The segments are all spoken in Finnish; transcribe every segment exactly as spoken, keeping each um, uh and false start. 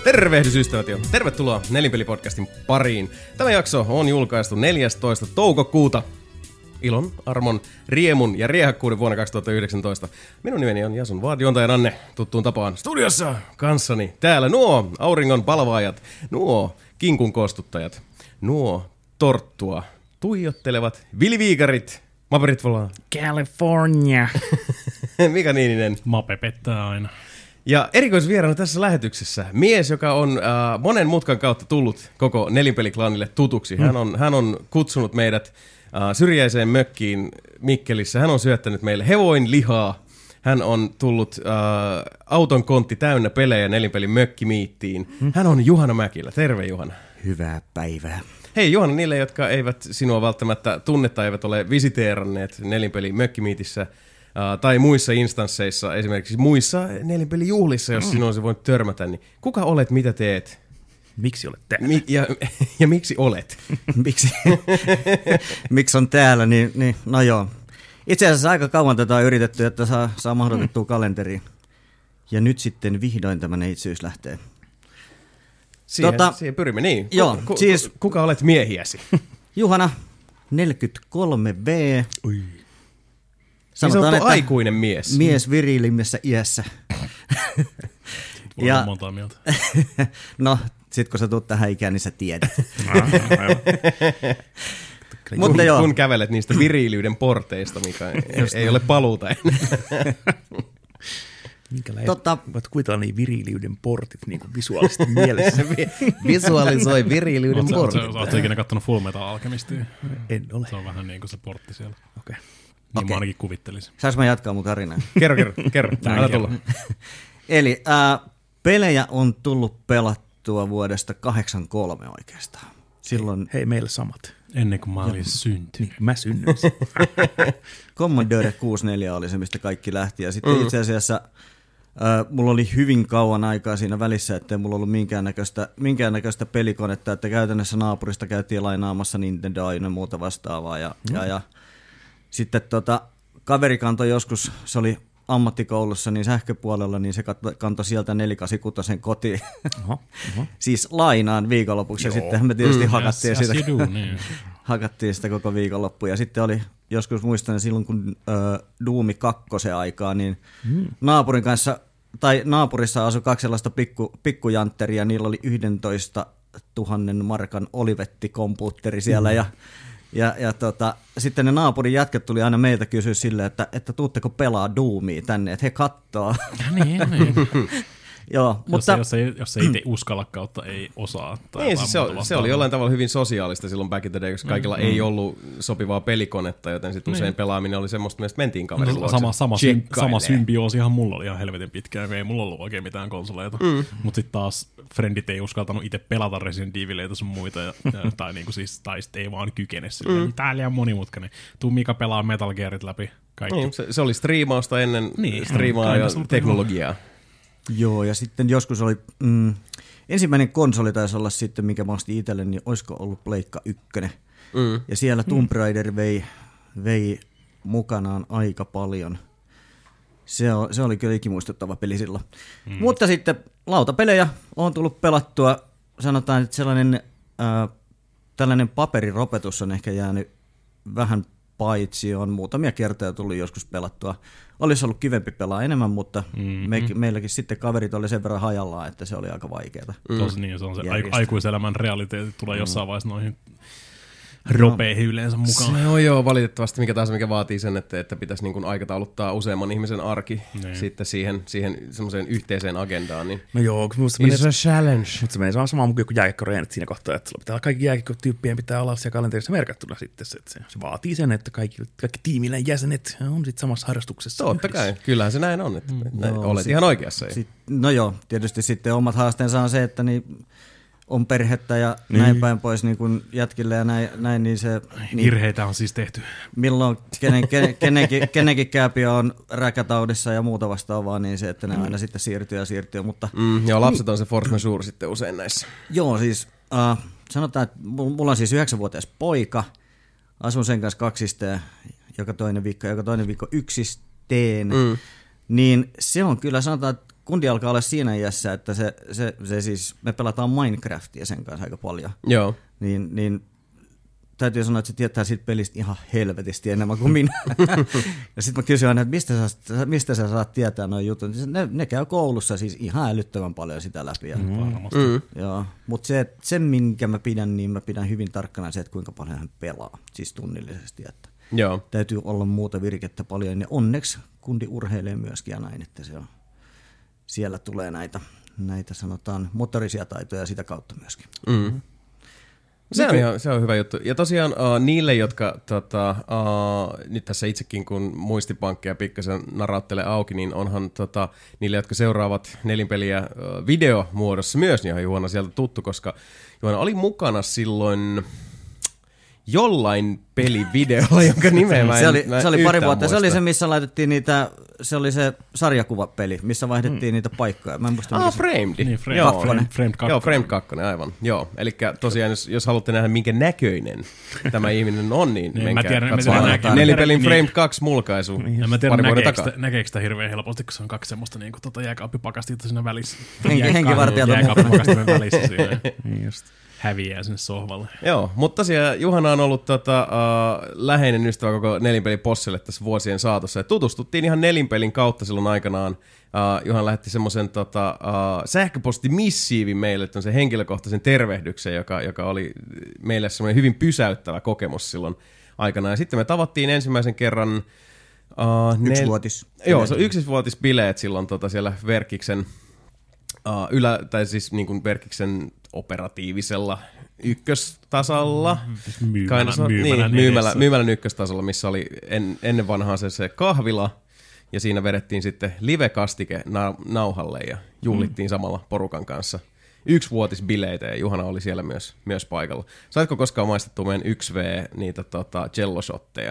Tervehdys ystävät jo. Tervetuloa Nelinpeli-podcastin pariin. Tämä jakso on julkaistu neljästoista toukokuuta. Ilon, armon, riemun ja riehakkuuden vuonna kaksituhattayhdeksäntoista. Minun nimeni on Jason Vaad, juontaja Ranne, tuttuun tapaan studiossa kanssani. Täällä nuo auringon palvaajat, nuo kinkun kostuttajat, nuo torttua tuijottelevat viliviikarit. Mape Ritvola. California. Mika Niininen. Mape pettää aina. Ja erikoisvieraana tässä lähetyksessä mies, joka on äh, monen mutkan kautta tullut koko Nelinpeliklaanille tutuksi. Hän on, hän on kutsunut meidät äh, syrjäiseen mökkiin Mikkelissä. Hän on syöttänyt meille hevoinlihaa. Hän on tullut äh, auton kontti täynnä pelejä Nelinpelin mökkimiittiin. Hän on Juhana Mäkilä. Terve Juhana. Hyvää päivää. Hei Juhana, niille, jotka eivät sinua välttämättä tunne tai eivät ole visiteeranneet Nelinpelin mökkimiitissä, Uh, tai muissa instansseissa, esimerkiksi muissa Nelinpelijuhlissa, jos mm. sinun olisi voinut törmätä, niin kuka olet, mitä teet? Miksi olet täällä? Mi- ja, ja miksi olet? miksi, miksi on täällä, niin, niin no joo. Itse asiassa aika kauan tätä on yritetty, että saa, saa mahdotettua mm. kalenteriin. Ja nyt sitten vihdoin tämä neitsyys lähtee. Siihen, tota, siihen pyrimme, niin. Joo, ku, ku, siis, kuka olet miehiäsi? Juhana, neljäkymmentäkolme vuotta. Oi. Sanotaan, niin että aikuinen mies. Mies virilimmässä iässä. ja montaa mieltä. No, sit kun sä tuut tähän ikään, niin sä tiedät. Mutta kun, kun kävelet niistä viriliyden porteista, mikä ei, ei ole paluuta enää. Minkälainen tota, voit kuvitella niin viriliyden portit niin kuin visuaalisesti mielessä. Visualisoi viriliyden portit. Oletko ikinä kattonut Full Metal Alchemistia? En ole. Se on vähän niin kuin se portti siellä. Okei. Okay. Niin okay. Mä ainakin kuvittelisin. Saanko mä jatkaa mun tarinaa? Kerro, kerro, kerro. Älä tulla. Eli äh, pelejä on tullut pelattua vuodesta kahdeksankymmentäkolme oikeastaan. Silloin... Hei, hei meille samat. Ennen kuin mä olin syntynyt. Niin, mä synnyin. Commodore kuusikymmentäneljä oli se, mistä kaikki lähti. Ja sitten mm. itse asiassa äh, mulla oli hyvin kauan aikaa siinä välissä, ettei mulla ollut minkäännäköistä, minkäännäköistä pelikonetta, että käytännössä naapurista käytiin lainaamassa Nintendoa ja muuta vastaavaa. Ja, mm. ja, ja sitten tota, kaveri kantoi joskus, se oli ammattikoulussa, niin sähköpuolella, niin se kantoi sieltä neljäsataakahdeksankymmentäkuusi kotiin. Oho, oho. Siis lainaan viikonlopuksi. Joo. Ja sitten me tietysti mm, hakattiin, yes, sitä, do, niin. hakattiin sitä koko viikonloppu. Ja sitten oli, joskus muistan silloin, kun äh, Doomi kakkosen aikaa, niin mm. naapurin kanssa, tai naapurissa asui kaksi sellaista pikku, pikkujantteria, niillä oli yksitoista tuhannen markan Olivetti-kompuutteri siellä, mm. ja Ja, ja tota, sitten ne naapurin jätket tuli aina meiltä kysyä silleen, että, että tuutteko pelaa Doomia tänne, että he kattoo. Niin, niin. Joo, jos, mutta... jos, ei, jos ei itse uskalla kautta ei osaa. Tai niin, siis se, se oli jollain tavalla hyvin sosiaalista silloin back in the day, koska kaikilla mm, ei mm. ollut sopivaa pelikonetta, joten sitten usein niin. pelaaminen oli semmoista, mistä mentiin kaverin no, luokse. Sama, sama, symbi- sama symbioosihan mulla oli ihan helvetin pitkään, kun ei mulla ollut oikein mitään konsoleita. Mm. Mutta sitten taas frendit ei uskaltanut itse pelata Resident Evileitä sun muita, ja, ja, tai, niinku siis, tai sitten ei vaan kykene silleen, mm. tää liian monimutkainen. Tuu Mika pelaa Metal Gearit läpi kaikki. Niin, se, se oli striimausta ennen niin, striimaa ja teknologiaa. Joo, ja sitten joskus oli, mm, ensimmäinen konsoli taisi olla sitten, mikä mä ostin itselleni, niin olisiko ollut Pleikka ykkönen. Mm. Ja siellä Tomb Raider vei, vei mukanaan aika paljon. Se, on, se oli kyllä ikimuistuttava peli silloin. Mm. Mutta sitten lautapelejä on tullut pelattua, sanotaan, että sellainen äh, tällainen paperiropetus on ehkä jäänyt vähän paitsi, on muutamia kertoja tullut joskus pelattua. Olisi ollut kivempi pelaa enemmän, mutta mm-hmm. me, meilläkin sitten kaverit oli sen verran hajallaan, että se oli aika vaikeaa. Mm. Tosi niin, se on se aikuiselämän realiteetti, tulee mm. jossain vaiheessa noihin ropeihin yleensä mukaan. Se on joo, valitettavasti mikä taas mikä vaatii sen, että, että pitäisi niin kuin aikatauluttaa useamman ihmisen arki niin. sitten siihen, siihen semmoiseen yhteiseen agendaan. Niin no joo, it's menee, a challenge. Mutta se menee samaan mukaan kuin jääkiekkoreenit siinä kohtaa, että pitää kaikki jääkiekkotyyppien pitää olla siellä kalenterissa merkattuna sitten. Se, se, se vaatii sen, että kaikki, kaikki tiimilleen jäsenet on sitten samassa harrastuksessa. Totta kai, kyllähän se näin on, että mm. näin, no, olet sit, ihan oikeassa. Sit, no joo, tietysti sitten omat haasteensa on se, että niin on perhettä ja niin. näin päin pois niin kuin jätkille ja näin, näin niin se... Niin, virheitä on siis tehty. Milloin kenen, ken, kenenkin, kenenkin kääpiö on räkätaudissa ja muuta vastaavaa, niin se, että ne mm. aina sitten siirtyy ja siirtyy, mutta... Mm, joo, lapset on se force majeure sitten usein näissä. Joo, siis uh, sanotaan, että mulla on siis yhdeksänvuotias poika, asun sen kanssa kaksisteen, joka toinen viikko, joka toinen viikko yksisteen, mm. niin se on kyllä, sanotaan, että kundi alkaa olla siinä iässä, että se, se, se siis, me pelataan Minecraftia sen kanssa aika paljon. Joo. Niin, niin täytyy sanoa, että se tietää siitä pelistä ihan helvetisti enemmän kuin minä. Ja sitten mä kysyin aina, että mistä sä, mistä sä saat tietää noin jutut. Ne, ne käy koulussa siis ihan älyttömän paljon sitä läpi. Ja, Mm. joo. Mutta se, se, minkä mä pidän, niin mä pidän hyvin tarkkana se, että kuinka paljon hän pelaa, siis tunnillisesti. Että Joo. täytyy olla muuta virkettä paljon. Ja onneksi kundi urheilee myöskin ja näin, että se on, siellä tulee näitä, näitä sanotaan motorisia taitoja sitä kautta myöskin. Mm. Se on, ihan, se on hyvä juttu. Ja tosiaan uh, niille, jotka tota, uh, nyt tässä itsekin kun muistipankkeja pikkasen narauttelee auki, niin onhan tota, niille, jotka seuraavat nelinpeliä uh, videomuodossa myös, niin ihan Juhana sieltä tuttu, koska Juhana oli mukana silloin jollain pelivideolla, jonka nimeä mä en Se oli, mä en se oli pari yhtään vuotta. muista. Se oli se, missä laitettiin niitä, se oli se sarjakuvapeli, missä vaihdettiin mm. niitä paikkoja. Mä en muista, Ah, se... Framed. Niin, Framed. Joo. Framed, Framed kaksi. Joo, Framed kaksi, aivan. Joo, eli tosiaan jos, jos haluatte nähdä, minkä näköinen tämä ihminen on, niin Niin, menkää mä tiedän- mä katsomaan tiedän, näkee- nelipelin niin. Framed kaksi mulkaisu Ja mä tiedän, pari vuoden näkeekö takaa. sitä, näkeekö sitä hirveän helposti, kun se on kaksi semmoista niin tota jääkaappipakastia siinä välissä. Henki- Jääka- henkivartijat on Jääkaappipakastimen välissä siinä. Niin just. Häviää sinne sohvalle. Joo, mutta tosiaan Juhana on ollut tota, uh, läheinen ystävä koko nelinpelin possille tässä vuosien saatossa. Ja tutustuttiin ihan nelinpelin kautta silloin aikanaan. Uh, Juhana lähetti semmoisen tota, uh, sähköpostimissiivin meille, sen henkilökohtaisen tervehdyksen, joka, joka oli meille semmoinen hyvin pysäyttävä kokemus silloin aikanaan. Ja sitten me tavattiin ensimmäisen kerran... Uh, Yksivuotis. Joo, se on yksivuotisbileet silloin tota, siellä Verkiksen, uh, ylä, tai siis niin kuin Verkiksen operatiivisella ykköstasalla. Myymälä, Kind of, myymälän niin, myymälä, edessä. myymälän ykköstasolla, missä oli en, ennen vanhaa se, se kahvila, ja siinä vedettiin sitten live-kastike na, nauhalle ja juhlittiin mm. samalla porukan kanssa. Yksivuotisbileitä, ja Juhana oli siellä myös, myös paikalla. Saitko koskaan maistettua meidän yksi V niitä tota, jelloshotteja?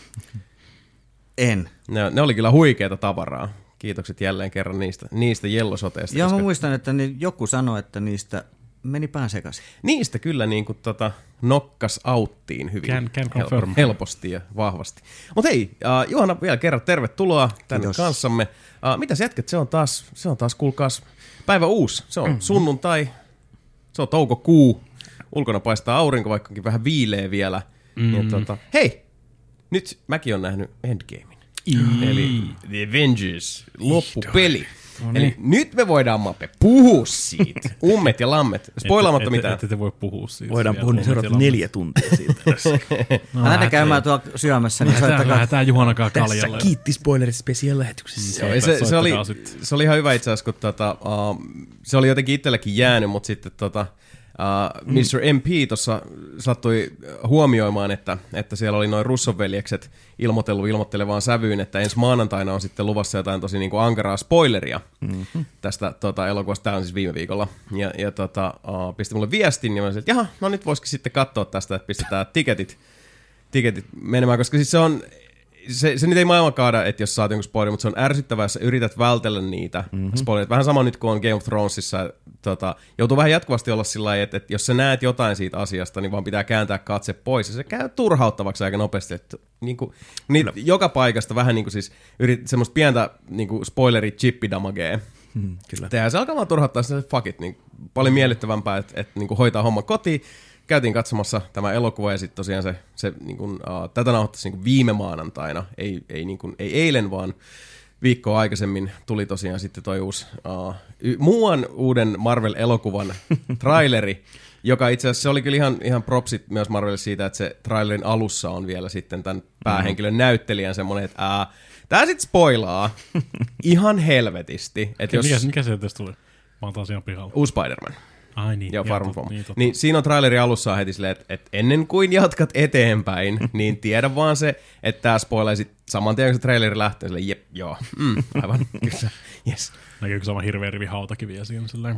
En. Ne, ne oli kyllä huikeata tavaraa. Kiitokset jälleen kerran niistä, niistä jellosoteista. Joo, koska mä muistan, että ni, joku sanoi, että niistä meni pään sekaisin. niistä kyllä niin kuin, tota, nokkas auttiin hyvin Can- can hel- confirm. helposti ja vahvasti. Mutta hei, uh, Juhana, vielä kerran tervetuloa tänne Kiitos. kanssamme. Uh, mitäs jätket? Se on taas, se on taas kuulkaas, päivä uusi. Se on mm-hmm. sunnuntai, se on toukokuu. Ulkona paistaa aurinko, vaikkakin vähän viilee vielä. Mm. Ja, tota, hei, nyt mäkin olen nähnyt Endgamein. Mm. Eli The Avengers, loppupeli. No Eli niin. nyt me voidaan, Mape, puhua siitä. Ummet ja lammet. Spoilaamatta ette, mitään. ette te voi puhua siitä. Voidaan Vielä puhua niin on seuraavat tilannut. neljä tuntia siitä tässä. No, Älä lähdetään- käymään tuolla syömässä, niin Lähdetään, soittakaa. lähdetään Juhanakaan Tässä kaljalle. kiitti spoilerit special lähetyksessä. Joo, ja se, se, oli, Soittakaa sit. se oli ihan hyvä itse asiassa, kun tota, uh, se oli jotenkin itselläkin jäänyt, mutta sitten tota, uh, mister M P tuossa sattui huomioimaan, että, että siellä oli noin Russoveljekset ilmoitellut ilmoittelevaan sävyyn, että ensi maanantaina on sitten luvassa jotain tosi niin kuin ankaraa spoileria mm-hmm. tästä tota, elokuvasta. Tämä on siis viime viikolla. Ja, ja tota, uh, pisti mulle viestin, ja mä sanoin, että jaha, no nyt voisikin sitten katsoa tästä, että pistetään tiketit, tiketit menemään, koska siis se on... Se, se nyt ei maailman kaada, että jos saat jonkun spoilerin, mutta se on ärsyttävää, jos sä yrität vältellä niitä mm-hmm. spoilereita. Vähän sama nyt kuin on Game of Thronesissa. Tota, joutuu vähän jatkuvasti olla sillä lailla, että, että jos sä näet jotain siitä asiasta, niin vaan pitää kääntää katse pois. Ja se käy turhauttavaksi aika nopeasti. Että, niin kuin, niin, joka paikasta vähän niin kuin siis yrit, semmoista pientä niin kuin spoileri-chippidamagea. Mm, kyllä. Tehdään se alkaa vaan turhauttaa se fuck it. Niin paljon miellyttävämpää, että, että niin kuin hoitaa homman kotiin. Käytiin katsomassa tämä elokuva ja sitten tosiaan se, se niin kuin, uh, tätä nauhoittaisi niin viime maanantaina, ei, ei, niin kuin, ei eilen, vaan viikkoa aikaisemmin tuli tosiaan sitten toi uusi, uh, y- muuan uuden Marvel-elokuvan traileri, joka itse asiassa se oli kyllä ihan, ihan propsit myös Marvelille siitä, että se trailerin alussa on vielä sitten tämän päähenkilön näyttelijän semmoinen, että uh, tää sit spoilaa ihan helvetisti. Että jos... Mikä, mikä se tästä tuli? Mä oon taas ihan pihalla. Uusi Spider-Man. Ai niin. Joo, joo, Far tot- From Home. niin, totta. Niin siinä on traileri alussa heti silleen, että, että ennen kuin jatkat eteenpäin, niin tiedä vaan se, että tää spoilaa sit saman tien, kun se traileri lähtee, silleen jep, joo, mm, aivan, kyllä, yes. Näkyykö sama hirveä rivi hautakiviä siinä? Silleen...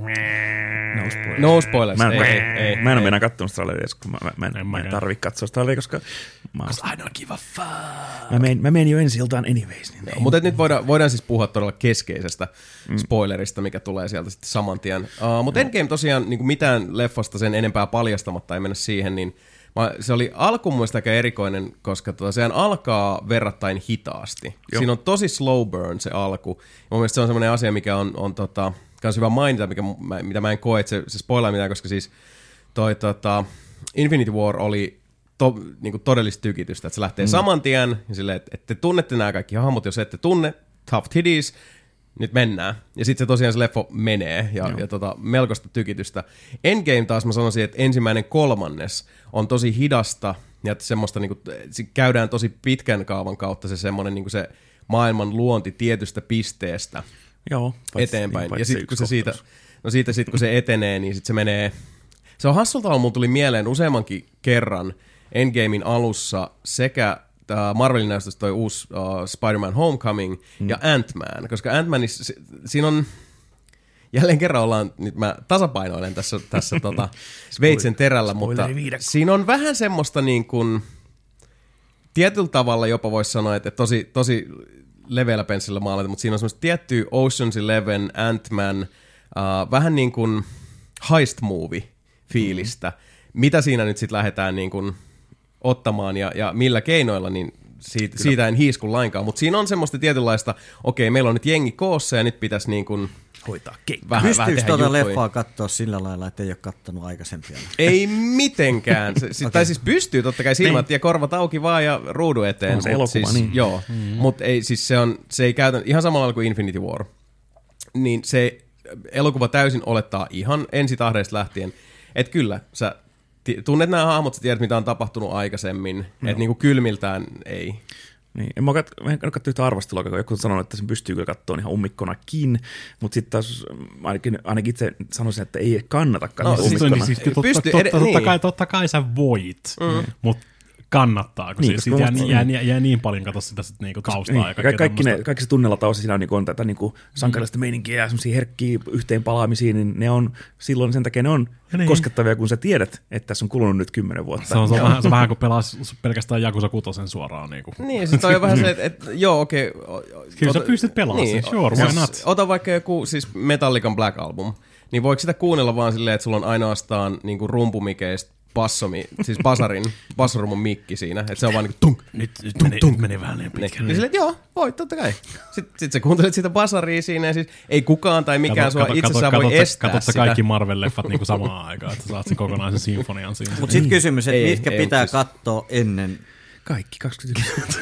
No spoilers. No spoilers, Mä en, ei, mä, ei, ei. mä en ole ei. mennä kattonut sitä traileria, kun mä, mä, mä, en, En mä en mäkään. tarvi katsoa sitä traileria, koska mä, I don't give a fuck. mä, menen, mä menen jo ensi iltaan anyways. Niin No, mutta nyt voidaan, voidaan siis puhua todella keskeisestä mm. spoilerista, mikä tulee sieltä sitten saman tien. Uh, mutta Endgame tosiaan niin kuin mitään leffasta sen enempää paljastamatta, ei mennä siihen, niin Mä, se oli alkuun muista aika erikoinen, koska tota, sehän alkaa verrattain hitaasti. Joo. Siinä on tosi slow burn se alku. Mun mielestä se on semmoinen asia, mikä on, on tota, kans hyvä mainita, mikä, mitä mä en koe, että se, se spoilaa mitään, koska siis toi tota, Infinity War oli to, niinku todellista tykitystä, että se lähtee mm. saman tien, ja silleen, että, että te tunnette nämä kaikki hahmot, jos ette tunne, tough titties, nyt mennään. Ja sitten se tosiaan se leffo menee, ja, ja tota, melkoista tykitystä. Endgame taas mä sanoisin, että ensimmäinen kolmannes on tosi hidasta, ja että semmoista niinku, käydään tosi pitkän kaavan kautta se semmoinen niinku se maailman luonti tietystä pisteestä Joo, paitsi, eteenpäin. Niin, ja sitten kun se siitä, no siitä sit, kun se etenee, niin sitten se menee. Se on hassulta, tavalla, mulla tuli mieleen useammankin kerran Endgamein alussa sekä uh, Marvelin näytöstä toi uusi uh, Spider-Man Homecoming mm. ja Ant-Man, koska Ant-Manissa si, siinä on, jälleen kerran ollaan, nyt mä tasapainoilen tässä, tässä tota, veitsen terällä, mutta siinä on vähän semmoista niin kuin, tietyllä tavalla jopa voisi sanoa, että tosi, tosi leveällä penssillä maalata, mutta siinä on semmoista tiettyä Ocean's Eleven, Ant-Man, uh, vähän niin kuin heist movie fiilistä. Mm-hmm. Mitä siinä nyt sitten lähdetään niin kuin ottamaan ja, ja millä keinoilla, niin siitä, siitä en hiisku lainkaan. Mutta siinä on semmoista tietynlaista, okei, meillä on nyt jengi koossa ja nyt pitäisi niin kuin hoitaa keikkaa. Vähän, Pystyykö vähän tuota juttuja. leffaa katsoa sillä lailla, että ei ole kattonut aikaisempia? Ei mitenkään. Se, okay. Tai siis pystyy totta kai silmät ja korvat auki vaan ja ruudun eteen. On se elokuva, siis, niin. Joo, mm-hmm. mutta ei, siis se, on, se ei käytä, ihan samalla lailla kuin Infinity War, niin se elokuva täysin olettaa ihan ensitahdeista lähtien, että kyllä, sä tunnet nämä hahmot, sä tiedät mitä on tapahtunut aikaisemmin, no. että niinku kylmiltään ei. Niin, en mä ole katsonut yhtä arvostelua, kun joku on sanonut, että sen pystyy kyllä katsoa ihan ummikkonakin, mutta sitten taas ainakin, ainakin itse sanoisin, että ei kannatakaan no, niin siis, ummikkona. Siis, totta, totta, totta, totta, niin. kai, totta kai sä voit, mm. mutta kannattaa, kun niin, siis jää, jää, jää, jää niin paljon katsoa sitä sit niinku taustaa. Niin, ja kaikki, kaikki, ne, kaikki se tunnelataus siinä on, niinku, on tätä niinku sankarillista mm. meininkiä ja semmoisia herkkiä yhteenpalaamisia, niin ne on silloin sen takia ne on niin. koskettavia, kun sä tiedät, että tässä on kulunut nyt kymmenen vuotta. Se on, se on, vähän, se on vähän kuin pelaisi pelkästään Yakuza kutosen suoraan. Niin, kuin. Niin, siis toi on vähän se, että et, joo, okei. Okay, kyllä sä pystyt pelaamaan niin, sen, sure, why not? Ota vaikka joku siis Metallican Black Album, niin voiko sitä kuunnella vaan silleen, että sulla on ainoastaan niinku rumpumikeistä bassomi, siis basarin, bassorumun mikki siinä, että se on vaan niinku tunk, nyt, nyt tunk, meni, tunk. Nyt meni vähän liian pitkä. Niin silleen, että joo, voi, totta kai. Sitten sit sä kuuntelet sitä basaria siinä ja siis ei kukaan tai mikään kato, sua kato, itsessään kato, voi kato, estää katot sitä. Kaikki Marvel-leffat niinku samaan aikaan, että saat sen kokonaisen sinfonian siinä. Mutta sitten kysymys, että mitkä ei, pitää ei, siis katsoa ennen. Kaikki kaksikymmentä.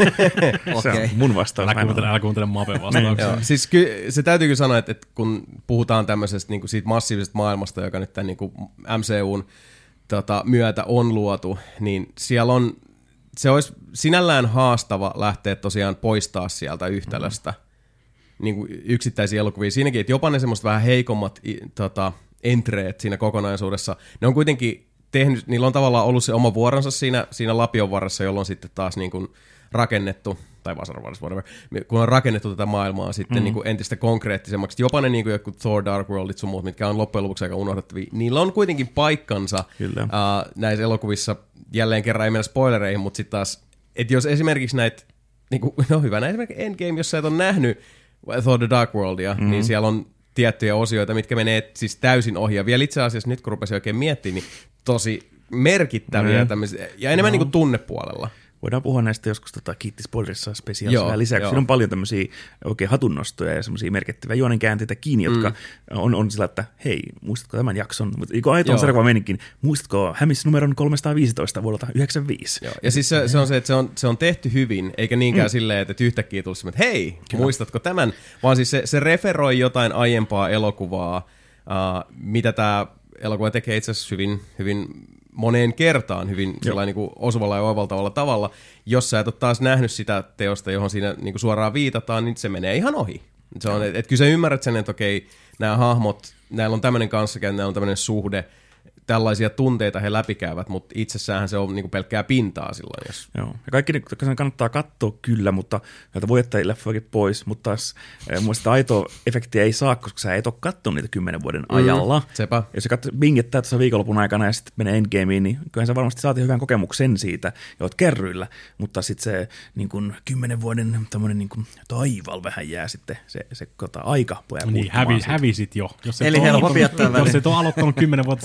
Okei. Se on mun vastaus. Älä kuuntele, älä kuuntele Mapen vastauksia. Joo, siis ky, se täytyy kyllä sanoa, että, että kun puhutaan tämmöisestä niin kuin siitä massiivisesta maailmasta, joka nyt tämän niin kuin M C U:n tota, myötä on luotu, niin siellä on, se olisi sinällään haastava lähteä tosiaan poistaa sieltä yhtälöstä mm-hmm. niin kuin yksittäisiä elokuvia. Siinäkin, että jopa ne semmoiset vähän heikommat tota, entreet siinä kokonaisuudessa, ne on kuitenkin tehnyt, niillä on tavallaan ollut se oma vuoronsa siinä, siinä lapion varressa, jolloin sitten taas niin kuin rakennettu, tai vasaran varressa, whatever, kun on rakennettu tätä maailmaa sitten mm. niin kuin entistä konkreettisemmaksi. Jopa ne niin kuin joku Thor Dark Worldit sun muut, mitkä on loppujen lopuksi aika unohdettavia, niillä on kuitenkin paikkansa uh, näissä elokuvissa, jälleen kerran ei mennä spoilereihin, mutta sitten taas, että jos esimerkiksi näitä, niin kuin, no hyvänä esimerkiksi Endgame, jos sä et ole nähnyt Thor The Dark Worldia, mm. niin siellä on tiettyjä osioita, mitkä menee siis täysin ohi. Ja vielä itse asiassa nyt, kun rupesin oikein miettimään, niin tosi merkittäviä mm. tämmöisiä, ja enemmän no. niin kuin tunnepuolella. Voidaan puhua näistä joskus tota, Kiitti Spoilerissa spesiaalissa lisää, siinä on paljon tämmöisiä oikein hatunnostoja ja semmoisia merkittäviä juonenkäänteitä kiinni, jotka mm. on, on sillä, että hei, muistatko tämän jakson? Mutta kun ajatellaan sarjakuva meininkin, muistatko Hämis numeron kolmesataaviisitoista vuodelta yhdeksänkymmentäviisi? Joo. Ja siis se, se on se, että se on, se on tehty hyvin, eikä niinkään mm. silleen, että yhtäkkiä tulisi, että hei, Kyllä. muistatko tämän? Vaan siis se, se referoi jotain aiempaa elokuvaa, uh, mitä tämä elokuva tekee itse asiassa hyvin, hyvin moneen kertaan hyvin niin kuin osuvalla ja oivaltavalla tavalla. Jos sä et ole taas nähnyt sitä teosta, johon siinä niin kuin suoraan viitataan, niin se menee ihan ohi. Se on, et, et kyllä sä ymmärrät sen, että okei, nämä hahmot, näillä on tämmöinen kanssakäynti, näillä on tämmöinen suhde, tällaisia tunteita he läpikäyvät, mutta itsessäänhän se on niinku pelkkää pintaa silloin. Jos... Joo, ja kaikki ne kannattaa katsoa kyllä, mutta voi jättää leffoakin pois, mutta taas mun mielestä aitoa efektiä ei saa, koska sä et ole katsonut niitä kymmenen vuoden ajalla. Mm, sepä. Jos sä katsot bingettää tuossa viikonlopun aikana ja sitten menee Endgameen, niin kyllähän sä varmasti saatiin hyvän kokemuksen siitä ja oot kerryillä, mutta sitten se niin kun, kymmenen vuoden tämmöinen niin kun, taival vähän jää sitten se, se kota, aika. No niin, hävi, hävisit jo. Jos Eli helpompi jättää väliin. Jos et ole aloittanut kymmenen vuotta katsomaan,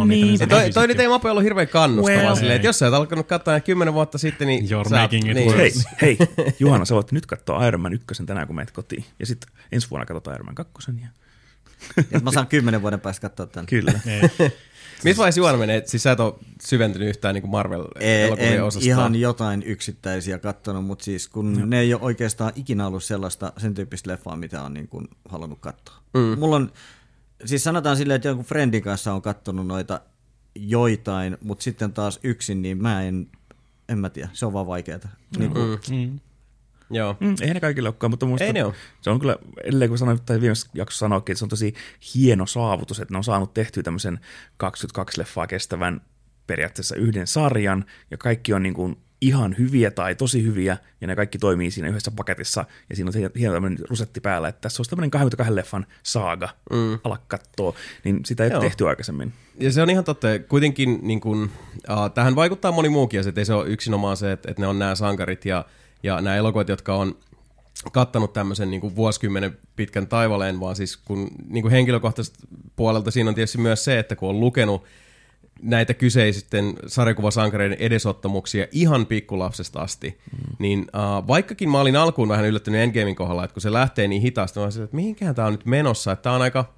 on Niin, niitä. Toi, toi nyt ei Mape ollut hirveän kannustava Well, silleen, että jos sä et alkanut katsoa kymmenen vuotta sitten, niin You're sä, making it niin, worse. Hei, hei, Juhana, sä voit nyt katsoa Iron Man ykkösen tänään, kun meet kotiin. Ja sitten ensi vuonna katsotaan Iron Man kakkosen. Ja... Ja mä saan kymmenen vuoden päästä katsoa tämän. Kyllä. missä vaiheessa Juhana menee? Siis sä et ole syventynyt yhtään niin Marvel-elokuvien osastoon. Ihan jotain yksittäisiä kattonut, mutta siis kun no. ne ei ole oikeastaan ikinä ollut sellaista, sen tyyppistä leffaa, mitä on niin kuin halunnut katsoa. Mm. Mulla on, siis sanotaan silleen, että jonkun friendin kanssa on kattonut noita joitain, mutta sitten taas yksin, niin mä en, en mä tiedä, se on vaan vaikeaa. Mm. Niin kuin, Mm. Joo. Mm, eihän ne kaikille olekaan, mutta muista, Ei ne ole. se on kyllä, edelleen kun sanoin, tai viimeisessä jaksossa sanoikin, että se on tosi hieno saavutus, että ne on saanut tehtyä tämmöisen kaksikymmentäkaksi leffaa kestävän periaatteessa yhden sarjan, ja kaikki on niin kuin ihan hyviä tai tosi hyviä, ja ne kaikki toimii siinä yhdessä paketissa, ja siinä on se hieno tämmöinen rusetti päällä, että tässä olisi tämmöinen kaksikymmentäkaksi leffan saaga, mm. ala kattoo, niin sitä ei ole tehty aikaisemmin. Ja se on ihan totta, kuitenkin niin kuin, uh, tähän vaikuttaa moni muukin asia, että ei se ole yksinomaan se, että, että ne on nämä sankarit ja ja nämä elokuvat, jotka on kattanut tämmöisen niin kuin vuosikymmenen pitkän taivaleen, vaan siis kun niin kuin henkilökohtaisesta puolelta siinä on tietysti myös se, että kun on lukenut näitä kyseisten sarjakuvasankareiden edesottamuksia ihan pikkulapsesta asti, mm. niin uh, vaikkakin mä olin alkuun vähän yllättynyt Endgamein kohdalla, että kun se lähtee niin hitaasti, mä olisin, että mihinkään tämä on nyt menossa, että tämä on aika...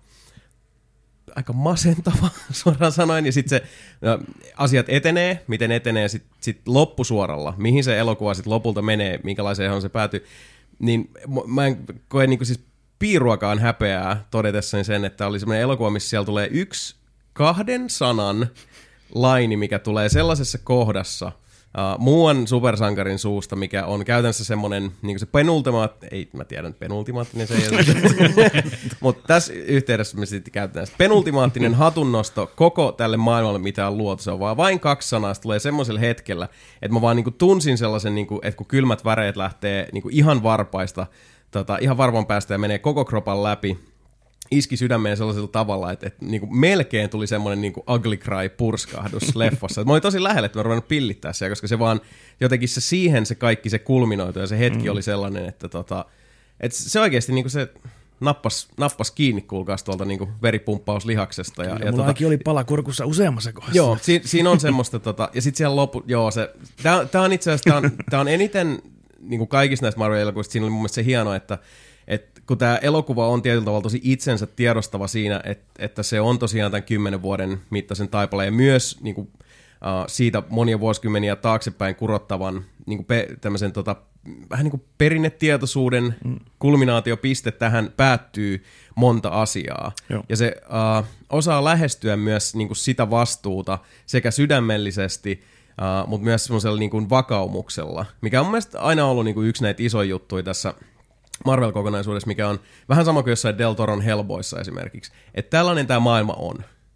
aika masentava suoraan sanoen, ja sitten se no, asiat etenee, miten etenee sitten sit loppusuoralla, mihin se elokuva sitten lopulta menee, minkälaiseen se päätyy, niin mä en koe niinku siis piiruakaan häpeää todetessani sen, että oli semmoinen elokuva, missä siellä tulee yksi kahden sanan laini, mikä tulee sellaisessa kohdassa, Uh, muuan supersankarin suusta, mikä on käytännössä semmoinen, niin se penultimaat, ei mä tiedän, penultimaattinen se ei ole, mutta tässä yhteydessä me sitten käytetään penultimaattinen hatunnosto koko tälle maailmalle, mitä on luotu. Se on vaan vain kaksi sanaa, se tulee semmoisella hetkellä, että mä vaan niin kuin tunsin sellaisen, niin kuin, että kun kylmät väreet lähtee niin kuin ihan varpaista, tota, ihan varvan päästä ja menee koko kropan läpi, iski sydämeen sellaisella tavalla, että, että niin kuin melkein tuli semmoinen niin kuin ugly cry purskahdus leffassa. Mä olin tosi lähellä, että mä ruvennut pillittää siellä, koska se vaan jotenkin se siihen se kaikki se kulminoitu ja se hetki mm. oli sellainen, että, tota, että se oikeasti niin kuin se nappas, nappas kiinni, kuulkaas tuolta niin kuin veripumppauslihaksesta. Ja, Kyllä, ja mulla tota, oli pala kurkussa useammassa kohdassa. Joo, si, siinä on semmoista, tota, ja sitten siellä lopu, joo se, tää, tää on itse asiassa, tää on, tää on eniten niin kuin kaikista näistä Marvel-elokuvista, siinä oli mun mielestä se hienoa, että et kun tämä elokuva on tietyllä tavalla tosi itsensä tiedostava siinä, et, että se on tosiaan tämän kymmenen vuoden mittaisen taipaleen ja myös niin kuin, uh, siitä monia vuosikymmeniä taaksepäin kurottavan niin kuin pe, tämmöisen tota, vähän niin kuin perinnetietoisuuden mm. kulminaatiopiste tähän päättyy monta asiaa. Joo. Ja se uh, osaa lähestyä myös niin kuin sitä vastuuta sekä sydämellisesti, uh, mutta myös semmoisella niin kuin vakaumuksella, mikä on mun mielestä aina ollut niin kuin yksi näitä isoja juttuja tässä Marvel-kokonaisuudessa, mikä on vähän sama kuin jossain Del Toron Hellboyssa esimerkiksi. Että tällainen tämä maailma on.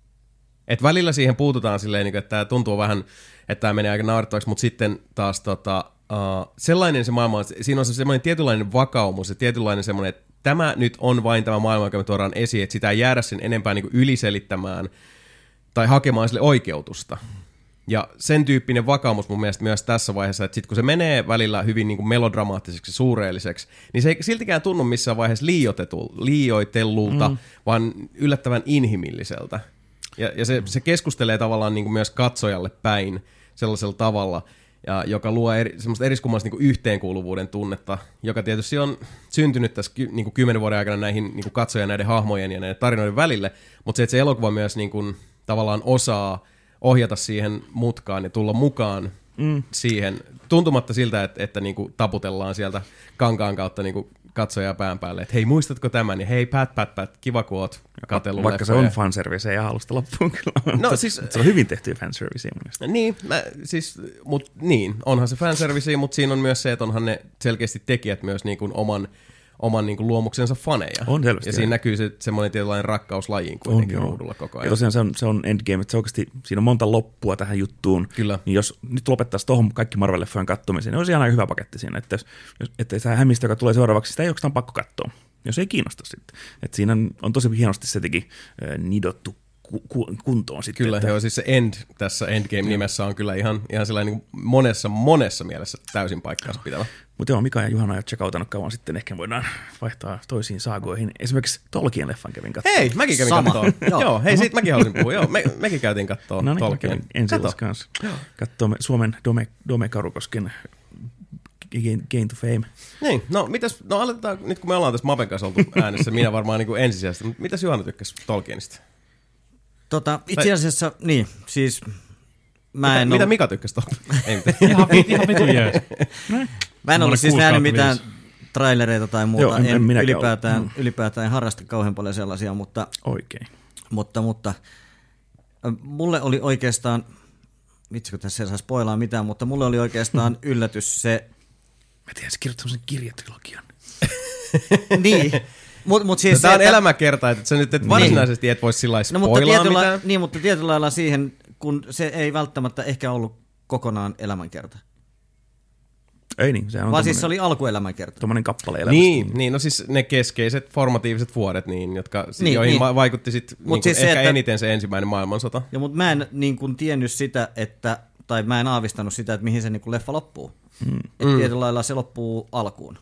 Että välillä siihen puututaan silleen, että tämä tuntuu vähän, että tämä menee aika naurettavaksi, mutta sitten taas tota, uh, sellainen se maailma on, siinä on se semmoinen tietynlainen vakaumus ja tietynlainen semmoinen, että tämä nyt on vain tämä maailma, joka me tuodaan esiin, että sitä ei jäädä sen enempää niin kuin yliselittämään tai hakemaan sille oikeutusta. Ja sen tyyppinen vakaumus mun mielestä myös tässä vaiheessa, että sit kun se menee välillä hyvin niin kuin melodramaattiseksi, suureelliseksi, niin se ei siltikään tunnu missään vaiheessa liioitellulta, mm. vaan yllättävän inhimilliseltä. Ja, ja se, se keskustelee tavallaan niin kuin myös katsojalle päin sellaisella tavalla, ja, joka luo eri, semmoista eriskummallista niin kuin yhteenkuuluvuuden tunnetta, joka tietysti on syntynyt tässä niin kuin kymmenen vuoden aikana näihin niin kuin katsojan näiden hahmojen ja näiden tarinoiden välille, mutta se, että se elokuva myös niin kuin, tavallaan osaa ohjata siihen mutkaan ja tulla mukaan mm. siihen, tuntumatta siltä, että, että niinku taputellaan sieltä kankaan kautta niinku katsojaa pään päälle, että hei, muistatko tämän, ja hei, pat, pat, pat, kiva, kun oot katsellut Vaikka leffoja. Se on fanservice ja alusta loppuun kyllä, no, siis, se on hyvin tehty fanservice mun mielestä. Niin, mä, siis, mut, niin, onhan se fanservice, mutta siinä on myös se, että onhan ne selkeästi tekijät myös niin kuin oman oman niin kuin, luomuksensa faneja. On selvästi. Ja siinä näkyy se semmoinen tietynlainen rakkaus lajiin kuitenkin on, ruudulla koko ajan. Ja tosiaan se on, se on Endgame, että se oikeasti, siinä on monta loppua tähän juttuun. Kyllä. Niin jos nyt lopettaisiin tuohon kaikki Marvel-leffojen kattomisen, niin olisi ihan hyvä paketti siinä, että jos, että tämä hämistä, joka tulee seuraavaksi, sitä ei oikeastaan pakko katsoa, jos ei kiinnosta sitten. Että siinä on, on tosi hienosti se teki äh, nidottu ku, ku, kuntoon sitten. Kyllä, että... joo, siis se End tässä Endgame-nimessä on kyllä ihan, ihan sellainen niin monessa, monessa mielessä täysin paikkaansa pitävä. Mutta joo, Mika ja Juhana ei ole checkoutanut kauan sitten, ehkä voidaan vaihtaa toisiin saagoihin. Esimerkiksi Tolkien-leffan kävin katsoa. Hei, mäkin kävin katsoa. joo. joo, hei, siitä mäkin halusin puhua. Joo, me, mekin käytiin katsoa no niin, Tolkien. Ensi kanssa. Katsoo Suomen Dome, Dome Karukosken Gain to Fame. Niin, no mitäs, no aletetaan, nyt kun me ollaan tässä Mapen kanssa oltu äänessä, minä varmaan niin kuin ensisijaisesti, mutta mitäs Juhana tykkäsi Tolkienista? Tota, itse asiassa, tai... niin, siis mä mitä, en mitä ollut... Mika tykkäsi Tolkienista? ihan, ihan vitu jees. Mä en ollut siis nähnyt mitään trailereita tai muuta, Joo, en, en ylipäätään, mm. ylipäätään en harrasta kauhean paljon sellaisia, mutta, Oikein. mutta, mutta mulle oli oikeastaan, vitsi kun tässä ei saa spoilaa mitään, mutta mulle oli oikeastaan yllätys se... Mä tiedän, se kirjoittaa semmoisen kirjatrilogian. niin. Mut, mut siis no, tämä on että... elämäkerta, että sä nyt et varsinaisesti et voi sillä lailla no, spoilaa mitään. Niin, mutta tietyllä lailla siihen, kun se ei välttämättä ehkä ollut kokonaan elämänkerta. Ei niin, sehän on vaan siis se oli alkuelämänkerta. Tuommoinen kappale elämästä. Niin, niin, no siis ne keskeiset formatiiviset vuodet, niin, jotka, niin, joihin niin. vaikutti sit, niin siis ehkä se, että... eniten se ensimmäinen maailmansota. Ja, mutta mä en niin kuin tiennyt sitä, että, tai mä en aavistanut sitä, että mihin se niin kuin leffa loppuu. Mm. Että mm. tietyllä lailla se loppuu alkuun.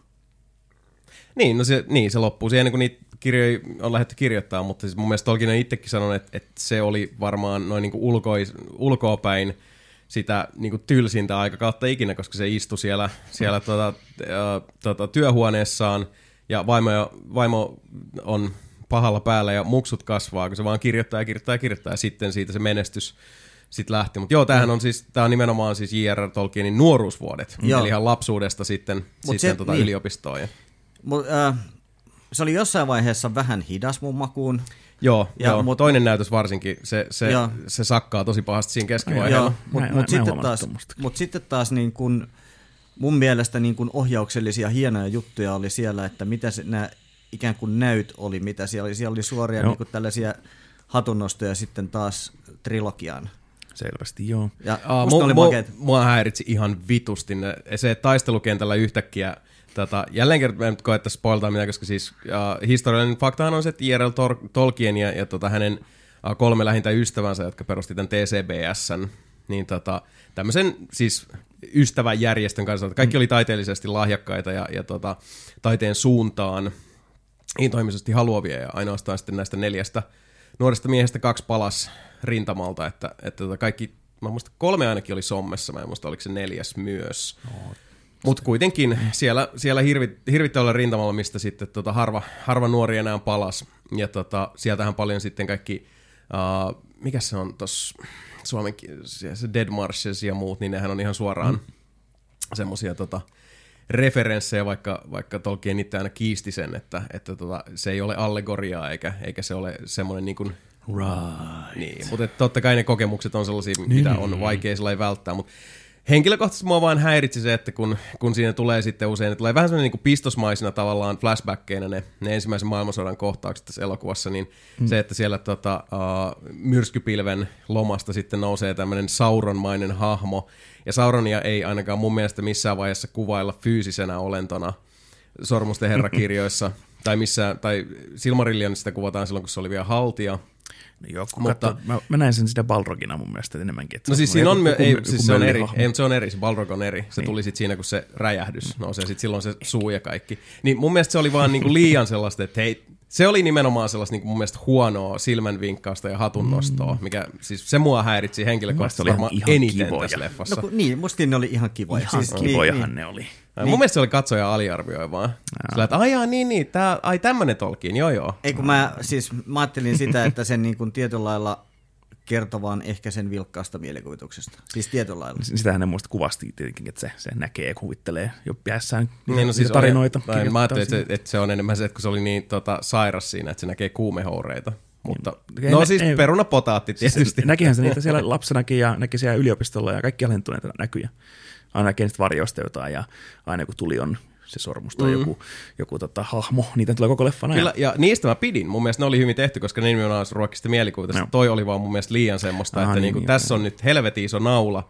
Niin, no se, niin, se loppuu siihen, kun niitä kirjoja on lähdetty kirjoittamaan, mutta siis mun mielestä Tolkien on itsekin sanonut, että, että se oli varmaan noin niin kuin ulkois, ulkoapäin sitä niin kuin tylsintä aikakautta ikinä, koska se istui siellä, siellä mm. tota, äh, tota, työhuoneessaan ja vaimo, vaimo on pahalla päällä ja muksut kasvaa, kun se vaan kirjoittaa ja kirjoittaa ja kirjoittaa ja sitten siitä se menestys sitten lähti. Mutta joo, tämähän on siis, tää on nimenomaan siis J R R. Tolkienin nuoruusvuodet, joo. Eli ihan lapsuudesta sitten, sitten se, tota, niin. yliopistoon. Ja... Mut, äh, se oli jossain vaiheessa vähän hidas mun makuun. Joo, ja, joo. Mut, toinen näytös varsinkin, se, se, se sakkaa tosi pahasti siinä keskivaiheella. Mutta mut sitten, mut sitten taas niin kun, mun mielestä niin kun ohjauksellisia hienoja juttuja oli siellä, että mitä se, nämä ikään kuin näyt oli, mitä siellä oli. Siellä oli suoria niin kun tällaisia hatunnostoja sitten taas trilogiaan. Selvästi, joo. Ja uh, mu- oli mu- mua häiritsi ihan vitusti ne, se taistelukentällä yhtäkkiä. Tota, jälleen kerran mä en nyt koeta spoiltaa mitään, koska siis uh, historiallinen faktahan on se, että J R R. Tolkien ja, ja tota, hänen uh, kolme lähintä ystävänsä, jotka perusti tämän T C B S:n, niin tota, tämmöisen siis ystäväjärjestön kanssa, että kaikki oli taiteellisesti lahjakkaita ja, ja tota, taiteen suuntaan intohimoisesti haluavia ja ainoastaan sitten näistä neljästä nuoresta miehestä kaksi palas rintamalta, että, että tota, kaikki, mä muistan kolme ainakin oli sommessa, mä en muista oliko se neljäs myös. No. Mutta kuitenkin siellä, siellä hirvit, hirvittävällä rintamalla, mistä sitten tota harva, harva nuori enää palas. Ja tota, sieltähän paljon sitten kaikki, uh, mikä se on tuossa suomenkin, se Dead Marshes ja muut, niin nehän on ihan suoraan mm. semmoisia tota, referenssejä, vaikka, vaikka Tolkien itse aina kiisti sen, että, että tota, se ei ole allegoriaa eikä, eikä se ole semmoinen niin kuin... Right. Niin, mutta totta kai ne kokemukset on sellaisia, niin. mitä on vaikea sellainen välttää, mutta henkilökohtaisesti mua vaan häiritsi se, että kun, kun siinä tulee sitten usein, ne tulee vähän sellainen niin kuin pistosmaisina tavallaan flashbackkeinä ne, ne ensimmäisen maailmansodan kohtaukset tässä elokuvassa, niin hmm. se, että siellä tota, uh, myrskypilven lomasta sitten nousee tämmöinen Sauronmainen hahmo, ja Sauronia ei ainakaan mun mielestä missään vaiheessa kuvailla fyysisenä olentona Sormusten herrakirjoissa, tai, missään, tai Silmarillionissa sitä kuvataan silloin, kun se oli vielä haltija. No joo, mutta, katso, mä, mä näin sen sitä Balrogina mun mielestä enemmänkin. Että no siis siinä on, joku, ei, joku, siis se on eri, ei, mutta se on eri, se Balrog on eri. Se niin. tuli sitten siinä, kun se räjähdys nousee, sitten silloin se suu ja kaikki. Niin mun mielestä se oli vaan niinku liian sellaista, että hei, se oli nimenomaan sellaista niinku mun mielestä huonoa silmänvinkkausta ja hatunnostoa, mikä siis se mua häiritsi henkilökohtaisesti varmaan eniten kivoja. Tässä leffassa. No, kun, niin, musta ne oli ihan kivoja. Ihan siis, kivojahan niin, ne oli. Niin. Mun mielestä se oli katsoja aliarvioi vaan. Sillä, että ai jaa, niin, niin, tää, ai tämmönen Tolkien, joo joo. Ei kun mä, siis, mä ajattelin sitä, että sen niin kuin tietyllä lailla kertovaan ehkä sen vilkkaasta mielikuvituksesta. Siis tietyllä lailla. Sitähän ne muista kuvasti tietenkin, että se, se näkee ja kuvittelee jo päässään niin, no siis tarinoita. Oli, mä ajattelin, että se, että se on enemmän se, että kun se oli niin tota, sairas siinä, että se näkee kuumehoureita. Mutta, no ei, siis ei, perunapotaatti tietysti. Siis, näkihän se niitä siellä lapsenakin ja näki siellä yliopistolla ja kaikki alentuneita näkyjä. Aina näkee niistä varjoista jotain ja aina kun tuli on se sormus tai mm. joku, joku tota, hahmo, niitä tulee koko leffan ajan. Kyllä, ja niistä mä pidin. Mun mielestä ne oli hyvin tehty, koska ne nimenomaan ruokkista mielikuvitusta. No. Toi oli vaan mun mielestä liian semmoista, Aha, että niin, niinku, niin, tässä niin. on nyt helvetin iso naula,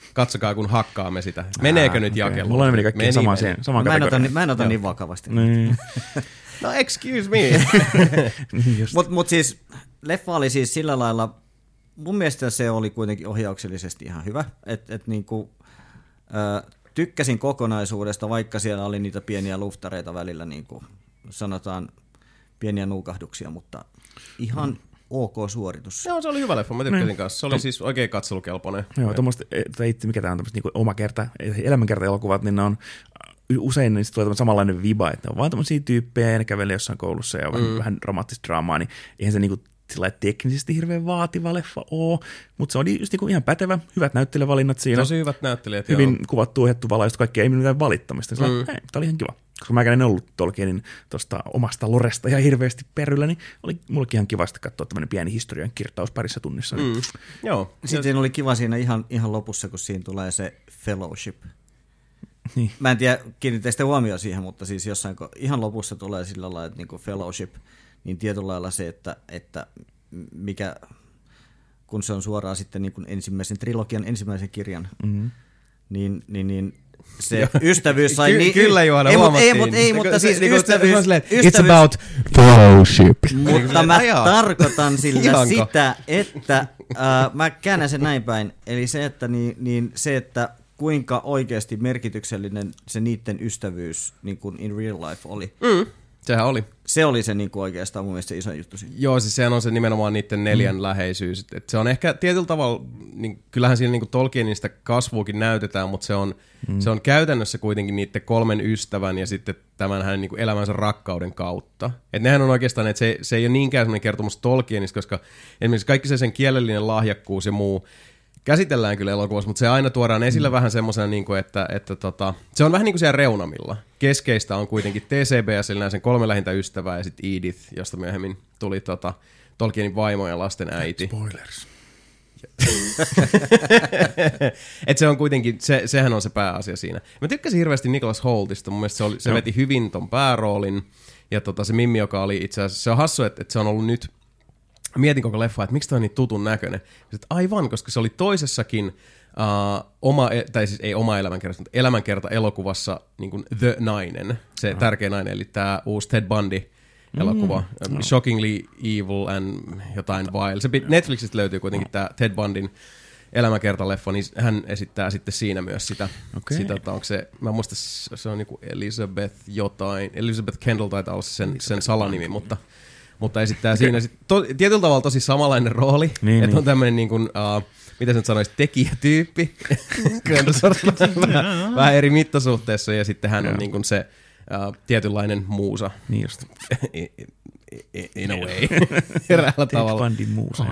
katsokaa kun hakkaamme sitä. Meneekö ah, nyt okay. jakeluun? Mulla meni kaikki samaan sama mä en ota, mä en ota niin vakavasti. Niin. No excuse me. Mutta mut siis leffa oli siis sillä lailla, mun mielestä se oli kuitenkin ohjauksellisesti ihan hyvä, että et niinku, äh, tykkäsin kokonaisuudesta, vaikka siellä oli niitä pieniä luftareita välillä, niin kuin sanotaan, pieniä nuukahduksia, mutta ihan ok suoritus. Joo, se oli hyvä leffa, mä tykkäsin mm. kanssa. Se oli to- siis oikein katselukelpoinen. Joo, tuommoista, mikä tämä on tämmöistä niin oma kerta, elämänkerta-elokuvat, niin ne on usein niistä tulee samanlainen viba, että ne on vaan tämmöisiä tyyppejä ja ne kävelee jossain koulussa ja on mm. vähän dramaattista draamaa, niin eihän se niinku sillä teknisesti hirveän vaativa leffa oo, mutta se oli just niinku ihan pätevä, hyvät näyttelijävalinnat siinä. Tosi hyvät näyttelijät, hyvin joo. kuvattu, ohjattu valaistu, kaikki ei mitään valittamista. Mm. Hei, tämä oli ihan kiva. Koska mä en ollut Tolkienin tuosta omasta loresta ja hirveästi perryllä, niin oli mullekin ihan kiva sitten katsoa tämmöinen pieni historian kirtaus parissa tunnissa. Mm. Joo. Sitten siinä oli kiva siinä ihan, ihan lopussa, kun siinä tulee se fellowship. Niin. Mä en tiedä, kiinnittää sitä huomioon siihen, mutta siis jossain, kun ihan lopussa tulee sillä lailla, että niinku fellowship, niin tietyllä lailla se, että, että mikä, kun se on suoraan sitten niin kuin ensimmäisen trilogian ensimmäisen kirjan, mm-hmm. niin, niin, niin se ystävyys sai... Ky- kyllä Johanna, huomattiin. Ei, mutta ei, mutta siis se, ystävyys... ystävyys It's about fellowship. Mutta mä tarkoitan sillä sitä, että äh, mä käännän sen näin päin, eli se, että, niin, niin, se, että kuinka oikeasti merkityksellinen se niiden ystävyys niin kuin in real life oli. Mm. Sehän oli. Se oli se niin kuin oikeastaan mun mielestä se iso juttu siinä. Joo, siis sehän on se nimenomaan niiden neljän mm. läheisyys. Et se on ehkä tietyllä tavalla, niin kyllähän siinä niin kuin Tolkienista kasvuukin näytetään, mutta se on, mm. se on käytännössä kuitenkin niiden kolmen ystävän ja sitten tämän hänen niin kuin elämänsä rakkauden kautta. Et nehän on oikeastaan, että se, se ei ole niinkään sellainen kertomus Tolkienista, koska esimerkiksi kaikki se sen kielellinen lahjakkuus ja muu käsitellään kyllä elokuvassa, mutta se aina tuodaan esille mm. vähän semmoisena, niin kuin, että, että tota, se on vähän niin kuin siellä reunamilla. Keskeistä on kuitenkin T C B S, eli sen kolme lähintä ystävää, ja sitten Edith, josta myöhemmin tuli tota, Tolkienin vaimo ja lasten äiti. Spoilers. Et se on kuitenkin, se, sehän on se pääasia siinä. Mä tykkäsin hirveästi Nicholas Holtista, mun mielestä se, oli, se veti hyvin ton pääroolin, ja tota, se Mimmi, joka oli itse asiassa, se on hassu, että, että se on ollut nyt, mietin koko leffa, että miksi toi on niin tutun näköinen. Sitten, aivan, koska se oli toisessakin uh, oma, tai siis ei oma elämänkerta, mutta elämänkerta elokuvassa niin kuin The Nainen, se ah. tärkeä nainen, eli tämä uusi Ted Bundy-elokuva, mm, no. Shockingly Evil and jotain vile. Se, Netflixistä löytyy kuitenkin no. tämä Ted Bundyn elämänkertaleffa, niin hän esittää sitten siinä myös sitä, okay. sitä että onko se, mä muistan, se on niinku Elizabeth jotain, Elizabeth Kendall taitaa olla sen, sen salanimi, mutta mutta esittää okay. siinä sit to, tietyllä tavalla tosi samanlainen rooli, niin, että niin. on tämmöinen niin kuin, uh, mitä sä nyt sanoisit, tekijätyyppi, vähän, vähän eri mittasuhteessa, ja sitten hän on niin kuin se uh, tietynlainen muusa. Niin just. In a way. Eräällä tavalla. Ted Bundyn muusa.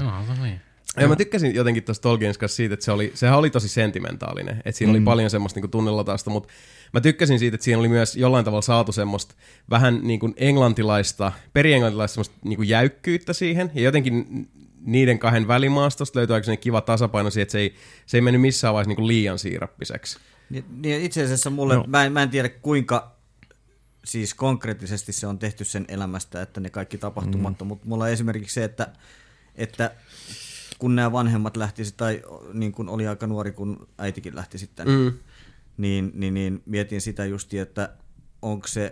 Ja mä tykkäsin jotenkin tuosta Tolkienista kanssa siitä, että se oli, sehän oli tosi sentimentaalinen, että siinä mm. oli paljon semmoista niin tunnellatausta, mutta mä tykkäsin siitä, että siinä oli myös jollain tavalla saatu semmoista vähän niin kuin englantilaista, perienglantilaista semmoista niin kuin jäykkyyttä siihen, ja jotenkin niiden kahden välimaastosta löytyi aika kiva tasapaino siihen, että se ei, se ei mennyt missään vaiheessa niin kuin liian siirappiseksi. Niin itse asiassa mulle, no. mä, en, mä en tiedä kuinka siis konkreettisesti se on tehty sen elämästä, että ne kaikki tapahtumat on, mm. mutta mulla on esimerkiksi se, että, että kun nämä vanhemmat lähti, tai niin kuin oli aika nuori, kun äitikin lähti sitten, mm. niin, niin, niin mietin sitä justiin, että onko se,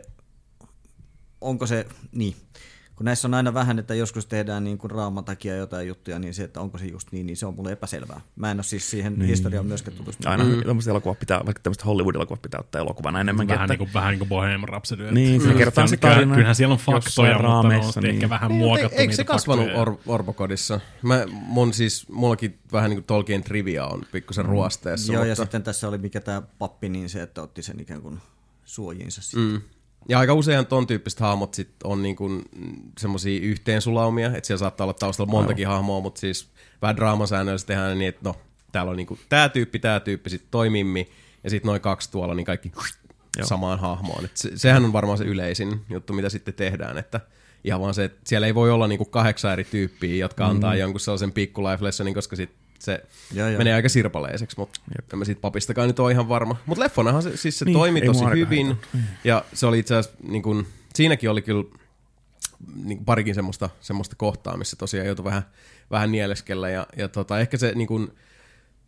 onko se, niin, kun näissä on aina vähän, että joskus tehdään niin kuin raaman takia jotain juttuja, niin se, että onko se just niin, niin se on mulle epäselvää. Mä en ole siis siihen niin. historiaan myöskään tutustunut. Aina mm. tämmöistä elokuvat pitää, vaikka tämmöistä Hollywood-elokuvat pitää ottaa elokuvana enemmänkin. Vähän, että... niin kuin, vähän niin kuin Bohemian Rhapsody. Niin, se kertaa se tarina. Kyllähän siellä on faktoja, mutta ne on niin. ehkä vähän muokattu Eikö se kasvanut or- Orpokodissa? Mä, mun siis, mullakin vähän niin kuin Tolkien trivia on pikkusen mm. ruosteessa. Joo, mutta... ja sitten tässä oli mikä tämä pappi, niin se, että otti sen ikään kuin suojiinsa sitten. Mm. Ja aika useinhan ton tyyppiset hahmot sit on niinku semmosia yhteensulaumia, että siellä saattaa olla taustalla montakin Aivan. hahmoa, mutta siis vähän draamasäännöllisesti tehdään niin, että no, täällä on niinku tää tyyppi, tää tyyppi, sit toi Mimmi, ja sit noin kaksi tuolla, niin kaikki Joo. samaan hahmoon. Et se, sehän on varmaan se yleisin juttu, mitä sitten tehdään, että ihan vaan se, että siellä ei voi olla niinku kahdeksan eri tyyppiä, jotka antaa mm. jonkun sellaisen pikku life lessonin, koska sit se ja, ja. menee aika sirpaleiseksi, mutta en mä siitä papistakaan nyt ole ihan varma. Mutta leffonahan se, siis se niin, toimi tosi hyvin, haita. Ja se oli itse asiassa, niin kun, siinäkin oli kyllä niin parikin semmoista, semmoista kohtaa, missä tosiaan joutui vähän, vähän nieleskellä, ja, ja tota, ehkä se niin kun,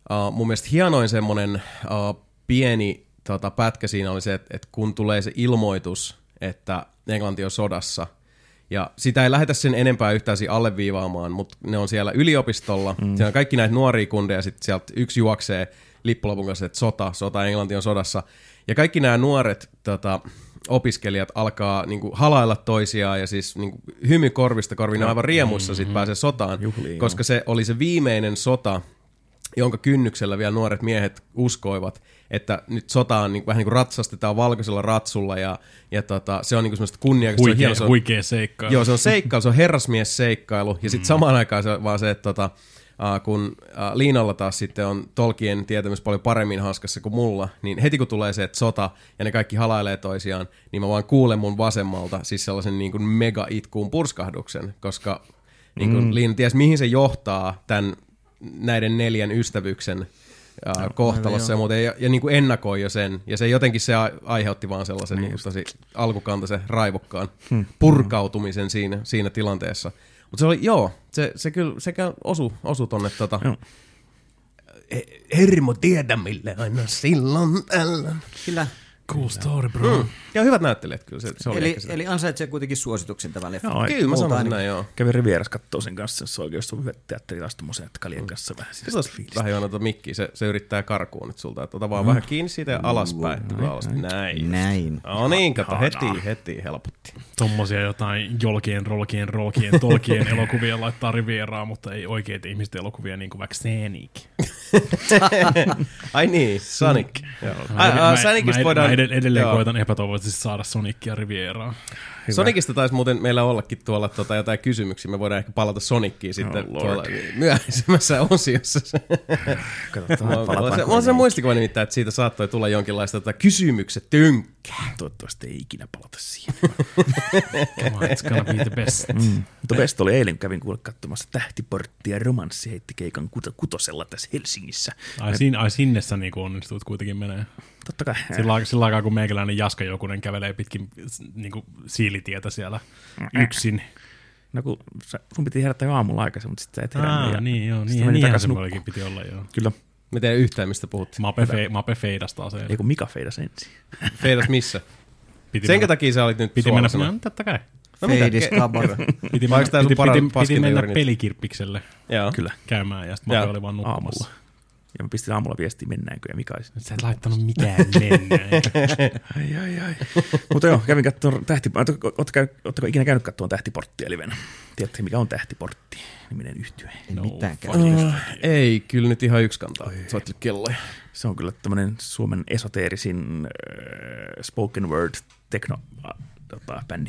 uh, mun mielestä hienoin semmoinen uh, pieni tota, pätkä siinä oli se, että, että kun tulee se ilmoitus, että Englanti on sodassa, ja sitä ei lähdetä sen enempää yhtään alleviivaamaan, mutta ne on siellä yliopistolla, mm. siellä on kaikki näitä nuoria kundeja, sitten sieltä yksi juoksee lippulapun kanssa, että sota, sota, Englanti on sodassa, ja kaikki nämä nuoret tota, opiskelijat alkaa niinku halailla toisiaan, ja siis niinku, hymy korvista korviin, no, aivan riemuissa mm-hmm. sit pääsee sotaan, Juhliin, koska jo. se oli se viimeinen sota, jonka kynnyksellä vielä nuoret miehet uskoivat, että nyt sota on niin, vähän niin kuin ratsastetaan valkoisella ratsulla, ja, ja tota, se on niin kuin semmoista kunniakasta. Huikea, se on, huikea seikkailu. Joo, se on seikkailu, se on herrasmies-seikkailu, ja sitten mm. samaan aikaan se on vaan se, että tota, uh, kun uh, Liinalla taas sitten on Tolkien tietämys paljon paremmin hanskassa kuin mulla, niin heti kun tulee se, että sota, ja ne kaikki halailee toisiaan, niin mä vaan kuulen mun vasemmalta siis sellaisen niin kuin mega-itkuun purskahduksen, koska niin kuin mm. Liina ties mihin se johtaa tämän näiden neljän ystävyksen ja, kohtalossa ja muuten, ja, ja niin kuin ennakoi jo sen, ja se jotenkin se aiheutti vaan sellaisen niin tosi alkukantaisen raivokkaan hmm. purkautumisen siinä, siinä tilanteessa. Mutta se oli, joo, se, se kyllä sekä osui osu tonne tota, hermo tiedämille aina silloin tällöin. Kyllä. Cool story, bro. Mm. Ja hyvät näyttelijät kyllä. Se, se oli eli, eli ansaitsee kuitenkin suosituksen tämän leffan. Joo, kyllä mä sanoisin näin, joo. Kävin Rivieras kattoo sen kanssa, se on oikeasti hyvät teatteritaistomuseet Kalien kanssa vähän. Se olisi vähän jo tuota mikkiä, se, se yrittää karkuun nyt sulta, että ota vaan mm. vähän kiinni siitä ja alaspäin. Mm. Näin. Näin. Näin. No niin, kato, heti, heti helpotti. Tommosia jotain jolkien, rolkien, rolkien, tolkien elokuvia laittaa Rivieraa, mutta ei oikeita ihmisten elokuvia niin kuin vaikka Sonic. Ai niin, Sonic. Sonicista voidaan... Mä edelleen joo. koitan epätoivoisesti saada Sonicia Rivieraa. Hyvä. Sonicista taisi muuten meillä ollakin tuolla tota, jotain kysymyksiä. Me voidaan ehkä palata Soniciin sitten oh, tuolla myöhäisemmässä osiossa. Katsotaan, se, on se muistikuva nimittäin, että siitä saattoi tulla jonkinlaista tota, kysymykset tynkkää. Toivottavasti ei ikinä palata siihen. Come on, it's gonna be the best. Mm. Mutta best oli eilen, kävin kuule katsomassa Tähtiportti ja Romanssi heitti keikan kutosella tässä Helsingissä. Ai, sin, ai sinne sä niin onnistuit kuitenkin menee. Totta kai. Sillä, sillä aikaa, kun meikäläinen Jaska Jokunen kävelee pitkin niin kuin siilitietä siellä yksin. No kun sun piti herättää jo aamulla aikaisemmin, mutta sitten sä et herännyt. Ja niin joo, niin, niinhän se olikin piti olla joo. Kyllä. Me teemme yhtään, mistä puhuttiin. Mape, fe, Mape feidas taas. Ei kun Mika feidas ensin. Feidas missä? Senkä takia sä olit nyt piti suolasena? Mennä, no, totta kai. No, Feidis kabar. Piti, mennä, piti, piti, piti mennä pelikirppikselle Kyllä. käymään ja sitten Mape oli vaan nukkumassa. Aamulla. Ja mä pistin aamulla viestiä, mennäänkö, ja Mika olisi. Sä et laittanut mitään mennään. ai, ai, ai. Mutta joo, kävin katsomaan Tähtiporttia. Oletteko ikinä käynyt katsomaan Tähtiporttia livenä? Tiedättekö, mikä on Tähtiportti? Niminen yhtye. Ei no, mitään uh, Ei, kyllä nyt ihan yksi kantaa. Soittelut kelloja. Se on kyllä tämmöinen Suomen esoteerisin äh, spoken word techno äh, tota, bändi.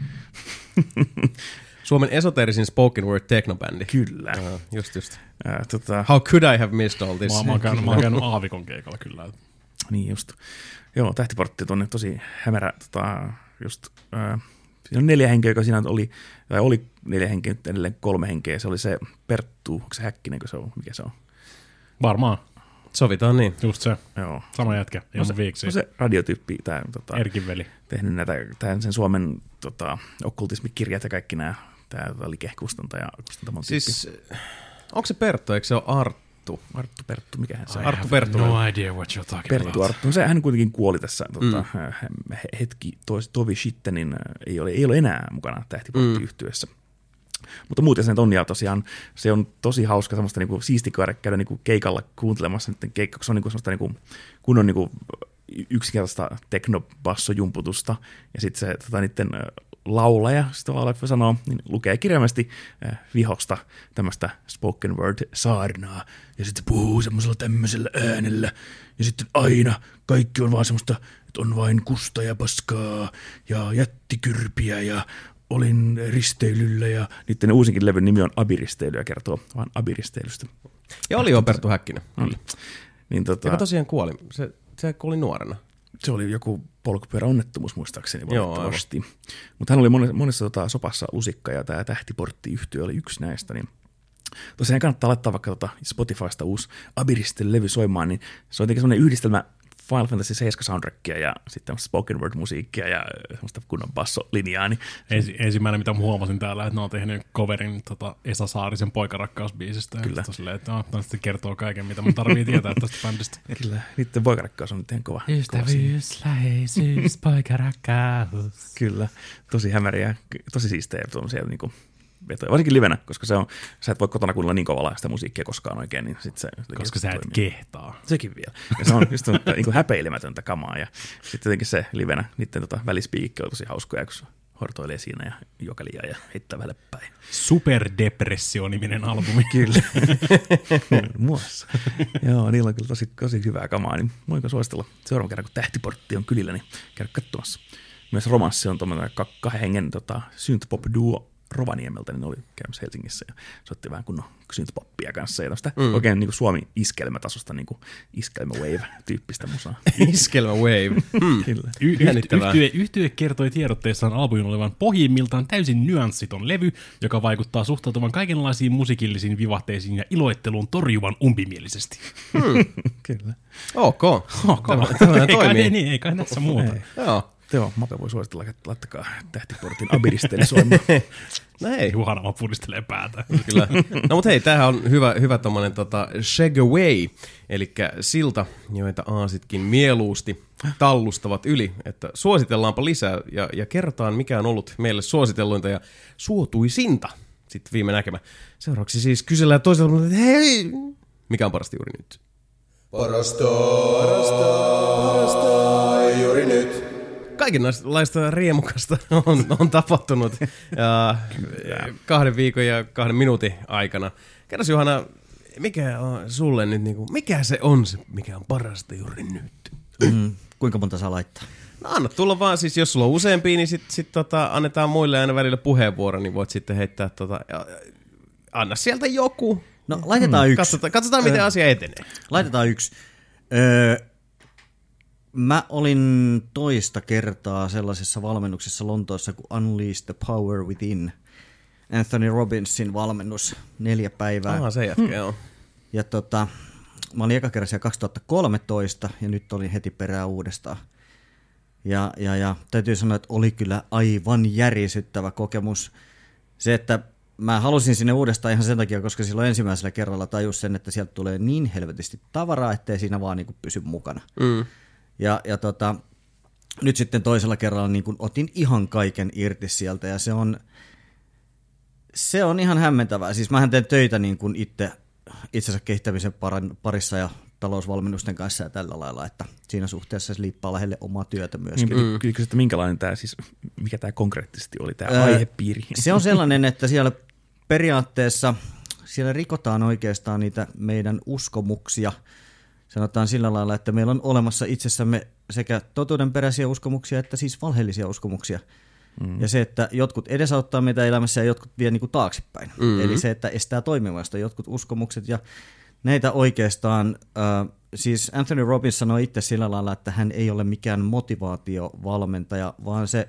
Suomen esoteerisin spoken word technobändi. Kyllä. Uh, just just. Uh, tota... How could I have missed all this? Mä, mä, oon, käynyt, mä oon käynyt Aavikon keikalla kyllä. Niin just. Joo, Tähtiportti on tosi hämärä. Tota, just, uh, siinä on neljä henkeä, joka siinä oli, tai oli neljä henkeä, nyt edelleen kolme henkeä. Se oli se Perttu, onko se Häkkinen, se on? Mikä se on? Varmaan. Sovitaan niin. Just se. Joo. Sama jätkä. No se, no se radiotyyppi. Tää, tota, Erkin veli. Tehnyt näitä, tämän sen Suomen tota, okkultismikirjat ja kaikki nämä. Tämä Like kustantaja. kustantamon siis, onko se Perttu, eikö se ole Arttu? Arttu Perttu, mikähän se on? Arttu Perttu. No idea what you're talking Perttu about. Arttu. Se, hän kuitenkin kuoli tässä tota, mm. hetki tois, tovi sitten, niin ei ole, ei ole enää mukana Tähtiportti-yhtyessä. Mm. Mutta muuten sen Tonja tosiaan, se on tosi hauska semmoista niinku siistikäydä käydä niinku keikalla kuuntelemassa niiden keikkaa, kun se on niinku semmoista niinku, kunnon niinku yksinkertaista teknobassojumputusta ja sitten se tota, niiden laulaja, sitä laulaja voi sanoa, niin lukee kirjaimesti äh, vihosta tämmöistä spoken word saarnaa ja sitten se puhuu semmoisella tämmöisellä äänellä ja sitten aina kaikki on vaan semmoista, että on vain kusta ja paskaa ja jättikyrpiä ja olin risteilyllä ja niiden uusinkin levyn nimi on Abiristeily ja kertoo vaan Abiristeilystä. Ja oli jo Perttu Häkkinen. Mm. Niin, tota, joka tosiaan kuoli. Se, se kuoli nuorena. Se oli joku polkupyöräonnettomuus muistaakseni valitettavasti. Mutta hän oli monessa, monessa tota, sopassa usikka ja tämä Tähtiportti-yhtye oli yksi näistä. Niin tosiaan kannattaa laittaa vaikka tota Spotifysta uusi Abiristely-levy soimaan, niin se on jotenkin semmoinen yhdistelmä Final Fantasy seitsemän soundtrackia ja sitten spoken word musiikkia ja semmoista kunnon bassolinjaa. Niin Ensi, ensimmäinen, mitä huomasin täällä, että ne on tehnyt coverin tota Esa Saarisen Poikarakkausbiisistä. Kyllä. Ja silleen, että no, se kertoo kaiken, mitä mun tarvii tietää tästä bändistä. Kyllä, niiden Poikarakkaus on nyt ihan kova. Ystävyys, läheisyys, poikarakkaus. Kyllä, tosi hämäriä, tosi siistejä tuollaisia niinku vetoja, varsinkin livenä, koska se on, sä et voi kotona kuunnella niin kovalla sitä musiikkia koskaan oikein, niin sit se koska sä et toimii. Kehtaa. Sekin vielä. Ja se on just niin kuin häpeilemätöntä kamaa, ja sitten jotenkin se livenä, niiden tota, välispiikki on tosi hauskoja, kun se hortoilee siinä ja jokalia ja heittää vähän päin. Superdepressio-niminen albumi. Kyllä. Muassa. Joo, niillä on kyllä tosi, tosi hyvää kamaa, niin voinko suositella seuraavan kerran, kun Tähtiportti on kylillä, niin käydä katsomassa. Myös Romanssi on tuommoinen kahden hengen tota, synthpop-duo Rovaniemeltä, niin ne oli käymässä Helsingissä ja soitti vähän kunnon synthpoppia kanssa ja tämmöistä mm. oikein niin kuin Suomi-iskelmätasosta niin kuin iskelmä-wave-tyyppistä musaa. Iskelmä-wave. Mm. Kyllä. Y- yhtye, yhtye kertoi tiedotteessaan albumin olevan pohjimmiltaan täysin nyanssiton levy, joka vaikuttaa suhtautuvan kaikenlaisiin musiikillisiin vivahteisiin ja iloitteluun torjuvan umpimielisesti. Mm. Kyllä. Ok. Ok. Tämä toimii. Ei, niin, ei kai tässä muuta. Ei. Joo. Joo, Mape voi suositella, että laittakaa Tähtiportin abiristeli soimaan. No hei. Juhana vaan pudistelee päätä. Kyllä. No mut hei, tämähän on hyvä, hyvä tommonen tota Shag Away, eli silta, joita aasitkin mieluusti tallustavat yli, että suositellaanpa lisää ja, ja kertaan, mikä on ollut meille suositelluinta ja suotuisinta sitten viime näkemä. Seuraavaksi siis kysellään toiselta, että hei, mikä on parasta juuri nyt? Parasta, parasta, parasta juuri nyt. Kaikenlaista riemukasta on, on tapahtunut ja kahden viikon ja kahden minuutin aikana. Kerros Juhana, mikä on sulle nyt, niin kuin, mikä se on se, mikä on parasta juuri nyt? Mm, kuinka monta saa laittaa? No anna tulla vaan, siis jos sulla on useampia, niin sitten sit, tota, annetaan muille aina välillä puheenvuoro, niin voit sitten heittää, tota, ja, anna sieltä joku. No laitetaan mm. yksi. Katsotaan, katsotaan miten öö, asia etenee. Laitetaan yksi. Öö, Mä olin toista kertaa sellaisessa valmennuksessa Lontoossa kuin Unleash the Power Within. Anthony Robbinsin valmennus, neljä päivää. Aha, se jätkä, joo. Ja tota, mä olin eka kerran siellä kaksituhattakolmetoista ja nyt olin heti perään uudestaan. Ja, ja, ja täytyy sanoa, että oli kyllä aivan järisyttävä kokemus. Se, että mä halusin sinne uudestaan ihan sen takia, koska silloin ensimmäisellä kerralla tajus sen, että sieltä tulee niin helvetisti tavaraa, ettei siinä vaan niin kuin pysy mukana. Mm. Ja, ja tota, nyt sitten toisella kerralla niin kun otin ihan kaiken irti sieltä ja se on, se on ihan hämmentävää. Siis mähän teen töitä niin kun itse itsensä kehittämisen parissa ja talousvalmennusten kanssa ja tällä lailla, että siinä suhteessa se liippaa lähelle omaa työtä myöskin. Niin, mm. Kyllä että minkälainen tämä siis, mikä tämä konkreettisesti oli tämä öö, aihepiiri? Se on sellainen, että siellä periaatteessa siellä rikotaan oikeastaan niitä meidän uskomuksia. Sanotaan sillä lailla, että meillä on olemassa itsessämme sekä totuudenperäisiä uskomuksia että siis valheellisia uskomuksia. Mm. Ja se, että jotkut edesauttaa meitä elämässä ja jotkut vie niin kuin taaksepäin. Mm-hmm. Eli se, että estää toimimasta jotkut uskomukset. Ja näitä oikeastaan, äh, siis Anthony Robbins sanoi itse sillä lailla, että hän ei ole mikään motivaatiovalmentaja, vaan se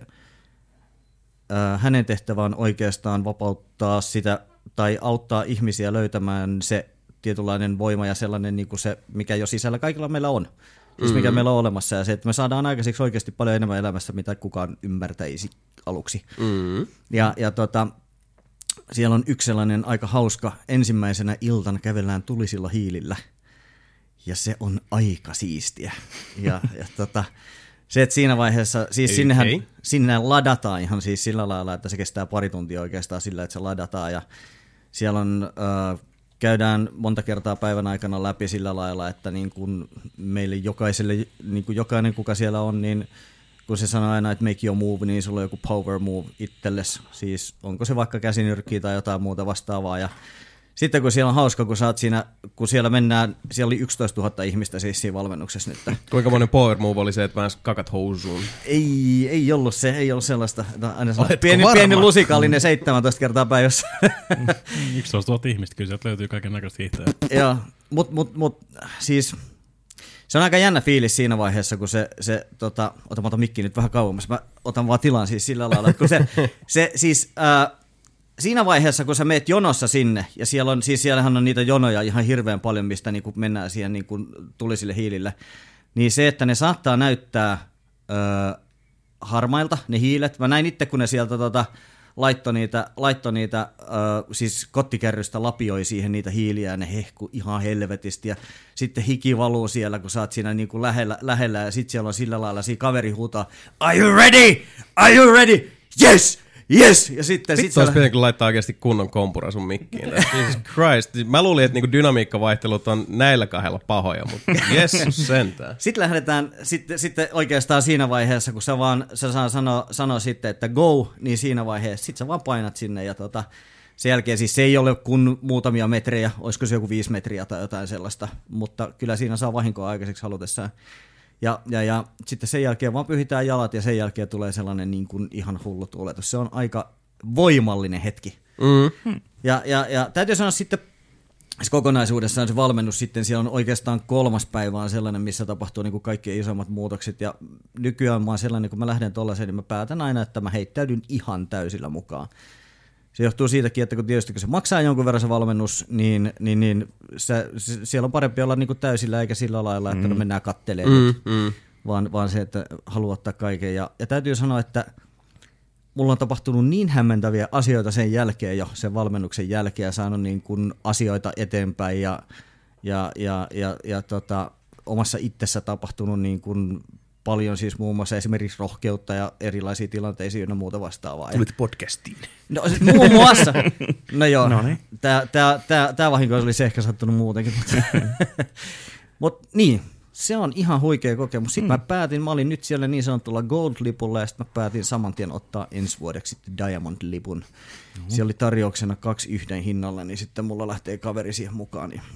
äh, hänen tehtävä on oikeastaan vapauttaa sitä tai auttaa ihmisiä löytämään se tietynlainen voima ja sellainen, niin kuin se, mikä jo sisällä kaikilla meillä on. Siis mikä mm-hmm. meillä on olemassa ja se, että me saadaan aikaiseksi oikeasti paljon enemmän elämässä, mitä kukaan ymmärtäisi aluksi. Mm-hmm. Ja, ja tota, siellä on yksi sellainen aika hauska, ensimmäisenä iltana kävellään tulisilla hiilillä ja se on aika siistiä. Ja, ja tota, se, että siinä vaiheessa, siis okay. sinnehän, sinne ladataan ihan siis sillä lailla, että se kestää pari tuntia oikeastaan sillä, että se ladataan ja siellä on... Äh, käydään monta kertaa päivän aikana läpi sillä lailla, että niin kuin meille jokaiselle, niin kuin jokainen kuka siellä on, niin kun se sanoo aina, että make your move, niin sulla on joku power move itsellesi. Siis onko se vaikka käsinyrkkiä tai jotain muuta vastaavaa. Ja sitten kun siellä on hauska, kun, saat siinä, kun siellä mennään, siellä oli yksitoistatuhatta ihmistä siis siinä valmennuksessa nyt. Kuinka monen power move oli se, että pääsi kakat housuun? Ei, ei ollut se, ei ollut sellaista. Aina pieni, pieni lusikallinen seitsemäntoista kertaa päivässä. yksitoistatuhatta ihmistä, kyllä sieltä löytyy kaiken näköistä hiihtäjää. Joo, mutta mut, mut, siis se on aika jännä fiilis siinä vaiheessa, kun se, se tota, otan mä otan mikki nyt vähän kauemmas, mä otan vaan tilan siis sillä lailla, että kun se, se siis... Ää, siinä vaiheessa, kun sä meet jonossa sinne, ja siellä on, siis siellähän on niitä jonoja ihan hirveän paljon, mistä niin kuin mennään siihen niin kuin tulisille hiilille, niin se, että ne saattaa näyttää ö, harmailta, ne hiilet. Mä näin itse, kun ne sieltä tota, laittoi niitä, laitto niitä ö, siis kottikärrystä lapioi siihen niitä hiiliä, ja ne hehku ihan helvetisti, ja sitten hiki valuu siellä, kun sä oot siinä niin kuin lähellä, lähellä, ja sitten siellä on sillä lailla, siinä kaveri huutaa, are you ready? Are you ready? Yes! Yes! Ja sitten... Sitten olisi pitänyt laittaa oikeasti kunnon kompura sun mikkiin. Jesus Christ. Mä luulin, että niinku dynamiikkavaihtelut on näillä kahdella pahoja, mutta jessus sentään. Sitten lähdetään sitten, sitten oikeastaan siinä vaiheessa, kun sä vaan sä saa sanoa, sanoa sitten, että go, niin siinä vaiheessa sit sä vaan painat sinne ja tota, sen jälkeen siis se ei ole kuin muutamia metrejä, olisiko se joku viisi metriä tai jotain sellaista, mutta kyllä siinä saa vahinkoa aikaiseksi halutessaan. Ja, ja, ja sitten sen jälkeen vaan pyhitään jalat ja sen jälkeen tulee sellainen niin kuin ihan hullu tuuletus. Se on aika voimallinen hetki. Mm. Ja, ja, ja täytyy sanoa sitten kokonaisuudessaan se valmennus sitten, siellä on oikeastaan kolmas päivä on sellainen, missä tapahtuu niin kuin kaikki isommat muutokset. Ja nykyään mä oon sellainen, kun mä lähden tollaiseen, niin mä päätän aina, että mä heittäydyn ihan täysillä mukaan. Se johtuu siitäkin, että kun tietysti kun se maksaa jonkun verran se valmennus, niin, niin, niin se, se, siellä on parempi olla niin kuin täysillä eikä sillä lailla, että mm. no mennään kattelemaan mm, nyt, mm. Vaan, vaan se, että haluaa ottaa kaiken. Ja, ja täytyy sanoa, että mulla on tapahtunut niin hämmentäviä asioita sen jälkeen jo, sen valmennuksen jälkeen, ja saanut niin kuin asioita eteenpäin ja, ja, ja, ja, ja tota, omassa itsessä tapahtunut niin kuin paljon siis muun muassa esimerkiksi rohkeutta ja erilaisia tilanteisiin ja muuta vastaavaa. Tulit podcastiin. No muun muassa. No joo, tämä, tämä, tämä, tämä vahinko olisi ehkä sattunut muutenkin. Mutta niin, se on ihan huikea kokemus. Sitten mm. mä päätin, mä olin nyt siellä niin sanotulla Gold-lipulla ja sitten mä päätin saman tien ottaa ensi vuodeksi sitten Diamond-lipun. Mm-hmm. Siellä oli tarjouksena kaksi yhden hinnalla, niin sitten mulla lähtee kaveri siihen mukaan. Niin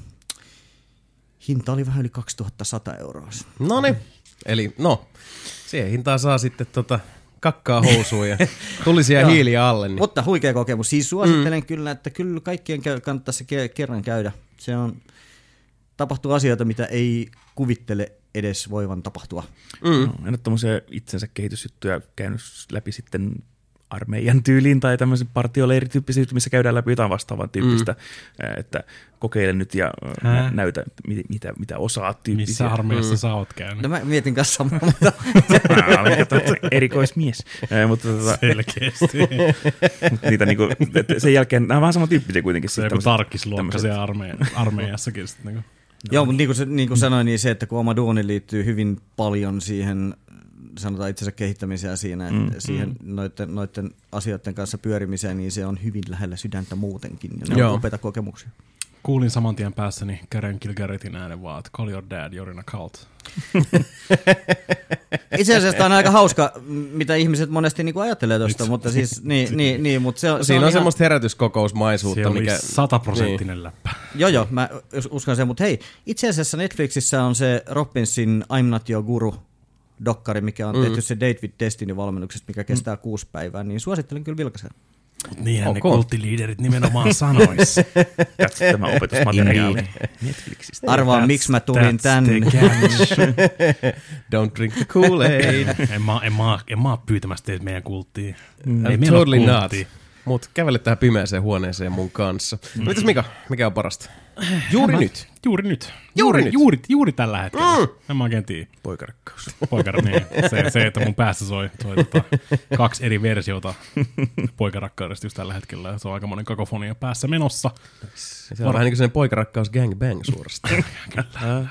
hinta oli vähän yli kaksituhattasata euroa. Noniin. Eli no, siihen hintaan saa sitten tota kakkaa housuun ja tulisia hiiliä alle. Niin. Mutta huikea kokemus. Siis suosittelen mm. kyllä, että kyllä kaikkien kannattaisi kerran käydä. Se on, tapahtuu asioita, mitä ei kuvittele edes voivan tapahtua. Mm. No, en ole tommosia itsensä kehitysjuttuja käynyt läpi sitten armeijan tyyliin tai tämmöisen partioleirityyppisiä, missä käydään läpi jotain vastaavaa tyyppistä, mm. että kokeile nyt ja Hää? näytä, mitä, mitä osaat tyyppisiä. Missä armeijassa mm. sä oot käynyt? No mä mietin kanssa samaa, mutta... erikoismies. mutta, tota, selkeästi. niitä niinku, sen jälkeen, nämä on vähän samantyyppisiä kuitenkin. Se on joku tarkkisluokka siellä armeijassakin. Sitten, niin Joo, mutta niin kuin, niin kuin sanoin, niin se, että kun oma duuni liittyy hyvin paljon siihen, sanotaan itsensä kehittämiseen siinä, mm, siihen mm. noiden, noiden asioiden kanssa pyörimiseen, niin se on hyvin lähellä sydäntä muutenkin, ja ne on upeita kokemuksia. Kuulin saman tien päässäni Karen Kilgarrettin äänen vaan, että call your dad, you're in a cult. Itse asiassa on aika hauska, mitä ihmiset monesti niin kuin ajattelee tuosta, mutta siis, niin, niin, niin, mutta se on, se siinä on, on semmoista ihan herätyskokousmaisuutta. Se oli mikä sataprosenttinen niin. läppä. Joo, joo, mä uskon sen, mutta hei, itse asiassa Netflixissä on se Robbinsin I'm Not Your Guru dokkari, mikä on mm. tehty se Date with Destiny-valmennuksesta, mikä kestää mm. kuusi päivää, niin suosittelen kyllä vilkaisen. Mutta niinhän ne kulttiliiderit nimenomaan sanois. Katso tämä opetusmateriaali Netflixistä. Arvaa, miksi mä tulin tänne. Don't drink the Kool-Aid. en, mä, en, mä, en mä pyytämässä teitä meidän kulttiin. Mm. Ei meillä totally ole kulttia. Mut kävele tähän pimeäseen huoneeseen mun kanssa. Mm. Mitäs Mika, mikä on parasta? Juuri Hämä. nyt. Juuri nyt. Juuri, juuri nyt. Juuri, juuri tällä hetkellä. Mm. En mä oikein tiedä. Poikarakkaus. Poikar, niin. Se, se, että mun päässä soi, soi tota, kaksi eri versiota poikarakkaudesta just tällä hetkellä. Se on aika monen kakofonia päässä menossa. Se on Var... vähän niin kuin sellainen poikarakkaus gangbang suorastaan. Kyllä.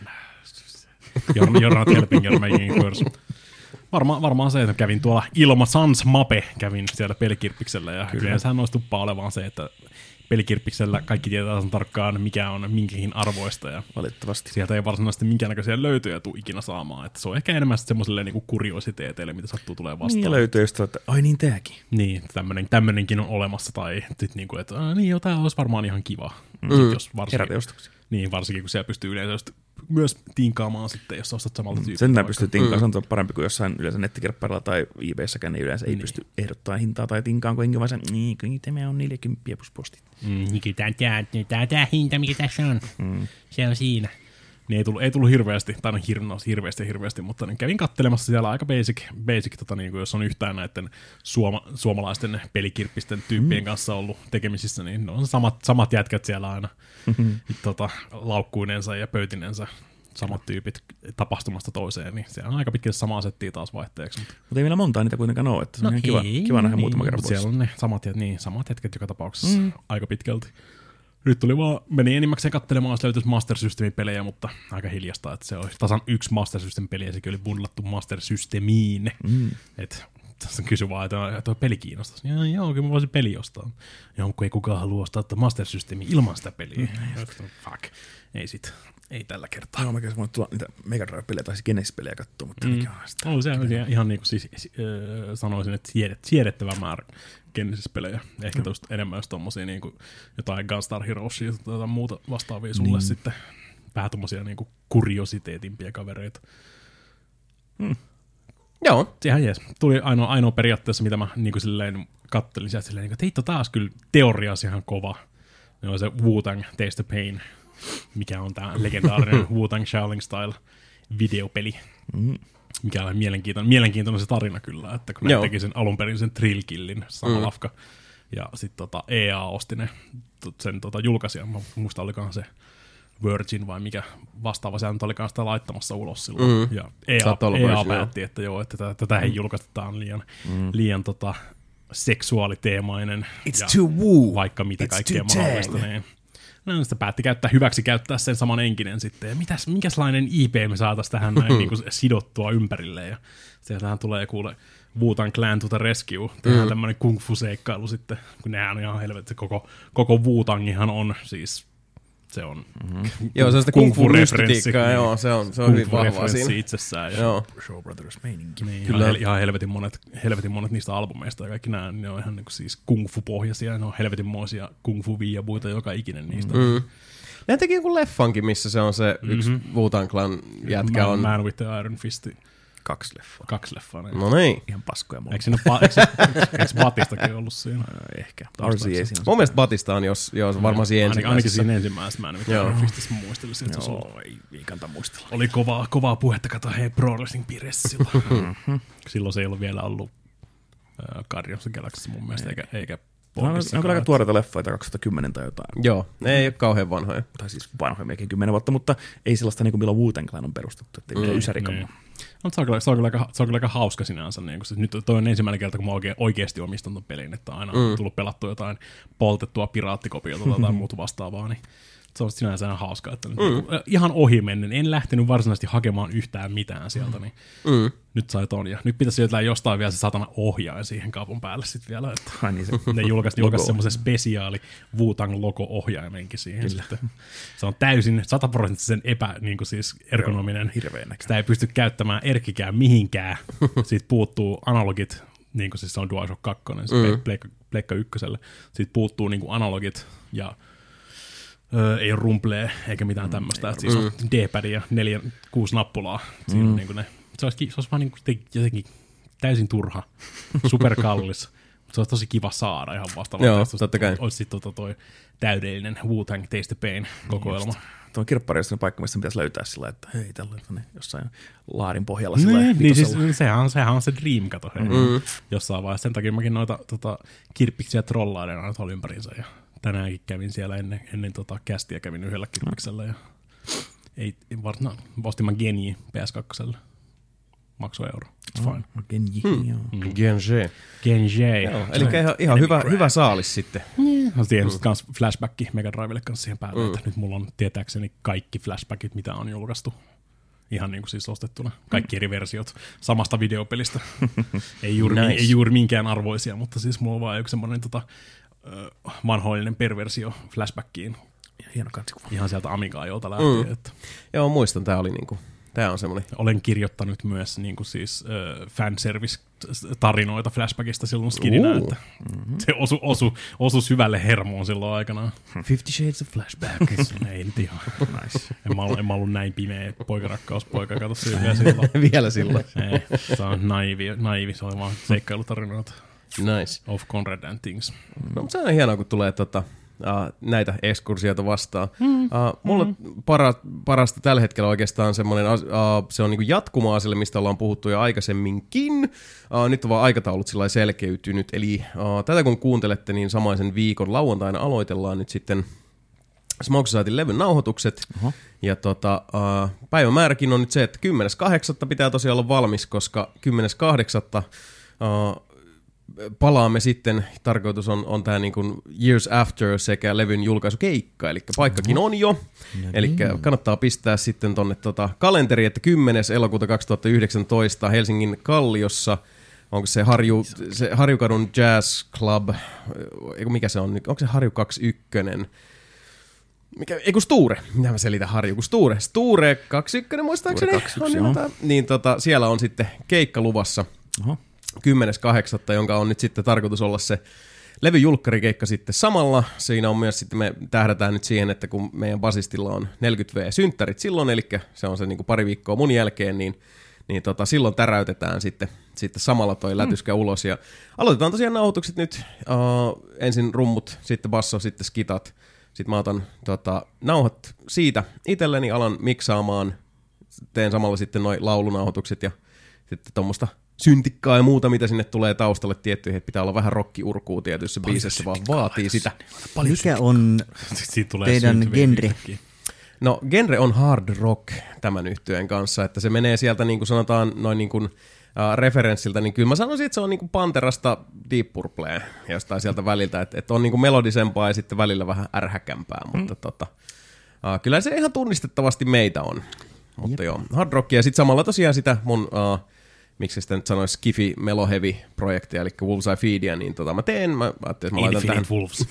Jorna Telpinger making course. Varma, varmaan se, että kävin tuolla Ilma Sans Mape, kävin siellä pelikirppiksellä ja kyllä sehän olisi tuppaa olevaan se, että pelikirppiksellä kaikki tietää tarkkaan, mikä on minkäkin arvoista ja valitettavasti sieltä ei varsinaisesti minkäännäköisiä löytöjä tule ikinä saamaan, että se on ehkä enemmän semmoiselle niinku kuriositeeteille, mitä sattuu tulee vastaan. Niin ja löytyy just, että ai niin tääkin. Niin, tämmönen, tämmönenkin on olemassa tai sit niinku, että niin joo, tää olisi varmaan ihan kiva. Mm. Jos Heräteostuksia. Niin, varsinkin kun siellä pystyy yleensä myös tinkaamaan sitten, jos ostat samalta tyypiltä. Sen näin pystyy tinkaamaan, mm. se on parempi kuin jossain yleensä nettikerpparilla tai eBayssäkään, niin yleensä niin. ei pysty ehdottaa hintaa tai tinkaan, kun enkin vaan sen, niin, kun tämä on neljäkymmentä plus postit. Mm, tämä tämä hinta, mikä tässä on, mm. se on siinä. Niin ei tullut, ei tullut hirveästi, tai no hirveästi hirveästi, mutta niin kävin kattelemassa siellä aika basic, basic tota, niin kuin jos on yhtään näiden suoma, suomalaisten pelikirppisten tyyppien mm. kanssa ollut tekemisissä, niin ne on samat, samat jätkät siellä aina mm-hmm. tota, laukkuinensa ja pöytinensä. samat tyypit tapahtumasta toiseen, niin se on aika pitkälle samaa settiä taas vaihteeksi. Mutta mut ei vielä montaa niitä kuitenkaan ole, että se on no ihan kiva, kiva nähdä niin, muutama kerran siellä on ne samat, niin, samat hetket joka tapauksessa mm. aika pitkälti. Nyt tuli vaan, meni enimmäkseen katselemaan, jos löytyisi Master Systemin pelejä, mutta aika hiljasta, että se oli tasan yksi Master System peli ja sekin oli bundlattu Master Systemiin. Mm. Että tässä kysy vaan, että tuo peli kiinnostaisi. Ja, joo, kyllä mä voisin peli ostaa. Joo, kun ei kukaan halua ostaa Master Systemia ilman sitä peliä. Mm. Fuck, ei sit. Ei tällä kertaa. Joo, mä käsin tulla niitä Mega Drive-pelejä tai Genesis-pelejä katsoa, mutta mm. mikä on sitä. On se ihan, ihan niin kuin siis, äh, sanoisin, että siedet, siedettävä määrä Genesis-pelejä. Ehkä mm. enemmän jos tommosia niin kuin jotain Gunstar Heroesia tai muuta vastaavia sulle niin. Sitten. Vähän tommosia niin kuin kuriositeetimpia kavereita. Mm. Joo. Ihan jees. Tuli ainoa, ainoa periaatteessa, mitä mä niin kuin silleen kattelin sieltä silleen, niin kuin, että hitto taas kyllä teoriassa ihan kova. Ne on se Wu-Tang Taste the Pain, mikä on tää legendaarinen Wu-Tang Shaolin Style videopeli. Mm. Mikä on mielenkiintoinen, mielenkiintoinen se tarina kyllä, että kun ne teki sen alun perin sen Thrill Killin, sama mm. lafka, ja sitten tota E A osti ne, sen tota julkaisijan, mä muistan olikohan se Virgin vai mikä vastaava, se nyt olikaan sitä laittamassa ulos silloin, mm. ja E A, E A päätti, että joo, että tätä, tätä ei mm. julkaista, tämä on liian, mm. liian tota, seksuaaliteemainen, It's ja too woo. Vaikka mitä It's kaikkea mahdollista, niin no, sitä päätti käyttää hyväksi käyttää sen saman enkinen sitten. Ja mitäs, minkälainen I P me saataisiin tähän näin niin kuin sidottua ympärille. Ja sieltähän tulee kuule Wu-Tang Clan to the Rescue. Tehdään mm. tämmöinen kung fu-seikkailu sitten. Kun nehän on ihan helvetti. Koko, koko Wu-Tangihan on siis, se on mm-hmm. joo, se on sitä kung fu-rystitiikkaa. Niin, joo, se on, se on hyvin vahvaa siinä. Itsessään. Ja joo. Show Brothers meininki. Niin, kyllä. Ihan, ihan helvetin, monet, helvetin monet niistä albumeista ja kaikki nämä, ne on ihan niin kuin siis kung fu-pohjaisia. Ne on helvetinmoisia kung fu-viiabuita joka ikinen niistä. Mm. Ne teki joku leffankin, missä se on se yksi mm-hmm. Wu-Tang Clan jätkä on. Man with the Iron Fist. Kaksi leffaa. Kaksi leffaa. Niin. No niin. Ihan paskoja mulla. Eikö siinä pa- eikö Batistakin ollut siinä? No, ehkä. Mun mielestä Batista on, jos, jos varmaan siinä ensimmäisessä. Ainakin siinä ensimmäisessä Man with the Iron Fistissä mä muistelisin, että se on. Ei, ei kannata muistella. Oli kovaa, kovaa puhetta, kato hei Pro Wrestling piirissä silloin. Silloin se ei ollut vielä ollut äh, Guardians of the Galaxy mun mielestä, eikä, eikä No, on kyllä aika tuoreita leffoja, kaksituhattakymmenen tai jotain. Joo, ne ei ole kauhean vanhoja. Tai siis vanhoja melkein kymmenen vuotta, mutta ei sellaista niin kuin milloin Wu-Tang Clan on perustettu, ettei mitään mm, ysärikamua. Niin. No, se, on kyllä, se, on kyllä aika, se on kyllä aika hauska sinänsä. Niin kun, nyt toi on ensimmäinen kerta, kun mä oikein, oikeasti omistan ton pelin, että aina on mm. tullut pelattua jotain poltettua piraattikopiota tai jotain muuta vastaavaa, niin se on sinänsä ihan hauskaa, että mm. nyt, ihan ohi mennen. En lähtenyt varsinaisesti hakemaan yhtään mitään sieltä, niin mm. nyt sai ton. Ja nyt pitäisi jotain jostain vielä se satana ohjaaja siihen kaupan päälle sitten vielä. Että Ai niin se ne julkaisi julkaisi semmoisen spesiaali Wu-Tang logo-ohjaimenkin siihen sitten. Se on täysin sataprosenttisen epä, niin kuin siis ergonominen. Hirveän näköinen. Sitä ei pysty käyttämään erkkikään mihinkään. Siitä puuttuu analogit, niin kuin siis se on DualShock kaksi, se mm. Pleikka, Pleikka ykköselle. Siitä puuttuu niin kuin analogit ja Öö, ei ole rumplee eikä mitään mm, tämmöistä. Siis on mm. D-pad ja neljä, kuusi nappulaa. Siinä mm. niin kuin ne, se, olisi, se olisi vaan niin kuin jotenkin täysin turha, superkallis. Mutta se olisi tosi kiva saada ihan vastaavasti. Joo, totta kai. Olisi sitten tota toi täydellinen Wu-Tang Taste the Pain kokoelma. Tuo kirppari on paikka, missä pitäisi löytää sillä, että hei, tällainen jossain laarin pohjalla. Niin, niin siis sehän on, sehän on se dream, kato. Hei. Mm. Jossain vaiheessa. Sen takia mäkin noita tota, kirppiksiä trollailen aina tuolla ympäriinsä. Ja tänäänkin kävin siellä ennen, ennen tota kästiä, kävin yhdellä kirppiksellä. Ja ei, no, ostin mä Genji P S kaksi. Maksoi euro. It's fine. Oh, Genji, hmm. joo. Mm. Genji. Genji. Eli ihan, ihan hyvä, hyvä saalis sitten. Mm. Mä tiedän, että kans flashbacki Mega Drivelle kanssa siihen päälle, mm. että nyt mulla on tietääkseni kaikki flashbackit, mitä on julkaistu. Ihan niin kuin siis ostettuna. Kaikki eri versiot samasta videopelistä. ei, juuri, nice. ei juuri minkään arvoisia, mutta siis mulla on vaan yksi semmoinen tota, vanhoillinen perversio flashbackiin. Hieno kansikuva. Ihan sieltä Amiga-ajolta lähtien. Mm. Että. Joo, muistan, tää oli niinku, tää on semmoinen. Olen kirjoittanut myös niinku siis äh, fanservice-tarinoita flashbackista silloin skininä, uh. että mm-hmm. se osui osu, osu syvälle hermoon silloin aikanaan. Fifty Shades of Flashback. Ei nyt ihan. Nice. En mä, ollut, en mä ollut näin pimeä poikarakkauspoika, kato vielä silloin. vielä silloin. Ei, se on naivi, naivi, se on vaan seikkailutarinoita. Nice. Of Conrad and Things. No, mutta se on hienoa, kun tulee tota, uh, näitä ekskursioita vastaan. Mm. Uh, mulla mm. para, parasta tällä hetkellä oikeastaan semmoinen, uh, se on niinku jatkumoa sille, mistä ollaan puhuttu jo aikaisemminkin. Uh, nyt on vaan aikataulut sillä selkeytynyt. Eli uh, tätä kun kuuntelette, niin samaisen viikon lauantaina aloitellaan nyt sitten Smoke Societyn levyn nauhoitukset. Oho. Ja tota, uh, päivämääräkin on nyt se, että kymmenes kahdeksatta pitää tosiaan olla valmis, koska kymmenes kahdeksatta Uh, palaamme sitten, tarkoitus on, on tämä niin kuin Years After sekä levyn julkaisukeikka, eli paikkakin on jo, eli kannattaa pistää sitten tonne tota kalenteri, että kymmenes elokuuta kaksituhattayhdeksäntoista Helsingin Kalliossa, onko se, Harju, se Harjukadun Jazz Club, mikä se on, onko se Harju kaksikymmentäyksi, mikä, ei kun Sture, mitä mä selitän Harju, kun Sture, Sture kaksikymmentäyksi muistaakseni, kaksikymmentäyksi, on nimeltään, niin tota, siellä on sitten keikka luvassa. Oho. kymmenes kahdeksatta, jonka on nyt sitten tarkoitus olla se levyjulkkarikeikka sitten samalla. Siinä on myös sitten, me tähdätään nyt siihen, että kun meidän basistilla on neljäkymmentä vuotias-synttärit silloin, eli se on se niin kuin pari viikkoa mun jälkeen, niin, niin tota, silloin täräytetään sitten, sitten samalla toi lätyskä mm. ulos. Ja aloitetaan tosiaan nauhoitukset nyt. Uh, ensin rummut, sitten basso, sitten skitat. Sitten mä otan tota, nauhat siitä itselleni, alan miksaamaan, teen samalla sitten noi laulunauhoitukset ja sitten tommoista syntikkaa ja muuta, mitä sinne tulee taustalle tiettyihin, että pitää olla vähän rocki-urkuu tietyissä biisissä, vaan vaatii sitä. Paljon mikä on teidän genre? No, genre on hard rock tämän yhtyeen kanssa, että se menee sieltä, niin kuin sanotaan, noin niin kuin uh, referenssiltä, niin kyllä mä sanoisin, että se on niin kuin Panterasta Deep Purpleen jostain sieltä väliltä, että, että on niin kuin melodisempaa ja sitten välillä vähän ärhäkämpää, mm. mutta tota, uh, kyllä se ihan tunnistettavasti meitä on. Mutta joo, hard rockia ja sitten samalla tosiaan sitä mun... Uh, miksi sitä nyt sanoisi Skiffy Melo Heavy -projektia, eli Wolves I Feedia, niin tota mä teen, mä ajattelin, mä laitan tähän. Wolves.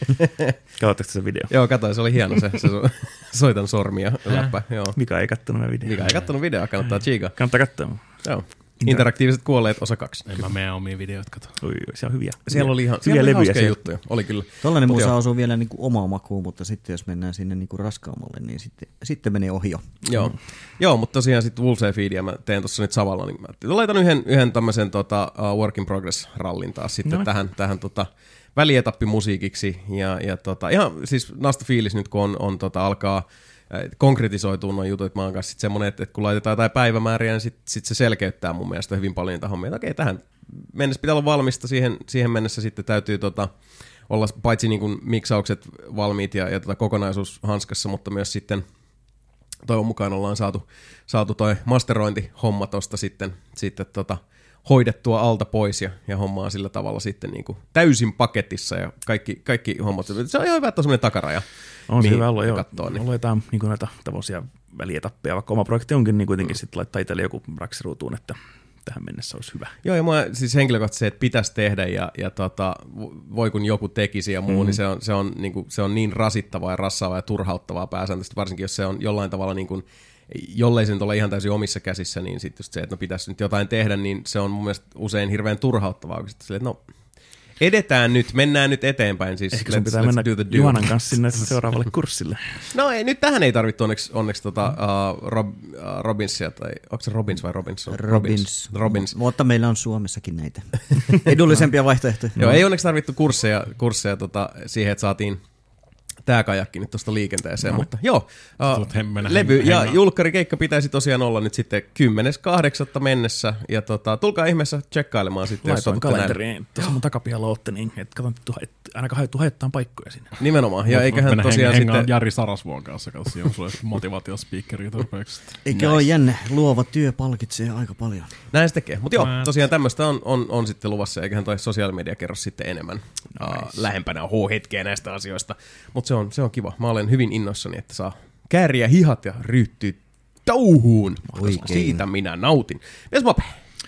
Katsotteko se video? Joo, katsoin, se oli hieno se, se so, soitan sormia läppä, joo. Mika ei kattonut videoa. Mika ei kattonut videoa, kannattaa tsiikaa. Kannattaa katsoa. Joo. Interaktiiviset kuolleet osa kaksi. En mä meidän omia videoita katso. Oi, se on hyviä. Siellä oli ihan siellä oli hauskoja juttuja. Oli kyllä. Tollainen musa osuu vielä niinku omaan makuun, mutta sitten jos mennään sinne niinku raskaammalle, niin sitten, sitten menee ohi jo. Joo, mm. Joo, mutta tosiaan sitten Wolves I Feedia mä teen tuossa nyt samalla. Niin mä laitan yhden, yhden tämmöisen tota, uh, Work in Progress-rallin taas sitten no. tähän, tähän tota, välietappimusiikiksi. Ja, ja tota, ihan siis nasta fiilis nyt, kun on, on tota, alkaa konkretisoituu nuo jutut. Mä oon kanssa sit semmonen, että kun laitetaan jotain päivämääriä, niin sit, sit se selkeyttää mun mielestä hyvin paljon niitä hommia. Okei, tähän mennessä pitää olla valmista, siihen, siihen mennessä sitten täytyy tota, olla paitsi niin kuin miksaukset valmiit ja, ja tota kokonaisuus hanskassa, mutta myös sitten toivon mukaan ollaan saatu, saatu toi masterointihomma tosta sitten, sitten tota, hoidettua alta pois ja, ja hommaa sillä tavalla sitten niin kuin täysin paketissa ja kaikki, kaikki hommat. Se on ihan hyvä, että on semmoinen takaraja. On se hyvä olla, joo. Katsoa, niin. On jotain niin näitä tavoisia välietappeja, vaikka oma projekti onkin, niin kuitenkin mm. sitten laittaa itselle joku raksiruutuun, että tähän mennessä olisi hyvä. Joo, ja mua siis henkilökohtaisesti se, että pitäisi tehdä ja, ja tota, voi kun joku tekisi ja muu, mm. niin, se on, se, on, niin kuin, se on niin rasittavaa ja rassaavaa ja turhauttavaa pääsääntöisesti, varsinkin jos se on jollain tavalla, niin kuin, jollei se nyt ole ihan täysin omissa käsissä, niin sitten just se, että no pitäisi nyt jotain tehdä, niin se on mun mielestä usein hirveän turhauttavaa, kun sitten no edetään nyt, mennään nyt eteenpäin. Siis ehkä sun pitää mennä Juhanan kanssa sinne seuraavalle kurssille. No ei, nyt tähän ei tarvittu onneksi, onneksi tota, uh, Rob, uh, Robinsia, tai onko se Robins vai Robinson? Robins. Robins. Mutta meillä on Suomessakin näitä edullisempia vaihtoehtoja. Joo, ei onneksi tarvittu kursseja, kursseja tota, siihen, että saatiin tää kajakki nyt tuosta liikenteeseen, no. Mutta joo, uh, levy ja julkkarikeikka pitäisi tosiaan olla nyt sitten kymmenes kahdeksatta mennessä, ja tota, tulkaa ihmeessä tsekkailemaan sitten, jos on kalenteriin, tuossa mun takapihalla ootte, niin että katson, että ainakaan tuhaittaan paikkoja sinne. Nimenomaan, ja eiköhän Mennä tosiaan heng- sitten... Jari Sarasvuon kanssa, kun siinä on sulle motivaatiospiikkeri tarpeeksi. Eikä ole jännä, luova työ palkitsee aika paljon. Näin se tekee, mutta joo, tosiaan tämmöistä on, on, on sitten luvassa, eiköhän toi sosiaalimedia kerro sitten enemmän nice. uh, lähempänä H-hetkeä näistä asioista, mutta se on, se on kiva. Mä olen hyvin innoissani, että saa kääriä hihat ja ryhtyä touhuun. Siitä minä nautin. Mitäs Mape?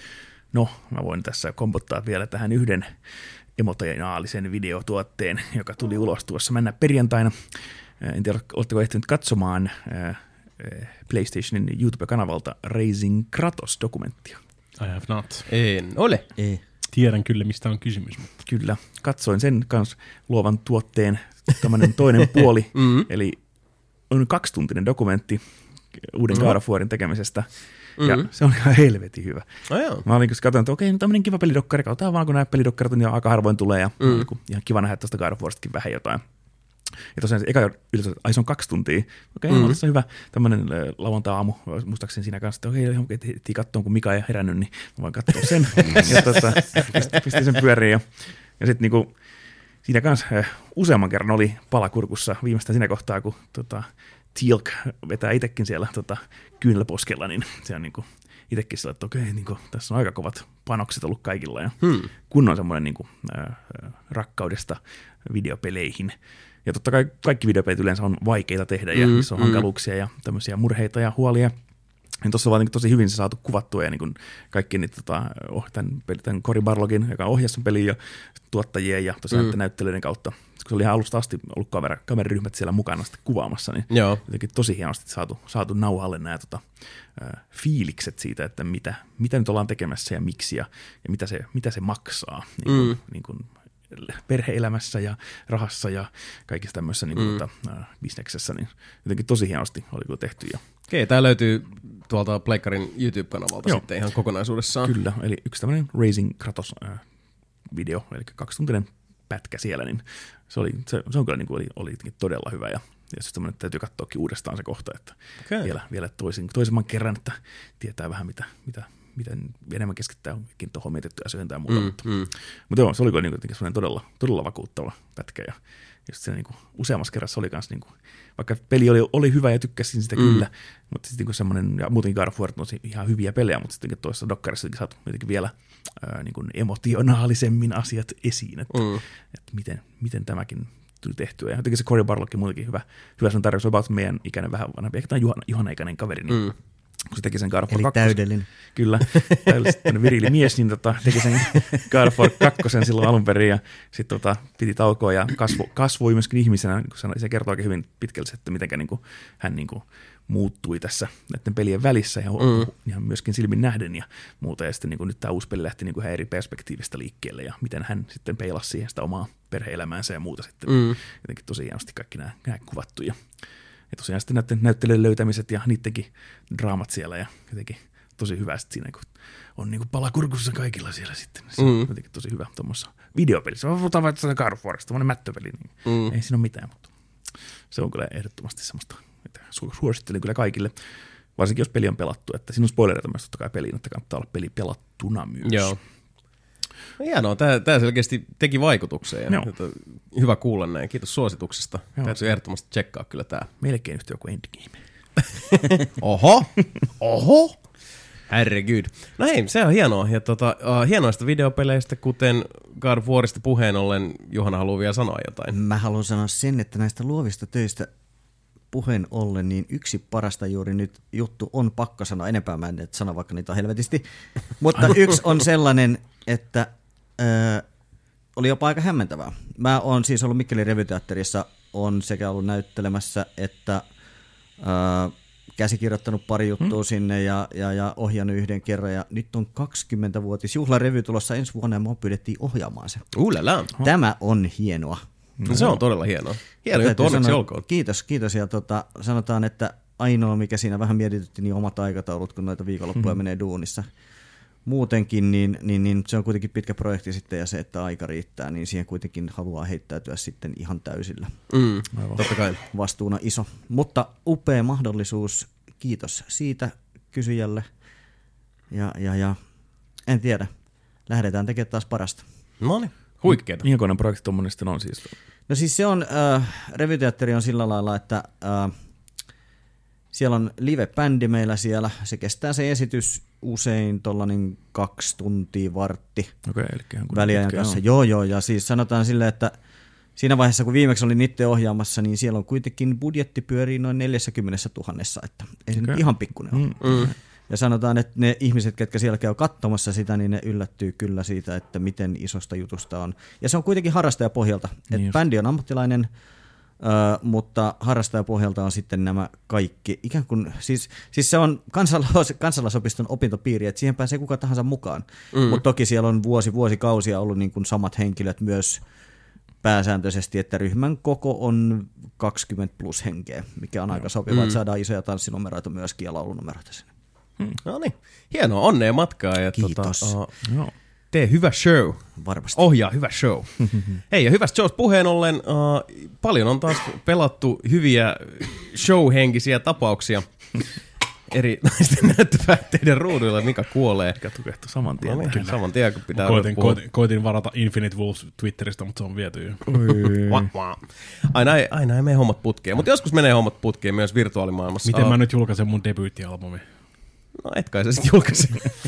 No, mä voin tässä kompottaa vielä tähän yhden emotionaalisen videotuotteen, joka tuli ulos tuossa mennä perjantaina. En tiedä, oletteko ehtinyt katsomaan PlayStationin YouTube-kanavalta Raising Kratos-dokumenttia? I have not. En ole. Ei. Tiedän kyllä, mistä on kysymys. Mutta... Kyllä, katsoin sen kanssa luovan tuotteen tämmöinen toinen puoli, mm-hmm. eli on kaksituntinen dokumentti uuden mm-hmm. God of Warin tekemisestä, mm-hmm. ja se on ihan helvetin hyvä. Oh, mä olin katsoin, että okei, tämmöinen kiva pelidokkari, katsotaan vaan kun nämä pelidokkarit on jo aika harvoin tulee, ja mm-hmm. ihan kiva nähdä tuosta God of Waristakin vähän jotain. Ja tosiaan se eka yllätys, ai se on kaksi tuntia. Okei, mm-hmm. se on hyvä tämmöinen lauantai-aamu, muistaakseni siinä kanssa, että okei, okay, heti katsomaan, kun Mika ei herännyt, niin mä voin katsoa sen. ja tota, pistin sen pyöriin. Ja, ja sitten niinku, siinä kanssa äh, useamman kerran oli palakurkussa viimeistään siinä kohtaa, kun tota, Teal'c vetää itsekin siellä tota, kyynelposkella, niin se on niinku itsekin sillä, että okei, niinku, tässä on aika kovat panokset ollut kaikilla ja hmm. kun on semmoinen niinku, äh, rakkaudesta videopeleihin. Ja totta kai kaikki videopelit yleensä on vaikeita tehdä ja mm, niissä on mm. hankaluuksia ja tämmöisiä murheita ja huolia. Niin tuossa on vaan niin tosi hyvin se saatu kuvattua ja niin kaikki niitä, tota, oh, tämän, tämän Cory Barlogin, joka on ohjassa pelin ja tuottajien ja tosiaan mm. näyttelyiden kautta. Kun se oli ihan alusta asti ollut kamera, kameraryhmät siellä mukana sitten kuvaamassa, niin Joo. jotenkin tosi hienosti saatu, saatu nauhalle nämä tota, äh, fiilikset siitä, että mitä, mitä nyt ollaan tekemässä ja miksi ja, ja mitä, se, mitä se maksaa niin kuin, mm. niin kuin perhe-elämässä ja rahassa ja kaikissa tämmöisessä niin kuin, mm. tota, äh, bisneksessä, niin jotenkin tosi hienosti oli kyllä tehty. Ja okei, tämä löytyy tuolta Pleikkarin YouTube-kanavalta Joo. sitten ihan kokonaisuudessaan. Kyllä, eli yksi tämmöinen Raising Kratos-video, eli kaksituntinen pätkä siellä, niin se, oli, se, se on kyllä niin kuin oli, oli todella hyvä ja ja sitten tämmöinen täytyy katsoakin uudestaan se kohta, että okay. vielä, vielä toisin, toisemman kerran, että tietää vähän mitä, mitä miten enemmän keskittää tuohon mietittyä asioita ja muuta. Mm, mutta, mm. mutta joo, se oli niin semmoinen todella, todella vakuuttava pätkä. Ja just se niin kuin, useammassa kerrassa oli myös, niin kuin, vaikka peli oli, oli hyvä ja tykkäsin sitä mm. kyllä, mutta sitten niin semmoinen, ja muutenkin God of War on ihan hyviä pelejä, mutta sitten toisessa dokkarissa saatu jotenkin vielä ää, niin kuin emotionaalisemmin asiat esiin, että, mm. että miten, miten tämäkin tuli tehtyä. Ja jotenkin se Cory Barlogkin muutenkin hyvä, hyvä sen tarjous, about meidän ikäinen vähän vanhempi, ehkä tämä Juhana, Juhana ikäinen kaveri, niin mm. kun se teki sen God of War Eli kakkosen. täydellinen. Kyllä, täydellinen virili mies, niin tota, teki sen God of War kakkosen silloin alun perin ja sitten tota, piti taukoa ja kasvo, kasvoi myöskin ihmisenä. Se kertoo oikein hyvin pitkälti, että miten niin hän niin kuin, muuttui tässä näiden pelien välissä ja mm. ihan myöskin silmin nähden ja muuta. Ja sitten niin kuin, nyt tämä uusi peli lähti niin kuin, eri perspektiivistä liikkeelle ja miten hän sitten peilasi siihen sitä omaa perhe-elämäänsä ja muuta sitten. Mm. Jotenkin tosi hienosti kaikki nämä, nämä kuvattu ja Ja tosiaan sitten näiden näyttelyjen löytämiset ja niidenkin draamat siellä ja jotenkin tosi hyvä sitten siinä, kun on niin kuin palakurkussa kaikilla siellä sitten. Se on mm. jotenkin tosi hyvä tuommoissa videopelissä. Mä puhutaan vaikka God of Warista, tämmöinen mättöpeli, niin mm. ei siinä ole mitään, mutta se on kyllä ehdottomasti semmoista, että suosittelen kyllä kaikille, varsinkin jos peli on pelattu, että siinä on spoilereita myös totta kai peliin, että kannattaa olla peli pelattuna myös. Joo. No hienoa, tämä, tämä selkeästi teki vaikutuksen ja hyvä kuulla näin. Kiitos suosituksesta. Joo, täytyy ehdottomasti tsekkaa kyllä tämä. Melkein yhtä joku endgame. Oho, oho, herregud. No hei, se on hienoa. Ja tota, uh, hienoista videopeleistä, kuten God of Warista puheen ollen, Juhana haluaa vielä sanoa jotain. Mä haluan sanoa sen, että näistä luovista töistä puheen ollen, niin yksi parasta juuri nyt juttu on pakko sanoa, enempää mä en et sano vaikka niitä on helvetisti, mutta yksi on sellainen, että ö, oli jopa aika hämmentävää. Mä oon siis ollut Mikkelin revyteatterissa, on sekä ollut näyttelemässä, että ö, käsikirjoittanut pari juttua hmm. sinne ja, ja, ja ohjannut yhden kerran, ja nyt on kaksikymmentävuotisjuhlarevy tulossa ensi vuonna, ja mua pyydettiin ohjaamaan se. Uhlala. Tämä on hienoa. No, se on todella hienoa. Hieno juttu, onneksi sanoa, olkoon. Kiitos, kiitos. Ja tota, sanotaan, että ainoa, mikä siinä vähän mietitytti, niin omat aikataulut, kun noita viikonloppuja mm. menee duunissa. Muutenkin, niin, niin, niin se on kuitenkin pitkä projekti sitten, ja se, että aika riittää, niin siihen kuitenkin haluaa heittäytyä sitten ihan täysillä. Mm, totta kai. Vastuuna iso. Mutta upea mahdollisuus. Kiitos siitä kysyjälle. Ja, ja, ja en tiedä. Lähdetään tekemään taas parasta. No niin. Huikeeta. Minkäkoinen projekti tuommoinen sitten on siis? No siis se on, äh, revyteatteri on sillä lailla, että äh, siellä on live-bändi meillä siellä. Se kestää se esitys usein tollainen kaksi tuntia, vartti. Okei, eli ihan väliajan kanssa. On. Joo, joo, ja siis sanotaan silleen, että siinä vaiheessa, kun viimeksi olin itse ohjaamassa, niin siellä on kuitenkin budjetti pyörii noin neljäkymmentä tuhatta, että ei se okay. nyt ihan pikkuinen ole. Mm. Mm. Ja sanotaan, että ne ihmiset, ketkä siellä käy katsomassa sitä, niin ne yllättyy kyllä siitä, että miten isosta jutusta on. Ja se on kuitenkin harrastajapohjalta. Niin että bändi on ammattilainen, äh, mutta harrastajapohjalta on sitten nämä kaikki. Ikään kuin, siis, siis se on kansalais- kansalaisopiston opintopiiri, että siihen pääsee kuka tahansa mukaan. Mm. Mutta toki siellä on vuosi, vuosikausia ollut niin kuin samat henkilöt myös pääsääntöisesti, että ryhmän koko on kaksikymmentä plus henkeä, mikä on no. aika sopiva, mm. että saadaan isoja tanssinumeroita myöskin ja laulunumeroita sinne. Hmm. No niin, hienoa, onnea matkaa. Ja kiitos. Tota, uh, no. Tee hyvä show. Varmasti. Ohjaa hyvä show. Hei, ja hyvästä shows puheen ollen, uh, paljon on taas pelattu hyviä showhenkisiä tapauksia. eri naisten näyttöpäätteiden ruuduilla, Mika kuolee. Mikä tukehtuu saman tien. No niin, saman tien, kun pitää koitin, koitin, koitin varata Infinite Wolves Twitteristä, mutta se on viety jo. aina, ei, aina ei mene hommat putkeen, mutta joskus menee hommat putkeen myös virtuaalimaailmassa. Miten mä nyt julkaisen mun debyyttialbumi? No et kai sä sit julkaise.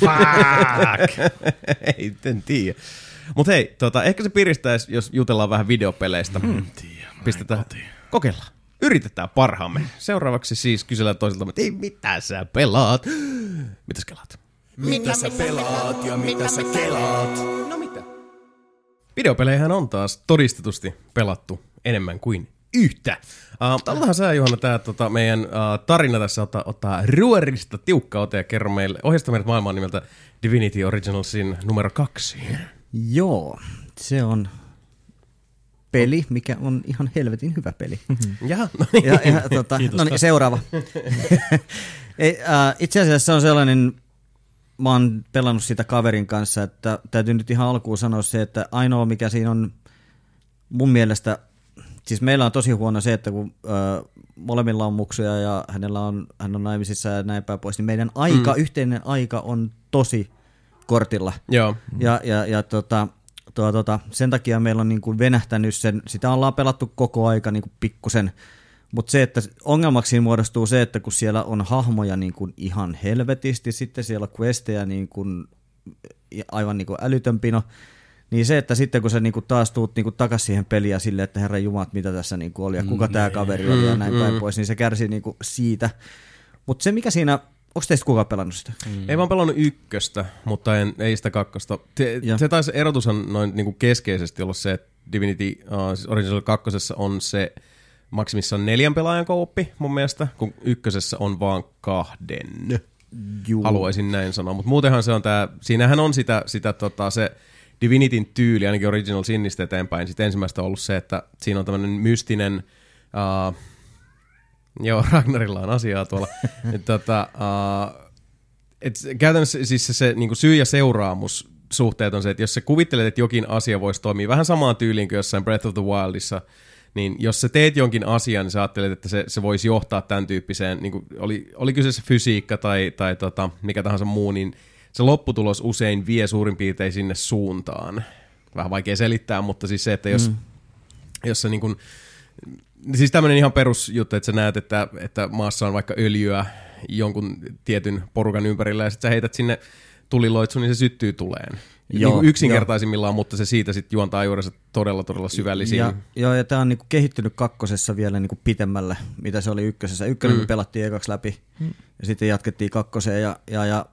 Fuck! Ei, en tiedä. Mutta hei, tota, ehkä se piristäisi, jos jutellaan vähän videopeleistä. Hmm, tiedä, Pistetään, kokeillaan. Yritetään parhaamme. Seuraavaksi siis kysellään toisilta, että ei mitä sä pelaat. Mitä sä kelaat? Mitä sä pelaat ja mitä sä kelaat? No mitä? Videopelejähän on taas todistetusti pelattu enemmän kuin yhtä. Uh, aloitahan sä, Johanna, tää tota, meidän uh, tarina tässä ottaa, ottaa ruorista tiukka ote ja kerro meille, ohjasta meidät maailmaan nimeltä Divinity Originalsin numero kaksi. Joo, se on peli, mikä on ihan helvetin hyvä peli. Jaha, no niin. Ja, ja, tota, no niin, seuraava. Ei, äh, itse asiassa se on sellainen, mä oon pelannut sitä kaverin kanssa, että täytyy nyt ihan alkuun sanoa se, että ainoa mikä siinä on mun mielestä, siis meillä on tosi huono se, että kun äh, molemmilla on muksuja ja hänellä on, hän on naimisissa ja näin päin pois, niin meidän aika, mm. yhteinen aika on tosi kortilla. Joo. Ja, ja, ja tota, tuo, tota, sen takia meillä on niin kuin venähtänyt sen, sitä ollaan pelattu koko aika niin kuin pikkusen, mutta se, että ongelmaksi siinä muodostuu se, että kun siellä on hahmoja niin kuin ihan helvetisti, sitten siellä on questejä niin kuin, aivan niin kuin älytön pino, niin se, että sitten kun sä niin kuin taas tuut niin kuin takaisin siihen peliä silleen, että herra jumat, mitä tässä niin kuin oli ja kuka tämä kaveri oli ja näin päin pois, niin se kärsii niin kuin siitä. Mutta se mikä siinä, onko teistä kukaan pelannut sitä? Mm. Ei vaan pelannut ykköstä, mutta en, ei sitä kakkosta. Se, se taisi erotushan noin niin kuin keskeisesti olla se, että Divinity uh, siis Original kakkosessa on se maksimissaan neljän pelaajan kooppi mun mielestä, kun ykkösessä on vaan kahden. Juu. Haluaisin näin sanoa, mutta muutenhan se on tää, siinähän on sitä, sitä tota, se Divinityn tyyli, ainakin Original Sinistä eteenpäin. Sitten ensimmäistä on ollut se, että siinä on tämmöinen mystinen, uh, joo, Ragnarilla on asiaa tuolla, et, tota, uh, et käytännössä siis se, se niin syy- ja seuraamus suhteet on se, että jos sä kuvittelet, että jokin asia voisi toimia vähän samaan tyyliin kuin jossain Breath of the Wildissa, niin jos sä teet jonkin asian, niin sä ajattelet, että se, se voisi johtaa tämän tyyppiseen, niin kuin oli, oli kyseessä fysiikka tai, tai tota, mikä tahansa muu, niin se lopputulos usein vie suurin piirtein sinne suuntaan. Vähän vaikea selittää, mutta siis se, että jos, mm. jos sä niin kuin, siis tämmöinen ihan perusjuttu, että sä näet, että, että maassa on vaikka öljyä jonkun tietyn porukan ympärillä ja sit sä heität sinne tuliloitsun, niin se syttyy tuleen. Joo, niin yksinkertaisimmillaan, jo. Mutta se siitä sitten juontaa juurensa todella, todella syvällisiin. Ja, joo, ja tämä on niinku kehittynyt kakkosessa vielä niinku pitemmälle, mitä se oli ykkösessä. Ykkönen mm. pelattiin ekaksi läpi, mm. ja sitten jatkettiin kakkoseen. Ja, ja, ja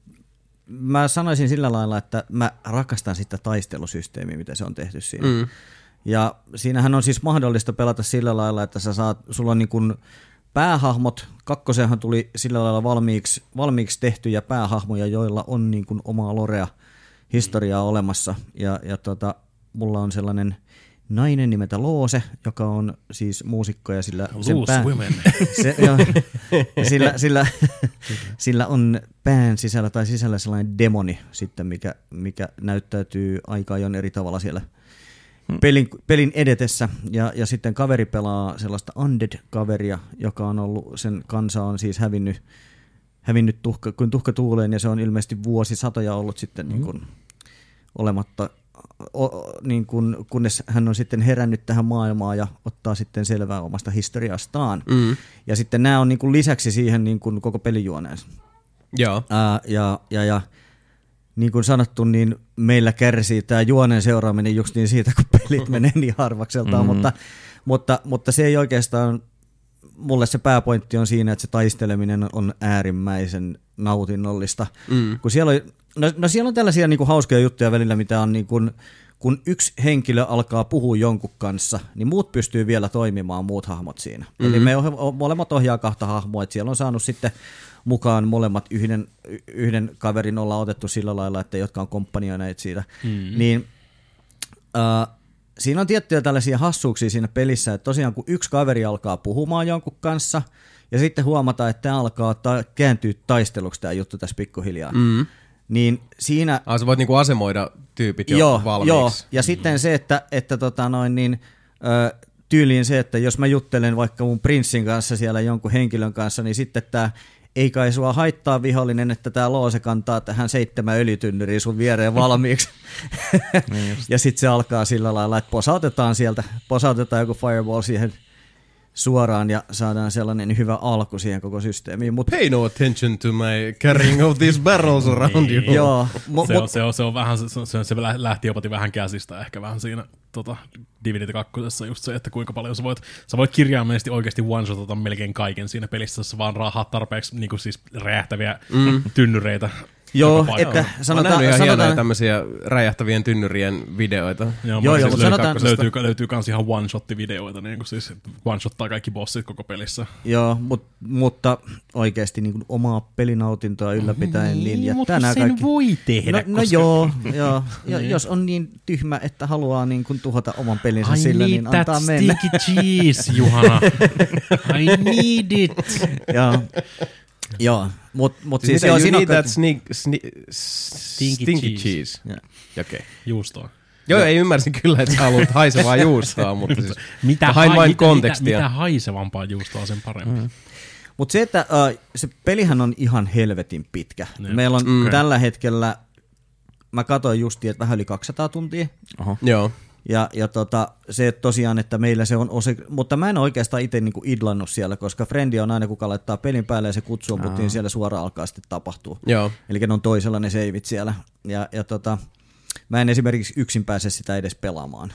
mä sanoisin sillä lailla, että mä rakastan sitä taistelusysteemiä, mitä se on tehty siinä. Mm. Ja siinähän on siis mahdollista pelata sillä lailla, että sä saat, sulla on niin kuin päähahmot, kakkoseenhan tuli sillä lailla valmiiksi, valmiiksi tehtyjä päähahmoja, joilla on niin kuin omaa lorea, historiaa olemassa. Ja, ja tota, mulla on sellainen nainen nimeltä Loose, joka on siis muusikko ja sillä, sen pää, se, jo, sillä, sillä, sillä on pään sisällä tai sisällä sellainen demoni sitten, mikä, mikä näyttäytyy aika ajoin eri tavalla siellä pelin, pelin edetessä. Ja, ja sitten kaveri pelaa sellaista undead-kaveria, joka on ollut, sen kansa on siis hävinnyt, hävinnyt tuhka, kuin tuhka tuuleen, ja se on ilmeisesti vuosisatoja ollut sitten mm. niin kuin olematta, o, niin kuin, kunnes hän on sitten herännyt tähän maailmaan ja ottaa sitten selvää omasta historiastaan. Mm. Ja sitten nämä on niin kuin lisäksi siihen niin kuin koko pelijuoneen. Joo. Ää, ja, ja, ja niin kuin sanottu, niin meillä kärsii tämä juonen seuraaminen just niin siitä, kun pelit menee niin harvakseltaan, mm-hmm. mutta, mutta, mutta se ei oikeastaan, mulle se pääpointti on siinä, että se taisteleminen on äärimmäisen nautinnollista. Mm. Kun siellä on, no, no siellä on tällaisia niin kuin hauskoja juttuja välillä, mitä on niin kuin, kun yksi henkilö alkaa puhua jonkun kanssa, niin muut pystyy vielä toimimaan, muut hahmot siinä. Mm-hmm. Eli me oh, molemmat ohjaa kahta hahmoa, että siellä on saanut sitten mukaan molemmat yhden, yhden kaverin olla otettu sillä lailla, että jotka on kompanioineet siitä. Mm-hmm. Niin, äh, siinä on tiettyjä tällaisia hassuuksia siinä pelissä, että tosiaan kun yksi kaveri alkaa puhumaan jonkun kanssa, ja sitten huomataan, että tämä alkaa ta- kääntyä taisteluksi tämä juttu tässä pikkuhiljaa, mm-hmm. niin siinä... Ah, sä voit niinku asemoida tyypit jo joo, valmiiksi. Joo, ja mm-hmm. sitten se, että, että tota noin niin... Ö, tyyliin se, että jos mä juttelen vaikka mun prinssin kanssa siellä jonkun henkilön kanssa, niin sitten tämä ei kai sua haittaa vihollinen, että tää loose kantaa tähän seitsemän öljytynnyriä sun viereen valmiiksi. Ja sitten se alkaa sillä lailla, että posautetaan sieltä, posautetaan joku fireball siihen suoraan ja saadaan sellainen hyvä alku siihen koko systeemiin. Mut pay no attention to my carrying of these barrels around you. Joo, mu- se, on, se, on, se on vähän, se, se, se lähti jopa vähän käsistä ehkä vähän siinä tota, Divinity kakkosessa just se, että kuinka paljon sä voit, sä voit kirjaimellisesti oikeasti one-shotata melkein kaiken siinä pelissä, jos sä vaan raahaat tarpeeksi niin kuin siis räjähtäviä mm. tynnyreitä. Joo, että sanotaan... Mä oon ihan sanotaan, hienoja tämmöisiä räjähtävien tynnyrien videoita. Joo, joo, joo, mutta sanotaan... Löytyy, löytyy kans ihan one-shot-videoita, niin kuin siis one-shottaa kaikki bossit koko pelissä. Joo, mut, mutta oikeasti niin kuin omaa pelinautintoa ylläpitäen, niin, niin jättää nämä kaikki... voi tehdä, No, no joo, joo. Ja jos on niin tyhmä, että haluaa niin kuin tuhota oman pelinsä sillä, niin antaa mennä. I need that sticky cheese, Juhana. I need it. Joo. Joo, mutta mut siis... Mitä, joo, you need ka- that sneak, sni, stinky, stinky cheese. cheese. Yeah. Okay. Juustoa. Joo, ei ymmärsin kyllä, että sä haluat haisevaa juustoa, mutta siis mitä hain hai, vain mitä, kontekstia. Mitä, mitä haisevampaa juustoa, sen paremmin. Mm. Mutta se, että uh, se pelihän on ihan helvetin pitkä. Ne. Meillä on Mm. tällä hetkellä, mä katsoin justiin, että vähän yli kaksisataa tuntia. Oho. Joo. Ja, ja tota, se tosiaan, että meillä se on osa, mutta mä en oikeastaan itse niinku idlannut siellä, koska frendi on aina, kuka laittaa pelin päälle ja se kutsuu, mutta niin siellä suoraan alkaa sitten tapahtua. Joo. Eli ne on toisella ne seivit siellä. Ja, ja tota, mä en esimerkiksi yksin pääse sitä edes pelaamaan.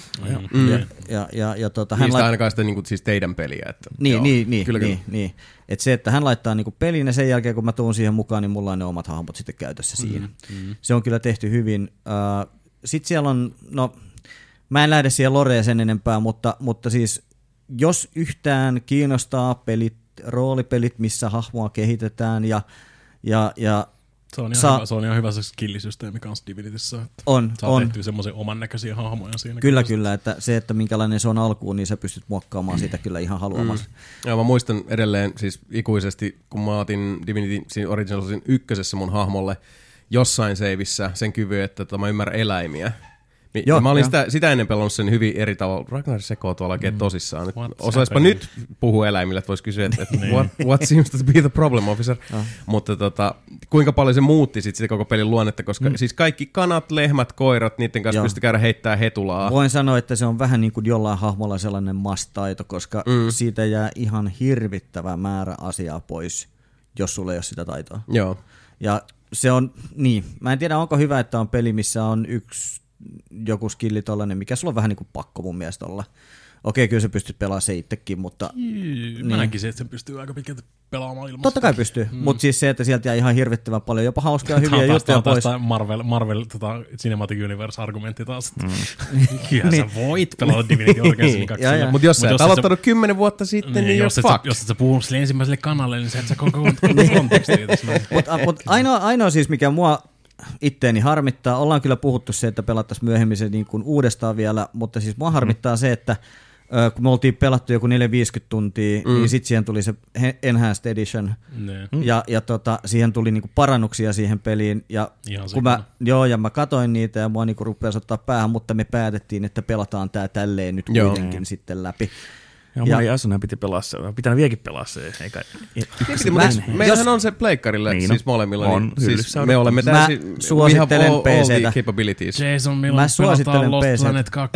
Mm. Ja, ja, ja, ja tota, hän Niistä lait... ainakaan sitä niinku, siis teidän peliä. Että, Niin, joo. niin, niin, kyllä, niin, kyllä. niin. Et se, että hän laittaa niinku pelin ja sen jälkeen, kun mä tuun siihen mukaan, niin mulla on ne omat hahmot sitten käytössä siinä. Mm. Se on kyllä tehty hyvin. Uh, sitten siellä on, no mä en lähde siihen loreen sen enempää, mutta, mutta siis jos yhtään kiinnostaa pelit, roolipelit, missä hahmoa kehitetään ja, ja, ja Se on, ihan Sa- hyvä, se on ihan hyvä se skillisysteemi kanssa Divinityssä. on, Saa on. tehtyä semmoisen oman näköisiä hahmoja siinä. Kyllä, kyllä, että se, että minkälainen se on alkuun, niin sä pystyt muokkaamaan sitä kyllä ihan haluamassa. Mm. Joo, mä muistan edelleen siis ikuisesti, kun mä otin Divinity siinä Originalsin ykkösessä mun hahmolle jossain seivissä sen kyvyn, että tota, mä ymmärrän eläimiä. Mi- Joo, mä olin jo. sitä, sitä ennen pelannut sen hyvin eri tavalla. Ragnar sekoo tuolla oikein mm. tosissaan. Nyt What's osaispa happening? nyt puhua eläimille, että voisi kysyä, että, että what, what seems to be the problem, officer? Oh. Mutta tota, kuinka paljon se muutti sit sitä koko pelin luonnetta, koska mm. siis kaikki kanat, lehmät, koirat, niiden kanssa pystyi käydä heittää hetulaa. Voin sanoa, että se on vähän niin kuin jollain hahmolla sellainen must-taito, koska mm. siitä jää ihan hirvittävä määrä asiaa pois, jos sulla ei ole sitä taitoa. Joo. Ja se on, niin, mä en tiedä onko hyvä, että on peli, missä on yksi joku skilli tollainen, mikä sulla on vähän niin kuin pakko mun mielestä olla. Okei, kyllä sä pystyt pelaamaan se itsekin, mutta... Niin. Mä näkisin, että sen pystyy aika pitkälti pelaamaan ilmassa. Totta kai pystyy, mm. mutta siis se, että sieltä jää ihan hirvittävän paljon, jopa hauskaa hyviä juttuja pois. Tämä on Marvel, Marvel tota, Cinematic Universe-argumentti taas. Mm. Kyllä sä voit pelata Divinity Originalsin kaksi. Mutta jos sä et aloittanut kymmenen vuotta sitten, niin, niin jos you're fucked. Jos et sä puhu sille ensimmäiselle kanalle, niin sä et sä koko kontekstia. Mutta mut ainoa, ainoa siis, mikä mua itteeni harmittaa, ollaan kyllä puhuttu se, että pelattaisiin myöhemmin se niin kuin uudestaan vielä, mutta siis mua harmittaa mm. se, että kun me oltiin pelattu joku neljäkymmentä viisikymmentä tuntia, mm. niin sitten siihen tuli se Enhanced Edition, mm. ja, ja tota, siihen tuli niinku parannuksia siihen peliin, ja kun mä, joo, ja mä katoin niitä, ja mua niinku rupesi ottaa päähän, mutta me päätettiin, että pelataan tää tälleen nyt joo. kuitenkin mm. sitten läpi. Joo, ja, ja Asunhan piti pelaa se. Pitää vieläkin pelaa se. Eikä, Tietysti, mutta meillähän on se pleikkarille, niin, siis molemmilla. On, niin, siis me olemme täysin, mä suosittelen all, P C:tä. all the capabilities. Jason, milloin pelataan Lost Planet kaksi?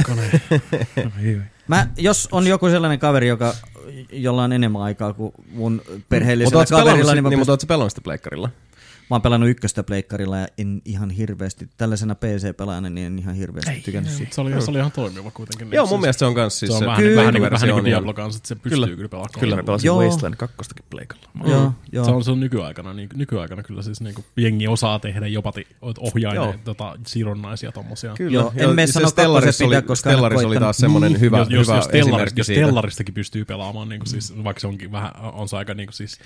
Mä, jos on joku sellainen kaveri, joka, jolla on enemmän aikaa kuin mun perheellisellä kaverilla, niin mä niin, mutta ootko sä pelannut sitä pleikkarilla? Mä oon pelannut ykköstä pleikkarilla ja en ihan hirveästi, tällaisena P C-pelaajana, niin en ihan hirveästi ei, tykännyt siitä. Se oli, se oli ihan toimiva kuitenkin. Joo, mun siis, mielestä se on kans siis se on se vähän, kyllä, vähän, vähän, vähän niin kuin Diablo kanssa, että se pystyy kyllä, kyllä pelaamaan. Kyllä, mä pelasin Wasteland kakkostakin pleikalla. Joo, joo. Se on, se on nykyaikana, niin, nykyaikana kyllä siis niin kuin jengi osaa tehdä jopa ohjaajia tota, sidonnaisia tommosia. Kyllä, joo, en mene sanoa kakkoset pitää, koska Stellaris oli taas semmonen hyvä esimerkki siitä. Jos Stellaristakin pystyy pelaamaan, vaikka se onkin vähän, on se aika niin kuin siis...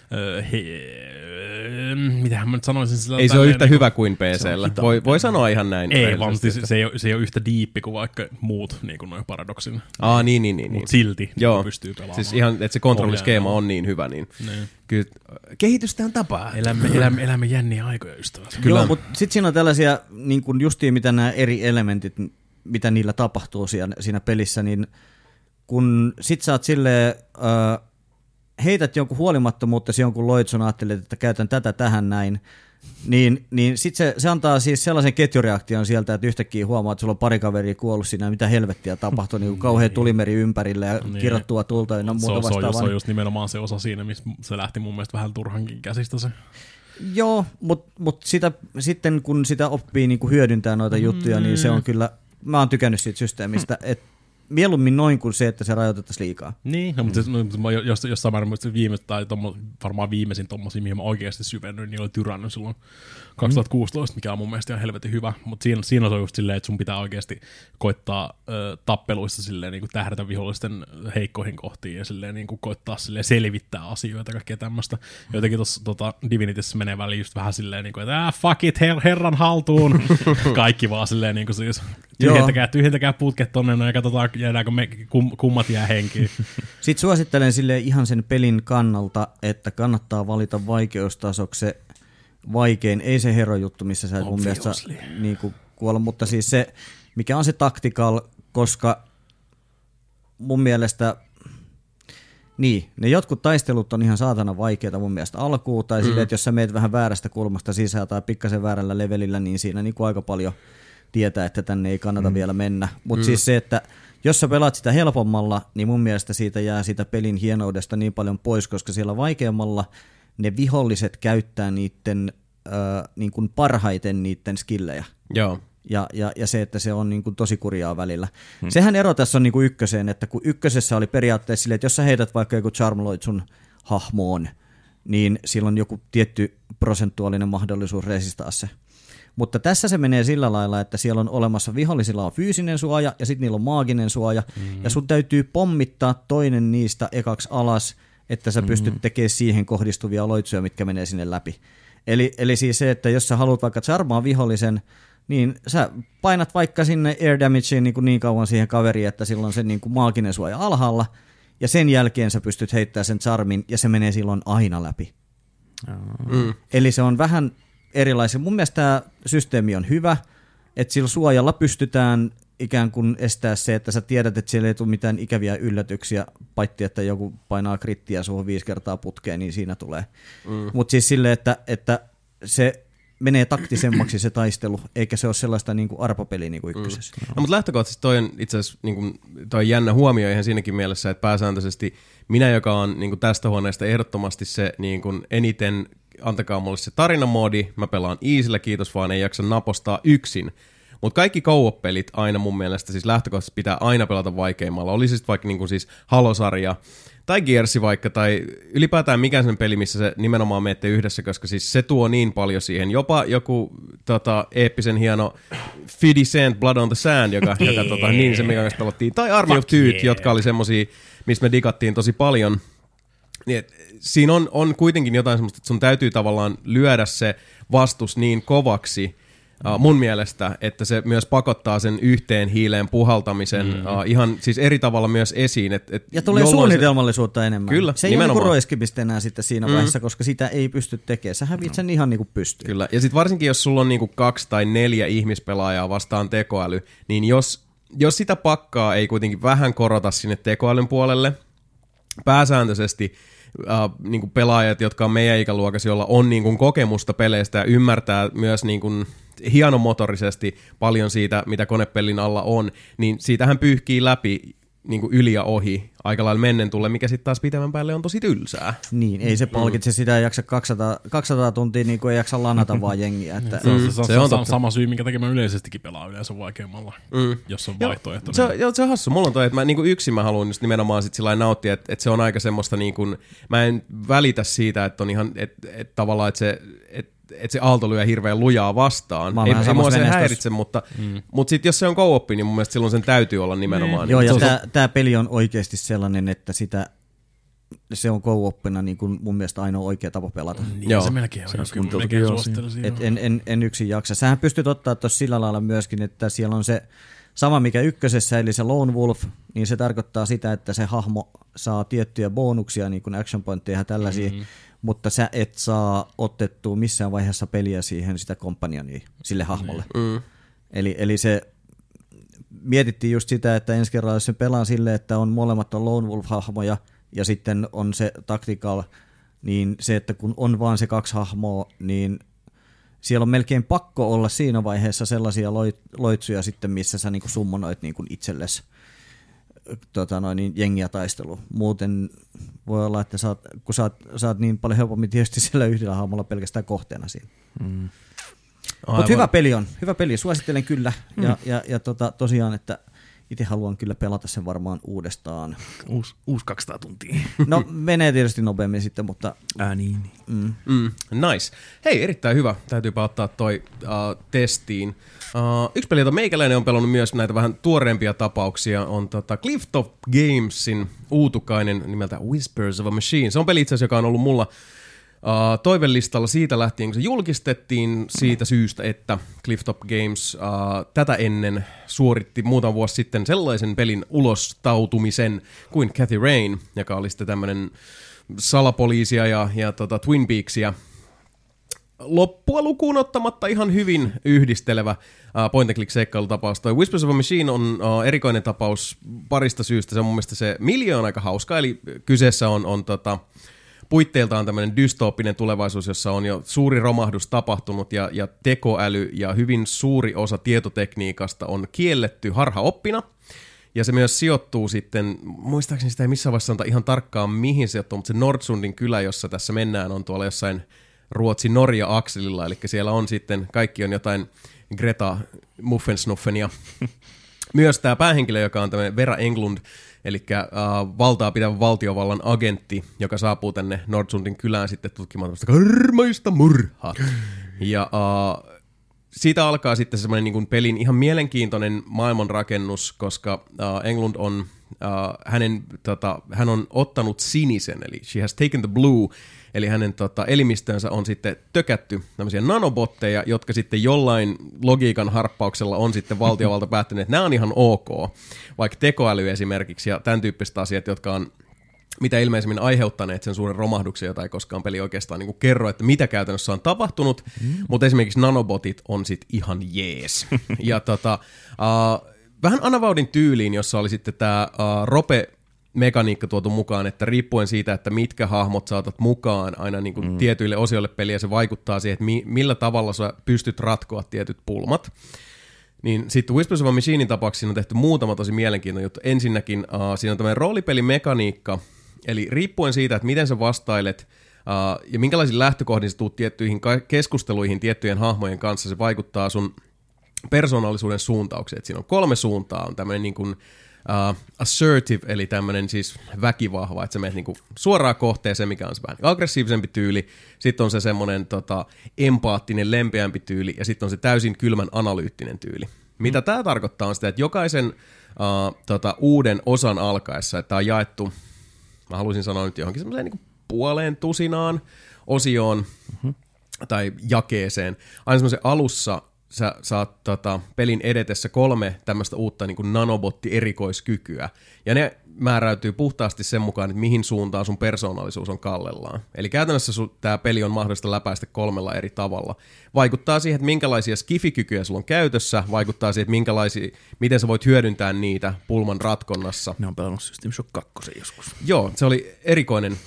Mitähän mä nyt sanoisin sillä ei se ole yhtä niin hyvä kuin P C:llä. Voi, voi sanoa ihan näin. Ei, vaan siis se, ei ole, se ei ole yhtä diippi kuin vaikka muut, niin kuin noin Paradoxin. Aa, niin, niin, niin. Mutta silti joo. pystyy pelaamaan. Siis ihan, että se kontrolliskeema on niin hyvä, niin niin. Kyllä kehitystä on tapaa. Elämme, elämme, elämme jänniä aikoja, ystävät. Kyllä. Joo, mutta sitten siinä on tällaisia, niin kuin justiin mitä nämä eri elementit, mitä niillä tapahtuu siinä, siinä pelissä, niin kun sit sä oot silleen... Uh, heität jonkun huolimattomuutta, jonkun loitsun, ajattelet, että käytän tätä tähän näin, niin, niin sitten se, se antaa siis sellaisen ketjureaktion sieltä, että yhtäkkiä huomaa, että sulla on pari kaveria kuollut siinä, mitä helvettiä tapahtui, niin kauhean tulimeri ympärille ja niin. kirottua tulta ja muuta se, vastaavaa. Se on just nimenomaan se osa siinä, missä se lähti mun mielestä vähän turhankin käsistä se. Joo, mutta mut sitä, sitten kun sitä oppii niinku hyödyntää noita juttuja, mm. niin se on kyllä, mä oon tykännyt siitä systeemistä, että mieluummin noin kuin se, että se rajoitettaisiin liikaa. Niin, no, mutta mm. jos, jossain määrin viime, tai tommo, varmaan viimeisin tommosia, mihin mä oikeasti syvennyin, niin oli Tyranny silloin kaksituhattakuusitoista, mikä on mun mielestä ihan helvetin hyvä, mutta siinä, siinä on just silleen, että sun pitää oikeasti koittaa ö, tappeluissa silleen, niin kuin tähdätä vihollisten heikkoihin kohtiin ja silleen, niin kuin koittaa silleen, selvittää asioita ja kaikkea tämmöistä. Jotenkin tuossa tota, Divinityssä menee väliin just vähän silleen, niin kuin, että äh, fuck it, her- herran haltuun. Kaikki vaan silleen, niin kuin siis tyhjentäkää, tyhjentäkää putket tonne ja katsotaan, jäädäänkö me kum, kummat jää henkiin. Sitten suosittelen silleen ihan sen pelin kannalta, että kannattaa valita vaikeustasoksi se vaikein, ei se hero-juttu, missä sä et mun mielestä niin kuin kuolla, mutta siis se, mikä on se tactical, koska mun mielestä, niin, ne jotkut taistelut on ihan saatana vaikeita mun mielestä alkuun, tai mm. silleen, että jos sä meet vähän väärästä kulmasta sisään tai pikkasen väärällä levelillä, niin siinä niin kuin aika paljon tietää, että tänne ei kannata mm. vielä mennä. Mutta mm. siis se, että jos sä pelaat sitä helpommalla, niin mun mielestä siitä jää sitä pelin hienoudesta niin paljon pois, koska siellä vaikeammalla ne viholliset käyttää niiden äh, niin kuin parhaiten niiden skillejä. Joo. Ja, ja, ja se, että se on niin kuin tosi kurjaa välillä. Hmm. Sehän ero tässä on niin kuin ykköseen, että kun ykkösessä oli periaatteessa silleen, että jos sä heität vaikka joku Charmloid sun hahmoon, niin sillä on joku tietty prosentuaalinen mahdollisuus resistaa se. Mutta tässä se menee sillä lailla, että siellä on olemassa vihollisilla on fyysinen suoja ja sitten niillä on maaginen suoja, hmm. ja sun täytyy pommittaa toinen niistä ekaksi alas, että sä pystyt mm-hmm. tekemään siihen kohdistuvia loitsuja, mitkä menee sinne läpi. Eli, eli siis se, että jos sä haluat vaikka charmaa vihollisen, niin sä painat vaikka sinne air damageen niin, niin kauan siihen kaveriin, että silloin se niin kuin maaginen suoja alhaalla, ja sen jälkeen sä pystyt heittämään sen charmin, ja se menee silloin aina läpi. Mm. Eli se on vähän erilaisia. Mun mielestä tämä systeemi on hyvä, että sillä suojalla pystytään ikään kuin estää se, että sä tiedät, että siellä ei tule mitään ikäviä yllätyksiä, paitsi että joku painaa krittiä suhun viisi kertaa putkeen, niin siinä tulee. Mm. Mutta siis silleen, että, että se menee taktisemmaksi se taistelu, eikä se ole sellaista niin kuin arpapeliä niin kuin ykkösessä. Mm. No, mutta lähtökohtaisesti toi on itse asiassa niin kuin, toi jännä huomio ihan siinäkin mielessä, että pääsääntöisesti minä, joka on niin kuin tästä huoneesta ehdottomasti se niin kuin eniten, antakaa mulle se tarinamoodi, mä pelaan easyllä, kiitos vaan, ei jaksa napostaa yksin. Mutta kaikki co-op-pelit aina mun mielestä siis lähtökohtaisesti pitää aina pelata vaikeimmalla. Oli siis vaikka niin kuin siis Halo-sarja tai Gearsi vaikka, tai ylipäätään mikään sen peli, missä se nimenomaan menette yhdessä, koska siis se tuo niin paljon siihen. Jopa joku tota, eeppisen hieno fifty cent Blood on the Sand, joka, joka tota, niin se mikä kanssa pelottiin, tai Army of Tooth, jotka oli semmosia, missä me digattiin tosi paljon. Niin, siinä on, on kuitenkin jotain semmoista, että sun täytyy tavallaan lyödä se vastus niin kovaksi, Uh, mun mielestä, että se myös pakottaa sen yhteen hiileen puhaltamisen mm. uh, ihan siis eri tavalla myös esiin. Et, et ja tulee suunnitelmallisuutta se enemmän. Kyllä, se ei nimenomaan ole niin roiskimista enää sitten siinä mm. vaiheessa, koska sitä ei pysty tekemään. Sä hävit sen no. ihan niin kuin pystyy. Kyllä, ja sitten varsinkin jos sulla on niin kuin kaksi tai neljä ihmispelaajaa vastaan tekoäly, niin jos, jos sitä pakkaa ei kuitenkin vähän korota sinne tekoälyn puolelle, pääsääntöisesti Uh, niin kuin pelaajat, jotka on meidän ikäluokassa, joilla on niin kuin kokemusta peleistä ja ymmärtää myös niin kuin hienomotorisesti paljon siitä, mitä konepellin alla on, niin siitähän pyyhkii läpi niin kuin yli ja ohi aika lailla mennen tulle, mikä sitten taas pitemmän päälle on tosi tylsää. Niin, ei se palkitse, mm. sitä ei jaksa kaksisataa, kaksisataa tuntia, niin kuin ei jaksa lanata vaan jengiä. Että se on, se, se, se on, on sama syy, minkä takia mä yleisestikin pelaa yleensä vaikeimmalla, mm. jos on vaihtoehto. Se, niin. se on hassu. Mulla on toi, että mä, niin kuin yksin mä haluan just nimenomaan sit sillä nauttia, että, että se on aika semmoista, niin kuin, mä en välitä siitä, että on ihan, että, että tavallaan, että se, että että se aalto lyö hirveän lujaa vastaan. Ei, ei mua se häiritse, mutta, mm. mutta sitten jos se on co-op, niin mun mielestä silloin sen täytyy olla nimenomaan. Mm. Joo, ja tämä peli on oikeasti sellainen, että sitä, se on co-opina niin kuin mun mielestä ainoa oikea tapa pelata. Niin, joo. Se melkein on. Se melkein suosittelisin. En, en, en yksin jaksa. Sähän pystyt ottaa tuossa sillä lailla myöskin, että siellä on se sama mikä ykkösessä, eli se Lone Wolf, niin se tarkoittaa sitä, että se hahmo saa tiettyjä bonuksia, niin kuin action pointteja ja tällaisia, mm-hmm. mutta sä et saa otettua missään vaiheessa peliä siihen sitä kompanionia, sille hahmolle. Mm. Eli, eli se mietittiin just sitä, että ensi kerralla jos se pelaa silleen, että on molemmat on Lone Wolf-hahmoja, ja sitten on se tactical, niin se, että kun on vaan se kaksi hahmoa, niin siellä on melkein pakko olla siinä vaiheessa sellaisia loitsuja sitten, missä sä niinku summonoit niinku itsellesi tota noin, niin jengiä taistelu. Muuten voi olla, että saat, kun saat, saat niin paljon helpommin tietysti siellä yhdellä hahmolla pelkästään kohteena siinä. Mm. Mutta hyvä peli on. Hyvä peli. Suosittelen kyllä. Mm. Ja, ja, ja tota, tosiaan, että itse haluan kyllä pelata sen varmaan uudestaan. Uus, uusi kaksisataa tuntia. No menee tietysti nopeammin sitten, mutta... Ää niin. Mm. Mm, nice. Hei, erittäin hyvä. Täytyypä ottaa toi uh, testiin. Uh, yksi peli, jota meikäläinen on pelannut myös näitä vähän tuoreempia tapauksia, on tota Clifftop Gamesin uutukainen nimeltä Whispers of a Machine. Se on peli itse asiassa, joka on ollut mulla Uh, toivellistalla siitä lähtien, kun se julkistettiin siitä syystä, että Clifftop Games uh, tätä ennen suoritti muutama vuosi sitten sellaisen pelin ulostautumisen kuin Cathy Rain, joka oli sitten tämmöinen salapoliisia ja, ja tota Twin Peaksia loppua lukuun ottamatta ihan hyvin yhdistelevä uh, point and click seikkailutapaus. Toi Whispers of a Machine on uh, erikoinen tapaus parista syystä. Se on mun mielestä se miljö on aika hauska, eli kyseessä on, on tota, puitteiltaan tämmöinen dystooppinen tulevaisuus, jossa on jo suuri romahdus tapahtunut ja, ja tekoäly ja hyvin suuri osa tietotekniikasta on kielletty harhaoppina. Ja se myös sijoittuu sitten, muistaakseni sitä ei missään vaiheessa sanota ihan tarkkaan mihin se sijoittuu, mutta se Nordsundin kylä, jossa tässä mennään, on tuolla jossain Ruotsi-Norja-akselilla, eli siellä on sitten, kaikki on jotain Greta Muffensnuffenia. Myös tämä päähenkilö, joka on tämmöinen Vera Englund, eli uh, valtaa pitävä valtiovallan agentti, joka saapuu tänne Nordsundin kylään sitten tutkimaan tämmöistä karmaista murhaa. Ja uh, siitä alkaa sitten semmoinen niin kuin pelin ihan mielenkiintoinen maailmanrakennus, koska uh, Englund on, uh, hänen, tota, hän on ottanut sinisen, eli she has taken the blue, eli hänen tota, elimistönsä on sitten tökätty tämmöisiä nanobotteja, jotka sitten jollain logiikan harppauksella on sitten valtiovalta päättänyt, että nämä on ihan ok, vaikka tekoäly esimerkiksi ja tämän tyyppiset asiat, jotka on mitä ilmeisemmin aiheuttaneet sen suuren romahduksen, jota ei koskaan peli oikeastaan niin kuin kerro, että mitä käytännössä on tapahtunut, mm. mutta esimerkiksi nanobotit on sitten ihan jees. Ja tota, uh, vähän Unavowedin tyyliin, jossa oli sitten tämä uh, rope mekaniikka tuotu mukaan, että riippuen siitä, että mitkä hahmot saatat mukaan aina niin kuin mm. tietyille osioille peliä, se vaikuttaa siihen, että mi- millä tavalla sä pystyt ratkoa tietyt pulmat. Niin sitten Whispers of a Machinein tapauksessa on tehty muutama tosi mielenkiintoinen juttu. Ensinnäkin uh, siinä on tämmöinen roolipelimekaniikka, eli riippuen siitä, että miten sä vastailet uh, ja minkälaisiin lähtökohdin sä tuut tiettyihin keskusteluihin tiettyjen hahmojen kanssa, se vaikuttaa sun persoonallisuuden suuntaukseen. Et siinä on kolme suuntaa, on tämmöinen niin kuin Uh, assertive, eli tämmöinen siis väkivahva, että sä menet niinku suoraan kohteeseen, mikä on se vähän aggressiivisempi tyyli, sitten on se semmoinen tota, empaattinen, lempeämpi tyyli, ja sitten on se täysin kylmän analyyttinen tyyli. Mitä mm. tämä tarkoittaa on sitä, että jokaisen uh, tota, uuden osan alkaessa, että tämä on jaettu, mä haluaisin sanoa nyt johonkin semmoiseen niinku puoleen tusinaan osioon mm-hmm. tai jakeeseen, aina semmoisen alussa sä saat tota, pelin edetessä kolme tämmöistä uutta niin kuin nanobotti-erikoiskykyä, ja ne määräytyy puhtaasti sen mukaan, että mihin suuntaan sun persoonallisuus on kallellaan. Eli käytännössä tämä peli on mahdollista läpäistä kolmella eri tavalla. Vaikuttaa siihen, että minkälaisia skifikykyjä sulla on käytössä, vaikuttaa siihen, että minkälaisia, miten sä voit hyödyntää niitä pulman ratkonnassa. Ne on pelannut System Shock kaksi joskus. Joo, se oli erikoinen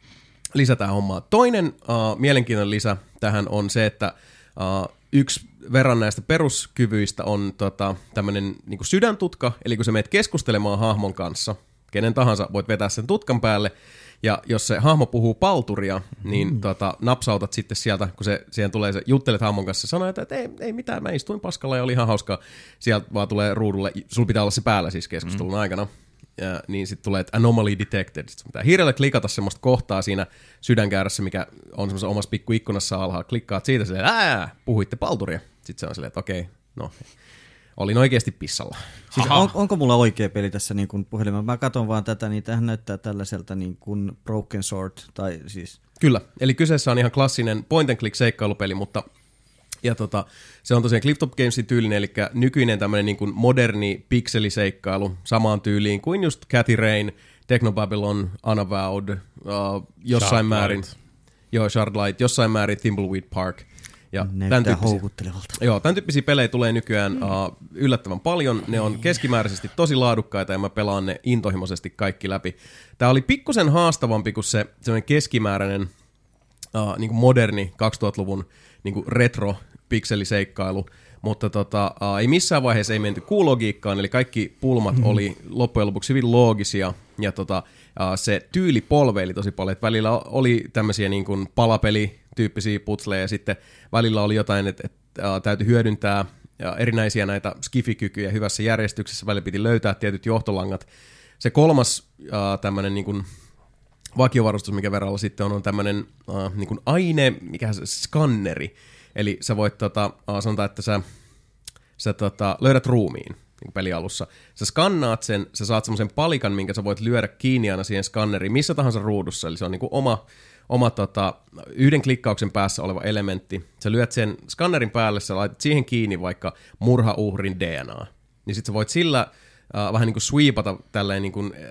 lisä tähän hommaan. Toinen uh, mielenkiintoinen lisä tähän on se, että uh, yksi verran näistä peruskyvyistä on tota, tämmöinen niin kuin sydäntutka, eli kun sä meet keskustelemaan hahmon kanssa, kenen tahansa voit vetää sen tutkan päälle, ja jos se hahmo puhuu palturia, niin mm. tota, napsautat sitten sieltä, kun se, siihen tulee, se juttelet hahmon kanssa, ja sanoo, että, että ei, ei mitään, mä istuin paskalla ja oli ihan hauskaa, sieltä vaan tulee ruudulle, sulla pitää olla se päällä siis keskustelun mm. aikana, ja niin sitten tulee, että anomaly detected. Sitten pitää hiirellä klikata semmoista kohtaa siinä sydänkäärössä, mikä on semmoisessa omassa pikkuikkunassa alhaalla. Klikkaat siitä silleen, ää, puhuitte palturia. Sitten se on silleen, että okei, no, olin oikeasti pissalla. Siis on, onko mulla oikea peli tässä niin kuin puhelimella? Mä katson vaan tätä, niin tämähän näyttää tällaiselta niin kuin Broken Sword, tai siis... Kyllä, eli kyseessä on ihan klassinen point and click seikkailupeli, mutta ja tota, se on tosiaan Clifftop Gamesin tyylinen, eli nykyinen tämmöinen niin kuin moderni pikseliseikkailu samaan tyyliin kuin just Cathy Rain, Technobabylon, Unavowed, uh, jossain Shard määrin, Light. joo, Shard Light, jossain määrin Thimbleweed Park. Ja näyttää houkuttelevalta. Joo, tämän tyyppisiä pelejä tulee nykyään mm. uh, yllättävän paljon. Ne on keskimääräisesti tosi laadukkaita ja mä pelaan ne intohimoisesti kaikki läpi. Tää oli pikkusen haastavampi kuin se semmoinen keskimääräinen uh, niin kuin moderni kaksituhattaluvun niin kuin retro-pikseliseikkailu. Mutta tota, uh, ei missään vaiheessa ei menty kuulogiikkaan, eli kaikki pulmat mm. oli loppujen lopuksi hyvin loogisia, ja tota, uh, se tyyli polveili tosi paljon, että välillä oli tämmöisiä niin kuin palapelityyppisiä putsleja, ja sitten välillä oli jotain, että et, uh, täytyy hyödyntää uh, erinäisiä näitä skifikykyjä hyvässä järjestyksessä, välillä piti löytää tietyt johtolangat. Se kolmas uh, tämmöinen niin kuin vakiovarustus, mikä verralla sitten on, on tämmöinen uh, niin kuin aine, mikä se skanneri. Eli sä voit, tota, sanotaan, että sä, sä tota, löydät ruumiin niin pelialussa. Sä skannaat sen, sä saat semmoisen palikan, minkä sä voit lyödä kiinni aina siihen skanneriin missä tahansa ruudussa. Eli se on niin kuin oma, oma tota, yhden klikkauksen päässä oleva elementti. Sä lyöt sen skannerin päälle, sä laitat siihen kiinni vaikka murhauhrin D N A. Niin sit sä voit sillä äh, vähän niin kuin sweepata tälleen niin kuin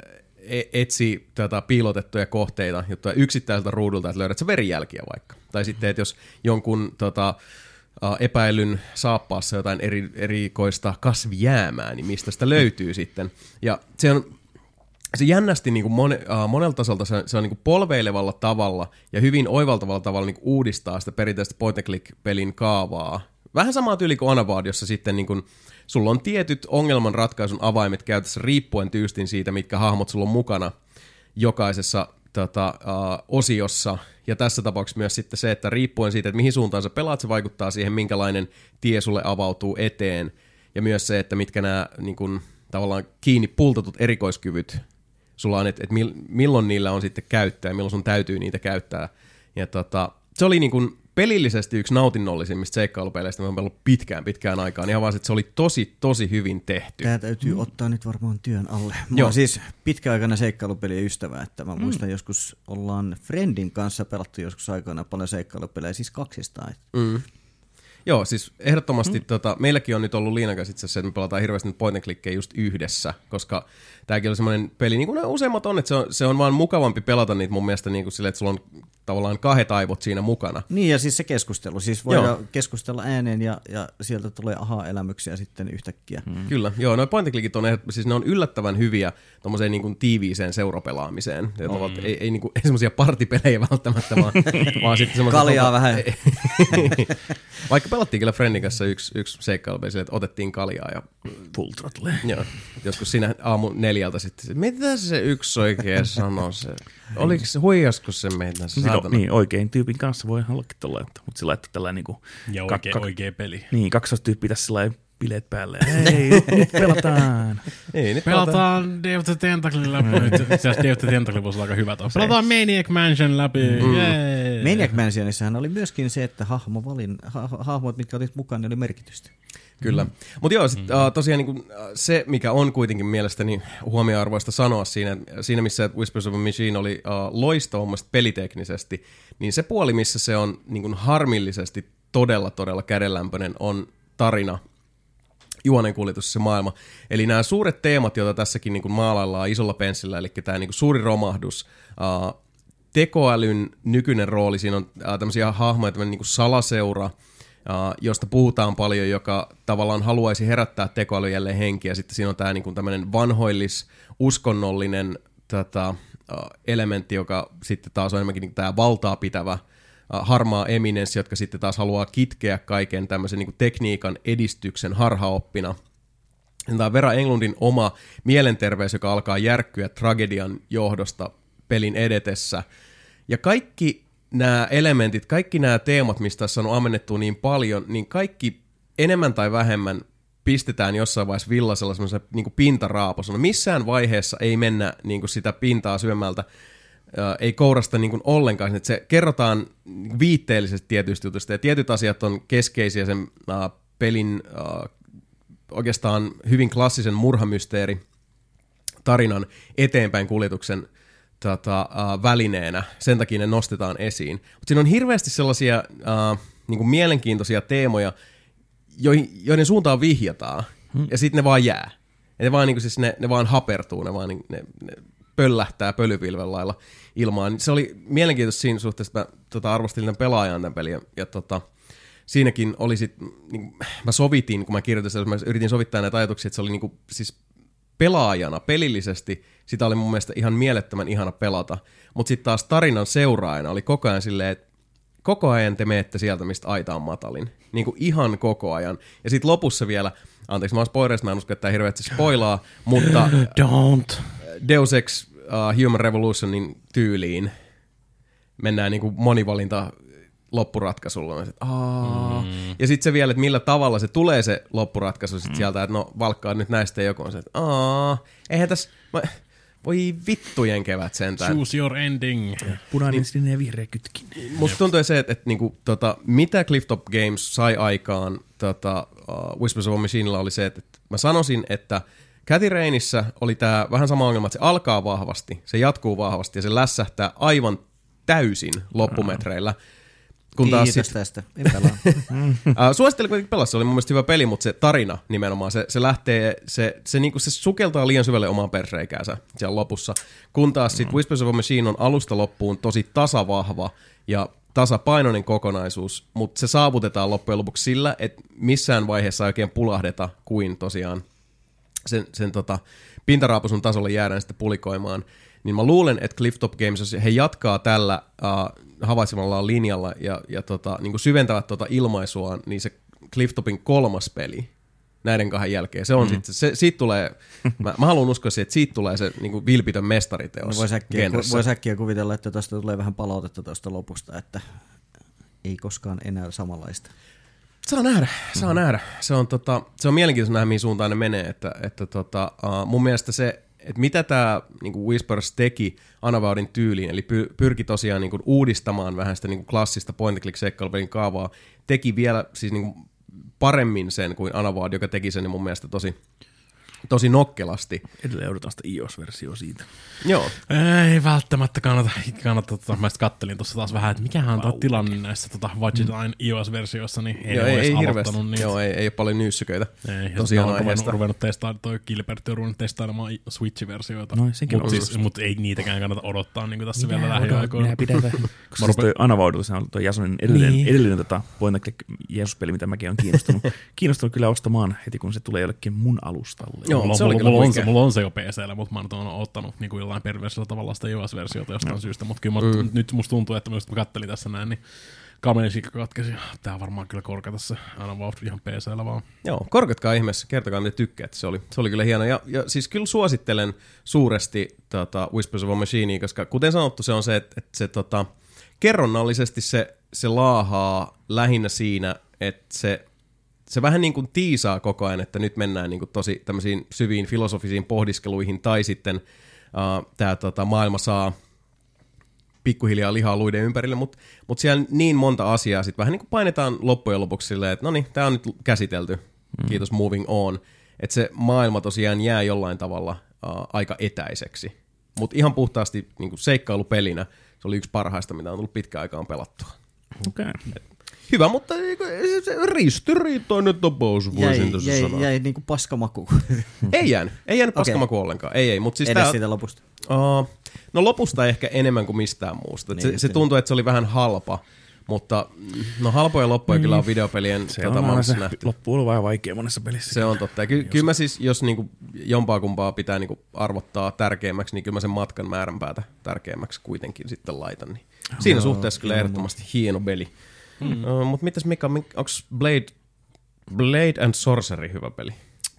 etsi tota, piilotettuja kohteita juttuja yksittäiseltä ruudulta, että löydät sä verijälkiä vaikka. Tai sitten, että jos jonkun tota, epäilyn saappaassa jotain eri, erikoista kasvijäämää, niin mistä sitä löytyy sitten. Ja se on se jännästi niin kuin mon, äh, monella tasolta se, se on niin kuin polveilevalla tavalla ja hyvin oivaltavalla tavalla niin kuin uudistaa sitä perinteistä point-and-click-pelin kaavaa. Vähän samaa tyyli kuin Anavad, jossa sitten niin kuin sulla on tietyt ongelmanratkaisun avaimet käytössä riippuen tyystin siitä, mitkä hahmot sulla on mukana jokaisessa tota, uh, osiossa. Ja tässä tapauksessa myös sitten se, että riippuen siitä, että mihin suuntaan sä pelaat, se vaikuttaa siihen, minkälainen tie sulle avautuu eteen. Ja myös se, että mitkä nämä niin kun, tavallaan kiinni pultatut erikoiskyvyt sulla on, että, että milloin niillä on sitten käyttää ja milloin sun täytyy niitä käyttää. Ja tota, se oli niin kun pelillisesti yksi nautinnollisemmista seikkailupeleistä, mä oon pelannut pitkään, pitkään aikaan. Ihan vaan, että se oli tosi, tosi hyvin tehty. Tää täytyy mm. ottaa nyt varmaan työn alle. Mä oon siis pitkäaikainen seikkailupelien ystävä, että mä muistan mm. joskus ollaan Friendin kanssa pelattu joskus aikoina paljon seikkailupelejä, siis kaksistaan. Mm. Joo, siis ehdottomasti mm. tota, meilläkin on nyt ollut Liinan kanssa itse asiassa, että me pelataan hirveästi nyt point and clickkejä just yhdessä, koska tämäkin oli semmoinen peli, niin kuin ne useimmat on, että se on, se on vaan mukavampi pelata niitä mun mielestä niin kuin silleen, että sulla on tavallaan kahdet aivot siinä mukana. Niin, ja siis se keskustelu, siis voidaan joo. keskustella ääneen ja, ja sieltä tulee aha-elämyksiä sitten yhtäkkiä. Mm. Kyllä, joo, noi point and clickit on, siis ne on yllättävän hyviä tommoseen niin kuin tiiviiseen seuropelaamiseen. Mm. Ovat, ei ei, niin kuin, ei semmoisia partipelejä välttämättä, vaan, vaan sitten semmoisia... Kaljaa vähän. Vaikka pelattiin kyllä Friendin kanssa yksi, yksi seikkailupeli, että otettiin kaljaa ja... Full throttle. Joo, joskus siinä aamu neljältä sitten, mitä se yksi oikein sanoi se? Oliko se, huijasko se meitä? Se no, niin, oikein tyypin kanssa voi ollakin tolla, mutta sillä että tällä niinku... Ja oikein, kak- oikein peli. Niin, kaksostyyppi tässä sillä bileet päälle. Hei, nyt pelataan. Ei, nyt pelataan Day of the Tentacle läpi. Itse asiassa Day of the Tentacle voisi olla aika hyvä taas. Pelataan Maniac Mansion läpi. Mm. Yeah. Maniac Mansionissahan oli myöskin se, että hahmo valin, ha- hahmot, mitkä otit mukaan, ne oli merkitystä. Kyllä. Mm. Mutta joo, sit, mm. uh, tosiaan niin kun, uh, se, mikä on kuitenkin mielestäni huomioarvoista sanoa siinä, siinä missä Whispers of a Machine oli uh, loistava peliteknisesti, niin se puoli, missä se on niin kun harmillisesti todella, todella kädenlämpöinen, on tarina, juonenkuljetus, se maailma. Eli nämä suuret teemat, joita tässäkin niin kun maalaillaan isolla penssillä, eli tämä niin kun suuri romahdus, uh, tekoälyn nykyinen rooli, siinä on uh, tämmöisiä hahmoja, tämmöinen niin kun salaseura, Uh, josta puhutaan paljon, joka tavallaan haluaisi herättää tekoäly jälleen henkiä. Sitten siinä on tämä niin kuin tämmöinen vanhoillis, uskonnollinen tätä, uh, elementti, joka sitten taas on enemmänkin niin tämä valtaa pitävä uh, harmaa eminenssi, jotka sitten taas haluaa kitkeä kaiken tämmöisen niin kuin tekniikan edistyksen harhaoppina. Tämä on Vera Englundin oma mielenterveys, joka alkaa järkkyä tragedian johdosta pelin edetessä. Ja kaikki nämä elementit, kaikki nämä teemat, mistä tässä on ammennettu niin paljon, niin kaikki enemmän tai vähemmän pistetään jossain vaiheessa villasella semmoisen niin kuin pintaraaposona. Missään vaiheessa ei mennä niin kuin sitä pintaa syömältä, äh, ei kourasta niin kuin ollenkaan. Että se kerrotaan viitteellisesti tietyistä jutuista, ja tietyt asiat on keskeisiä sen äh, pelin äh, oikeastaan hyvin klassisen murhamysteeri tarinan eteenpäin kuljetuksen Tota, uh, välineenä, sen takia ne nostetaan esiin. Mutta siinä on hirveästi sellaisia uh, niinku mielenkiintoisia teemoja, joiden suuntaan vihjataan, hmm. ja sitten ne vaan jää. Ja ne, vaan, niinku, siis ne, ne vaan hapertuu, ne vaan ne, ne pöllähtää pölypilven lailla ilmaan. Se oli mielenkiintoista siinä suhteessa, että mä tota, arvostelin tämän pelaajan tämän pelin, ja, ja tota, siinäkin oli sit, niin, mä sovitin, kun mä kirjoitin sitä, mä yritin sovittaa näitä ajatuksia, että se oli niin kuin, siis pelaajana, pelillisesti, sitä oli mun mielestä ihan mielettömän ihana pelata, mutta sitten taas tarinan seuraajana oli koko ajan silleen, että koko ajan te menette sieltä, mistä aita on matalin. Niin kuin ihan koko ajan. Ja sitten lopussa vielä, anteeksi mä oon spoilerista, mä en usko, että tämä hirveästi spoilaa, mutta Don't. Deus Ex uh, Human Revolutionin tyyliin mennään niin kuin monivalinta loppuratkaisulla. Että, mm. Ja sitten se vielä, että millä tavalla se tulee se loppuratkaisu sit mm. sieltä, että no valkkaa nyt näistä joku on se, että aah, eihän tässä, mä, voi vittujen kevät sentään. Choose your ending. Punainen, sininen ja vihreä kytkin. Musta tuntuu se, että, että niinku, tota, mitä Clifftop Games sai aikaan tota, uh, Whispers of a Machinella oli se, että, että mä sanoisin, että Cathy Rainissä oli tää vähän sama ongelma, että se alkaa vahvasti, se jatkuu vahvasti ja se lässähtää aivan täysin loppumetreillä. Kun taas Kiitos sit... tästä, en pelaa. uh, suosittelen kuitenkin pelaa, se oli mun mielestä hyvä peli, mutta se tarina nimenomaan, se, se lähtee, se, se, niinku, se sukeltaa liian syvälle omaan persreikäänsä siellä lopussa. Kun taas sit Whispers of a Machine on alusta loppuun tosi tasavahva ja tasapainoinen kokonaisuus, mutta se saavutetaan loppujen lopuksi sillä, että missään vaiheessa ei oikein pulahdeta kuin tosiaan sen, sen tota, pintaraapusun tasolle jäädään sitten pulikoimaan. Niin mä luulen, että Clifftop Games, jos he jatkaa tällä uh, havaitsemallaan linjalla ja, ja tota, niin kuin syventävät tota ilmaisuaan, niin se Clifftopin kolmas peli näiden kahden jälkeen, se on mm. sitten, se, siitä tulee, mä, mä haluan uskoa siihen, että siitä tulee se niin kuin vilpitön mestariteos. No vois, äkkiä, vois äkkiä kuvitella, että tuosta tulee vähän palautetta tuosta lopusta, että ei koskaan enää samanlaista. Saa nähdä, saa mm-hmm. nähdä. Se on, tota, se on mielenkiintoista nähdä, mihin suuntaan ne menee. Että, että tota, uh, mun mielestä se, että mitä tämä niinku Whispers teki Unavowedin tyyliin, eli py, pyrki tosiaan niinku uudistamaan vähän sitä niinku klassista point-and-click-seikkailupelin kaavaa, teki vielä siis niinku paremmin sen kuin Unavowed, joka teki sen niin mun mielestä tosi, tosi nokkelasti. Edelleen odotan sitä iOS-versiota siitä. Joo. Ei välttämättä kannata. kannata tota, mä sitten kattelin tuossa taas vähän, että mikähän on wow. tilanne näissä tota, Budgetline iOS-versioissa, niin ei joo, ole ei, edes ei aloittanut niitä. Joo, ei, ei ole paljon nyyssököitä. Ei, tosiaan on aiheesta. ruvennut testaamaan, toi Gilbert on ruvennut testailemaan Switch-versioita, no, mutta siis, mut ei niitäkään kannata odottaa niin tässä minä vielä lähiaikoina. Koska siis toi Unavowed, se on toi Jasonin edellinen, niin. edellinen tota, point-and-click-Jeesus-peli, mitä mäkin olen kiinnostunut. kiinnostunut kyllä ostamaan heti, kun se tulee jollekin mun alustalle. Joo, mulla, se mulla, oli kyllä mulla, on oikein. se, mulla on se jo P C:llä, mutta mä oon ottanut niin kuin jollain perversillä tavalla sitä iOS-versiota jostain no. syystä, mutta kyllä mm. nyt musta tuntuu, että mä kattelin tässä näin, niin kaamelisikka katkesi. Tää varmaan kyllä korkata se aina vauhti ihan P C:llä vaan. Joo, korkatkaa ihmeessä, kertokaa mitä tykkäät, se oli, se oli kyllä hieno. Ja, ja siis kyllä suosittelen suuresti tota, Whispers of a Machinea, koska kuten sanottu se on se, että, että se tota, kerronnallisesti se, se laahaa lähinnä siinä, että se se vähän niin kuin tiisaa koko ajan, että nyt mennään niin kuin tosi tämmöisiin syviin filosofisiin pohdiskeluihin, tai sitten uh, tämä tota, maailma saa pikkuhiljaa lihaa luiden ympärille, mutta mut siellä niin monta asiaa sitten vähän niin kuin painetaan loppujen lopuksi silleen, että no niin, tämä on nyt käsitelty, mm. kiitos moving on, että se maailma tosiaan jää jollain tavalla uh, aika etäiseksi, mutta ihan puhtaasti niin kuin seikkailupelinä se oli yksi parhaista, mitä on tullut pitkään aikaan pelattua. Okei. Okay. Hyvä, mutta ristiriitainen tapaus, voisin tässä jäi, sanoa. Jäi niinku paskamaku. Ei jäänyt, ei jäänyt Okay. paskamaku ollenkaan. Ei, ei, mutta siis Edes tää, siitä lopusta. Uh, no lopusta ehkä enemmän kuin mistään muusta. Niin, se, se tuntuu, että se oli vähän halpa, mutta no halpoja loppuja mm. kyllä on videopelien se tota, on aina se nähty. loppu on vähän vaikea monessa pelissä. Se on totta. Ky- kyllä mä siis, jos niinku jompaa kumpaa pitää niinku arvottaa tärkeämmäksi, niin kyllä mä sen matkan määränpäätä tärkeämmäksi kuitenkin sitten laitan. Niin. Siinä Joo, suhteessa kyllä ehdottomasti hieno peli. Mm. Uh, mutta mitäs Mika, onko Blade, Blade and Sorcery hyvä peli?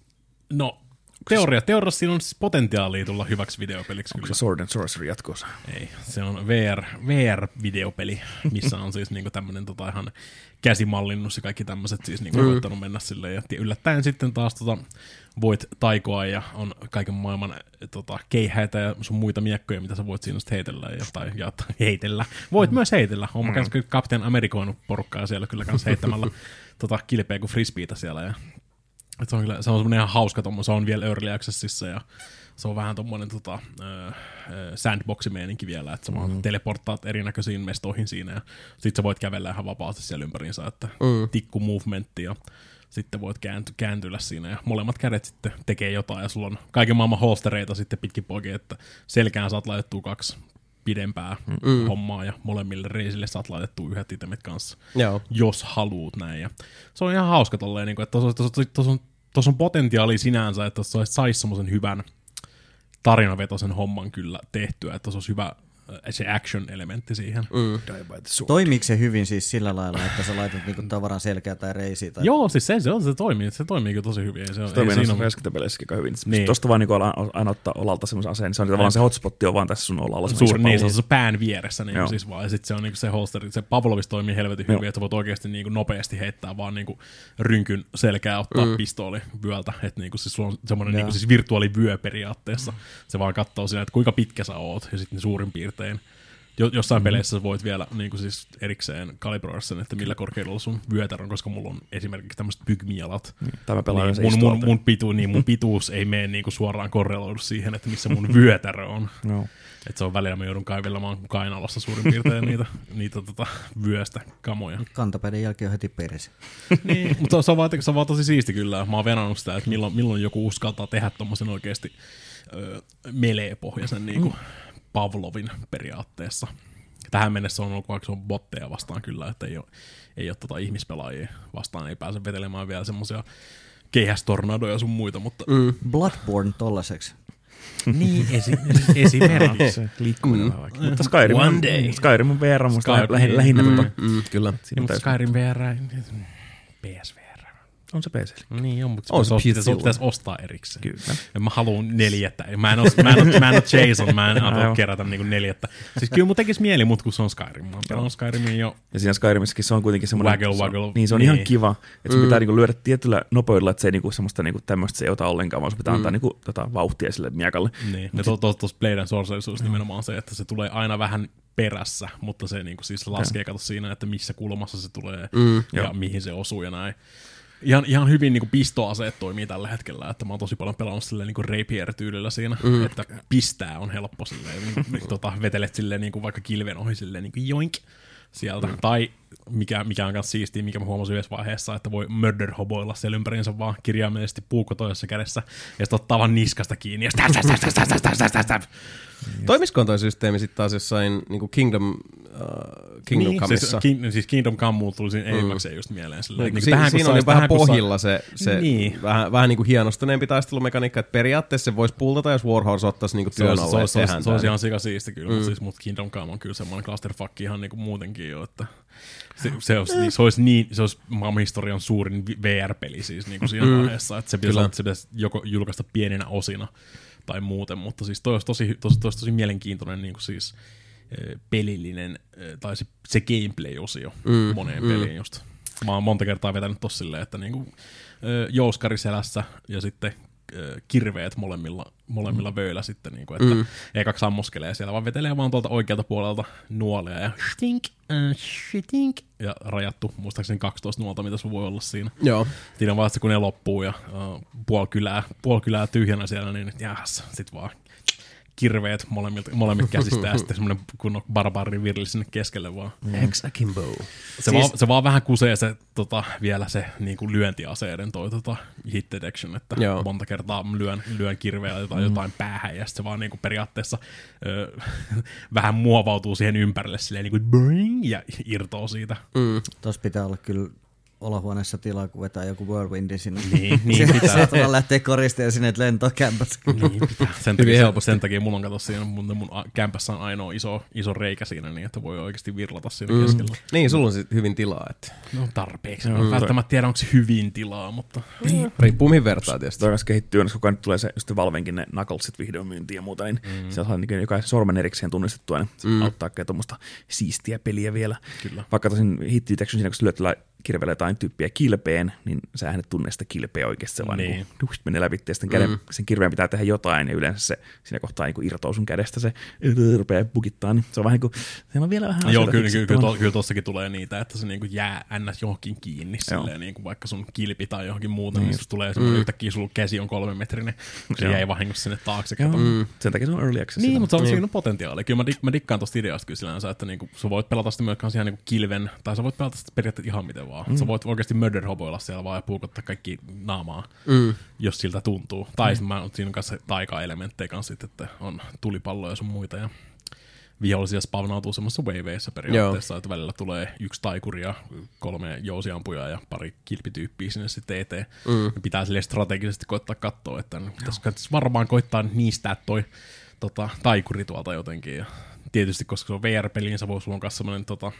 No, teoria. Teoriassa siinä on siis potentiaalia tulla hyväksi videopeliksi. Onko kyllä. se Sword and Sorcery jatkossa? Ei, se on V R, V R-videopeli, missä on siis niinku tämmönen tota ihan käsimallinnus ja kaikki tämmöiset siis niinku mm. koittanut mennä silleen. Ja yllättäen sitten taas tota, voit taikoa ja on kaiken maailman tota, keihäitä ja sun muita miekkoja, mitä sä voit siinä sitten heitellä ja, tai, ja heitellä. Voit mm. myös heitellä. Oon mä mm. Captain Americoinut porukkaa siellä kyllä kanssa heittämällä tota, kilpeä kuin frisbeitä siellä. Ja, se on, kyllä, se on semmoinen ihan hauska tommo, se on vielä early accessissa ja se on vähän tommonen tota, äh, sandboxi-meininki vielä, että sä vaan mm. teleporttaat erinäköisiin mestoihin siinä ja sit sä voit kävellä ihan vapaasti siellä ympäriinsä, että mm. tikku movementti ja sitten voit käänty, kääntyillä siinä ja molemmat kädet sitten tekee jotain ja sulla on kaiken maailman holstereita sitten pitkin poikin, että selkään saat laitettua kaksi pidempää mm. hommaa ja molemmille reisille saat laitettua yhdet itemit kanssa, Joo. jos haluut näin. Ja se on ihan hauska tolleen, niin että tuossa on, on, on potentiaali sinänsä, että tuossa saisi semmoisen hyvän tarinavetoisen homman kyllä tehtyä, että tuossa olisi hyvä se action-elementti siihen. Mm. Toimiiko se hyvin siis sillä lailla, että sä laitat niinku tavaran selkeä tai reisiä? Tai... Joo, siis se, se, on, se toimii. Se toimii kyllä tosi hyvin. Se, se toimii noissa reskintäpeleissäkin aika hyvin. Niin. Tuosta vaan niinku aina ottaa olalta semmoisen aseen. Se on tavallaan se hotspotti on vaan tässä sun olalla. Suuri, niin, se on se pään vieressä. Niin siis vaan. Ja sitten se on niinku se holsteri. Se Pavlovis toimii helvetin hyvin, että sä voit oikeasti niinku nopeasti heittää vaan niinku rynkyn selkää ottaa mm. pistooli vyöltä. Että niinku siis sulla on semmoinen niinku siis virtuaalivyö periaatteessa. Se vaan katsoo siinä, että kuinka pitkä sä oot. Ja sitten suurin piirtein jossain mm-hmm. peleissä sä voit vielä niin kuin siis erikseen kalibroida sen, että millä korkeudella sun vyötär on, koska mulla on esimerkiksi tämmöiset pygmialat. Mm. Tämä pelaa niin, mun, mun, mun, pitu, niin mun pituus ei mene niin kuin suoraan korreloidu siihen, että missä mun vyötär on. No. Että se on välillä, mä joudun kaivelemaan kainalossa suurin piirtein niitä, niitä tota, vyöstä kamoja. Kantapäiden jälkeen on heti perässä. Niin, mutta se on, vaan, se on vaan tosi siisti kyllä. Mä oon venannut sitä, että milloin, milloin joku uskaltaa tehdä tommosen oikeasti öö, melee-pohjaisen niin kuin mm. Pavlovin periaatteessa. Tähän mennessä on ollut, vaikka se on botteja vastaan kyllä, että ei ole, ei ole tota ihmispelaajia vastaan, ei pääse vetelemään vielä semmoisia keihästornadoja sun muita, mutta... Mm. Bloodborne tollaiseksi. Niin, esi- esimerkiksi. Liikkuminen mm. vaikka. Mutta Skyrim on, Skyrim on V R, musta Skyrim, lähinnä, lähinnä mm, tota. Mm, kyllä. Niin, mutta Skyrim V R, P S V R. On se P C. Niin on, mutta on se pitäisi, pitäisi ostaa erikseen. Kyllä. Ja mä haluun neljättä. Mä en ole, mä en ole, mä en ole Jason, mä en halua kerätä niinku neljättä. Siis kyllä mun tekisi mieli, mutta kun se on Skyrim. Mä oon Skyrimin jo. Ja siinä Skyrimissakin se on kuitenkin semmoinen... Waggle, waggle. Niin, se on niin. ihan kiva. Että sun mm. pitää niinku lyödä tietyllä nopeudella, että se ei niinku semmoista niinku tämmöistä se ei ota ollenkaan, vaan sun pitää mm. antaa niinku tota vauhtia sille miekalle. Niin. Ja tuossa to, Blade and Sorcery nimenomaan se, että se tulee aina vähän perässä, mutta se niinku siis laskee, kato siinä, että missä kulmassa se tulee mm. ja Joo. mihin se osuu ja näin. Ihan, ihan hyvin niin kuin pistoaseet toimii tällä hetkellä, että mä oon tosi paljon pelannut silleen niin kuin Rapier-tyylillä siinä, mm. että pistää on helppo silleen, niin, tota, vetelet silleen niin kuin vaikka kilven ohi silleen niin kuin joink sieltä. Mm. Tai mikä, mikä on myös siistiä, mikä mä huomasin yhdessä vaiheessa, että voi murder-hoboilla siellä ympäriinsä vaan kirjaimellisesti puukko toisessa kädessä ja sitten ottaa vaan niskasta kiinni ja stab, stab, stab, stab, stab, stab, stab, stab, stab. Toimisikoon toi systeemi sitten taas jossain niin kuin Kingdom, uh, Kingdom niin, Comeissa? Siis, kin, siis Kingdom Come mulla tuli siinä enimmäkseen mm. just mieleen. Sillä, niin, niin, si- tähän, siinä on vähän pohjilla se, se niin. vähän, vähän niin kuin hienostuneempi taistelumekaniikka, että periaatteessa se voisi pultata, jos Warhorse ottaisi niin kuin työn alle. Se, se, se, se olisi ihan sikasiisti kyllä, mm. mutta siis, mut Kingdom Come on kyllä semmoinen clusterfuck ihan niin kuin muutenkin jo, että se, se, olisi, niin, se, olisi niin, se olisi maailman historian suurin V R-peli siis niin kuin siinä mm. vaiheessa, että se pitäisi, se pitäisi joko julkaista pieninä osina tai muuten, mutta siis toi olisi tosi, tosi, tosi, tosi mielenkiintoinen niin kuin siis pelillinen, tai se, se gameplay-osio mm, moneen mm. peliin just. Mä oon monta kertaa vetänyt tossa silleen, että niinku, jouskari selässä ja sitten kirveet molemmilla, molemmilla vöillä sitten, niinku, että mm. ei kaksi ammuskelee siellä, vaan vetelee vaan tuolta oikealta puolelta nuolia ja stink, uh, stink, ja rajattu, muistaakseni kaksitoista nuolta, mitä sun voi olla siinä. Joo. Siinä vaan, kun ne loppuu ja uh, puoli kylää, puoli kylää tyhjänä siellä, niin jahas, sit vaan kirveet molemmilta, molemmit käsistä ja sitten semmoinen kunnon barbaarin virli sinne keskelle vaan. Ex akimbo. Se, siis... vaan, se vaan vähän kusee se tota, vielä se niinku lyöntiaseiden toi tota, hit detection, että Joo. monta kertaa lyön, lyön kirveellä jotain, mm. jotain päähän ja se vaan niinku periaatteessa ö, vähän muovautuu siihen ympärille silleen niinku boing, ja irtoo siitä. Mm. Tuossa pitää olla kyllä olohuoneessa tilaa, kun vetää joku whirlwindi sinne. Niin, niin pitää. Sieltä vaan lähtee koristeen sinne lentokämpässä. Niin pitää. Sen takia, sen takia mulla on kato siinä, mun, mun kämpässä on ainoa iso, iso reikä siinä, niin että voi oikeasti virlata siinä mm. keskellä. Niin, sulla on sit hyvin tilaa. Että... No tarpeeksi. Mm. Välttämättä tiedä, onko se hyvin tilaa, mutta... Mm. Riippuu mihin vertaa tietysti. Toi kanssa kehittyy, kun nyt tulee se just Valvenkin ne Knucklesit vihdoin myyntiin ja muuta, niin mm. siellä on niin jokaisen sormen erikseen tunnistettua, niin se mm. auttaa tuommoista siistiä peliä vielä. Kyllä. Vaikka tosin hit detection siinä, kun sä lyöt kirveellä jotain tyyppiä kilpeen, niin sä et tunne sitä kilpeä oikeasti, se vaan niin. niin kuin, menee läpi, ja sitten käden, mm. sen kirveen pitää tehdä jotain, ja yleensä se siinä kohtaa niin kuin irtoaa sun kädestä, se rupeaa bugittaa, niin se on vähän niin kuin, se on vielä vähän Joo, kyllä, kyllä, kyllä, kyllä tossakin tulee niitä, että se niin kuin jää ns johonkin kiinni, silleen, niin kuin vaikka sun kilpi tai johonkin muuta, niin, niin se tulee semmoinen mm. yhtäkkiä, sulla käsi on kolme metrinen, kun se jäi vahingossa sinne taakse. Mm. Sen takia se on early access. Niin, mutta se on siinä potentiaalia. Kyllä mä, dik- mä dikkaan tosta ideasta kyllä sillänsä, että niinku, sä voit pelata sitä myös ihan niinku kilven, tai sä voit pelata sitä periaatteessa ihan miten vaan. Mm. Sä voit oikeasti murder-hoboilla siellä vaan ja puukottaa kaikki naamaa, mm. jos siltä tuntuu. Tai mm. mä, siinä on kanssa taika-elementtejä kanssa, että on tulipalloja ja sun muita. Ja vihollisia spavnautuu semmoisessa waveissa periaatteessa, Joo. että välillä tulee yksi taikuri ja kolme jousiampujaa ja pari kilpityyppiä sinne sitten eteen. Mm. Pitää silleen strategisesti koittaa katsoa, että pitäisi varmaan koittaa niistä toi tota, taikuri tuolta jotenkin. Ja tietysti, koska se on V R-peli, niin sä voi, sulla on myös semmoinen, tota,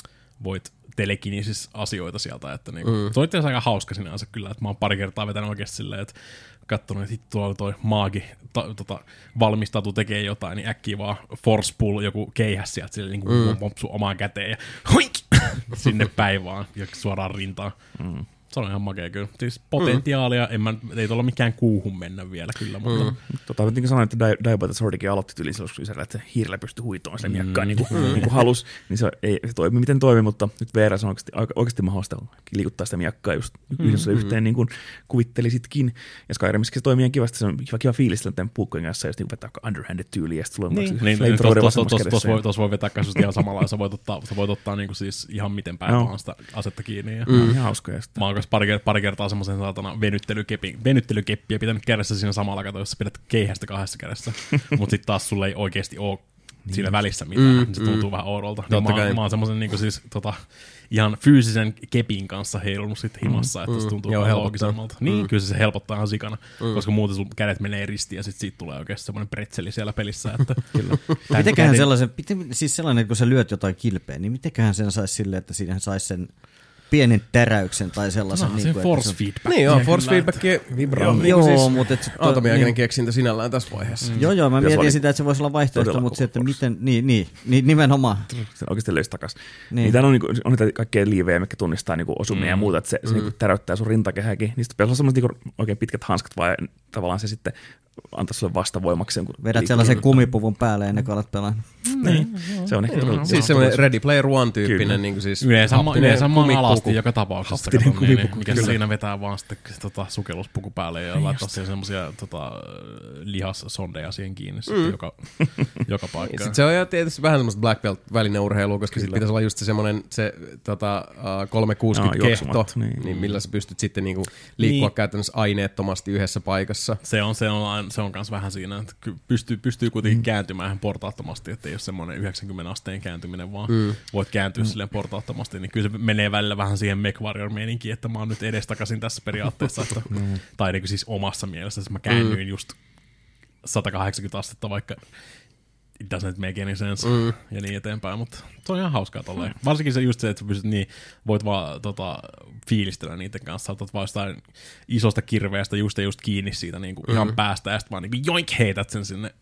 voit telekinesis asioita sieltä, että niinku, mm. se on itse asiassa aika hauska sinänsä kyllä, että mä oon pari kertaa vetänyt oikeasti silleen, että katsonut, että tuolla toi maagi ta, tota, valmistautuu tekee jotain, niin äkkiä vaan force pull joku keihäs sieltä silleen niinku mm. mopsu omaan käteen ja hoink! Sinne päin vaan ja suoraan rintaan. Mm. Se on ihan makea kyllä. Siis potentiaalia, mm. en mä, ei tuolla mikään kuuhun mennä vielä kyllä, mutta... Mm. Tota, niin kuin sanoin, että Diabata Swordikin aloitti tyliin silloin, että hiirillä pystyi huitoon sen miakkaan niin kuin, mm. niin kuin halus, niin se, ei, se toimi miten toimi, mutta nyt V R on oikeasti, oikeasti mahdollista liikuttaa sitä miakkaa just mm. yhdessä yhteen niin kuin kuvittelisitkin. Ja Skyrimissäkin se toimii ihan kivasti, se on kiva, kiva fiilis tämän puukkojen kanssa, jos niin vetää underhanded tyyliin ja sitten tulee niin. Flamethrower vasemmassa kädessä. Tuossa voi vetää kanssa ihan samalla, sä voit ottaa, sä voit ottaa niin kuin siis ihan miten päin vaan sitä asetta kiinni. Ja mm. ihan hauskoja. Mä oon pari, pari kertaa semmoisen saatana venyttelykeppiä pitänyt kädessä siinä samalla kato, jos sä pidät keihästä kahdessa kädessä, mutta sitten taas sulle ei oikeasti ole niin. siinä välissä mitään, mm, niin se tuntuu mm. vähän oudolta. Niin mä, mä oon semmoisen niinku siis, tota, ihan fyysisen kepin kanssa heilunut sitten himassa, mm, että se tuntuu mm, vähän loogisemmalta. Mm. Niin, kyllä se helpottaa ihan sikana, mm. koska muuten sun kädet menee ristiin ja sitten siitä tulee oikeasti semmoinen pretzeli siellä pelissä. Että mitenköhän sellaisen, siis sellainen, kun sä lyöt jotain kilpeen, niin mitenköhän sen saisi silleen, että siinä saisi sen pienen täräyksen tai sellaisen. No, niin se kuin, force se feedback. Niin joo, force feedback. Joo, joo siis mutta... Atomiaikinen niin, keksintä sinällään tässä vaiheessa. Mm. Joo, joo, mä mietin sitä, että se voisi olla vaihtoehto, mutta se, että miten, niin, niin, niin nimenomaan. Se oikeasti löysi takaisin. Niin. Niitä on, on niitä kaikkea liivejä, mitkä tunnistaa niin osumia mm. ja muuta, että se, se mm. niin täräyttää sun rintakehäkin. Niistä pitäisi olla sellaiset niin oikein pitkät hanskat, vai tavallaan se sitten antaa sulle vastavoimaksi. Vedät sellaisen kumipuvun päälle ennen kuin alat pelaa. Niin, se on ehkä todella. Siis semmoinen Ready Player One-tyyppinen. Niin siis yleensä maan alasti joka tapauksessa. Mikä siinä vetää vaan sitten tota, sukelluspuku päälle ja laittaa siihen semmoisia tota, lihassondeja siihen kiinni mm. joka, joka paikkaan. Sitten se on tietysti vähän semmoista black belt-välinen urheilua, koska sitten pitäisi olla just se semmoinen se, tota, uh, kolmesataakuusikymmentä no, kehto, niin, niin millä sä pystyt sitten niinku liikkua niin. käytännössä aineettomasti yhdessä paikassa. Se on, se on, se on kans vähän siinä, että pystyy, pystyy kuitenkin mm. kääntymään ihan portaattomasti, että ei ole semmoinen yhdeksänkymmentä asteen kääntyminen, vaan mm. voit kääntyä mm. silleen portaattomasti, niin kyllä se menee välillä vähän siihen MechWarrior-meininkiin, että mä oon nyt edestakaisin tässä periaatteessa, että, mm. tai niin kuin siis omassa mielessä, että mä käännyin mm. just sata kahdeksankymmentä astetta, vaikka it doesn't make any sense, mm. ja niin eteenpäin, mutta se on ihan hauskaa tolleen. Mm. Varsinkin se just se, että pystyt niin, voit vaan tota, fiilistellä niiden kanssa, otat vaan jostain isosta kirveestä just ja just kiinni siitä niin kuin mm. ihan päästä, ja sitten vaan niin kuin joink heität sen sinne.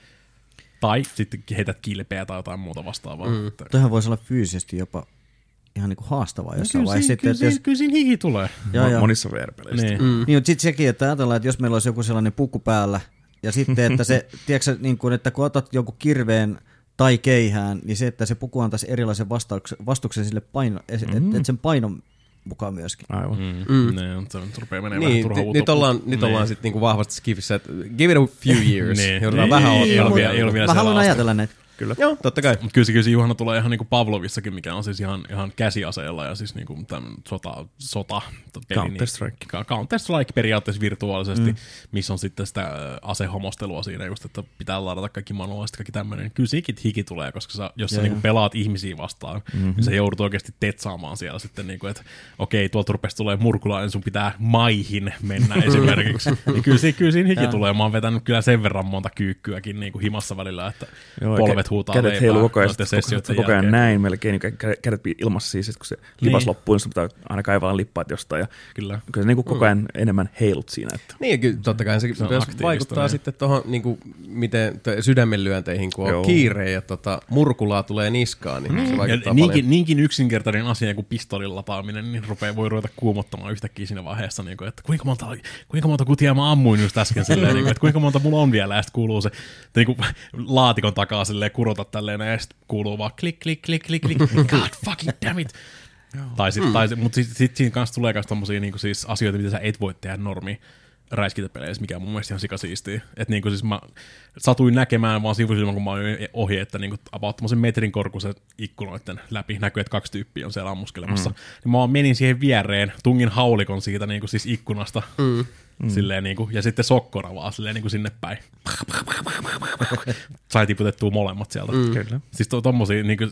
Tai sitten heität kilpeä tai jotain muuta vastaavaa. Mm. Tähän voisi olla fyysisesti jopa ihan niinku haastavaa jossain no, vaiheessa. Kyllä, kyllä, kyllä siinä hiki tulee. Ja, ja. Monissa V R-peleissä. Niin, mm. niin sitten sekin, että ajatellaan, että jos meillä olisi joku sellainen puku päällä, ja sitten, että se, tiedätkö, niin kuin, että kun otat joku kirveen tai keihään, niin se, että se puku antaisi erilaisen vastuksen sille paino, mm. että et sen painon mukaan myöskin. Aivan. Mm. Mm. Ne, on, se rupeaa menemään niin, vähän turha nyt ollaan, nyt ollaan sitten niinku vahvasti skifissä, että give it a few years. niin. Joudutaan niin. vähän odottaa. Mä haluan ajatella näitä. Kyllä. Joo, totta kai. Mutta kyllä se, kyllä se Juhana tulee ihan niinku Pavlovissakin, mikä on siis ihan, ihan käsiaseella ja siis niinku tämän sota, sota peli, Counter-Strike. Niin, Counter-Strike periaatteessa virtuaalisesti, mm. missä on sitten sitä asehomostelua siinä just, että pitää ladata kaikki manuaaliset, kaikki tämmöinen. Kyllä sekin hiki tulee, koska sä, jos sä niinku pelaat ihmisiä vastaan, mm-hmm. niin sä joudut oikeasti tetsaamaan siellä sitten, niinku, että okei, tuolta rupesi tulee murkulainen, sun pitää maihin mennä esimerkiksi. niin kyllä, kyllä siinä hiki tulee. Mä oon vetänyt kyllä sen verran monta kyykkyäkin niinku himassa välillä, että Joo, polvet huutaa kädet leipää. Heiluu koko ajan, koko, koko ajan näin melkein, niin kädet ilmassa siis, että kun se lipas niin. loppuu, niin sun pitää aina kaivaa lippaat jostain. Ja kyllä. Kyllä se niin koko ajan mm. enemmän heilut siinä. Että. Niin, kyllä totta kai se, se vaikuttaa niin. sitten tuohon niin miten sydämenlyönteihin, kun on kiire ja tota, murkulaa tulee niskaan, niin mm. se vaikuttaa niinkin, paljon. Niinkin yksinkertainen asia kuin pistolin lataaminen, niin rupeaa, voi ruveta kuumottamaan yhtäkkiä siinä vaiheessa, niin kuin, että kuinka monta, kuinka monta kutia mä ammuin just äsken silleen, niin kuin, että kuinka monta mulla on vielä, ja sitten kuuluu se niin kuin, laatikon takaa silleen kurota tälleen, ja sitten kuuluu vaan klik, klik, klik, klik, klik, god fucking damn it. tai sit, mm. tai, mutta sitten sit siinä kanssa tulee myös tommosia niinku siis asioita, mitä sä et voi tehdä normi räiskintäpeleissä, mikä on mun mielestä ihan sikasiistii. Että niinku siis mä satuin näkemään vaan sivusilman, kun mä olin ohi, että niinku about tommosen metrin korkuisen ikkunoiden läpi näkyy, että kaksi tyyppiä on siellä ammuskelemassa. Mm. Niin mä menin siihen viereen, tungin haulikon siitä niinku siis ikkunasta. Mm. Mm. Silleen niinku, ja sitten sokkona vaan silleen niinku sinne päin. Sai tiputettua molemmat sieltä. Mm. Kyllä. Siis to, tommosia niinku,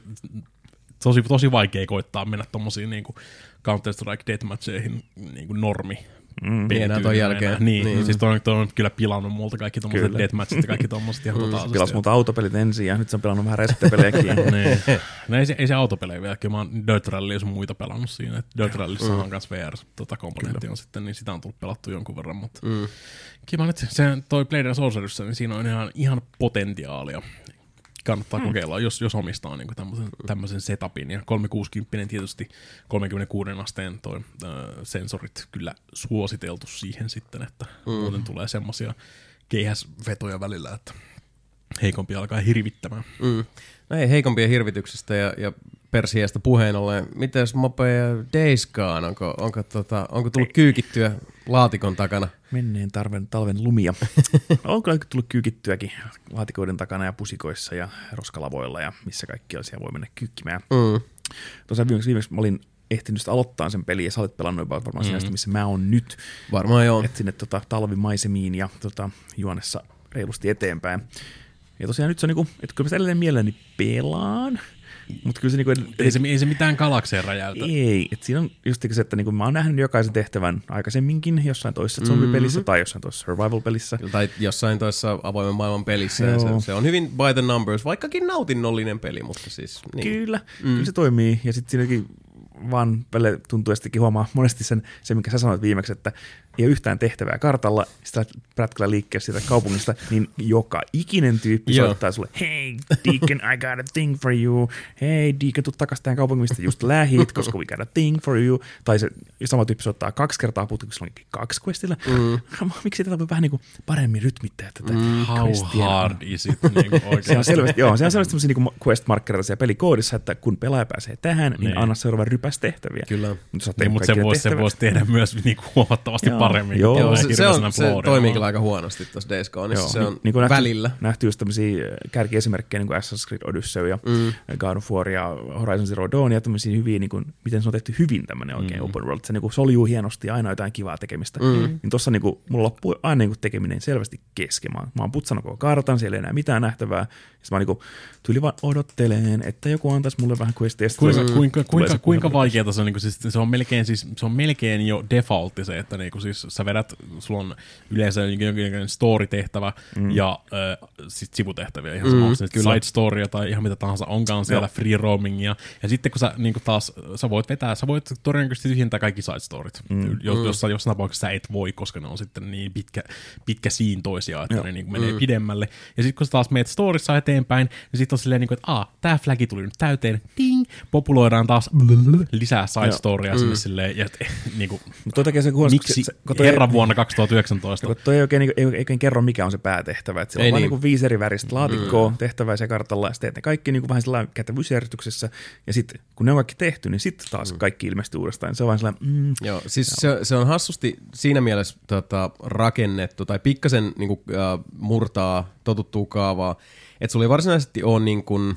tosi, tosi vaikea koittaa mennä tommosiin niinku Counter-Strike deathmatcheihin niinku normi. Mm. Niin enää ton jälkeen. Niin, niin. Siis toi on, toi on kyllä pilannut multa kaikki tommoset deathmatchit ja kaikki tommoset ihan mm. totaalisesti. Pilas multa autopelit ensin ja nyt se on pilannut vähän resettepelejäkin. niin. No ei se, ei se autopelejä vielä, kyllä mä oon Dirt Rally ja sun muita pelannut siinä. Dirt Rallyssa mm. on kans V R-komponentti tota on sitten, niin sitä on tullut pelattua jonkun verran, mutta mm. kiva nyt, se toi Blade and Sorcererissa, niin siinä on ihan, ihan potentiaalia. Kannattaa mm. kokeilla, jos, jos omistaa niin tämmöisen, tämmöisen setupin. Ja kolmesataakuusikymmentä tietysti kolmekymmentäkuusi asteen toi, äh, sensorit kyllä suositeltu siihen sitten, että mm. muuten tulee semmosia keihäsvetoja välillä, että heikompi alkaa hirvittämään. Mm. No ei heikompia hirvityksestä ja, ja persiestä puheen ollen. Mites Mope ja Days Gone? Onko, onko, tota, onko tullut kyykittyä laatikon takana? Menneen tarven, talven lumia. On kyllä tullut kyykittyäkin laatikoiden takana ja pusikoissa ja roskalavoilla ja missä kaikki siellä voi mennä kyykkimään. Mm. Tosiaan viimeksi, viimeksi mä olin ehtinyt aloittaa sen pelin ja sä olit pelannut varmaan mm. sinästä, missä mä oon nyt. Varmaan joo. Et sinne tota, talvimaisemiin ja tota, juonessa reilusti eteenpäin. Ja tosiaan nyt se on niinku, että kyllä mä edelleen mielelläni pelaan, mutta kyllä se niinku... Ei se, ei se mitään galakseen räjältä. Ei, että siinä on just se, että niinku mä oon nähnyt jokaisen tehtävän aikaisemminkin jossain toisessa zombipelissä mm-hmm. tai jossain toisessa survival-pelissä. Tai jossain toisessa avoimen maailman pelissä. Ja se, se on hyvin by the numbers, vaikkakin nautinnollinen peli, mutta siis... Niin. Kyllä, mm. kyllä se toimii ja sitten siinäkin vaan pelle tuntuu jostakin huomaa monesti sen, se, minkä sä sanoit viimeksi, että ei ole yhtään tehtävää kartalla, sitä prätkällä liikkeessä siitä kaupungista, niin joka ikinen tyyppi Joo. soittaa sulle, hey Deacon, I got a thing for you, hey Deacon, tuu takas tähän kaupungista just lähit, koska we got a thing for you, tai se sama tyyppi soittaa kaksi kertaa puhuttu, kun sulla onkin kaksi questillä. Mm. Miksi tätä voi vähän niin kuin paremmin rytmittää tätä mm. questia? How hard is it? Niin se on selvästi, joo, se on selvästi sellaisia niin quest-markkereita siellä pelikoodissa, että kun pelaaja pääsee tähän, niin, niin anna seuraavan rypäs tehtäviä. Kyllä. Mutta niin, mut se voisi se vois tehdä myös niin huomattavasti joo. paremmin. Joo, joo se, se, on, se toimii kyllä aika huonosti tuossa Days Goneissa, se on niin, niin välillä. Nähty, nähty just tämmöisiä kärkiesimerkkejä, niin kuin Assassin's Creed Odyssey ja mm. God of War ja Horizon Zero Dawn ja tämmöisiä hyviä, niin kuin, miten se on tehty hyvin tämmöinen oikein mm. open world. Se niin kuin soljuu hienosti ja aina jotain kivaa tekemistä. Mm. Niin tossa niin kuin, mulla loppui aina niin kuin tekeminen selvästi kesken. Mä, mä oon putsannut koko kartan, siellä ei enää mitään nähtävää. Sitten mä niin kuin, tyyli vaan odottelen, että joku antaisi mulle vähän questia. Kuinka, mm. kuinka, kuinka, kuinka vaikeaa se on? Niin kuin, siis, se, on melkein, siis, se on melkein jo defaultti se, että niin kuin, siis, sä vedät, sulla on yleensä jonkinlainen story-tehtävä mm. ja äh, sit sivutehtäviä. Ihan mm, sama, side storya tai ihan mitä tahansa onkaan siellä, Joo. free roamingia. Ja sitten kun sä niin kuin taas, sä voit vetää, sä voit todennäköisesti tyhjentää kaikki side storit. Mm. Jos, mm. jossain, jossain tapauksessa sä et voi, koska ne on sitten niin pitkä, pitkä siintoisia, että Joo. ne niin kuin menee mm. pidemmälle. Ja sitten kun sä taas meet storissa eteenpäin, niin sitten on silleen, niin kuin, että aah, tää flagi tuli nyt täyteen, ding, populoidaan taas lisää side storya mm. sinne silleen, ja niin kuin, miksi se, herran vuonna kaksituhattayhdeksäntoista? Kun toi ei oikein, ei, ei oikein kerro, mikä on se päätehtävä. Että siellä ei on niin. vaan niin viisi eri väristä laatikkoa, mm. tehtäväisiä kartalla, ja sitten ne kaikki niin kuin vähän sellainen kätevyysjärjestyksessä, ja sitten kun ne on kaikki tehty, niin sitten taas mm. kaikki ilmestyy uudestaan. Se on vaan sellainen... Mm, Joo, siis se, se on hassusti siinä mielessä tota, rakennettu, tai pikkasen niin kuin, äh, murtaa totuttua kaavaa, että sulla ei varsinaisesti ole niin kuin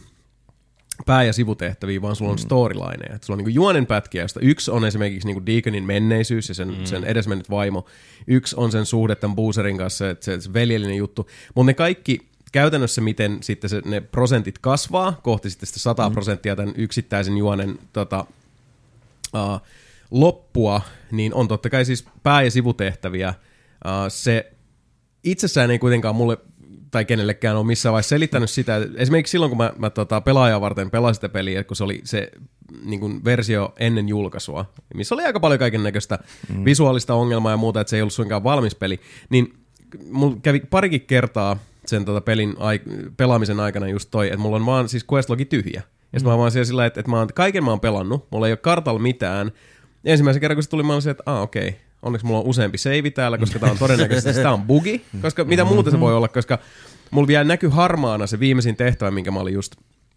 pää- ja sivutehtäviä, vaan sulla on mm. storylineja. Sulla on niinku juonenpätkiä, josta yksi on esimerkiksi niinku Deaconin menneisyys ja sen, mm. sen edesmennyt vaimo. Yksi on sen suhde tämän Boozerin kanssa, se, se veljellinen juttu. Mutta ne kaikki käytännössä, miten sitten se, ne prosentit kasvaa kohti sitten sitä sata prosenttia tämän yksittäisen juonen tota, uh, loppua, niin on totta kai siis pää- ja sivutehtäviä. Uh, se itsessään ei kuitenkaan mulle tai kenellekään ole missään vaiheessa selittänyt sitä. Esimerkiksi silloin, kun mä, mä tota, pelaajaa varten pelasin sitä peliä, kun se oli se niin kuin versio ennen julkaisua, missä oli aika paljon kaiken näköistä mm. visuaalista ongelmaa ja muuta, että se ei ollut suinkaan valmis peli, niin mulla kävi parikin kertaa sen tota, pelin ai- pelaamisen aikana just toi, että mulla on vaan siis questlogi tyhjä. Ja sitten mm. mä oon vaan siellä sillä, että, että mä oon, kaiken mä oon pelannut, mulla ei ole kartalla mitään. Ensimmäisen kerran, kun se tuli, mä olin että ah okei, okay. Onneksi mulla on useampi save täällä, koska tää on todennäköisesti, sitä on bugi, koska mitä muuta se voi olla, koska mulla vielä näkyy harmaana se viimeisin tehtävä, minkä mä olin just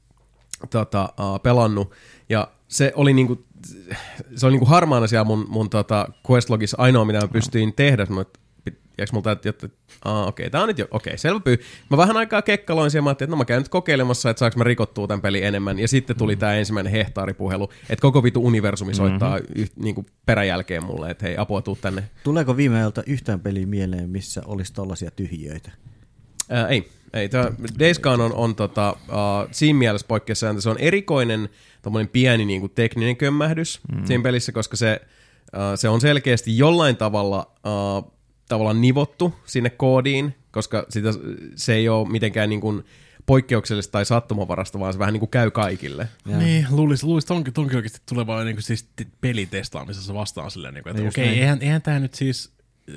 tota, uh, pelannut, ja se oli niinku, se oli niinku harmaana siellä mun, mun tota, questlogissa ainoa, mitä mä pystyin tehdä, että jääks multa, että, että aa, okei, okay, tää on nyt jo, okei, okay, selvä pyy. Mä vähän aikaa kekkaloin siihen, mä ajattelin, että no mä käyn nyt kokeilemassa, että saaks mä rikottua tämän pelin enemmän, ja sitten tuli mm. tää ensimmäinen hehtaaripuhelu, että koko vitu universumi soittaa mm-hmm. yht, niinku peräjälkeen mulle, että hei, apua, tuu tänne. Tuleeko viime ajalta yhtään peliä mieleen, missä olisi tollaisia tyhjiöitä? Ää, ei, ei. Tämä Days Gone on, on tota, uh, siinä mielessä poikkeussääntö. Se on erikoinen tommoinen pieni niin kuin tekninen kömmähdys mm. siinä pelissä, koska se, uh, se on selkeästi jollain tavalla, uh, tavallaan nivottu sinne koodiin, koska sitä, se ei ole mitenkään niin kuin poikkeuksellista tai sattumavarasta, vaan se vähän niin kuin käy kaikille. Ja. Niin, luulisi, luulisi tonkin, tonkin oikeasti tulevaa niin kuin siis pelitestaamisessa vastaan silleen, niin kuin, että okei, okay, eihän, eihän tämä nyt siis...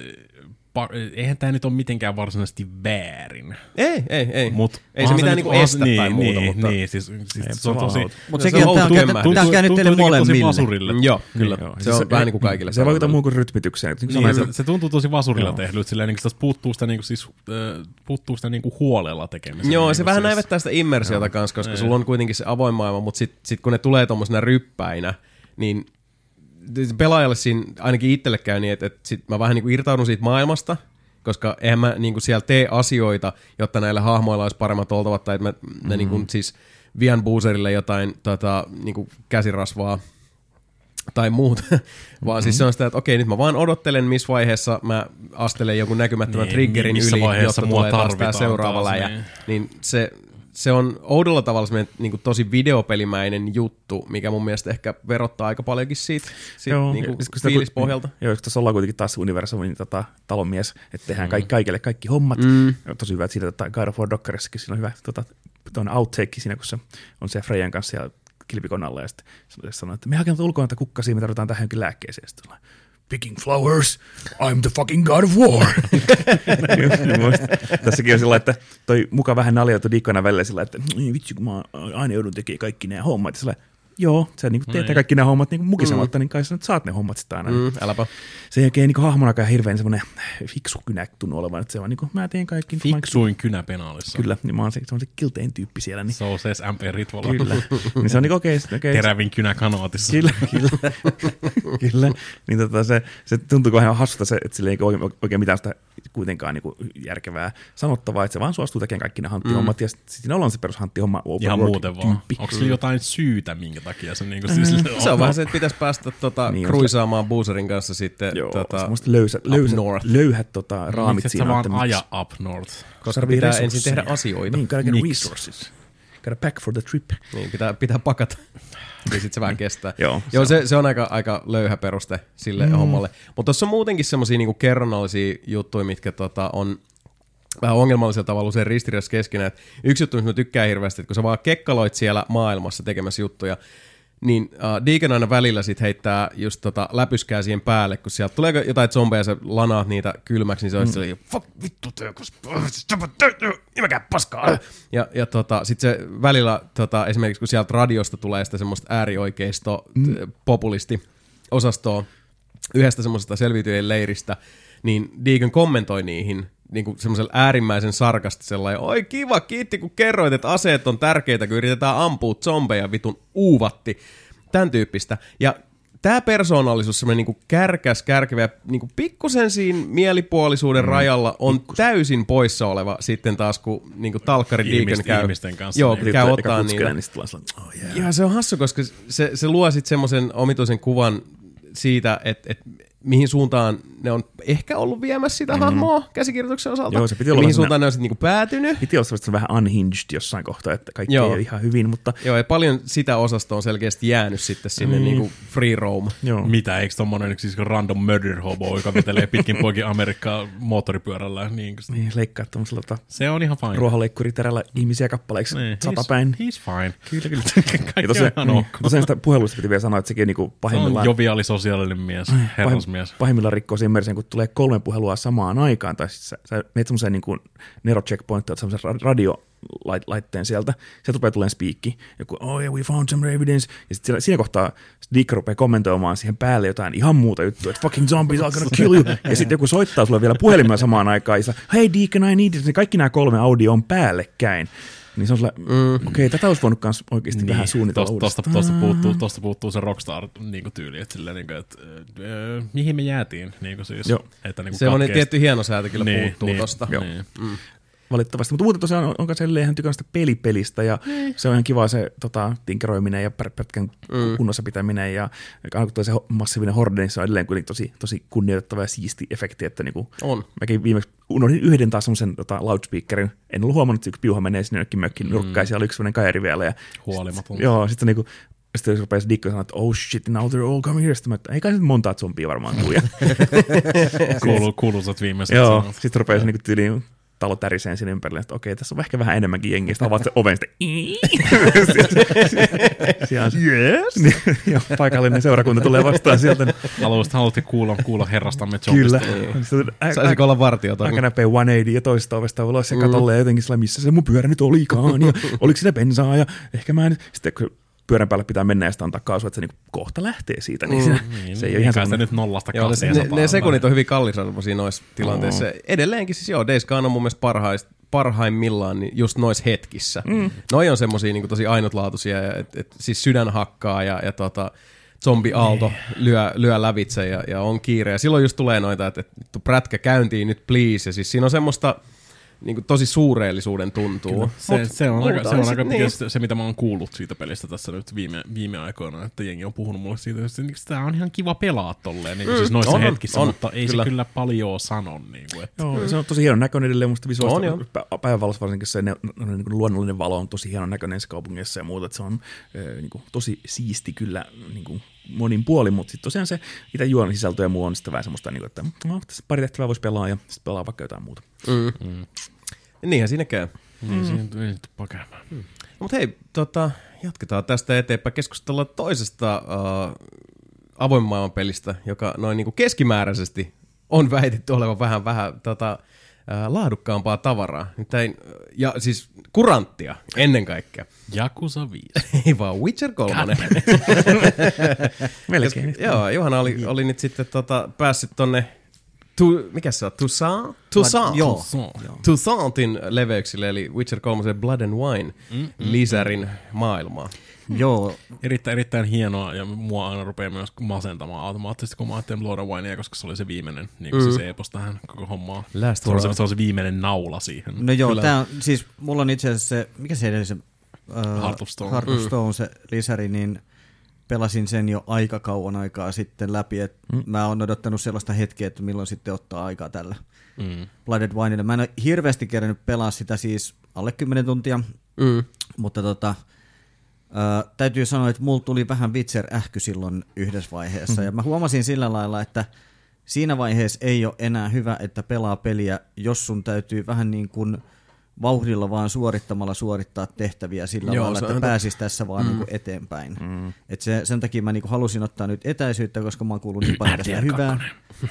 eihän tämä nyt ole mitenkään varsinaisesti väärin. Ei, ei, ei. Mut, ei se mitään niinku estä niin, tai muuta, niin, mutta... Niin, siis, siis se on tosi... Mutta sekin on käynyt teille molemmille. Vasurille. Joo, kyllä. Niin, se on vähän niin kuin kaikille. Se vaikuttaa muun kuin rytmitykseen. Niin, se, se tuntuu tosi vasurilla tehdyt, silleen niin tästä puuttuu sitä, niin kuin, siis, puuttuu sitä niin kuin huolella tekemistä. Joo, niin se vähän siis... näivettää sitä immersiota kanssa, koska ei. Sulla on kuitenkin se avoin maailma, mutta sitten sit kun ne tulee tommosena ryppäinä, niin pelaajalle siinä ainakin itselle käy niin, että, että sit mä vähän niin kuin irtaudun siitä maailmasta, koska eihän mä niin kuin siellä tee asioita, jotta näillä hahmoilla olisi paremmat oltavat, tai että mä, mm-hmm. mä niin kuin, siis vien buuserille jotain tota, niin kuin käsirasvaa tai muuta, vaan mm-hmm. siis se on sitä, että okei, nyt mä vaan odottelen, missä vaiheessa mä astelen joku näkymättömän niin, triggerin niin, yli, jotta tulee taas tää seuraava taas, läjä. Niin, niin se... Se on oudolla tavalla semmoinen niin kuin tosi videopelimäinen juttu, mikä mun mielestä ehkä verottaa aika paljonkin siitä, siitä joo, niin kuin fiilispohjalta. Joo, koska tässä ollaan kuitenkin taas universumin tota, talonmies, että tehdään mm. kaikille kaikki hommat. Mm. Tosi hyvä, että siinä tota, God of War Dockerissakin siinä on hyvä tota, outtake siinä, kun se on siellä Freyan kanssa siellä kilpikon alla, ja sitten sanoo, että me hakemaan ulkoa kukkasia, me tarvitaan tähän jonkin lääkkeeseen. Ja sitten picking flowers, I'm the fucking God of War. Tässäkin on sillä, että toi muka vähän naljoitu Dikona välillä sillä, että vitsi kun mä aina joudun tekemään kaikki nämä hommat. Ja sillä, joo, sä niin teet no kaikki nämä hommat niin mukisemalta, mm. niin kai sä nyt saat ne hommat sitä aina. Mm, äläpä. Sen jälkeen niin hahmonakaan hirveän semmoinen fiksu kynä tunnu olevan, että se on niin kuin, mä teen kaikki. Fiksuin kynä penaalissa. Kyllä, niin mä oon se, se, on se kiltein tyyppi siellä. Niin. Se on se M P Ritvola. Kyllä, niin se on niin okei. Okay, okay. Terävin kynä kanootissa. Kyllä, kyllä. kyllä. Niin tota, se, se tuntuu vähän hassusta se, että sillä ei oikein, oikein mitään sitä kuitenkaan niin kuin järkevää sanottavaa, että se vaan suostuu tekemään kaikki ne hanttihommat, mm. ja sitten siinä ollaan se perus hanttihomma. Ihan muuten vaan. Onko sillä jotain syytä, minkä takia se niin kuin siis... Mm. Se on vähän se, että pitäisi päästä tota, niin kruisaamaan Boozerin kanssa sitten joo, tota, semmoista löysät, löysät, löyhät tota, raamit no, siinä. Miksi et sä vaan aja up north? Koska pitää resursseja. Ensin tehdä asioita. Niin, gotta get resources. Gotta pack for the trip. Niin, pitää, pitää pakata. Ja sitten se vähän kestää. Joo, Joo se, se on aika, aika löyhä peruste sille mm. hommalle. Mutta tuossa on muutenkin semmosia niinku kerronnallisia juttuja, mitkä tota, on vähän ongelmallisella tavalla usein ristiriidassa keskenään. Yksi juttu, mistä mä tykkään hirveästi, että kun sä vaan kekkaloit siellä maailmassa tekemässä juttuja, niin uh, Deacon aina välillä sit heittää just tota läpyskää siihen päälle, kun sieltä tulee jotain zombeja ja sä lanaat niitä kylmäksi, niin se on mm. silleen, fuck vittu, nimäkään paskaa. Ja, ja tota, sit se välillä tota, esimerkiksi kun sieltä radiosta tulee sitä semmoista äärioikeisto mm. populisti-osastoa yhdestä semmoisesta selviytyjien leiristä, niin Deacon kommentoi niihin niinku semmoisella äärimmäisen sarkastisella ja oi kiva, kiitti kun kerroit, että aseet on tärkeitä, kun yritetään ampua zombeja vitun uuvatti. Tän tyyppistä. Ja tää persoonallisuus, semmoinen niinku kärkäs, kärkevä ja niinku pikkusen siinä mielipuolisuuden mm, rajalla on pikkusen täysin poissa oleva sitten taas, kun niinku talkkari Deacon käy. Ihmisten kanssa. Joo, niin. käy ottaa niitä. Niin oh, yeah. Ja se on hassu, koska se, se luo sitten semmoisen omituisen kuvan siitä, että et, mihin suuntaan ne on ehkä ollut viemässä sitä mm-hmm. hahmoa käsikirjoituksen osalta. Joo, se piti ja olla mihin suuntaan ne on sitten niinku päätynyt. Piti olla vähän unhinged jossain kohtaa, että kaikki Joo. ei ole ihan hyvin, mutta... Joo, ja paljon sitä osastoa on selkeästi jäänyt sitten sinne mm. niinku free roam. Joo. Mitä, eikö tommonen siis random murder hobo, joka vetelee pitkin poikin Amerikkaa moottoripyörällä? Niin, niin leikkaa tommosella tota, se on ihan fine. Ruohonleikkuriterällä ihmisiä kappaleiksi niin. satapäin. He's fine. Kyllä, kyllä. Kaikki tosiaan, on ihan ok. Tosiaan sitä puhelusta piti vielä sanoa, että sekin niinku pahimmillaan... Se on joviaali sosiaalinen mies, herrasmies. Pahimmillaan rikkoo immersion, kun tulee kolme puhelua samaan aikaan, tai siis sä, sä menet semmoiseen niin kuin Nero Checkpoint, oot semmoisen radiolaitteen sieltä, sieltä rupeaa tulemaan spiikki, joku, oh yeah, we found some evidence, ja sitten siinä kohtaa Dick rupeaa kommentoimaan siihen päälle jotain ihan muuta juttua, että fucking zombies are gonna kill you, ja sitten joku soittaa sulle vielä puhelimella samaan aikaan, ja sä, hey Deacon, I need it, ja kaikki nämä kolme audio on päällekkäin. Niin se on sellainen, mm. okei, okay, tätä olisi voinut myös oikeasti niin, vähän suunnitella tosta, uudestaan. Tosta puuttuu, tosta puuttuu se Rockstar-tyyli, että silleen, niin kuin, että äh, mihin me jäätiin. Niin siis, että, niin se on tietty hieno säätö kyllä niin, puuttuu niin, tosta. Niin. Mm. Valitettavasti, mutta muuten tosiaan on, on silleen ihan tykännyt sitä pelipelistä ja mm. se on ihan kiva se tota, tinkeroiminen ja pätkän mm. kunnossa pitäminen ja aina kun se massiivinen horde, niin se on edelleen kuitenkin tosi, tosi kunnioitettava ja siisti efekti, että niinku, on. Mäkin viimeksi unohdin yhden taas semmoisen tota, loudspeakerin, en ollut huomannut, että yksi piuha menee sinne jonnekin mökkin nurkkaan, mm. siellä oli yksi semmoinen kajeri vielä. Ja huolimaton. Sit, joo, sitten niinku, sitten se rupesi Dikko sanoa, että oh shit, now they're all coming here. Sitten mä, että ei kai nyt montaa zombia varmaan tule. Kuuluu, kuuluisat viimeiset joo, sanat. sitten rupesi niinku tyyliin talo täriseen sinne ympärille, että okei, tässä on ehkä vähän enemmänkin jengiä. Sitten avaat se oven, sitten yes. Joo, paikallinen seurakunta tulee vastaan sieltä. Haluatte kuulla, kuulla herrastamme zombista. Kyllä. Saisiko olla vartiota? Aika näpee sata kahdeksankymmentä ja toista ovesta ulos ja katolle ja jotenkin sillä, missä se mun pyörä nyt olikaan ja oliko siinä bensaa ja ehkä mä nyt. Sitten kun pyörän päälle pitää mennä ja sitä antaa kaasua, että se niinku kohta lähtee siitä. Niin mm. siinä, niin, se ei ole ihan se nyt nollasta kahteen ne, ne sekunnit on hyvin kallisarvoisia noissa tilanteissa. Oh. Edelleenkin siis joo, Days Gone on mun mielestä parhaista, parhaimmillaan niin just noissa hetkissä. Mm. Noi on semmosia niin tosi ainutlaatuisia, että et, siis sydän hakkaa ja, ja tota, zombi-aalto lyö, lyö lävitse ja, ja on kiire. Ja silloin just tulee noita, että et, prätkä käyntiin nyt please. Ja siis siinä on semmoista niin kuin tosi suureellisuuden tuntuu. Se, se on aika, se, on aika niin. se, se, mitä mä oon kuullut siitä pelistä tässä nyt viime, viime aikoina, että jengi on puhunut mulle siitä, että tämä on ihan kiva pelaa tolleen, niin mm, siis noissa on, hetkissä, on, mutta ei kyllä. Se kyllä paljon sano. Niin kuin, että. Joo, mm. se on tosi hienon näköinen edelleen, musta visuaalista päivänvalossa varsinkin se ne, niin kuin luonnollinen valo on tosi hienon näköinen kaupungissa ja muuta, että se on äh, niin kuin, tosi siisti kyllä niin kuin, monin puolin, mutta sitten tosiaan se itse juonen sisältö ja muu on sitten vähän semmoista, niin kuin, että no, tässä pari tehtävää voisi pelaa ja sitten pelaa vaikka jotain muuta. Mm. Mm. Niinhän siinä käy. Niin, mm. siinä ei tuppa käymään. Mm. No, mutta hei, tota, jatketaan tästä eteenpäin. Keskustellaan toisesta uh, avoimen maailman pelistä, joka noin niin kuin keskimääräisesti on väitetty olevan vähän, vähän tota, uh, laadukkaampaa tavaraa. Ei, ja siis kuranttia ennen kaikkea. Yakuza viisi. Ei vaan Witcher kolme. Melkein. Joo, Juhana oli, oli nyt sitten tota, päässyt tonne Tu, mikä se on? Toussaint? Toussaint. Joo. Toussaintin leveyksille, eli Witcher kolme Blood and Wine mm, lisärin mm. maailmaa. Joo. Erittäin, erittäin hienoa, ja mua aina rupeaa myös masentamaan automaattisesti, kun mä ajattelin Blood and Winea, koska se oli se viimeinen, niin kuin mm. se epos tähän koko hommaan. Se on se, se on se viimeinen naula siihen. No joo, tää on, siis mulla on itse asiassa se, mikä se edellisen? Uh, Heart of Stone. Heart of Stone, mm. se lisäri, niin pelasin sen jo aika kauan aikaa sitten läpi, että mm. mä oon odottanut sellaista hetkeä, että milloin sitten ottaa aikaa tällä mm. Blooded Winelle. Mä en ole hirveästi kerännyt pelaa sitä siis alle kymmenen tuntia, mm. mutta tota, äh, täytyy sanoa, että mulla tuli vähän Witcher-ähky silloin yhdessä vaiheessa, mm. ja mä huomasin sillä lailla, että siinä vaiheessa ei ole enää hyvä, että pelaa peliä, jos sun täytyy vähän niin kuin vauhdilla vaan suorittamalla suorittaa tehtäviä sillä Joo, lailla, että on pääsisi tässä vaan mm. niinku eteenpäin. Mm. Et se, sen takia mä niinku halusin ottaa nyt etäisyyttä, koska mä oon kuullut niin paljon tästä hyvää.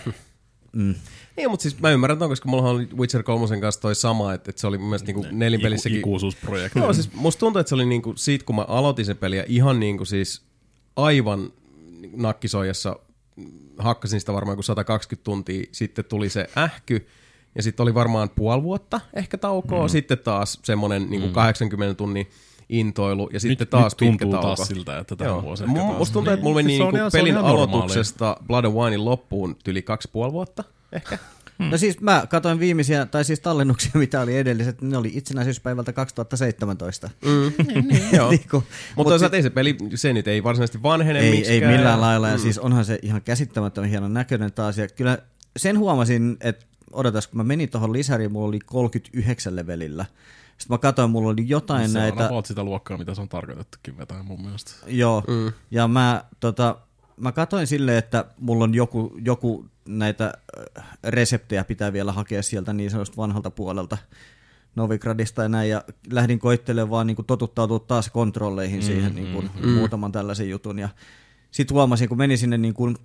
Mm. Niin, mutta siis mä ymmärrän ton, koska mulla oli Witcher kolme kanssa toi sama, että, että se oli mun mielestä niinku nelinpelissäkin. Iku, ikuisuusprojekti. Joo, siis musta tuntuu, että se oli niinku siitä, kun mä aloitin sen peliä ihan niinku siis aivan nakkisoijassa, hakkasin sitä varmaan kuin sata kaksikymmentä tuntia, sitten tuli se ähky, ja sitten oli varmaan puoli vuotta ehkä taukoa, mm. sitten taas semmoinen niin kuin kahdeksankymmenen tunnin intoilu, ja sitten nyt, taas nyt pitkä tauko. Taas siltä, että tämä vuosi ehkä taas. Musta tuntuu, että mulla meni niin, niin pelin aloituksesta Blood and Winein loppuun yli kaksi puoli vuotta ehkä. Hmm. No siis mä katsoin viimeisiä, tai siis tallennuksia, mitä oli edelliset, ne oli itsenäisyyspäivältä kaksituhattaseitsemäntoista. Mm. Joo. niin kuin, mutta toisaalta ei se peli, se nyt ei varsinaisesti vanhene ei, miksikään. Ei millään lailla, ja mm. siis onhan se ihan käsittämättömän hienon näköinen taas, ja kyllä sen huomasin, että odotas, kun mä menin tuohon lisäriin, mulla oli kolmekymmentäyhdeksän levelillä. Sitten mä katsoin, mulla oli jotain se näitä... Se on sitä luokkaa, mitä se on tarkoitettukin vetää mun mielestä. Joo, mm. ja mä, tota, mä katsoin silleen, että mulla on joku, joku näitä reseptejä pitää vielä hakea sieltä niin sanotusta vanhalta puolelta Novigradista ja näin, ja lähdin koittelemaan vaan niin kuin totuttautua taas kontrolleihin mm, siihen niin kuin mm, muutaman tällaisen jutun, ja sit huomasin, kun menin sinne niin kuin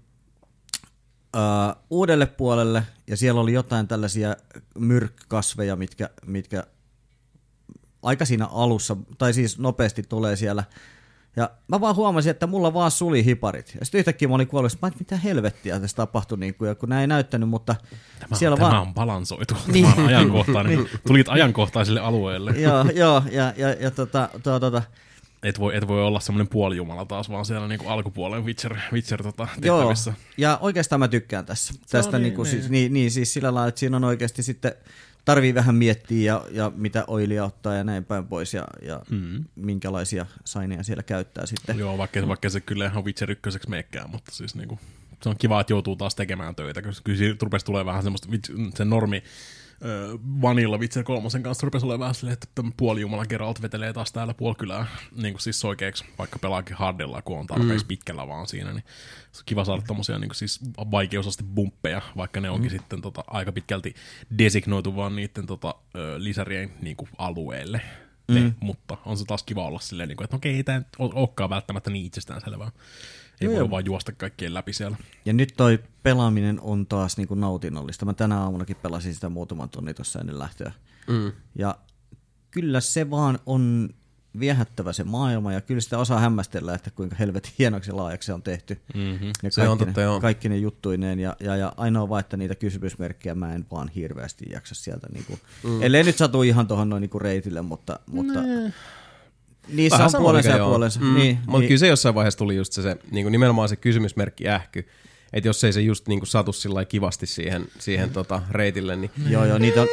Uh, uudelle puolelle, ja siellä oli jotain tällaisia myrkkasveja, mitkä, mitkä aika siinä alussa, tai siis nopeasti tulee siellä Ja mä vaan huomasin, että mulla vaan suli hiparit. Ja sitten yhtäkkiä mä olin kuollut, että mitä helvettiä tässä tapahtui, niin kuin, ja kun nää ei näyttänyt, mutta tämä, siellä tämä vaan... on balansoitu, Niin. tämä on ajankohtainen. Tulit ajankohtaiselle alueelle. Joo, joo, ja, ja, ja tota, tota, tota. Et voi, et voi olla semmoinen puolijumala taas vaan siellä niinku alkupuolen Witcher, Witcher tota, Joo, tehtävissä. ja oikeastaan mä tykkään tässä. Tästä niin, niinku, niin. siis, niin, niin, siis sillä lailla, että siinä on oikeasti sitten, tarvii vähän miettiä ja, ja mitä oilia ottaa ja näin päin pois ja, ja mm. minkälaisia saineja siellä käyttää sitten. Joo, vaikka, vaikka se kyllä ihan Witcher ykköseksi meekään, mutta siis niinku, se on kiva, että joutuu taas tekemään töitä, koska kyllä siinä rupesi tulee vähän semmoista, se normi, Vanilla Witcher kolmosen kanssa rupesi olemaan vähän silleen, että puolijumala Geralt vetelee taas täällä puolikylää niin kuin siis oikeaksi, vaikka pelaakin hardilla, kun on tarpeeksi mm. pitkällä vaan siinä, niin se on kiva saada tommosia niin kuin siis vaikeusaste bumppeja, vaikka ne onkin mm. sitten tota, aika pitkälti designoitu vaan niiden tota, lisärien niin kuin alueelle, mm. ne, mutta on se taas kiva olla silleen, niin kuin, että okei, ei tämä olekaan välttämättä niin itsestäänselvää. Ei Joo, voi jo. vaan juosta kaikkien läpi siellä. Ja nyt toi pelaaminen on taas niin kuin nautinnollista. Mä tänä aamunakin pelasin sitä muutaman tunnin tuossa ennen lähtöä. Mm. Ja kyllä se vaan on viehättävä se maailma, ja kyllä sitä osaa hämmästellä, että kuinka helvetin hienoksi ja laajaksi se on tehty. Mm-hmm. Ja se on kaikki, totta, ne, joo. kaikki ne juttuineen, ja, ja, ja ainoa vaan, että niitä kysymysmerkkejä mä en vaan hirveästi jaksa sieltä. Niin kuin, mm. ellei nyt satu ihan tuohon noin niin kuin reitille, mutta... mutta niissä vähän on puolensa ja puolensa. Mm. Niin, Mutta niin. kyllä se jossain vaiheessa tuli just se, se niin kuin nimenomaan se kysymysmerkki ähky, että jos ei se just niin kuin satu sillä kivasti siihen, siihen tota, reitille, niin... Joo, joo, niitä on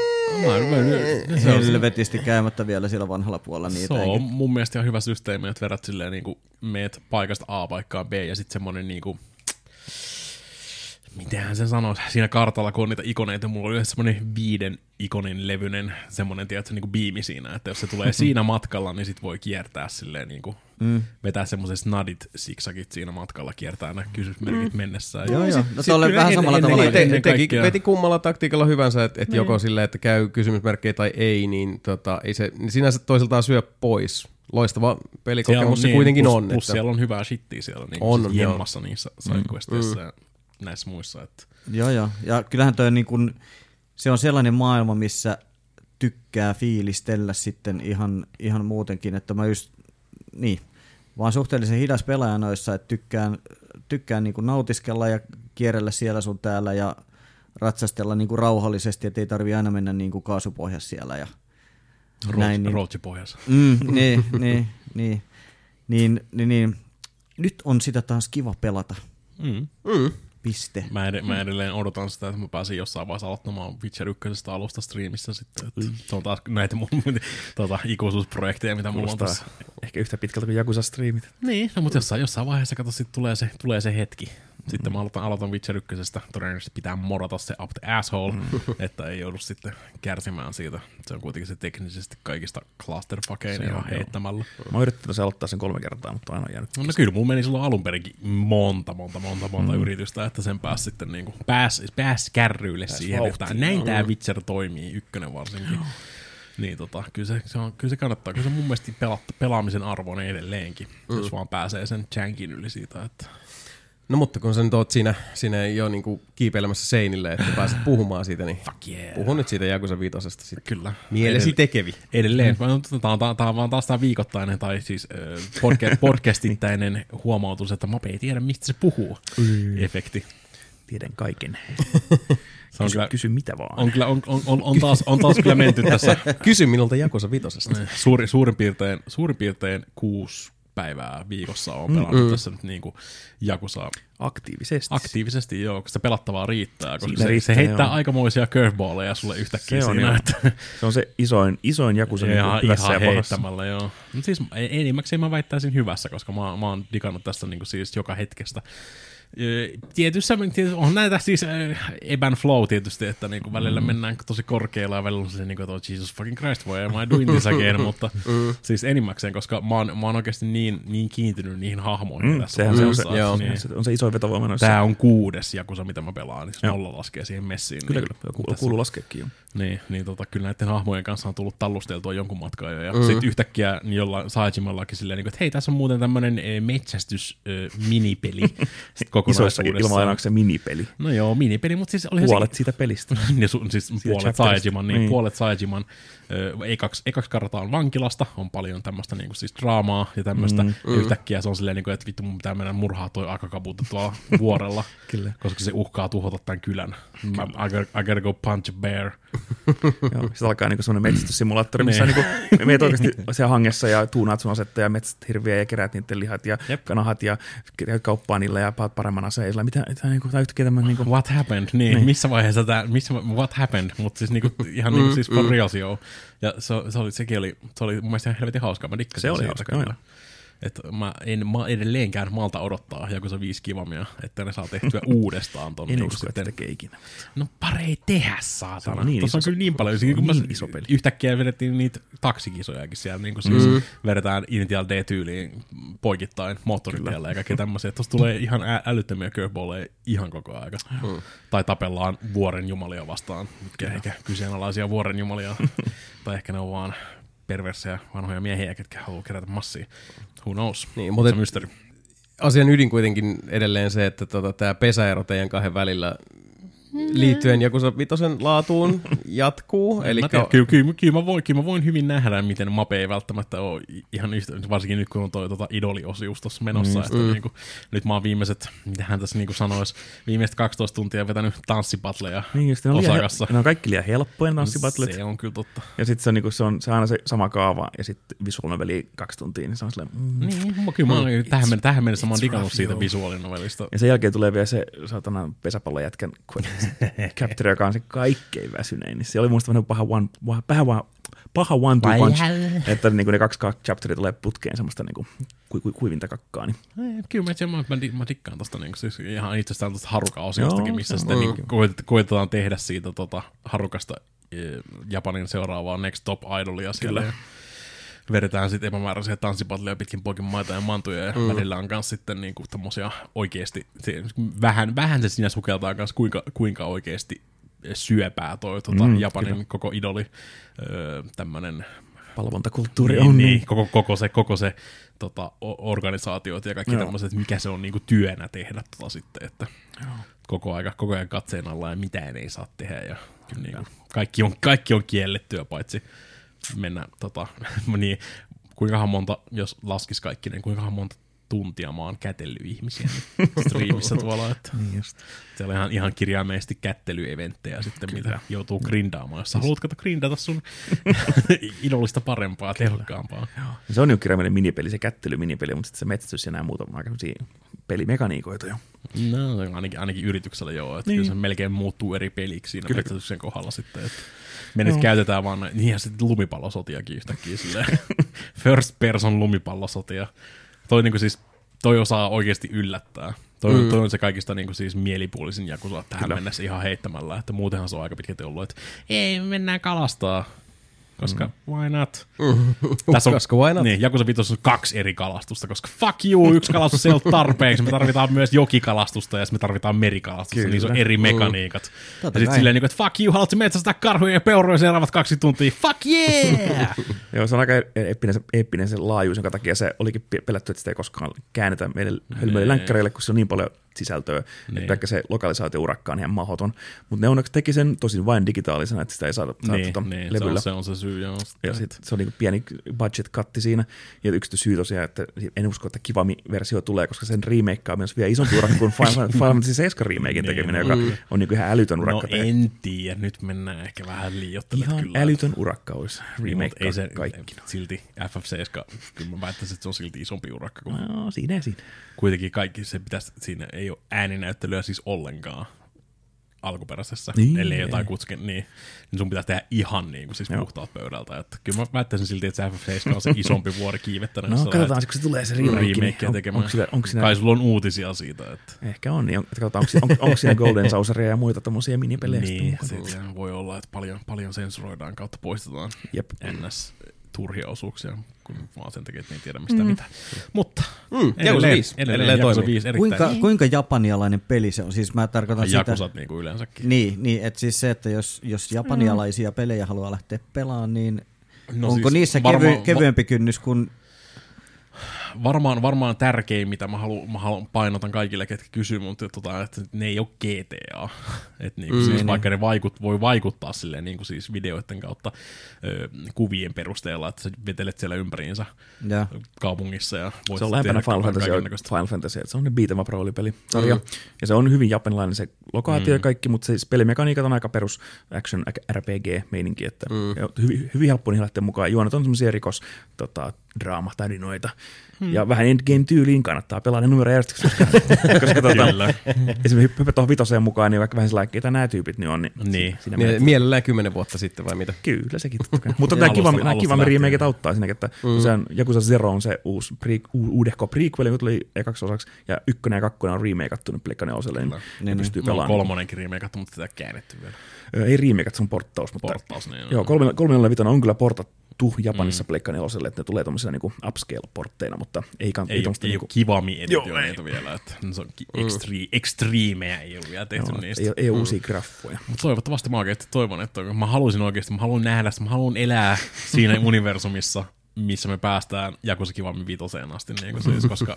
Se on helvetisti käymättä vielä siellä vanhalla puolella niitä. Se on eikä... mun mielestä ihan hyvä systeemi, että vedät silleen niinku meet paikasta A paikkaan B ja sitten semmonen niinku, mitenhän sen sanoisi, siinä kartalla kun on niitä ikoneita, mulla oli yhdessä semmonen viiden ikonin levyinen semmonen, tiedätkö, niinku biimi siinä, että jos se tulee siinä matkalla, niin sit voi kiertää silleen niinku, mm. vetää semmoiset snadit siksakit siinä matkalla, kiertää nämä kysymysmerkit mm. mennessään. Joo, ja joo, sit, no sit tuolle vähän en, samalla en, tavalla. en, Te, ennen teki, kaikkea. veti kummalla taktiikalla hyvänsä, että et joko silleen, että käy kysymysmerkkejä tai ei, niin, tota, ei se, niin sinänsä toiseltaan syö pois. Loistava pelikokemus se niin, kuitenkin plus, on. Plus että... siellä on hyvää shittiä siellä niin on, siis jemmassa niissä sidequesteissa mm. ja näissä muissa. Että. Joo, joo. Ja kyllähän toi niin kun, se on sellainen maailma, missä tykkää fiilistellä sitten ihan, ihan muutenkin, että mä just, niin, vaan suhteellisen hidas pelaaja noissa, että tykkään, tykkään niin kuin nautiskella ja kierrellä siellä sun täällä ja ratsastella niin kuin rauhallisesti, että ei tarvitse aina mennä niin kuin kaasupohjassa siellä ja näin. Niin, Roachipohjassa. mm, niin, niin, niin, niin, niin, niin. Nyt on sitä taas kiva pelata. Mm. Mm. Piste. Mä, ed- mä edelleen odotan sitä, että mä pääsin jossain vaiheessa aloittamaan Witcher ykkösestä alusta striimissä sitten. Että se on taas näitä mun tuota, ikuisuusprojekteja, mitä mulla on tässä. Ehkä yhtä pitkältä kuin Yakuza-striimit. Niin, no, mutta jossain, jossain vaiheessa kato, sit tulee se, tulee se hetki. Sitten mä aloitan, aloitan Witcher ykkösestä. Todennäköisesti pitää morata se up the asshole, mm. että ei joudu sitten kärsimään siitä. Se on kuitenkin se teknisesti kaikista clusterfuckein ihan heittämällä. Mä oon yrittänyt aloittaa sen kolme kertaa, mutta aina on jäänyt. No, no kyllä, mun meni silloin alun perinkin monta, monta, monta, monta mm. yritystä, että sen pääsi sitten niinku, pääs, pääs kärryille pääs siihen, vauhtiin. Että näin tää Witcher toimii, ykkönen varsinkin. Niin tota, kyllä se, se, on, kyllä se kannattaa, kyllä se mun mielestä pela, pelaamisen arvo on edelleenkin, mm. jos vaan pääsee sen jankin yli siitä, että... No mutta kun sä nyt oot siinä, siinä jo niinku kiipeilemässä seinille, että pääset puhumaan siitä, niin fuck yeah. Puhu nyt siitä Yakuza viitosesta sitten. Kyllä. Mielesi Edell- tekevi. Edelleen. Mm. Tämä on, on vaan taas tämä viikoittainen tai siis äh, podcast, podcastittainen huomautus, että Mape ei tiedä, mistä se puhuu. Mm. Efekti. Tiedän kaiken. Se on kysy, kyllä, kysy mitä vaan. On, kyllä, on, on, on, on, taas, on taas kyllä menty tässä. Kysy minulta Yakuza viitosesta. Suuri, suurin, piirtein, suurin piirtein kuusi päivää viikossa on pelannut mm-hmm. tässä nyt niin kuin Yakuza aktiivisesti. Aktiivisesti, joo, koska se pelattavaa riittää, koska se, riittää, se heittää joo. aikamoisia curveballeja sulle yhtäkkiä se on, siinä. Että... Se on se isoin, isoin Yakuza niin hyvässä ja pahassa. Heittämällä, joo. Mutta siis enimmäkseen mä väittäisin hyvässä, koska mä, mä oon digannut tästä niin kuin siis joka hetkestä. Tietyssä, on näitä siis ebb and flow tietysti, että niinku välillä mm. mennään tosi korkealla ja välillä on se, niinku, että oh, Jesus fucking Christ, why am I doing this again, mutta mm. siis enimmäkseen, koska mä oon, mä oon oikeasti niin, niin kiintynyt niihin hahmoihin mm, tässä. Sehän se on se, joo. Niin. Se on se iso vetovoima noissa. Tää on kuudes Yakuza, mitä mä pelaan, niin se nolla laskee siihen messiin. Kyllä, niin, kyllä, kuuluu, kuuluu laskeekin jo. Niin, niin tota, kyllä näiden hahmojen kanssa on tullut tallusteltua jonkun matkaa jo, ja mm. sitten yhtäkkiä niin jollain Saijimallakin silleen, että hei, tässä on muuten tämmönen metsästys-minipeli. Sitten isoissa ilmalainauksessa minipeli. No joo, minipeli, mutta siis oli puolet se... siitä pelistä. ja su, siis puolet Saejiman, niin, niin. puolet Saejiman. Ekaksi, ekaksi kartaan vankilasta, on paljon tämmöistä niinku siis draamaa ja tämmöistä. Mm. Ja yhtäkkiä se on silleen, niinku, että vittu mun pitää mennä murhaa toi Akakabuto tuolla vuorella, koska se uhkaa tuhota tämän kylän. Mä, I, gotta, I gotta go punch a bear. Joo, sitten alkaa niinku semmoinen metsästyssimulaattori, missä niinku, meet oikeasti siellä hangessa ja tuunaat sun asetta ja metsät hirviä ja keräät niiden lihat ja Jep. kanahat ja käyt kauppaan niillä ja paat paremman aseen. Mitä, tämä niinku, yhtäkkiä tämmöinen... Niinku... What happened? Niin, niin. Missä vaiheessa tämä, missä, what happened? Mutta siis niinku, ihan niinku siis for real joo. Ja se, se oli, sekin oli, se oli mun mielestä ihan helvetin hauskaa. Mä dikkasin se oli siitä, hauskaa, joo. Että mä en mä edelleenkään malta odottaa joku se viisi kivamia, että ne saa tehtyä uudestaan ton. En niin usko, että tekee ikinä. No parei tehdä, saatana. Niin Tuossa on kyllä niin paljon. Niin niin iso peli. Yhtäkkiä vedettiin niitä taksikisojakin siellä, niin kuin siis mm. vedetään Initial D-tyyliin poikittain moottoritiellä ja kaikki tämmöisiä. Tuossa tulee ihan ä- älyttömiä curveballeja ihan koko aika. Mm. Tai tapellaan vuoren jumalia vastaan, mitkä ehkä kyseenalaisia vuoren jumalia. Tai ehkä ne on vaan perversejä vanhoja miehiä, ketkä haluaa kerätä massia. Who knows? Niin, mutta mysteeri. Asian ydin kuitenkin edelleen se, että tota, tämä pesäero teidän kahden välillä liittyen Yakuza Vitosen laatuun jatkuu. Eli ka- kyllä, kyllä, kyllä, mä voin, kyllä mä voin hyvin nähdä, miten Mape ei välttämättä ole ihan yhtä, varsinkin nyt kun on toi tota, idoli-osuus tuossa menossa. Mm, että mm. Niinku, nyt mä oon viimeiset, mitä hän tässä niinku sanoisi, viimeiset kaksitoista tuntia vetänyt tanssipatleja niin, just, ne on Osakassa. Liian, ne on kaikki liian helppoja tanssipatlet. Se on kyllä totta. Ja sitten se on, niinku, se on se aina se sama kaava ja sitten visuaalinoveli kaksi tuntia, niin se on silleen... Mm, niin, mä, kyllä mä oon tähän, tähän mennessä mä oon digannut siitä visuaalinovelista. Ja sen jälkeen tulee vielä se saatana pesäpallojätkän Capture, joka on se kaikkein väsynein, niin se oli musta vähän paha one, paha, paha one two punch, että niin ne kaksi chapteria tulee putkeen semmoista niin kuin ku, ku, kuivinta kakkaa. Niin. Kyllä mä, mä, mä dikkaan tosta niin siis ihan itsestään tuosta Haruka-osiostakin, missä mm. sitten niin kuin, koitetaan tehdä siitä tota, Harukasta Japanin seuraavaa Next Top Idolia siellä. Ja vedetään sitten epämääräisiä tanssipatleja pitkin poikin maita ja mantuja, ja mm. välillä on myös sitten niinku tommosia oikeesti, vähän, vähän se siinä sukeltaa myös kuinka, kuinka oikeesti syöpää toi tota, mm, Japanin kyllä. koko idoli, öö, tämmönen palvontakulttuuri niin, on. Niin, niin. koko, koko se, koko se tota, organisaatiot ja kaikki tämmöiset, mikä se on niinku työnä tehdä tota sitten, että Joo. koko ajan, koko ajan katseen alla ja mitään ei saa tehdä, ja niinku, kaikki, on, kaikki on kiellettyä, paitsi mennä, tota, niin, kuinkahan monta, jos laskisi kaikki, niin kuinkahan monta tuntia mä oon kätellyt ihmisiä striimissä tuolla, että niin siellä on ihan, ihan kirjaimellisesti kättelyeventtejä sitten, Kyllä. mitä joutuu grindaamaan. Jos sä haluatko grindata sun idollista parempaa, tehokkaampaa. Se on jo kirjaimellinen minipeli, se kättely-minipeli, mutta sitten se metsästys ja nämä muuta on aika pelimekaniikoita jo. No, ainakin, ainikin yrityksellä joo, että niin. kyllä se melkein muuttuu eri peliksi siinä kyllä. metsätyksen kohdalla sitten, että me nyt no. käytetään vaan, niin ja sitten lumipallosotiakin yhtäkkiä silleen. First person lumipallosotia. Toi, niin siis, toi osaa oikeasti yllättää. Toi, mm. toi on se kaikista niin siis mielipuolisin Yakuza tähän Kyllä. mennessä ihan heittämällä. Että muutenhan se on aika pitkälti ollut, että ei, mennään kalastaa. Koska mm. why not? Mm. Tässä on, koska why not? Niin, Yakuza Vitossa on kaksi eri kalastusta, koska fuck you, yksi kalastus ei ole tarpeeksi. Me tarvitaan myös jokikalastusta ja me tarvitaan merikalastusta. Kyllä. Niissä on eri mekaniikat. Mm. Ja sitten silleen, että fuck you, haluatko metsästää karhuja ja peuroja seuraavat kaksi tuntia? Fuck yeah! Joo, se on aika eeppinen se, eeppinen se laajuus, jonka takia se olikin pelätty, että sitä ei koskaan käännetä meille hölmöille länkkäreille, kun se on niin paljon sisältöä, niin. että se lokalisaatio-urakka on ihan mahdoton. Mutta ne onneksi teki sen tosin vain digitaalisena, että sitä ei saada niin, tuon niin, levyllä. Se on se, on se syy, joo. Ja sit se on niinku pieni budget-katti siinä. Ja yksi syy tosiaan, että en usko, että Kiwami-versio tulee, koska sen remake on myös vielä isompi urakka kuin Final Fantasy seitsemän remaken tekeminen, niin, joka mm. on niinku ihan älytön urakka. No en tiedä, nyt mennään ehkä vähän liioittelet ihan kyllä. älytön urakka olisi remake ei se, kaikki. Silti F F seitsemän, kyllä mä väittäisin, että se on silti isompi urakka. Kuin no, siinä ja siinä. Kuitenkin kaikki se pitäisi, siinä ei ole ääninäyttelyä siis ollenkaan alkuperäisessä, niin, ellei jotain kutsken, niin, niin sun pitäisi tehdä ihan niin kuin siis puhtaat pöydältä. Että kyllä mä väittäisin silti, että se F F seitsemän on se isompi vuori kiivettänyt. No katsotaan, kun se tulee se remake tekemään. Onko, onko siinä... Kai sulla on uutisia siitä. Että... Ehkä on, niin katsotaan, onko, on, onko siinä Golden Sauceria ja muita tommosia minipelejä. Niin, se voi olla, että paljon, paljon sensuroidaan kautta poistetaan Jep. ns. Turhia osuuksia, kun vaan sen takia, että ei tiedä mistään mm. mitään. Mutta mm, edelleen, viisi, edelleen, edelleen viisi kuinka, kuinka japanialainen peli se on? Siis mä tarkoitan sitä... Jakusat niin kuin yleensäkin. Niin, niin että siis se, että jos, jos japanialaisia pelejä haluaa lähteä pelaamaan, niin no onko siis niissä varma, kevy, kevyempi kynnys kuin varmaan, varmaan tärkein, mitä mä haluan, mä haluan painotan kaikille, ketkä kysyy, mutta tota, että ne ei ole G T A. Et niinku, mm, siis, vaikka ne vaikut, voi vaikuttaa silleen, niinku siis videoiden kautta ö, kuvien perusteella, että sä vetelet siellä ympäriinsä ja kaupungissa. Ja se on lähempänä Final Fantasy, Final Fantasy, että se on ne beat 'em up roolipeli. Mm. Ja se on hyvin japanilainen se lokaatio mm. ja kaikki, mutta siis pelimekaniikat on aika perus action R P G-meininki, että mm. hyvin, hyvin helppo niihin lähteä mukaan. Juonat on semmoisia rikos tota, draamatarinoita. Hmm. Ja vähän endgame-tyyliin kannattaa pelaa ne numerojärjestyksessä, koska tuota, esimerkiksi hyppä tuohon vitoseen mukaan, niin vaikka vähän sellainen, ketä nämä tyypit nyt on. Niin, niin. Siinä mielellään kymmenen vuotta sitten vai mitä? Kyllä, sekin totta kai. Mutta nämä kiva, kiva remakeit auttaa siinä, että mm. se on Yakuza Zero on se uusi pre, uudehko prequel, joka tuli ekaksi osaksi, ja ykkönen ja kakkonen on remakeattu nyt Pleikka neloselle, niin ne pystyy pelaamaan. No kolmonenkin remakeattu, mutta sitä käännetty vielä. Ei remakeat, se on porttaus. Mutta porttaus, niin. Joo, kolme nolla viisi on kyllä portattu Japanissa mm. Pleikka neloselle, että ne tulee tuommoisilla niinku upscale-portteina, mutta ei kannata. Ei, ei, ei niinku... ole kivammin editoineita vielä, että se on extreme, mm. extremeä ei ollut vielä tehty joo, niistä. Ei, ei ole uusia graffoja. Mutta toivottavasti mä oikeasti toivon, että mä haluaisin oikeasti, mä haluan nähdä sitä, mä haluan elää siinä universumissa, missä me päästään Yakuza Kiwami vitoseen asti, niin kuin siis, koska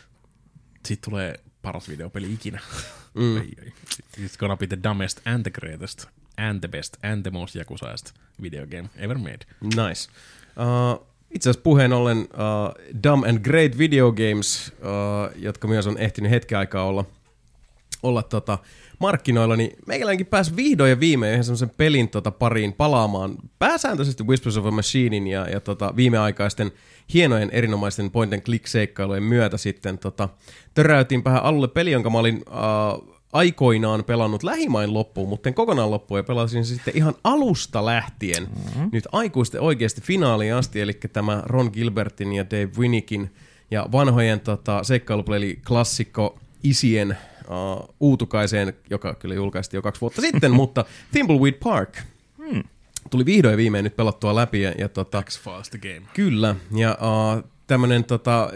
siitä tulee paras videopeli ikinä. Mm. Ei, ei. It's gonna be the dumbest and the greatest and the best and the most Yakuzaist video game ever made. Nice. Uh, itse asiassa puheen ollen uh, dumb and great video games, uh, jotka myös on ehtinyt hetken aikaa olla, olla tota, markkinoilla, niin meikäläinkin pääsi vihdoin ja viimein yhden semmoisen pelin tota, pariin palaamaan pääsääntöisesti Whispers of a Machinein ja, ja tota, viimeaikaisten hienojen erinomaisten point and click -seikkailujen myötä sitten tota, töräytin vähän alulle peli, jonka mä olin uh, aikoinaan pelannut lähimain loppuun, mutta en kokonaan loppuun ja pelasin se sitten ihan alusta lähtien mm-hmm. nyt aikuisten oikeasti finaaliin asti, eli tämä Ron Gilbertin ja Dave Winnickin ja vanhojen tota, seikkailupeli klassikko isien uh, uutukaiseen, joka kyllä julkaistiin jo kaksi vuotta sitten, mutta Thimbleweed Park. Hmm. Tuli vihdoin viimein nyt pelattua läpi. Ja, ja tota, X-Files the game. Kyllä, ja uh, tämmönen tota,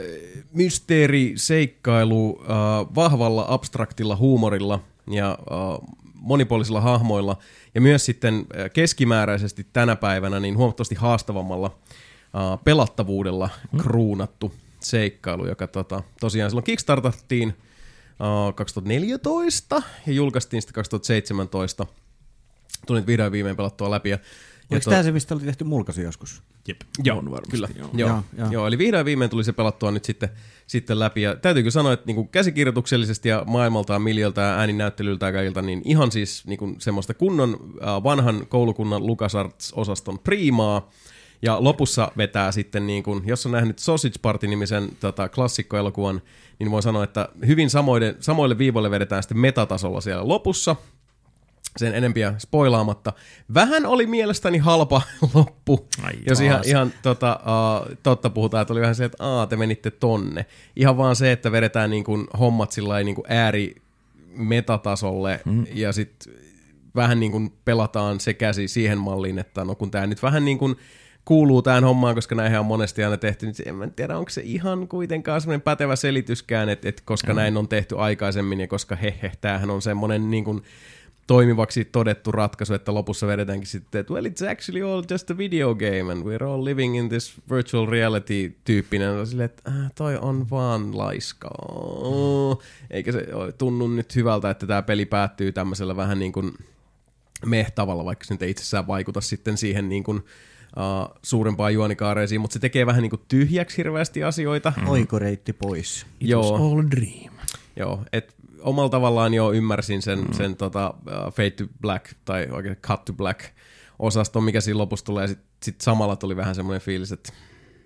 mysteeriseikkailu uh, vahvalla abstraktilla huumorilla ja uh, monipuolisilla hahmoilla, ja myös sitten uh, keskimääräisesti tänä päivänä niin huomattavasti haastavammalla uh, pelattavuudella hmm. kruunattu seikkailu, joka tota, tosiaan silloin kickstartattiin uh, kaksituhattaneljätoista ja julkaistiin sitten kaksituhattaseitsemäntoista. Tuli nyt vihdoin viimein pelattua läpi. Ja, oliko to... tämä se, mistä oli tehty mulkaisu joskus? Jep. Joo, on varmasti. Kyllä. Joo. Joo. Joo, joo. Joo, eli vihdoin viimein tuli se pelattua nyt sitten, sitten läpi. Ja täytyykö sanoa, että niinku käsikirjoituksellisesti ja maailmaltaan, miljoilta ja ääninäyttelyltä ja kaikilta, niin ihan siis niinku semmoista kunnon äh, vanhan koulukunnan LucasArts-osaston priimaa. Ja lopussa vetää sitten, niin kun, jos on nähnyt Sausage Party-nimisen tota, klassikkoelokuvan, niin voi sanoa, että hyvin samoille, samoille viivoille vedetään sitten metatasolla siellä lopussa. Sen enempiä spoilaamatta. Vähän oli mielestäni halpa loppu, ai jos ihan, ihan tota, uh, totta puhutaan, että oli vähän se, että aa, te menitte tonne. Ihan vaan se, että vedetään niin kuin hommat sillai niin kuin äärimetatasolle mm. ja sitten vähän niin kuin pelataan se käsi siihen malliin, että no kun tämä nyt vähän niin kuin kuuluu tähän hommaan, koska näinhän on monesti aina tehty, niin en tiedä, onko se ihan kuitenkaan semmoinen pätevä selityskään, että, että koska mm. näin on tehty aikaisemmin ja koska hehe, tämähän on semmoinen niin kuin toimivaksi todettu ratkaisu, että lopussa vedetäänkin sitten, että well, it's actually all just a video game and we're all living in this virtual reality-tyyppinen. Silleen, että äh, toi on vaan laiska. Oh. Eikä se tunnu nyt hyvältä, että tämä peli päättyy tämmöisellä vähän niin kuin meh-tavalla, vaikka se nyt ei itsessään vaikuta sitten siihen niin kuin Uh, suurempaan juonikaareisiin, mutta se tekee vähän niin kuin tyhjäksi hirveästi asioita. Mm. Oikoreitti pois. It Joo. was all a dream. Joo, et omalla tavallaan jo ymmärsin sen, mm. sen tota, uh, Fade to Black tai oikein Cut to Black -osaston, mikä siinä lopussa tulee, ja sitten sit samalla tuli vähän semmoinen fiilis, että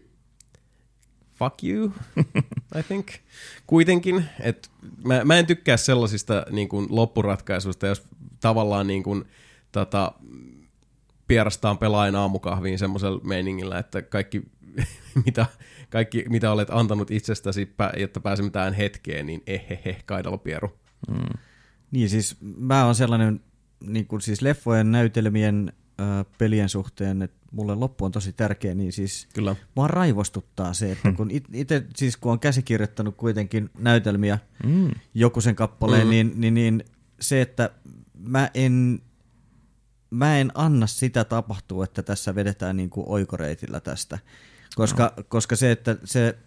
fuck you, I think. Kuitenkin, että mä, mä en tykkää sellaisista niin kuin loppuratkaisuista, jos tavallaan niin kuin, tota, pierastaan pelaajan aamukahviin semmoisella meiningillä, että kaikki mitä, kaikki, mitä olet antanut itsestäsi, jotta pääsemme tähän hetkeen, niin ehehe, kaidalopieru. Mm. Niin siis mä oon sellainen niin kuin siis leffojen, näytelmien, äh, pelien suhteen, että mulle loppu on tosi tärkeä, niin siis kyllä. Mua raivostuttaa se, että kun itse siis kun on käsikirjoittanut kuitenkin näytelmiä mm. joku sen kappaleen, mm. niin, niin, niin se, että mä en Mä en anna sitä tapahtua, että tässä vedetään niin kuin oikoreitillä tästä, koska, no. koska se, että se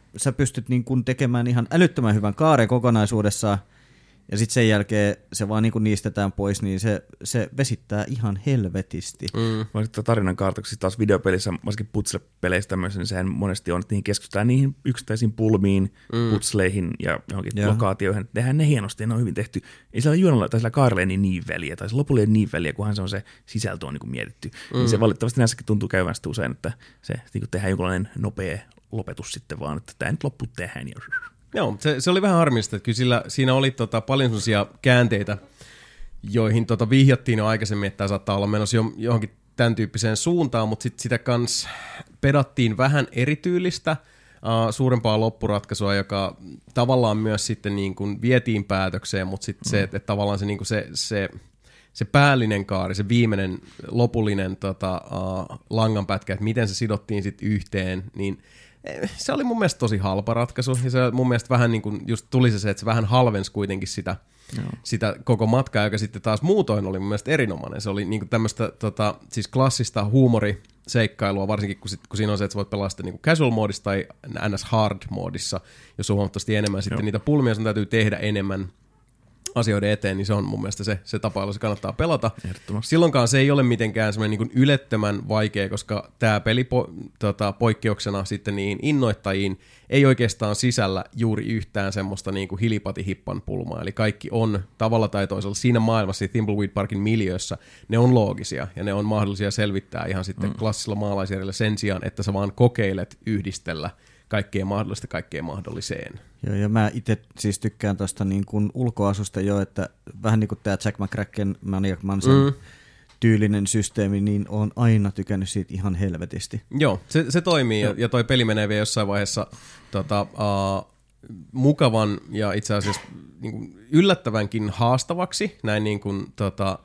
sä pystyt niin kun tekemään ihan älyttömän hyvän kaaren kokonaisuudessaan, ja sitten sen jälkeen se vaan niin kun niistetään pois, niin se, se vesittää ihan helvetisti. Mm. Varsinkin tarinan kaartoksi taas videopelissä, varsinkin putsle-peleissä tämmöisen, niin sehän monesti on, että niihin keskitytään niihin yksittäisiin pulmiin, mm. putsleihin ja johonkin ja. lokaatioihin. Tehdään ne hienosti ja ne on hyvin tehty. Ei sillä juonella tai sillä kaarella niin, niin väliä, tai se lopulle niin väliä, kunhan se on se sisältö on niin kuin mietitty. Mm. Niin se valitettavasti näissäkin tuntuu käyvän sitten usein, että se niin kuin tehdään jonkinlainen nopea lopetus sitten vaan, että tämä nyt loppu tehdään. Ja... Joo, se, se oli vähän harmista, että kyllä sillä, siinä oli tota, paljon sellaisia käänteitä, joihin tota, vihjattiin jo aikaisemmin, että tämä saattaa olla menossa jo, johonkin tämän tyyppiseen suuntaan, mutta sit sitä kanssa pedattiin vähän erityylistä, uh, suurempaa loppuratkaisua, joka tavallaan myös sitten niin kuin vietiin päätökseen, mutta sitten mm. se, että, että tavallaan se, niin kuin se, se, se päällinen kaari, se viimeinen lopullinen tota, uh, langanpätkä, että miten se sidottiin sitten yhteen, niin se oli mun mielestä tosi halpa ratkaisu, ja se mun mielestä vähän niin kuin just tuli se, että se vähän halvensi kuitenkin sitä, sitä koko matkaa, joka sitten taas muutoin oli mun mielestä erinomainen. Se oli niin kuin tämmöistä tota, siis klassista huumoriseikkailua, varsinkin kun, sit, kun siinä on se, että sä voit pelaa sitä niin kuin casual-moodissa tai N S hard-moodissa, jos on huomattavasti enemmän sitten niitä pulmia, sun täytyy tehdä enemmän asioiden eteen, niin se on mun mielestä se, se tapa, jolla se kannattaa pelata. Silloinkaan se ei ole mitenkään semmoinen niin kuin ylettömän vaikea, koska tämä peli po, tota, poikkeuksena sitten niihin innoittajiin ei oikeastaan sisällä juuri yhtään semmoista niin kuin hilipatihippan pulmaa. Eli kaikki on tavalla tai toisella siinä maailmassa, Thimbleweed Parkin miljöössä, ne on loogisia ja ne on mahdollisia selvittää ihan sitten mm. klassisella maalaisjärjellä sen sijaan, että sä vaan kokeilet yhdistellä kaikkea mahdollista kaikkeen mahdolliseen. Joo, ja mä itse siis tykkään tuosta niin kuin ulkoasusta jo, että vähän niin kuin tämä Jack McCracken, Maniac Mansion mm. tyylinen systeemi, niin on aina tykännyt siitä ihan helvetisti. Joo, se, se toimii, ja, ja toi peli menee vielä jossain vaiheessa tota, uh, mukavan ja itse asiassa niin kuin yllättävänkin haastavaksi, näin niin kuin tota,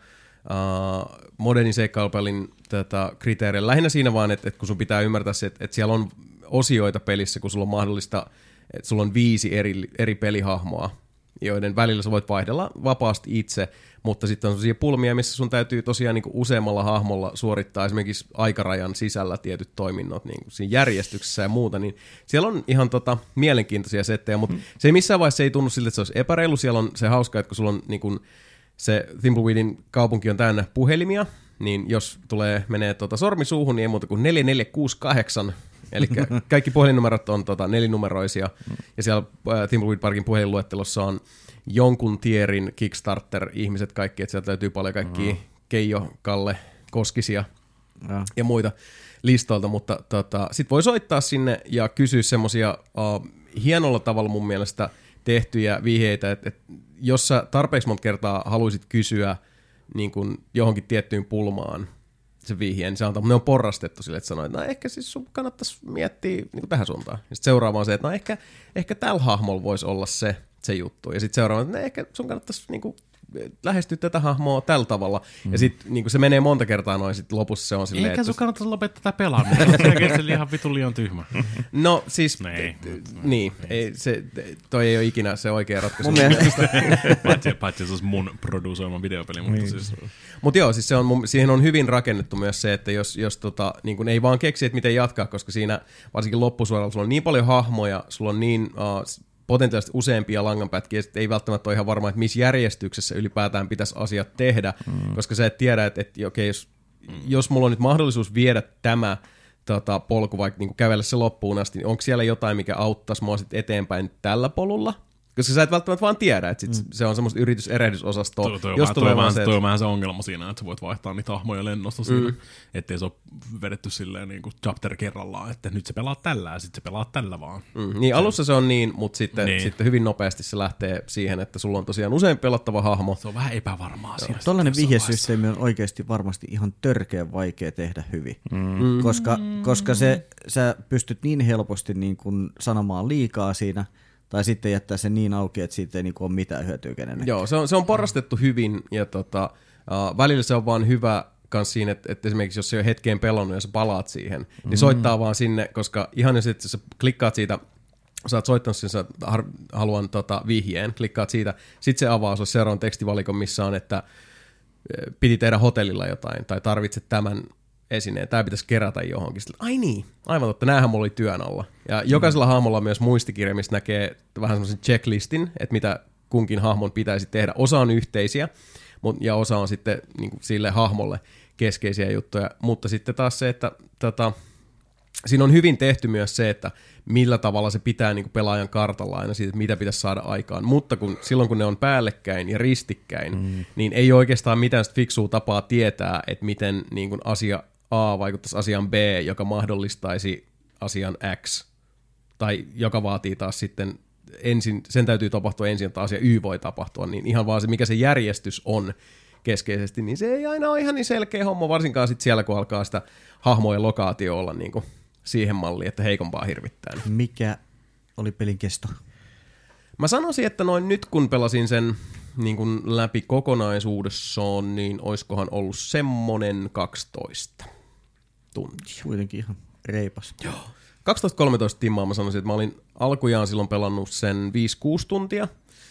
uh, modernin seikkailupelin tota, kriteereillä. Lähinnä siinä vaan, että, että kun sun pitää ymmärtää se, että, että siellä on osioita pelissä, kun sulla on mahdollista, että sulla on viisi eri, eri pelihahmoa, joiden välillä sä voit vaihdella vapaasti itse, mutta sitten on sellaisia pulmia, missä sun täytyy tosiaan niin kuin useammalla hahmolla suorittaa esimerkiksi aikarajan sisällä tietyt toiminnot niin kuin siinä järjestyksessä ja muuta, niin siellä on ihan tota, mielenkiintoisia settejä, mutta mm. se ei missään vaiheessa ei tunnu siltä, että se olisi epäreilu, siellä on se hauska, että kun sulla on niin kuin, se Thimbleweedin kaupunki on täynnä puhelimia, niin jos tulee, menee tota sormi suuhun, niin ei muuta kuin neljä neljä kuusi kahdeksan, eli kaikki puhelinnumerot on tota, nelinumeroisia, ja siellä äh, Thimbleweed Parkin puhelinluettelossa on jonkun tierin Kickstarter-ihmiset kaikki, että sieltä löytyy paljon kaikkia mm. Keijo, Kalle, Koskisia ja, ja muita listoilta, mutta tota, sit voi soittaa sinne ja kysyä semmosia uh, hienolla tavalla mun mielestä tehtyjä vihjeitä, että et, jos sä tarpeeksi monta kertaa haluaisit kysyä niin kun johonkin tiettyyn pulmaan se vihje, niin se on, ne on porrastettu sille, että sanoo, että no ehkä siis sun kannattaisi miettiä niin kuin tähän suuntaan. Ja sitten seuraava on se, että no ehkä, ehkä tällä hahmolla voisi olla se, se juttu. Ja sitten seuraava, että no ehkä sun kannattaisi niin kuin lähestyä tätä hahmoa tällä tavalla. Mm. Ja sitten niin se menee monta kertaa noin, sitten lopussa se on silleen, eikä että... sun kannattaisi lopettaa tätä pelaamista, se on ihan vitun liian tyhmä. No siis, ei. niin, ei, se, toi ei ole ikinä se oikea ratkaisu. Mun mielestä. paitsi, paitsi se olisi mun produsoima videopeli, mutta niin. siis... Mutta joo, siis se on, siihen on hyvin rakennettu myös se, että jos, jos tota, niin kun ei vaan keksi, että miten jatkaa, koska siinä varsinkin loppusuoralla sulla on niin paljon hahmoja, sulla on niin... Uh, potentiaalisesti useampia langanpätkiä, ja ei välttämättä ole ihan varma, että missä järjestyksessä ylipäätään pitäisi asiat tehdä, mm. koska sä et tiedä, että, että okei, jos, mm. jos mulla on nyt mahdollisuus viedä tämä tota, polku, vaikka niin kävellä se loppuun asti, niin onko siellä jotain, mikä auttaisi mua sitten eteenpäin tällä polulla? Koska sä et välttämättä vaan tiedä, että sit mm. se on semmoista yritys-erehdysosastoa. Toi, toi, jos toi, tulee vähän, se, toi on vähän se ongelma siinä, että sä voit vaihtaa niitä hahmoja lennosta siinä, mm. ettei se ole vedetty silleen niin kuin chapter kerrallaan, että nyt se pelaa tällä ja sitten se pelaa tällä vaan. Mm. Niin alussa se on niin, mutta sitten, niin. sitten hyvin nopeasti se lähtee siihen, että sulla on tosiaan usein pelattava hahmo. Se on vähän epävarmaa siinä. Tollainen vihjesysteemi on oikeasti varmasti ihan törkeän vaikea tehdä hyvin, mm. koska, koska se, sä pystyt niin helposti niin kuin sanomaan liikaa siinä, tai sitten jättää sen niin auki, että siitä ei niinku ole mitään hyötyä kenellekään. Joo, se on, se on porrastettu hyvin, ja tota, uh, välillä se on vaan hyvä kans siinä, että, että esimerkiksi jos se on hetkeen pelannut ja sä palaat siihen, mm. niin soittaa vaan sinne, koska ihan jos sä klikkaat siitä, sä oot soittanut sen, sä haluan tota, vihjeen, klikkaat siitä, sit se avaa sun seuraavan tekstivalikon, missä on, että piti tehdä hotellilla jotain, tai tarvitset tämän esineen, tämä pitäisi kerätä johonkin. Sitten, ai niin, aivan totta, näähän mulla oli työn alla. Ja jokaisella mm. hahmolla on myös muistikirja, missä näkee vähän semmoisen checklistin, että mitä kunkin hahmon pitäisi tehdä. Osa on yhteisiä, ja osa on sitten niin kuin sille hahmolle keskeisiä juttuja. Mutta sitten taas se, että tota, siinä on hyvin tehty myös se, että millä tavalla se pitää niin kuin pelaajan kartalla aina siitä, että mitä pitäisi saada aikaan. Mutta kun, silloin kun ne on päällekkäin ja ristikkäin, mm. niin ei oikeastaan mitään fiksua tapaa tietää, että miten niin kuin asia A vaikuttaisi asiaan B, joka mahdollistaisi asian X. Tai joka vaatii taas sitten ensin, sen täytyy tapahtua ensin, että asia Y voi tapahtua. Niin ihan vaan se, mikä se järjestys on keskeisesti, niin se ei aina ole ihan niin selkeä homma, varsinkaan sitten siellä, kun alkaa sitä hahmojen lokaatio olla niin kuin siihen malliin, että heikompaa hirvittää. Mikä oli pelin kesto? Mä sanoisin, että noin nyt kun pelasin sen niin kuin läpi kokonaisuudessaan, niin oiskohan ollut semmonen kaksitoista tuntia. Kuitenkin ihan reipas. Joo. kaksitoista kolmetoista timmaa mä sanoisin, että mä olin alkujaan silloin pelannut sen viisi kuusi tuntia.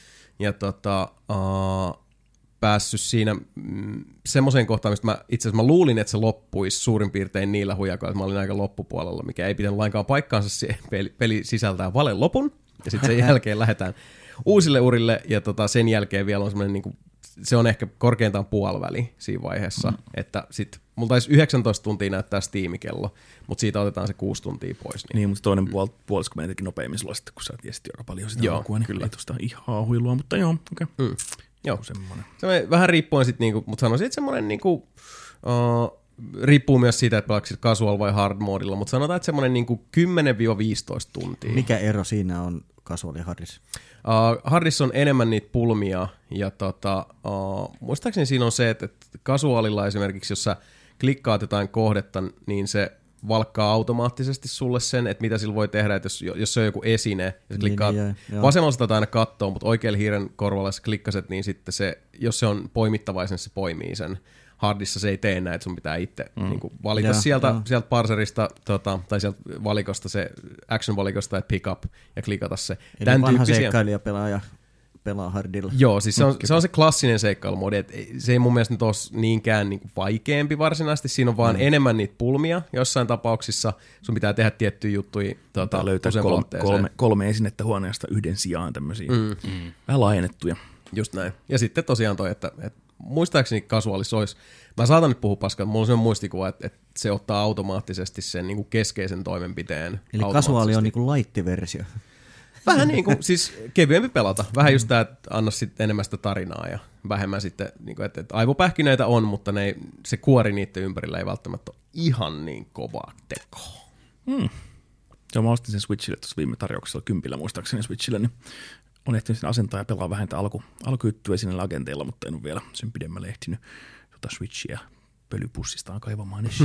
Ja tota... Uh, päässyt siinä mm, semmoiseen kohtaan, mistä mä itse asiassa mä luulin, että se loppuisi suurin piirtein niillä hujakoilla, että mä olin aika loppupuolella, mikä ei pitänyt lainkaan paikkaansa. Se peli, peli sisältää valen lopun, ja sitten sen jälkeen lähdetään uusille urille, ja tota, sen jälkeen vielä on semmoinen, niin kuin, se on ehkä korkeintaan puoliväli siinä vaiheessa, mm. että sit mulla taisi yhdeksäntoista tuntia näyttää Steam-kello, mutta siitä otetaan se kuusi tuntia pois. Niin, niin mutta toinen puol, puolisko menikin nopeammin sulla sitten, kun sä tiesit aika paljon sitä joo, alkua, niin kyllä. Ei tosta ihan huilua, mutta joo, okei. Okay. Mm. Joo, semmoinen. Se vähän riippuen sitten, niinku, mutta sanoisin, että semmoinen niinku, uh, riippuu myös siitä, että pelaatko casual vai hard modilla, mutta sanotaan, että semmoinen niinku kymmenen viisitoista tuntia. Mikä ero siinä on casual ja hardissa? Uh, hardissa on enemmän niitä pulmia, ja tota, uh, muistaakseni siinä on se, että, että casualilla esimerkiksi, jos sä klikkaat jotain kohdetta, niin se valkkaa automaattisesti sulle sen, että mitä sillä voi tehdä, että jos, jos se on joku esine, ja sä klikkaat, niin, niin, vasemmalla sitä aina kattoo, mutta oikealla hiiren korvalla sä klikkaset, niin sitten se, jos se on poimittavaisen, se poimii sen. Hardissa se ei tee näin, että sun pitää itse mm. niin kuin valita ja, sieltä, ja. sieltä parserista, tota, tai sieltä valikosta se action-valikosta, että pick up, ja klikata se. Eli Tän vanha seikkailija pelaaja pelaa hardilla. Joo, siis se on, se on se klassinen seikkailumodi, että se ei mun mielestä nyt ole niinkään niin kuin vaikeampi varsinaisesti, siinä on vaan mm. enemmän niitä pulmia, jossain tapauksissa sun pitää tehdä tiettyjä juttuja tuota, löytää kolme, kolme, kolme esinettä huoneesta yhden sijaan tämmöisiä mm. Mm. vähän laajennettuja. Just näin. Ja sitten tosiaan toi, että, että muistaakseni casualissa olisi, mä saatan nyt puhua paskaa, mulla on sellainen muistikuva, että, että se ottaa automaattisesti sen niin kuin keskeisen toimenpiteen. Eli casuali on niin kuin light-versio. Vähän niin kuin, siis kevyempi pelata. Vähän just tämä, että anna sitten enemmän sitä tarinaa ja vähemmän sitten, niin kuin, että, että aivopähkinöitä on, mutta ne ei, se kuori niiden ympärillä ei välttämättä ole ihan niin kovaa tekoa. Hmm. Joo, mä ostin sen Switchille tuossa viime tarjouksella kympillä muistaakseni Switchille, niin on ehtinyt sen asentaa ja pelaa vähän alku, alkuyttyä sinne agenteilla, mutta en ole vielä sen pidemmälle ehtinyt tuota Switchia pölypussistaan kaivamaan esiin.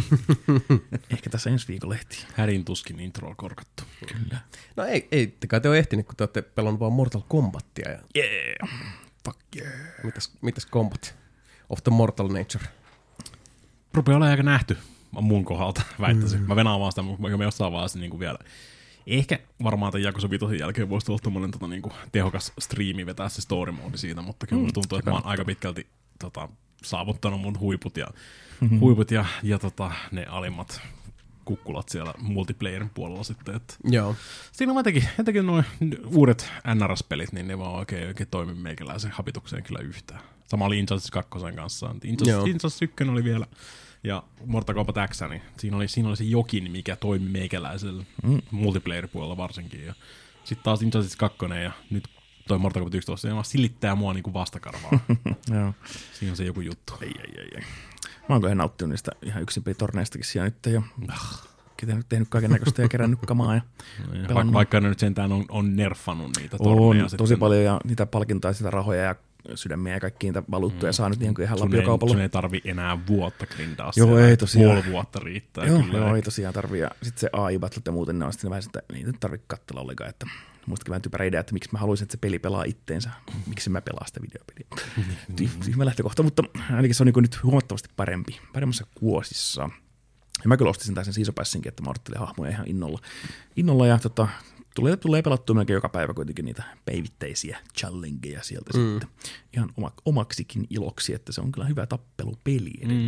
Ehkä tässä ensi viikolla ehtii. Härin tuskin intro on korkattu. Kyllä. No ei, ei kai te ole ehtinyt, kun te olette pelannut vaan Mortal Kombatia. Ja... Yeah, fuck yeah. Mitäs, mitäs Kombat of the Mortal Nature? Rupeaa olemaan aika nähty mun kohdalta, väittäisin. Mm. Mä venaan vaan sitä, mutta me jossain vaiheessa niin vielä... Ehkä varmaan tämän Jakusa vitosen jälkeen voisi olla tommoinen tota, niin kuin tehokas striimi vetää se story-moodi siitä, mutta kyllä mm. tuntuu, että mä oon aika pitkälti tota, saavuttanut mun huiput ja, mm-hmm. huiput ja, ja tota, ne alimmat kukkulat siellä multiplayerin puolella sitten. Että joo. Siinä on jotenkin, jotenkin nuo uudet N R S-pelit, niin ne vaan oikein, oikein toimi meikäläisen habitukseen kyllä yhtään. Sama oli Injustice kakkosen kanssa. Injustice, Injustice yksi oli vielä. Ja Mortal Kombat X, niin siinä oli, siinä oli se jokin, mikä toimi meikäläisellä mm. multiplayer-puolella varsinkin. Ja sitten taas Injustice kaksi ja nyt toi Mortal Kombat yksitoista, se vaan silittää mua niinku vastakarvaa. Siinä on se joku juttu. Ei, ei, ei, ei. Mä oon ihan nauttinut niistä ihan yksinpelitorneistakin siellä nyt jo. Ketä nyt tehnyt kaiken näköistä ja kerännyt kamaa. Ja ja vaikka, vaikka ne nyt sentään on, on nerfannut niitä torneja. On tosi paljon ja niitä palkintoja, sitä rahoja ja sydämiä ja kaikki niitä valuuttuja mm. saa nyt ihan lapiokaupalla. Sun ei tarvi enää vuotta grindaa. Joo, ei tosiaan. Puoli vuotta riittää. Joo, kyllä. Joo, ei tosiaan tarvii. Ja sitten se A I-battlet ja muuten, ne on sitten vähän sitä, niitä ei tarvitse katsella ollenkaan. Että muistakin vähän typerä idea, että miksi mä haluaisin, että se peli pelaa itteensä. Miksi mä pelaan sitä videopeliä. Tyhmä lähtökohta, mutta ainakin se on niin nyt huomattavasti parempi. Paremmassa kuosissa. Ja mä kyllä ostin sen Season Passinkin, että mä odottelin hahmoja ihan innolla. Innolla ja tota... Tulee, tulee pelattua melkein joka päivä kuitenkin niitä päivittäisiä challengeja sieltä mm. sitten. Ihan oma, omaksikin iloksi, että se on kyllä hyvä tappelupeli edelleen. Mm.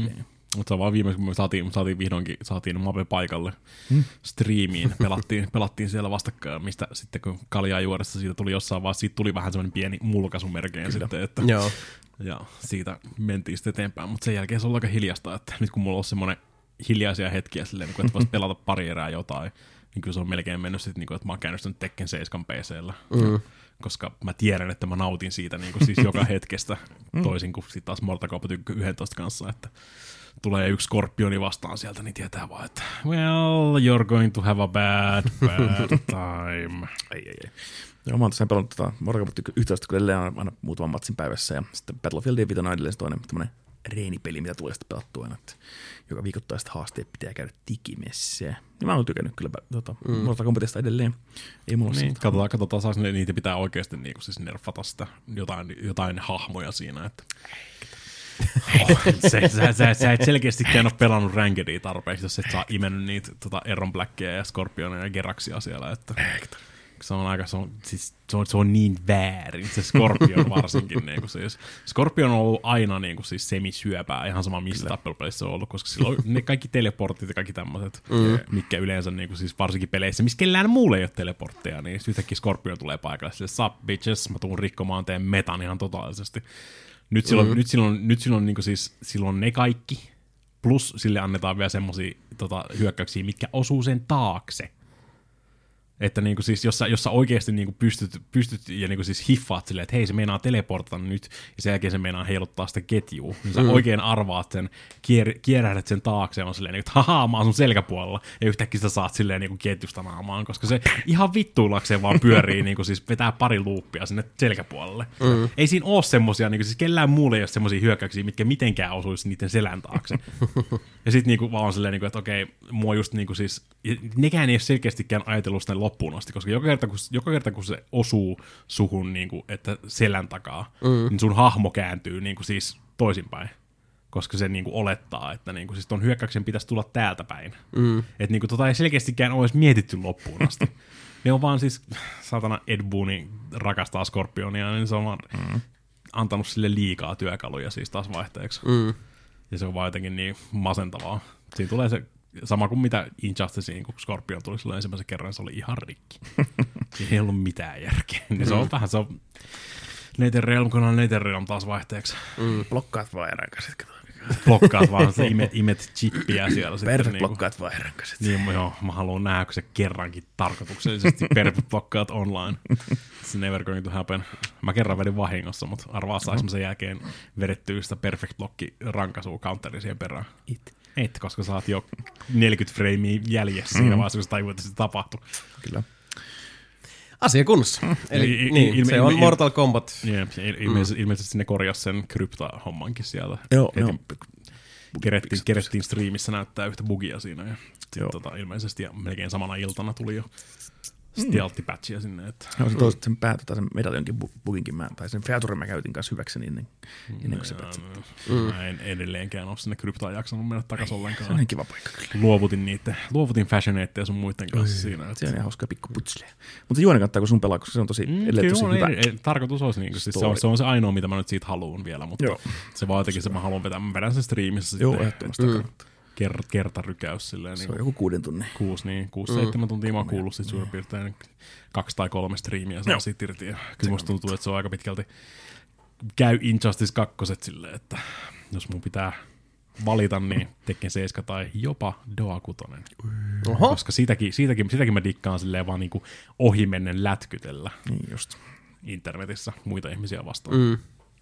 Mutta se on vaan viimeksi, kun me saatiin, saatiin vihdoinkin saatiin Mape paikalle hmm. striimiin. Pelattiin, pelattiin siellä vastakkain, mistä sitten kun kaljaa juodessa siitä tuli jossain vaan, siitä tuli vähän semmoinen pieni mulkaisumerkein sitten, että Joo. Ja siitä mentiin sitten eteenpäin, mutta sen jälkeen se on aika hiljasta, että nyt kun mulla on semmoinen hiljaisia hetkiä silleen, että voisi pelata pari erää jotain, niin kyllä se on melkein mennyt sitten, että mä oon käynnistänyt Tekken seitsemän P C:llä. Mm. Koska mä tiedän, että mä nautin siitä niin kuin siis joka hetkestä, toisin kuin sitten taas Mortal Kombat yksitoista kanssa, että tulee yksi skorpioni vastaan sieltä, niin tietää vaan, että well, you're going to have a bad, bad time. Ei, ei, ei. Joo, mä oon tosiaan pelannut tota Mortal Kombat yksitoista, kun edelleen on aina muutaman matsin päivässä, ja sitten Battlefieldin viton on edelleen toinen tämmönen reenipeli, mitä tulee sitten pelattua aina, että joka viikoittaiset haasteet pitää käydä tikimessä. Ja mä oon tykännyt kyllä tota, mm. Mortal Kombatista edelleen. Ei mulla niin, katsotaan, katsotaan, saako niitä pitää oikeasti niinku siis nerfata sitä jotain, jotain hahmoja siinä, että oh, se, sä, sä, sä et selkeästikään ole pelannut Rankedia tarpeeksi, jos et saa imennyt niitä tota Erron Blackia ja Scorpionia ja Geraxia siellä, että se on aika, se on, siis, se on, se on niin väärin, se Scorpion varsinkin. Niin kuin siis. Scorpion on ollut aina niin kuin siis semisyöpää, ihan sama missä tappelupelissä on ollut, koska silloin ne kaikki teleportit ja kaikki tämmöiset, mm. mitkä yleensä niin kuin siis varsinkin peleissä, missä kellään muulla ei ole teleportteja, niin yhtäkkiä Scorpion tulee paikalle, sille sup bitches, mä tuun rikkomaan teidän metan ihan totaalisesti. Nyt silloin, mm. nyt silloin, nyt silloin, niin kuin siis, silloin ne kaikki, plus sille annetaan vielä semmosia tota, hyökkäyksiä, mitkä osuu sen taakse. Että niinku siis, jos sä, jos sä oikeasti niinku pystyt, pystyt ja niinku siis hiffaat silleen, että hei, se meinaa teleportata nyt, ja sen jälkeen se meinaa heiluttaa sitä ketjua, niin sä mm. oikein arvaat sen, kier, kierrähdät sen taakse, ja on silleen, että haha, mä oon sun selkäpuolella, ja yhtäkkiä sä saat silleen niinku ketjusta naamaan, koska se ihan vittuillakseen vaan pyörii, niinku siis vetää pari luuppia sinne selkäpuolelle. Mm. Ei siinä oo semmosia, niinku siis kellään muulle ei ole semmosia hyökkäyksiä, mitkä mitenkään osuisi niiden selän taakse. Ja sit niinku vaan silleen, niinku, että okei, mua just niinku siis, nekään ei ole selkeästikään ajatellut sitä loppuun asti, koska joka kerta, kun, joka kerta, kun se osuu suhun, niin kuin, että selän takaa, mm. niin sun hahmo kääntyy niin kuin siis toisinpäin, koska se niin kuin olettaa, että niin kuin, siis ton hyökkäyksen pitäisi tulla täältä päin. Mm. Että niin kuin, tota ei selkeästikään olisi mietitty loppuun asti. Ne on vaan siis, saatana Ed Boon rakastaa Scorpionia, niin se on vaan mm. antanut sille liikaa työkaluja siis taas vaihteeksi. Mm. Ja se on vaan jotenkin niin masentavaa. Siinä tulee se sama kuin mitä Injusticeen, kun Scorpion tuli silloin ensimmäisen kerran, se oli ihan rikki. Ei ollut mitään järkeä. Niin se on vähän, se on Netherrealm, kun on Netherrealm taas vaihteeksi. Mm. Blokkaat vaan eräänkäiset. Blokkaat vaan, se imet, imet chippiä siellä. Perfect niin blokkaat vaan eräänkäiset. Niin, joo, mä haluan nähdä, kun se kerrankin tarkoituksellisesti perfect blokkaat online. It's never going to happen. Mä kerran vedin vahingossa, mutta arvaa saisi mä sen jälkeen vedettyä sitä perfect blokki rankasua counteri siihen perään. It. Et, koska sä oot jo neljäkymmentä freimiä jäljessä siinä mm. vaiheessa, kun sä tajuut, että se tapahtuu. Kyllä. Asia kunnossa. Mm. Eli il, niin, ilme, se on il, Mortal Kombat. Jep, ilmeisesti, mm. ilmeisesti ne korjasi sen krypta-hommankin sieltä. Joo, heti, joo. Kerettiin, kerettiin striimissä näyttää yhtä bugia siinä. Ja sit, tota, ilmeisesti ja melkein samana iltana tuli jo stealth-patchia sinne. Että. No se toiset sen pää, tota, sen medallionkin buginkin mä, tai sen featuren mä käytin kanssa hyväkseni ennen, ennen kuin se patchi. Mm. Mä en edelleenkään ole sinne kryptaan jaksanut mennä takaisin ollenkaan. Se on niin kiva paikka kyllä. Luovutin niitä, luovutin fashioneetteja sun muiden kanssa Oi, siinä. Se on ihan hauska pikku putsleja. Mutta juoni kannattaa, kun sun pelaa, koska se on tosi, mm, edelleen tosi hyvä. Ei, ei, tarkoitus olisi, niin, siis se, on, se on se ainoa, mitä mä nyt siitä haluun vielä, mutta Joo. se vaan jotenkin se mä haluan vetää. Mä vedän sen striimissä Joo, sitten. ehdottomasti. Mm. Ker- kertarykäys silleen. Se niin on joku kuuden tunnin. Kuusi, niin. Kuusi, mm. seitsemän tuntia mä oon kuullut sit suurin piirtein kaksi tai kolme striimiä saa siitä irti. Ja kyllä musta tuntuu, että se on aika pitkälti käy Injustice kakkoset silleen, että jos mun pitää valita, niin Tekken seitsemän tai jopa Doa kutonen. Oho. Koska siitäkin, siitäkin, siitäkin mä dikkaan silleen vaan niinku ohimennen lätkytellä. Niin just. Internetissä muita ihmisiä vastaan. Mm.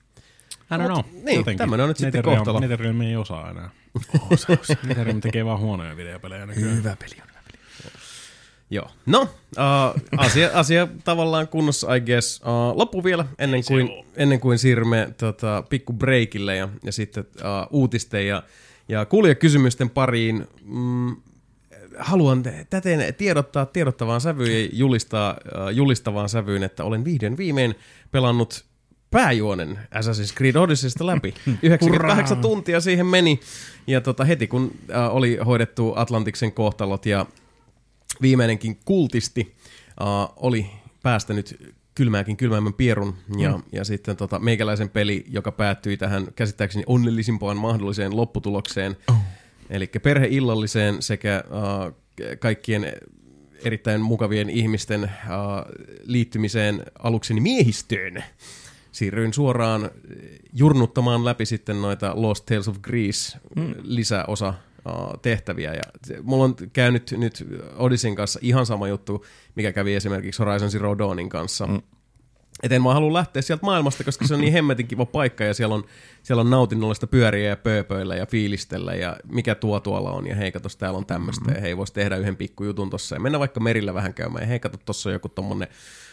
I don't know. Niin, tämmönen on nyt sitten kohtalo. Netherrealm ei osaa enää. Osa, osa. Netherrealm tekee vaan huonoja videopelejä nykyään. Hyvä peli on, hyvä peli. Joo. No, uh, asia, asia tavallaan kunnossa, I guess. Uh, loppu vielä, ennen kuin, ennen kuin siirrymme tota, pikku breakille ja, ja sitten uh, uutisten ja, ja kuulijakysymysten pariin. Mm, haluan täten tiedottaa tiedottavaan sävyyn ja julistaa, uh, julistavaan sävyyn, että olen vihdoin viimein pelannut pääjuonen Assassin's Creed Odysseysta läpi. yhdeksänkymmentäkahdeksan tuntia siihen meni. Ja tota, heti kun äh, oli hoidettu Atlantiksen kohtalot ja viimeinenkin kultisti äh, oli päästänyt kylmääkin kylmäämmän pierun ja, mm. ja sitten tota, meikäläisen peli, joka päättyi tähän käsittääkseni onnellisimpaan mahdolliseen lopputulokseen, oh. eli perheillalliseen sekä uh, kaikkien erittäin mukavien ihmisten uh, liittymiseen alukseni miehistöön. Siirryin suoraan jurnuttamaan läpi sitten noita Lost Tales of Greece mm. lisäosa uh, tehtäviä. Ja mulla on käynyt nyt Odysseyn kanssa ihan sama juttu, mikä kävi esimerkiksi Horizon Zero Dawnin kanssa. Mm. Et en mä halua lähteä sieltä maailmasta, koska se on niin hemmetin kiva paikka ja siellä on, siellä on nautinnollista pyöriä ja pööpöillä ja fiilistellä ja mikä tuo tuolla on ja hei katos täällä on tämmöistä mm-hmm. ja hei vois tehdä yhden pikkujutun tossa ja mennä vaikka merillä vähän käymään ja hei kato tossa on joku tommonen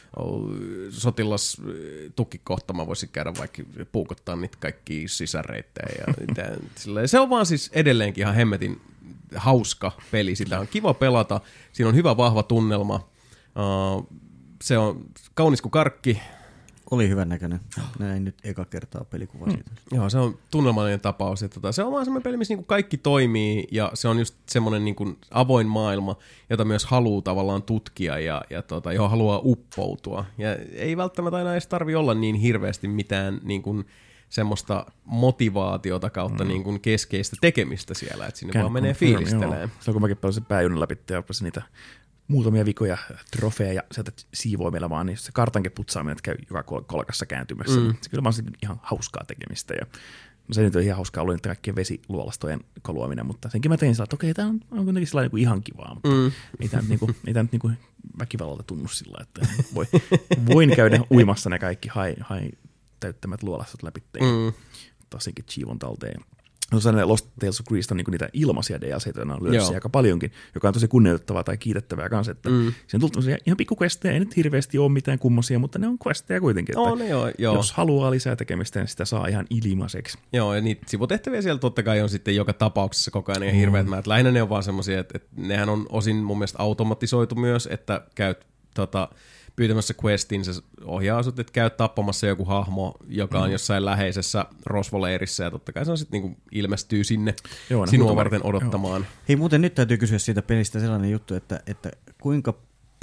sotilastukikohta, mä voisin käydä vaikka puukottaa niitä kaikkia sisäreitä ja se on vaan siis edelleenkin ihan hemmetin hauska peli, sitä on kiva pelata, siinä on hyvä vahva tunnelma, uh, se on kaunis kuin karkki. Oli hyvän näköinen. Näin nyt eka kertaa pelikuva siitä. Mm. Joo, se on tunnelmallinen tapaus. Että tota, se on vaan semmoinen peli, missä niinku kaikki toimii ja se on just semmoinen niinku avoin maailma, jota myös haluaa tavallaan tutkia ja, ja tota, johon haluaa uppoutua. Ja ei välttämättä aina edes tarvitse olla niin hirveästi mitään niinku semmoista motivaatiota kautta mm. niinku keskeistä tekemistä siellä, että sinne Can vaan menee fiilistelemään. Se on kun mäkin pelasin pääjunan läpi ja oppasin niitä muutamia vikoja trofeja sieltä siivoimella vaan, niin se kartanke putsaaminen käy joka kolkassa kääntymässä. Mm. Se kyllä vaan ihan hauskaa tekemistä. Ja no se nyt on ihan hauskaa ollut niitä kaikkien vesiluolastojen koluaminen, mutta senkin mä tein sillä, että okei, tämä on, on kuitenkin sillä niin ihan kivaa, mutta mm. ei tämä nyt niinku, niinku väkivallalta tunnu sillä, että voi, voin käydä uimassa ne kaikki hai, hai täyttämät luolastot läpi tein. Mm. Tosiaankin Chivon talteen. No sellainen Lost Tales of Greece on niin niitä ilmaisia D L C:tä, joita on löysiä aika paljonkin, joka on tosi kunnioitettavaa tai kiitettävää kanssa, että mm. siinä on tullut ihan pikkuquesteja, ei nyt hirveästi ole mitään kummosia, mutta ne on questeja kuitenkin, oh, että joo, joo. jos haluaa lisää tekemistä, niin sitä saa ihan ilmaiseksi. Joo, ja niitä sivutehtäviä siellä totta kai on sitten joka tapauksessa koko ajan ihan hirveät määrät. Lähinnä ne on vaan semmoisia, että, että nehän on osin mun mielestä automatisoitu myös, että käyt tota, pyytämässä questin, se ohjaa sut, että käy tappamassa joku hahmo, joka on jossain läheisessä rosvoleirissä, ja totta kai se on sitten niinku ilmestyy sinne Joo, sinua varten odottamaan. Joo. Hei, muuten nyt täytyy kysyä siitä pelistä sellainen juttu, että, että kuinka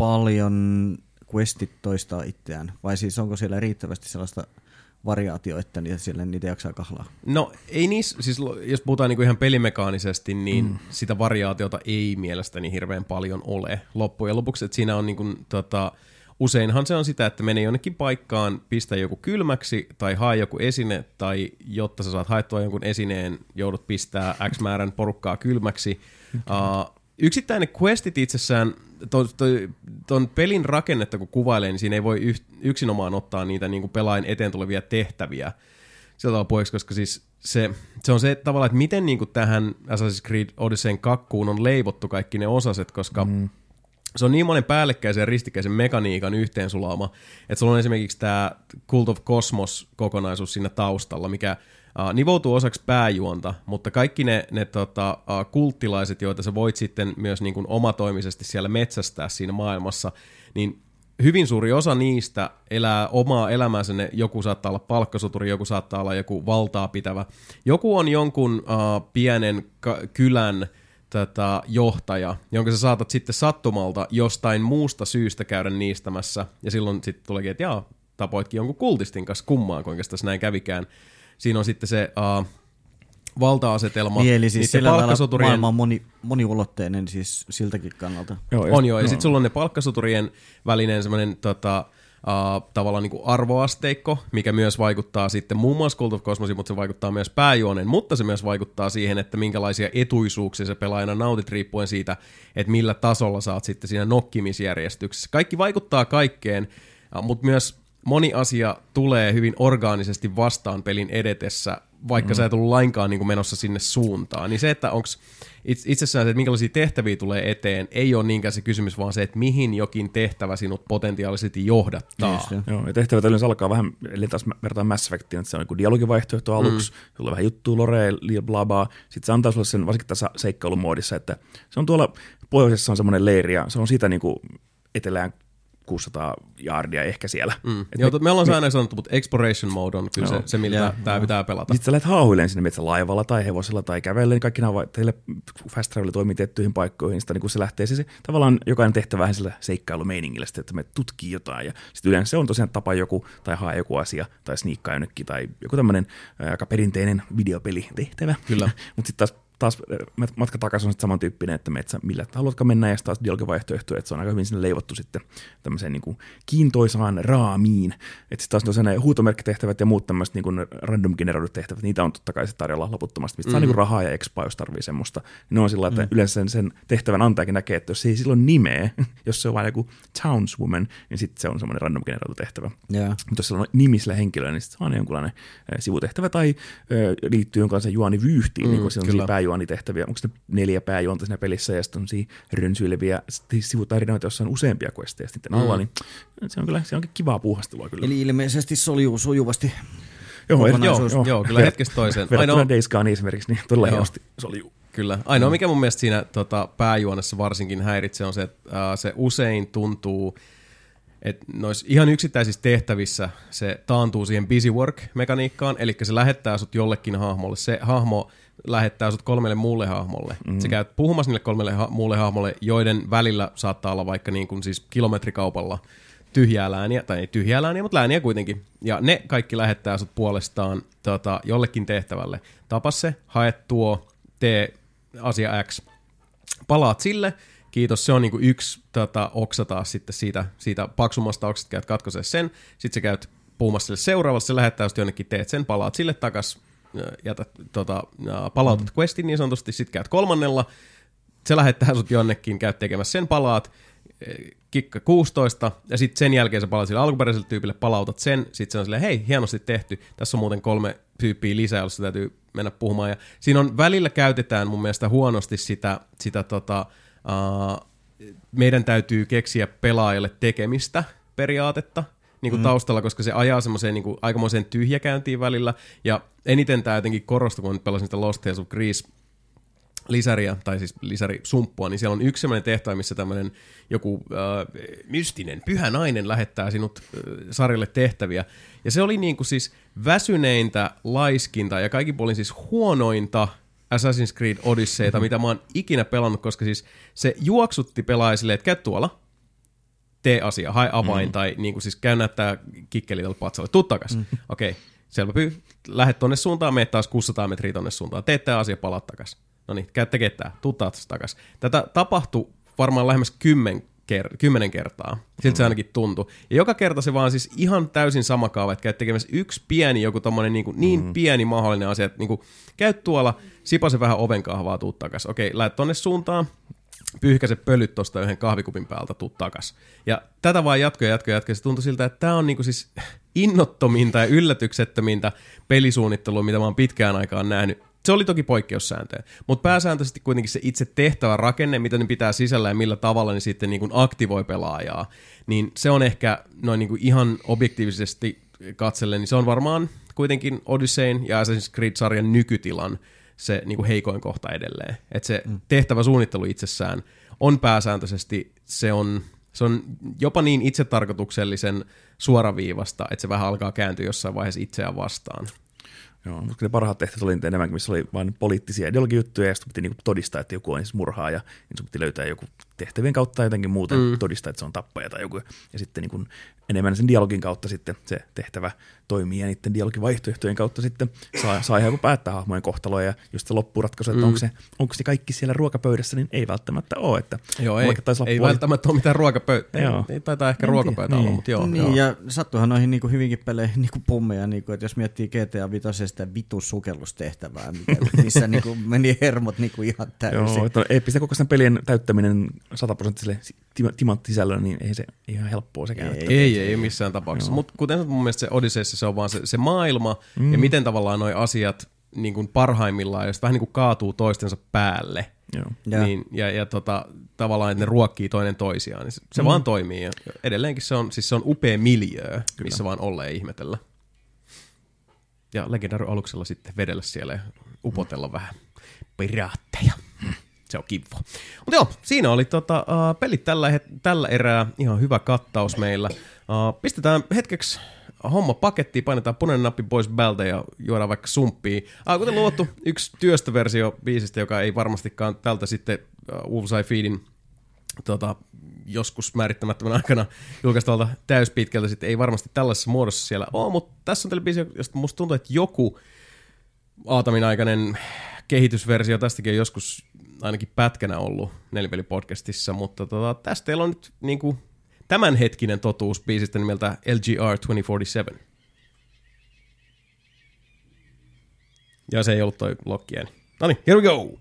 paljon questit toistaa itseään, vai siis onko siellä riittävästi sellaista variaatio, että niitä, siellä, niitä jaksaa kahlaa? No ei niissä, siis jos puhutaan niinku ihan pelimekaanisesti, niin mm. sitä variaatiota ei mielestäni hirveän paljon ole loppujen lopuksi, että siinä on niinku tota, useinhan se on sitä, että menee jonnekin paikkaan, pistä joku kylmäksi tai hae joku esine, tai jotta sä saat haettua jonkun esineen, joudut pistää X määrän porukkaa kylmäksi. Okay. Uh, yksittäinen questit itsessään, ton, ton pelin rakennetta kun kuvailee, niin siinä ei voi yh, yksinomaan ottaa niitä niin kuin pelaajan eteen tulevia tehtäviä sillä tavalla puheeksi, koska siis se, se on se tavalla, että miten niin kuin tähän Assassin's Creed Odysseyn kakkuun on leivottu kaikki ne osaset, koska mm. se on niin monen päällekkäisen ja ristikkäisen mekaniikan yhteensulaama, että sulla on esimerkiksi tämä Cult of Cosmos-kokonaisuus siinä taustalla, mikä uh, nivoutuu osaksi pääjuonta, mutta kaikki ne, ne tota, uh, kulttilaiset, joita sä voit sitten myös niin kuin omatoimisesti siellä metsästää siinä maailmassa, niin hyvin suuri osa niistä elää omaa elämäänsä, ne, joku saattaa olla palkkasoturi, joku saattaa olla joku valtaa pitävä, joku on jonkun uh, pienen ka- kylän Tätä johtaja, jonka sä saatat sitten sattumalta jostain muusta syystä käydä niistämässä, ja silloin sitten tuleekin, että jaa, tapoitkin jonkun kultistin kanssa kummaa, kuinka tässä näin kävikään. Siinä on sitten se uh, valta-asetelma. Niin, eli siis sillä palkkasoturien... maailma on moni, moniulotteinen siis siltäkin kannalta. Joo, on joo, ja sitten sulla on ne palkkasoturien välinen semmoinen tota, Uh, tavallaan niin kuin arvoasteikko, mikä myös vaikuttaa sitten muun muassa Cult of Cosmosiin, mutta se vaikuttaa myös pääjuoneen, mutta se myös vaikuttaa siihen, että minkälaisia etuisuuksia se pelaajana nautit riippuen siitä, että millä tasolla saat sitten siinä nokkimisjärjestyksessä. Kaikki vaikuttaa kaikkeen, uh, mutta myös moni asia tulee hyvin orgaanisesti vastaan pelin edetessä, vaikka mm. sä et ollut lainkaan niin kuin menossa sinne suuntaan. Niin se, että onko itsessään se, että minkälaisia tehtäviä tulee eteen, ei ole niinkään se kysymys, vaan se, että mihin jokin tehtävä sinut potentiaalisesti johdattaa. Just, joo, ja tehtävät yleensä alkaa vähän, eli taas vertaan Mass Effectiin, että se on joku dialogivaihtoehto aluksi, mm. sulla on vähän juttua, lore, bla bla, sitten se antaa sulle sen, varsinkin tässä seikkailumuodissa, että se on tuolla pohjoisessa on semmoinen leiri, ja se on siitä niin kuin etelään kuusisataa jaardia ehkä siellä. Mm. Joo, me, me ollaan me, aina sanottu, mutta exploration mode on kyllä se, se, miltä tämä pitää pelata. Sitten sä lähdet haahuileen sinne metsälaivalla tai hevosella tai kävellen, niin kaikki nämä teille fast travel toimii tiettyihin paikkoihin. Sitten niin kun se lähtee, se, se tavallaan jokainen tehtävä vähän sillä seikkailumeiningillä, että me tutkii jotain. Ja sitten yleensä se on tosiaan tapa joku tai hae joku asia tai sniikkaa jonnekin tai joku tämmöinen aika perinteinen videopelitehtävä. Kyllä. Mutta sitten taas taas matka takaisin on sitten samantyyppinen, että metsä, millä haluatko mennä, ja taas dialogivaihtoehto, että se on aika hyvin sinne leivottu sitten tämmöiseen niin kuin kiintoisaan raamiin. Että sitten taas on huutomerkkitehtävät ja muut tämmöiset niin kuin random generoidut tehtävät, niitä on totta kai se tarjolla loputtomasti, mistä mm. saa niin kuin rahaa ja expaa, jos tarvii semmoista. Ne on sillä että mm. yleensä sen, sen tehtävän antajakin näkee, että jos ei silloin nimeä, jos se on vain joku townswoman, niin sitten se on semmoinen random generoitu tehtävä. Yeah. Mutta jos sillä on nimi sillä henkilöllä, niin sitten se on jonkunlainen sivutehtävä tai ö, liittyy jonkinlaisen juonivyyhtiin, mm, niin kuin siellä on pääjuonitehtäviä, onko ne neljä pääjuonta siinä pelissä ja sitten on rönsyileviä sivutarinoita, joissa on useampia questeja sitten alla, mm. niin se on kyllä se onkin kivaa puuhastelua kyllä. Eli ilmeisesti soljuu sujuvasti. Joo, joo, joo, joo, kyllä hetkestä toiseen. Verrattuna Days Gone esimerkiksi, niin todella hienosti soljuu. Kyllä. Ainoa, mikä mun mielestä siinä tota, pääjuonessa varsinkin häiritsee, on se, että uh, se usein tuntuu, että noissa ihan yksittäisissä tehtävissä se taantuu siihen busy work-mekaniikkaan, eli se lähettää sut jollekin hahmolle. Se hahmo lähettää sut kolmelle muulle hahmolle. Mm. Sä käyt puhumassa niille kolmelle ha- muulle hahmolle, joiden välillä saattaa olla vaikka niin kuin siis kilometrikaupalla tyhjää lääniä, tai ei tyhjää lääniä, mutta lääniä kuitenkin. Ja ne kaikki lähettää sut puolestaan tota, jollekin tehtävälle. Tapa se, hae tuo, tee asia X. Palaat sille, kiitos, se on niinku yksi tota, oksa taas sitten siitä, siitä paksummasta oksasta, käyt katkoisee sen, sitten sä käyt puhumassa sille seuraavalle, se lähettää just jonnekin, teet sen, palaat sille takas, jätät, tota, palautat mm. questin niin sanotusti, sit käyt kolmannella, se lähettää sut jonnekin, käyt tekemässä sen, palaat, kikka kuusitoista, ja sitten sen jälkeen sä palaat sille alkuperäiselle tyypille, palautat sen, sitten se on silleen, hei, hienosti tehty, tässä on muuten kolme tyyppiä lisää, jossa täytyy mennä puhumaan, ja siinä on välillä käytetään mun mielestä huonosti sitä, sitä tota, uh, meidän täytyy keksiä pelaajalle tekemistä periaatetta, niin kuin mm. taustalla, koska se ajaa semmoiseen niin kuin aikamoiseen tyhjäkäyntiin välillä, ja eniten tämä jotenkin korostui, kun nyt pelasin sitä Lost Tales of Greece lisäriä, tai siis lisärisumppua, niin siellä on yksi semmoinen tehtävä, missä tämmöinen joku äh, mystinen pyhä nainen lähettää sinut äh, sarjalle tehtäviä, ja se oli niin kuin siis väsyneintä, laiskinta ja kaikin puolin siis huonointa Assassin's Creed Odysseyta, mm-hmm. mitä mä oon ikinä pelannut, koska siis se juoksutti pelaajia silleen, että käy tuolla, tee asia, hae avain, mm. tai niin kuin siis käy näyttää kikkeli tälle patsalle, tuu takas. Mm. Okei, okay, selvä pyy, lähde tonne suuntaan, meet taas kuusisataa metriä tonne suuntaan, teet tää asia, palaat takas. No niin, käy tekee tää, tuu taas takas. Tätä tapahtui varmaan lähemmäs kymmen ker- kymmenen kertaa, siltä mm. se ainakin tuntui. Ja joka kerta se vaan siis ihan täysin sama kaava, että käy tekemässä yksi pieni, joku tommonen niin, niin mm. pieni mahdollinen asia, että niin kuin, käy tuolla, sipase vähän ovenkahvaa, tuu takas. Okei, lähde tonne suuntaan, pyyhkäse pölyt tuosta yhden kahvikupin päältä, tuu takas. Ja tätä vaan jatkoi ja jatkoi ja jatkoi. Se tuntui siltä, että tämä on niinku siis innottominta ja yllätyksettömintä pelisuunnittelua, mitä mä oon pitkään aikaan nähnyt. Se oli toki poikkeussääntöjä, mutta pääsääntöisesti kuitenkin se itse tehtävä rakenne, mitä ne pitää sisällä ja millä tavalla ne sitten niinku aktivoi pelaajaa, niin se on ehkä noin niinku ihan objektiivisesti katsellen, niin se on varmaan kuitenkin Odysseyn ja Assassin's Creed-sarjan nykytilan se niin kuin heikoin kohta edelleen. Että se mm. tehtävä suunnittelu itsessään on pääsääntöisesti, se on, se on jopa niin itsetarkoituksellisen suoraviivasta, että se vähän alkaa kääntyä jossain vaiheessa itseään vastaan. Joo, mutta ne parhaat tehtävät oli enemmänkin, missä oli vain poliittisia ideologijuttuja, ja sitten piti niinku todistaa, että joku on siis murhaaja, niin sun piti löytää joku tehtävien kautta jotenkin muuten mm. todistaa, että se on tappaja tai joku. Ja sitten niinku enemmän sen dialogin kautta sitten se tehtävä toimii, ja niiden dialogivaihtoehtojen kautta sitten saa, saa ihan päättää hahmojen kohtaloja, ja just se loppuratkaisu, että mm. onko, se, onko se kaikki siellä ruokapöydässä, niin ei välttämättä ole. Että joo, ei, ei välttämättä ole mitään ruokapöytä. Ei, ei taitaa ehkä en ruokapöytä olla, niin. mutta joo. Niin, joo. ja sattuihan noihin niinku hyvinkin peleihin niinku pummeja, niinku, että jos miettii G T A viisi sitä vitu sukellustehtävää, missä niinku meni hermot niinku ihan täysin. Joo, että eeppistä koko sen pelien täyttäminen sataprosenttiselle timanttisisällöllä, niin ei se ihan helppoa sekään. Ei, ei, ei missään tapauksessa. Mutta kuten mun mielestä se Odysseyssä se on vaan se, se maailma mm. ja miten tavallaan nuo asiat niin kuin parhaimmillaan, jos vähän niin kuin kaatuu toistensa päälle, Joo. Niin, ja, ja tota, tavallaan, että ne ruokkii toinen toisiaan, niin se, se mm. vaan toimii. Ja edelleenkin se on, siis se on upea miljöö, missä vaan ollaan ja ihmetellä. Ja Legendary-aluksella sitten vedellä siellä ja upotella mm. vähän piraatteja. se on kiva. Mutta joo, siinä oli tota, uh, pelit tällä, het- tällä erää. Ihan hyvä kattaus meillä. Uh, pistetään hetkeksi homma pakettiin, painetaan punainen nappi pois bältä ja juodaan vaikka sumppia. Uh, kuten luvattu, yksi työstöversio biisistä, joka ei varmastikaan tältä sitten uh, Wolves Eye Feedin tota, joskus määrittämättömän aikana julkaistavalta täyspitkältä sitten ei varmasti tällaisessa muodossa siellä ole, mutta tässä on teille biisi, josta musta tuntuu, että joku Aatamin aikainen kehitysversio tästäkin on joskus ainakin pätkänä ollut Nelipeli-podcastissa, mutta tota, tästä teillä on nyt niinku tämänhetkinen totuus biisistä nimeltä L G R kaksisataaneljäkymmentäseitsemän. Ja se ei ollut toi lokkiääni. Noniin, here we go!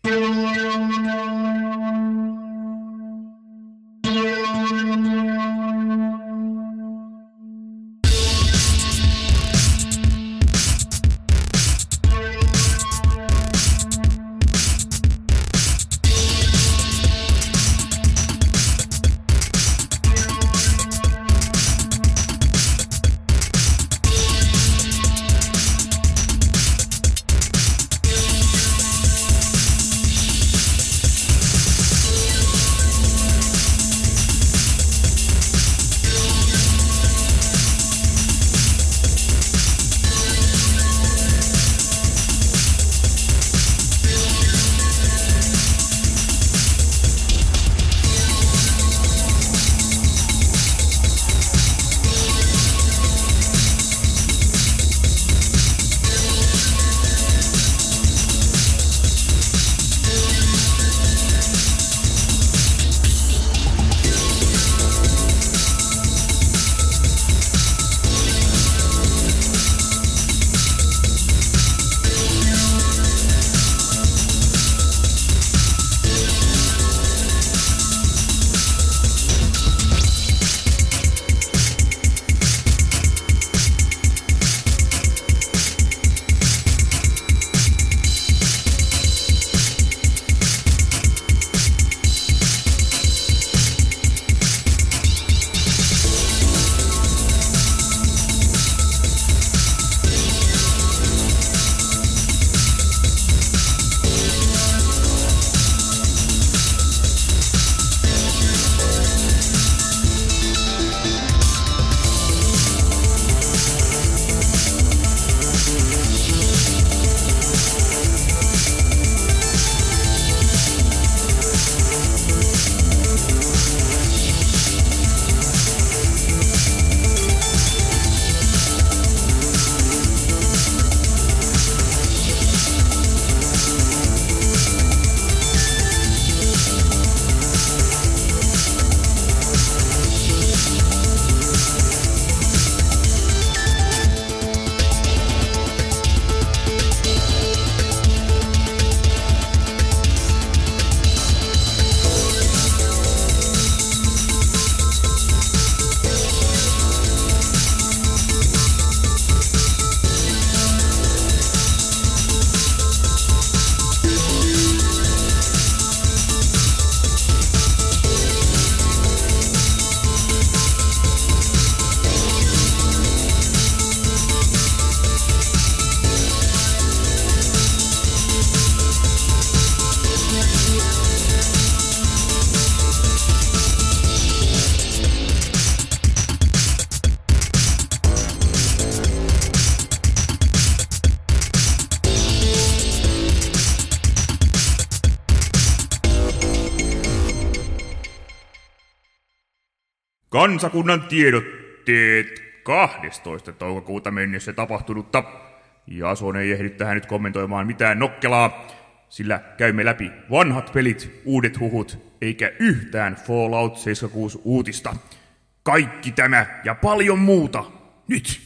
Kansakunnan tiedotteet kahdestoista toukokuuta mennessä tapahtunutta. Jason ei ehdi tähän nyt kommentoimaan mitään nokkelaa, sillä käymme läpi vanhat pelit, uudet huhut, eikä yhtään Fallout seitsemänkymmentäkuusi uutista. Kaikki tämä ja paljon muuta nyt!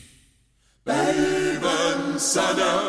Päivän sana.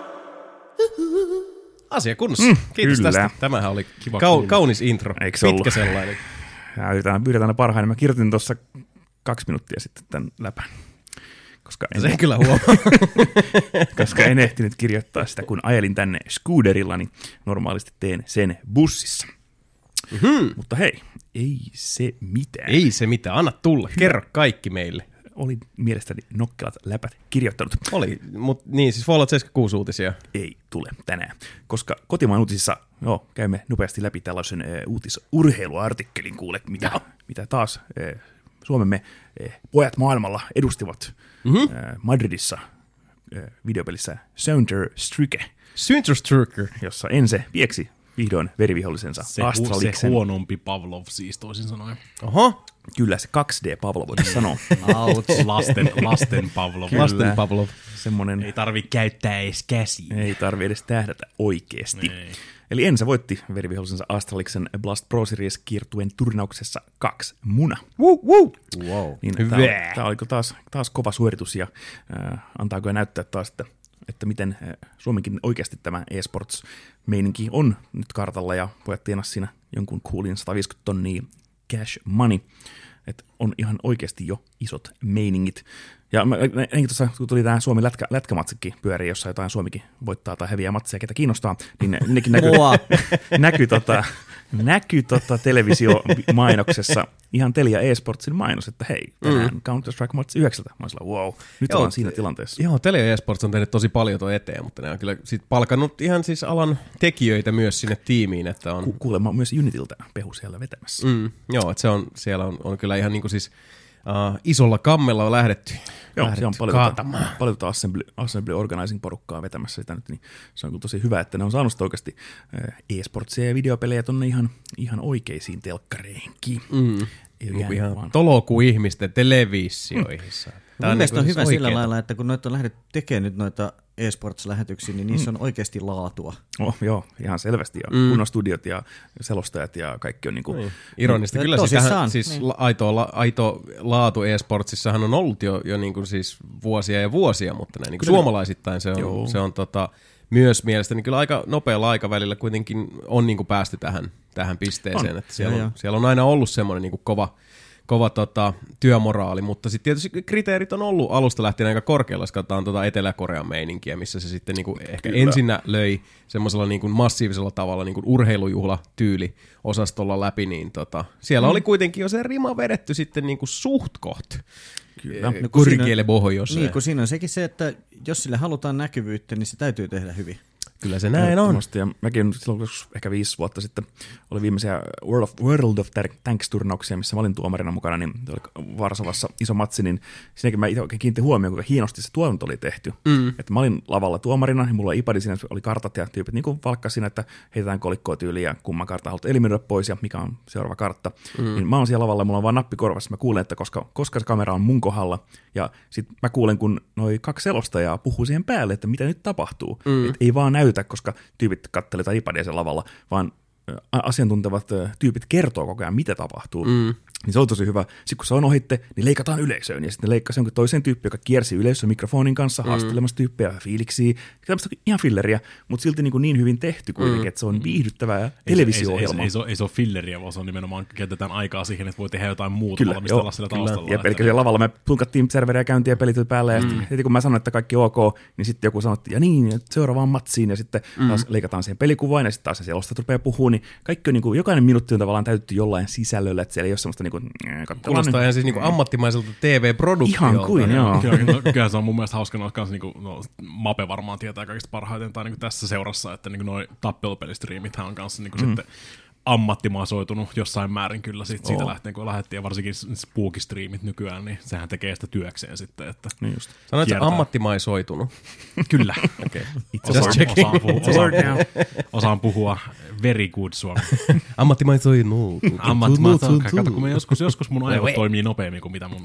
Asia kunnossa. Mm, Kiitos kyllä. tästä. Tämähän oli kiva Kau- kaunis intro. Eikö Pitkä ollut? sellainen. Ja yritetään, pyydetään parhain. Mä kirjoitin tuossa kaksi minuuttia sitten tämän läpän. Koska en, se ei kyllä huomaa. koska en ehtinyt kirjoittaa sitä, kun ajelin tänne scooterilla, niin normaalisti teen sen bussissa. Mm-hmm. Mutta hei, ei se mitään. Ei se mitään. Anna tulla. Kerro kaikki meille. oli mielestäni nokkelat läpät kirjoittanut. Oli, mutta niin, siis Fallout seitsemänkymmentäkuusi uutisia. Ei tule tänään, koska kotimaan uutisissa joo, käymme nopeasti läpi tällaisen e, uutisurheiluartikkelin, kuule, mitä, mitä taas e, Suomemme e, pojat maailmalla edustivat mm-hmm. e, Madridissa e, videopelissä Counter-Strike. Counter-Strike. Jossa Ense pieksi vihdoin verivihollisensa se, Astraliksen. Se huonompi Pavlov siis toisin sanoen. Oho. Kyllä se kaksi D Pavlov voisi sanoa. lasten, lasten Pavlov. Lasten Pavlov. Semmonen, ei tarvi käyttää edes käsiä. Ei tarvi edes tähdätä oikeesti. Ei. Eli Ense voitti verivihollisensa Astraliksen Blast Pro Series kiertueen turnauksessa kaksi muna. Woo, woo. Wow. Niin, tämä, tämä oli taas, taas kova suoritus ja äh, antaako näyttää taas, että että miten Suomenkin oikeasti tämä eSports-meininki on nyt kartalla, ja pojat tienas siinä jonkun coolin sata viisikymmentä tonnia cash money, että on ihan oikeasti jo isot meiningit. Ja ennenkin tuossa, kun tuli tämä Suomi lätkä, lätkämatsikin pyörii, jossa jotain Suomikin voittaa tai häviää matseja, ketä kiinnostaa, niin nekin näkyy, näkyy, tota, näkyy tota televisiomainoksessa ihan Telia eSportsin mainos, että hei, tänään mm. Counter-Strike Match yhdeksältä. Mä olisin wow, nyt joo, ollaan siinä tilanteessa. Joo, Telia eSports on tehnyt tosi paljon tuon eteen, mutta ne on kyllä sit palkannut ihan siis alan tekijöitä myös sinne tiimiin. Että on... Ku- kuulemma myös Unitiltä Pehu siellä vetämässä. Mm, joo, että se on, siellä on, on kyllä ihan niin kuin siis uh, isolla kammella on lähdetty. Joo, lähdetty se on paljon, kaatamaan. Tota, paljon tota assembly, assembly organizing-porukkaa vetämässä sitä nyt, niin se on kyllä tosi hyvä, että ne on saanut oikeasti e-sportsia ja videopelejä tonne ihan, ihan oikeisiin telkkareinkin. Mm. Ihan vaan toloku-ihmisten televisioihin. Mun mielestä on hyvä sillä lailla, että kun noita on lähdetty tekemään nyt noita eSports-lähetyksiä, niin niissä on oikeasti laatua. Oh, joo, ihan selvästi. Ja mm. kunnon studiot ja selostajat ja kaikki on niin kuin... Niin. Ironista. Kyllä sitähän, siis niin. aito, la, aito laatu eSportsissahan on ollut jo, jo niin kuin siis vuosia ja vuosia, mutta näin niin kuin suomalaisittain se on, se on tota, myös mielestäni kyllä aika nopealla aikavälillä kuitenkin on niin kuin päästy tähän, tähän pisteeseen. Että siellä, ja on, siellä on aina ollut semmoinen niin kuin kova... kova tota, työmoraali, mutta sitten tietysti kriteerit on ollut alusta lähtien aika korkealla, jos katsotaan tota Etelä-Korean meininkiä, missä se sitten niinku ehkä Kyllä. ensinnä löi semmoisella niinku massiivisella tavalla niinku urheilujuhla-tyyli-osastolla läpi, niin tota, siellä mm. oli kuitenkin jo se rima vedetty sitten niinku suht koht. Kyllä. No, korkealle pohjoiseen. Niin, kun siinä on sekin se, että jos sille halutaan näkyvyyttä, niin se täytyy tehdä hyvin. Kyllä se näin on. Ja mäkin silloin ehkä viisi vuotta sitten oli viimeisiä World of, World of Tanks-turnauksia, missä mä olin tuomarina mukana, niin oli Varsovassa iso matsi, niin siinäkin mä itse oikein kiinnitin huomioon, kuinka hienosti se tuotanto oli tehty. Mm. Että mä olin lavalla tuomarina, ja mulla oli iPadi siinä, oli kartat ja tyypit niin kuin valkkasi siinä, että heitetään kolikkoa tyyliin ja kumman kartta haluat eliminoida pois ja mikä on seuraava kartta. Mm. Niin mä oon siellä lavalla, mulla on vaan nappi korvassa, mä kuulen, että koska, koska se kamera on mun kohdalla, ja sitten mä kuulen, kun noi kaksi selostajaa puhuu siihen päälle, että mitä nyt tapahtuu. Mm. Et ei vaan näytä, koska tyypit kattelevat tai iPadia sen lavalla, vaan asiantuntevat tyypit kertoo koko ajan, mitä tapahtuu. Mm. Niin se on tosi hyvä. Sitten kun se on ohitte, niin leikataan yleisöön. Ja sitten ne leikkasi jonkun toisen tyyppi, joka kiersi yleisön mikrofonin kanssa, mm. haastelemassa tyyppejä, fiiliksiä. Tällaista ihan filleriä, mutta silti niin, niin hyvin tehty kuitenkin, mm. että se on viihdyttävää televisio-ohjelma. Ei, ei, ei, ei se ole filleriä, vaan se on nimenomaan, käytetään aikaa siihen, että voi tehdä jotain muuta, valmistella sillä taustalla. Ja pelkkä siellä lavalla me punkattiin serveriä käyntiä ja pelit päälle. Ja mm. sitten heti kun mä sanoin, että kaikki ok, niin sitten joku sanoi, että ja niin, seuraavaan matsiin. Ja sitten mm. taas leikataan siihen pelikuvaan ja sitten taas se selostajat rupeaa puhumaan. Niin kaikki on niin kuin, jokainen minuutti on tavallaan täytetty jollain sisällöllä, että siellä ei ole semmoista niin kuin, kuulostaa ihan siis niinku ammattimaiselta T V-produktiolta. Ihan kuin, joo. Kyllä, kyllä se on mun mielestä hauska, että niinku, no, Mape varmaan tietää kaikista parhaiten tai niinku tässä seurassa, että niinku noi tappelupelistriimithän on kanssa niinku mm. sitten ammattimaisoitunut jossain määrin kyllä sit siitä oh. lähtien, kun lähdettiin, ja varsinkin spookistriimit nykyään, niin sehän tekee sitä työkseen sitten, että niin just. Sanoit se ammattimaisoitunut? Kyllä. Okay. Osaan, osaan, puhua, osaan, osaan puhua very good suomi. Ammattimaisoitunut. Ammattimaisoitunut. Kato, kun me joskus, joskus mun aivot toimii nopeammin kuin mitä mun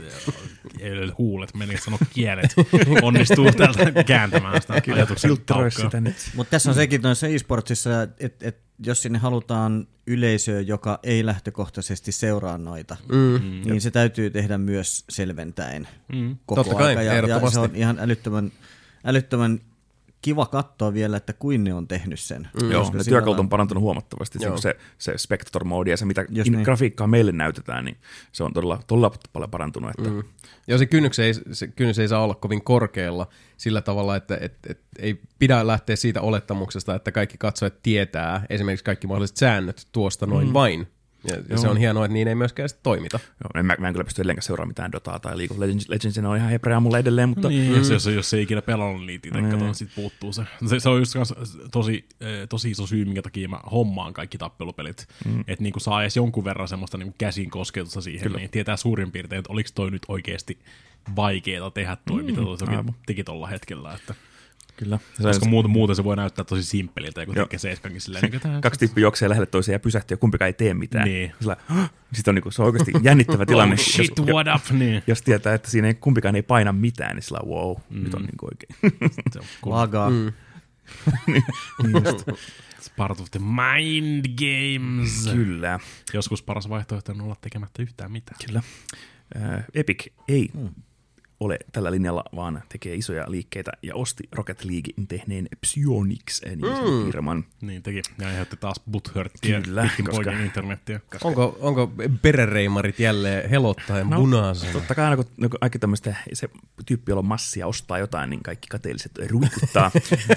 huulet meni, sano kielet, onnistuu täältä kääntämään sitä ajatuksen taukkaa. Mutta tässä on sekin noissa e-sportsissa, että et, jos sinne halutaan yleisöä, joka ei lähtökohtaisesti seuraa noita, mm. niin mm. se täytyy tehdä myös selventäen mm. koko Totta aika. Kai, ja, ja se on ihan älyttömän, älyttömän kiva katsoa vielä, että kuin ne on tehnyt sen. Mm. Joo, ne työkalut on parantunut huomattavasti. Se, se Spectator-moodi ja se, mitä in, niin. grafiikkaa meille näytetään, niin se on todella, todella paljon parantunut. Että... Mm. Joo, se kynnys, ei, se kynnys ei saa olla kovin korkealla sillä tavalla, että et, et, ei pidä lähteä siitä olettamuksesta, että kaikki katsojat tietää esimerkiksi kaikki mahdolliset säännöt tuosta noin mm. vain. Ja, ja se on hienoa, että niin ei myöskään sitten toimita. Joo, mä, mä en kyllä pysty edelleenkään seuraamaan mitään Dotaa tai League of Legends. Legends on ihan hebreaa mulle edelleen, mutta... Niin, mm. jos, jos ei ikinä pelannut niitä itse, kato, sit puuttuu se. se. Se on just tosi, tosi iso syy, minkä takia mä hommaan kaikki tappelupelit. Mm. Että niinku saa edes jonkun verran semmoista niinku käsin kosketusta siihen, kyllä. Niin tietää suurin piirtein, että oliko toi nyt oikeasti vaikeaa tehdä toi, mm. mitä toi teki tolla hetkellä, että... Kyllä. Koska muuten, muuten se voi näyttää tosi simppeliltä, kun tekee seiskankin silleen. Niin kaksi tyyppiä juoksee lähelle toiseen ja pysähtyy ja kumpikaan ei tee mitään. Niin. Sitten on, niin kuin, se on oikeasti jännittävä tilanne. Oh shit, jos, what up? Niin. Jos tietää, että siinä ei, kumpikaan ei paina mitään, niin sillä on wow, mm. nyt on niin kuin oikein. Lagaa. Mm. niin, just. It's part of the mind games. Kyllä. Joskus paras vaihtoehto on olla tekemättä yhtään mitään. Kyllä. Uh, Epic ei... Mm. ole tällä linjalla, vaan tekee isoja liikkeitä ja osti Rocket Leaguein tehneen Psyonix-nimisen mm. firman. Niin teki, ja aiheutti taas butthurttia pitkin poikin internettiä. Koska... Onko, onko perereimarit jälleen helottaen no, punaisen? Totta kai aina kun, kun kaikki tämmöistä, se tyyppi, jolla on massia ostaa jotain, niin kaikki kateelliset ruikuttaa.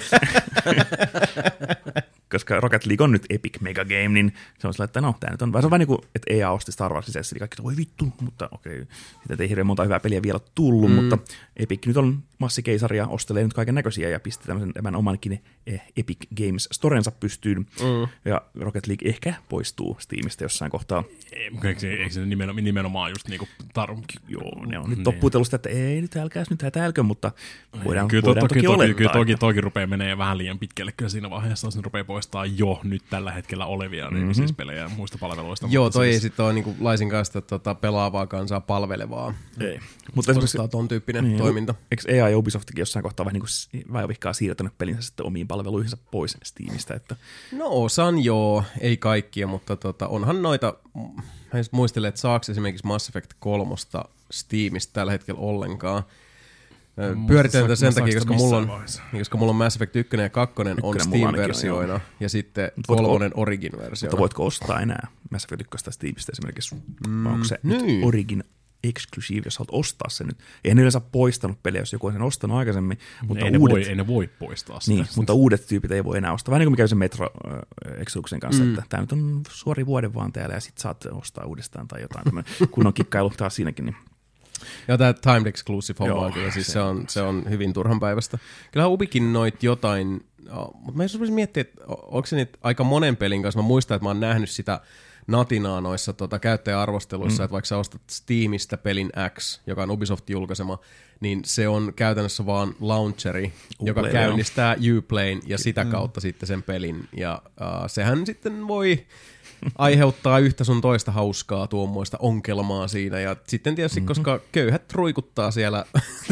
Koska Rocket League on nyt Epic Mega Game, niin se on sellainen, että no, tämä nyt on, se on vähän niin kuin, että E A osti Star Wars lisässä, eli kaikki, voi vittu, mutta okei, sitä ei hirveän monta hyvää peliä vielä tullut, mm. mutta Epic nyt on massikeisaria, ostelee nyt kaiken näköisiä ja pisti tämmöisen tämän omankin Epic Games Storensa pystyyn, mm. ja Rocket League ehkä poistuu Steamista jossain kohtaa. Eikö se, eikö se nimenomaan, nimenomaan just niinku tarvitse? Joo, ne on nyt topputelusta, että ei nyt älkääs nyt hätäilkö, mutta voidaan, kyllä, voidaan toki, toki, toki olettaa. Kyllä toki, toki rupeaa menee vähän liian pitkälle kyllä siinä vaiheessa, jos ne rupeaa poistaa jo nyt tällä hetkellä olevia mm-hmm. niin siis pelejä muista palveluista. Joo, toi siis... ei sitten ole niinku laisinkaan sitä tota, pelaavaa kansaa palvelevaa. Ei. Mutta esimerkiksi ton tyyppinen niin, toiminta. Eikö E A ja Ubisoftikin jossain kohtaa vähän niin kuin vihkaa siirtänyt pelinsä sitten omiin palveluihinsa pois Steamista? Että... No osan joo, ei kaikkia, mutta tota, onhan noita, mä muistelen, että saako esimerkiksi Mass Effect kolme Steamista tällä hetkellä ollenkaan. Pyöritän tätä sen takia, koska mulla, on, koska mulla on Mass Effect yksi ja kaksi on Steam-versioina ja sitten kolmonen Origin-versiona. Mutta voitko ostaa enää Mass Effect yksi Steamista esimerkiksi? Mm, onko se niin. Origin exclusive, jos haluat ostaa sen nyt? Eihän ne yleensä poistanut peliä, jos joku on sen ostanut aikaisemmin. Mutta ei, uudet, ne voi, ei ne voi poistaa sitä. Niin, mutta uudet tyypit ei voi enää ostaa. Vähän niin kuin mikä se Metro äh, Exoduksen kanssa, mm. että tämä nyt on suori vuoden vaan täällä ja sitten saat ostaa uudestaan tai jotain. Kunnon kikkailu taas siinäkin, niin ja tämä timed exclusive homma on kyllä, siis se on, se on hyvin turhan päivästä. Kyllähän Ubikin noit jotain, mutta mä joskus miettiä, että onko se nyt aika monen pelin kanssa, mä muistan, että mä oon nähnyt sitä natinaa noissa tota, käyttäjäarvosteluissa, mm. että vaikka sä ostat Steamista pelin X, joka on Ubisoftin julkaisema, niin se on käytännössä vaan launcheri, joka Uplay, käynnistää Uplayn ja sitä kautta mm. sitten sen pelin. Ja uh, sehän sitten voi aiheuttaa yhtä sun toista hauskaa tuommoista onkelmaa siinä. Ja sitten tietysti, mm-hmm. koska köyhät ruikuttaa siellä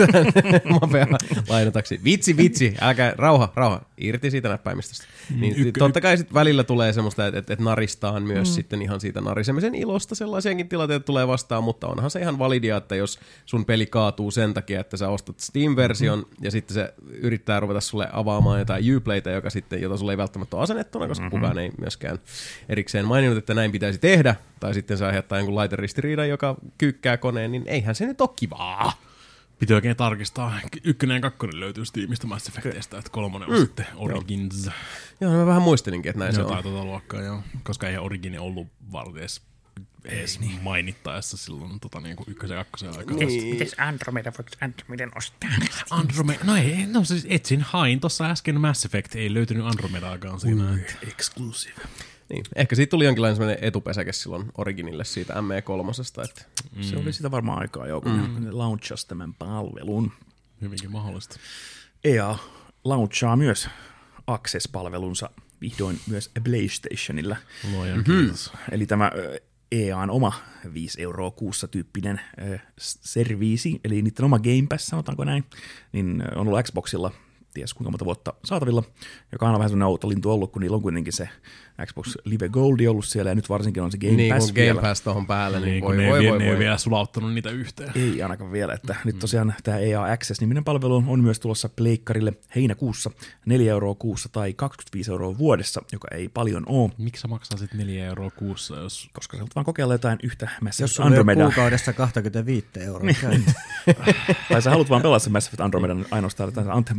mapea lainataksi. Vitsi, vitsi, älkää, rauha, rauha, irti siitä näppäimistöstä. Mm, niin ykkö, totta kai sitten välillä tulee semmoista, että et, et naristaan myös mm. sitten ihan siitä narisemisen ilosta. Sellaisiakin tilanteita tulee vastaan, mutta onhan se ihan validia, että jos sun peli kaatuu sen takia, että sä ostat Steam-version mm-hmm. ja sitten se yrittää ruveta sulle avaamaan jotain Uplayta, joka sitten, jota sulle ei välttämättä ole asennettuna, koska mm-hmm. kukaan ei myöskään erikseen maininnut, että näin pitäisi tehdä, tai sitten se aiheuttaa jonkun laiteristiriidan, joka kyykkää koneen, niin eihän se nyt ole kivaa. Piti oikein tarkistaa. Ykkönen ja kakkonen löytyy Steamista Mass Effectista, että kolmonen on mm. sitten Origins. Joo, joo mä vähän muistelinkin, että näin joo, se on. Tota luokkaa, joo. Koska eihän Origini ollut vartees edes niin. mainittaessa silloin tota, niin kuin ykkösen ja kakkosen aikaa. Niin. Mites Andromeda, voiko Andromeda ostaa? Andromeda, no ei, no siis etsin hain tuossa äsken Mass Effect, ei löytynyt Andromedaakaan siinä. Ui, exclusive. Niin. Ehkä siitä tuli jonkinlainen sellainen etupesäke silloin Originille siitä M E kolme. Että... Mm. Se oli sitä varmaan aikaa jo, kun mm. ne launchas tämän palvelun. Hyvinkin mahdollista. E A launchaa myös Access-palvelunsa vihdoin myös PlayStationilla. Luojan kiitos. Mm-hmm. Eli tämä E A:n oma viisi euroa kuussa tyyppinen äh, serviisi, eli niiden oma Game Pass, sanotaanko näin, niin on ollut Xboxilla ties kuinka monta vuotta saatavilla, joka on aina vähän sellainen outo lintu ollut, kun niillä on kuitenkin se Xbox Live Gold ollut siellä, ja nyt varsinkin on se Game niin, Pass kun Game Pass tuohon päälle, niin, niin voi, voi, voi, voi, voi. Ne ei vielä sulauttanut niitä yhteen. Ei ainakaan vielä, että mm. nyt tosiaan tämä E A Access-niminen palvelu on myös tulossa pleikkarille heinäkuussa neljä euroa kuussa tai kaksikymmentäviisi euroa vuodessa, joka ei paljon ole. Miksi sä maksaa sitten neljä euroa kuussa, jos... Koska sä haluat vaan kokeilla jotain yhtä Mass Effect Andromeda. Jos kuukaudessa kaksikymmentäviisi euroa. Tai sä haluat vaan pelata se Mass Effect Andromedan ainoastaan tämän Anthemin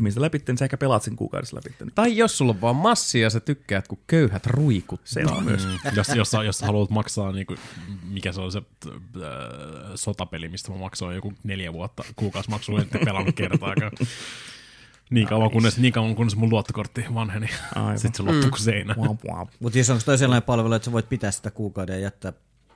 helpommin sitä läpi, niin sä ehkä pelaat sen kuukaudessa läpi. Tai jos sulla on vaan massia ja sä tykkäät, kun köyhät ruikut. Se on myös. Mm, jos, jos, jos sä haluat maksaa, niin kuin, mikä se on se äh, sotapeli, mistä mä maksoin joku neljä vuotta kuukausimaksua, en pelannut kertaakaan. Niin kauan, kunnes, niin kauan kunnes mun luottokortti vanheni. Sitten se loppui mm. kuin seinä. Mutta siis onko toi sellainen palvelu, että sä voit pitää sitä kuukauden ja jättää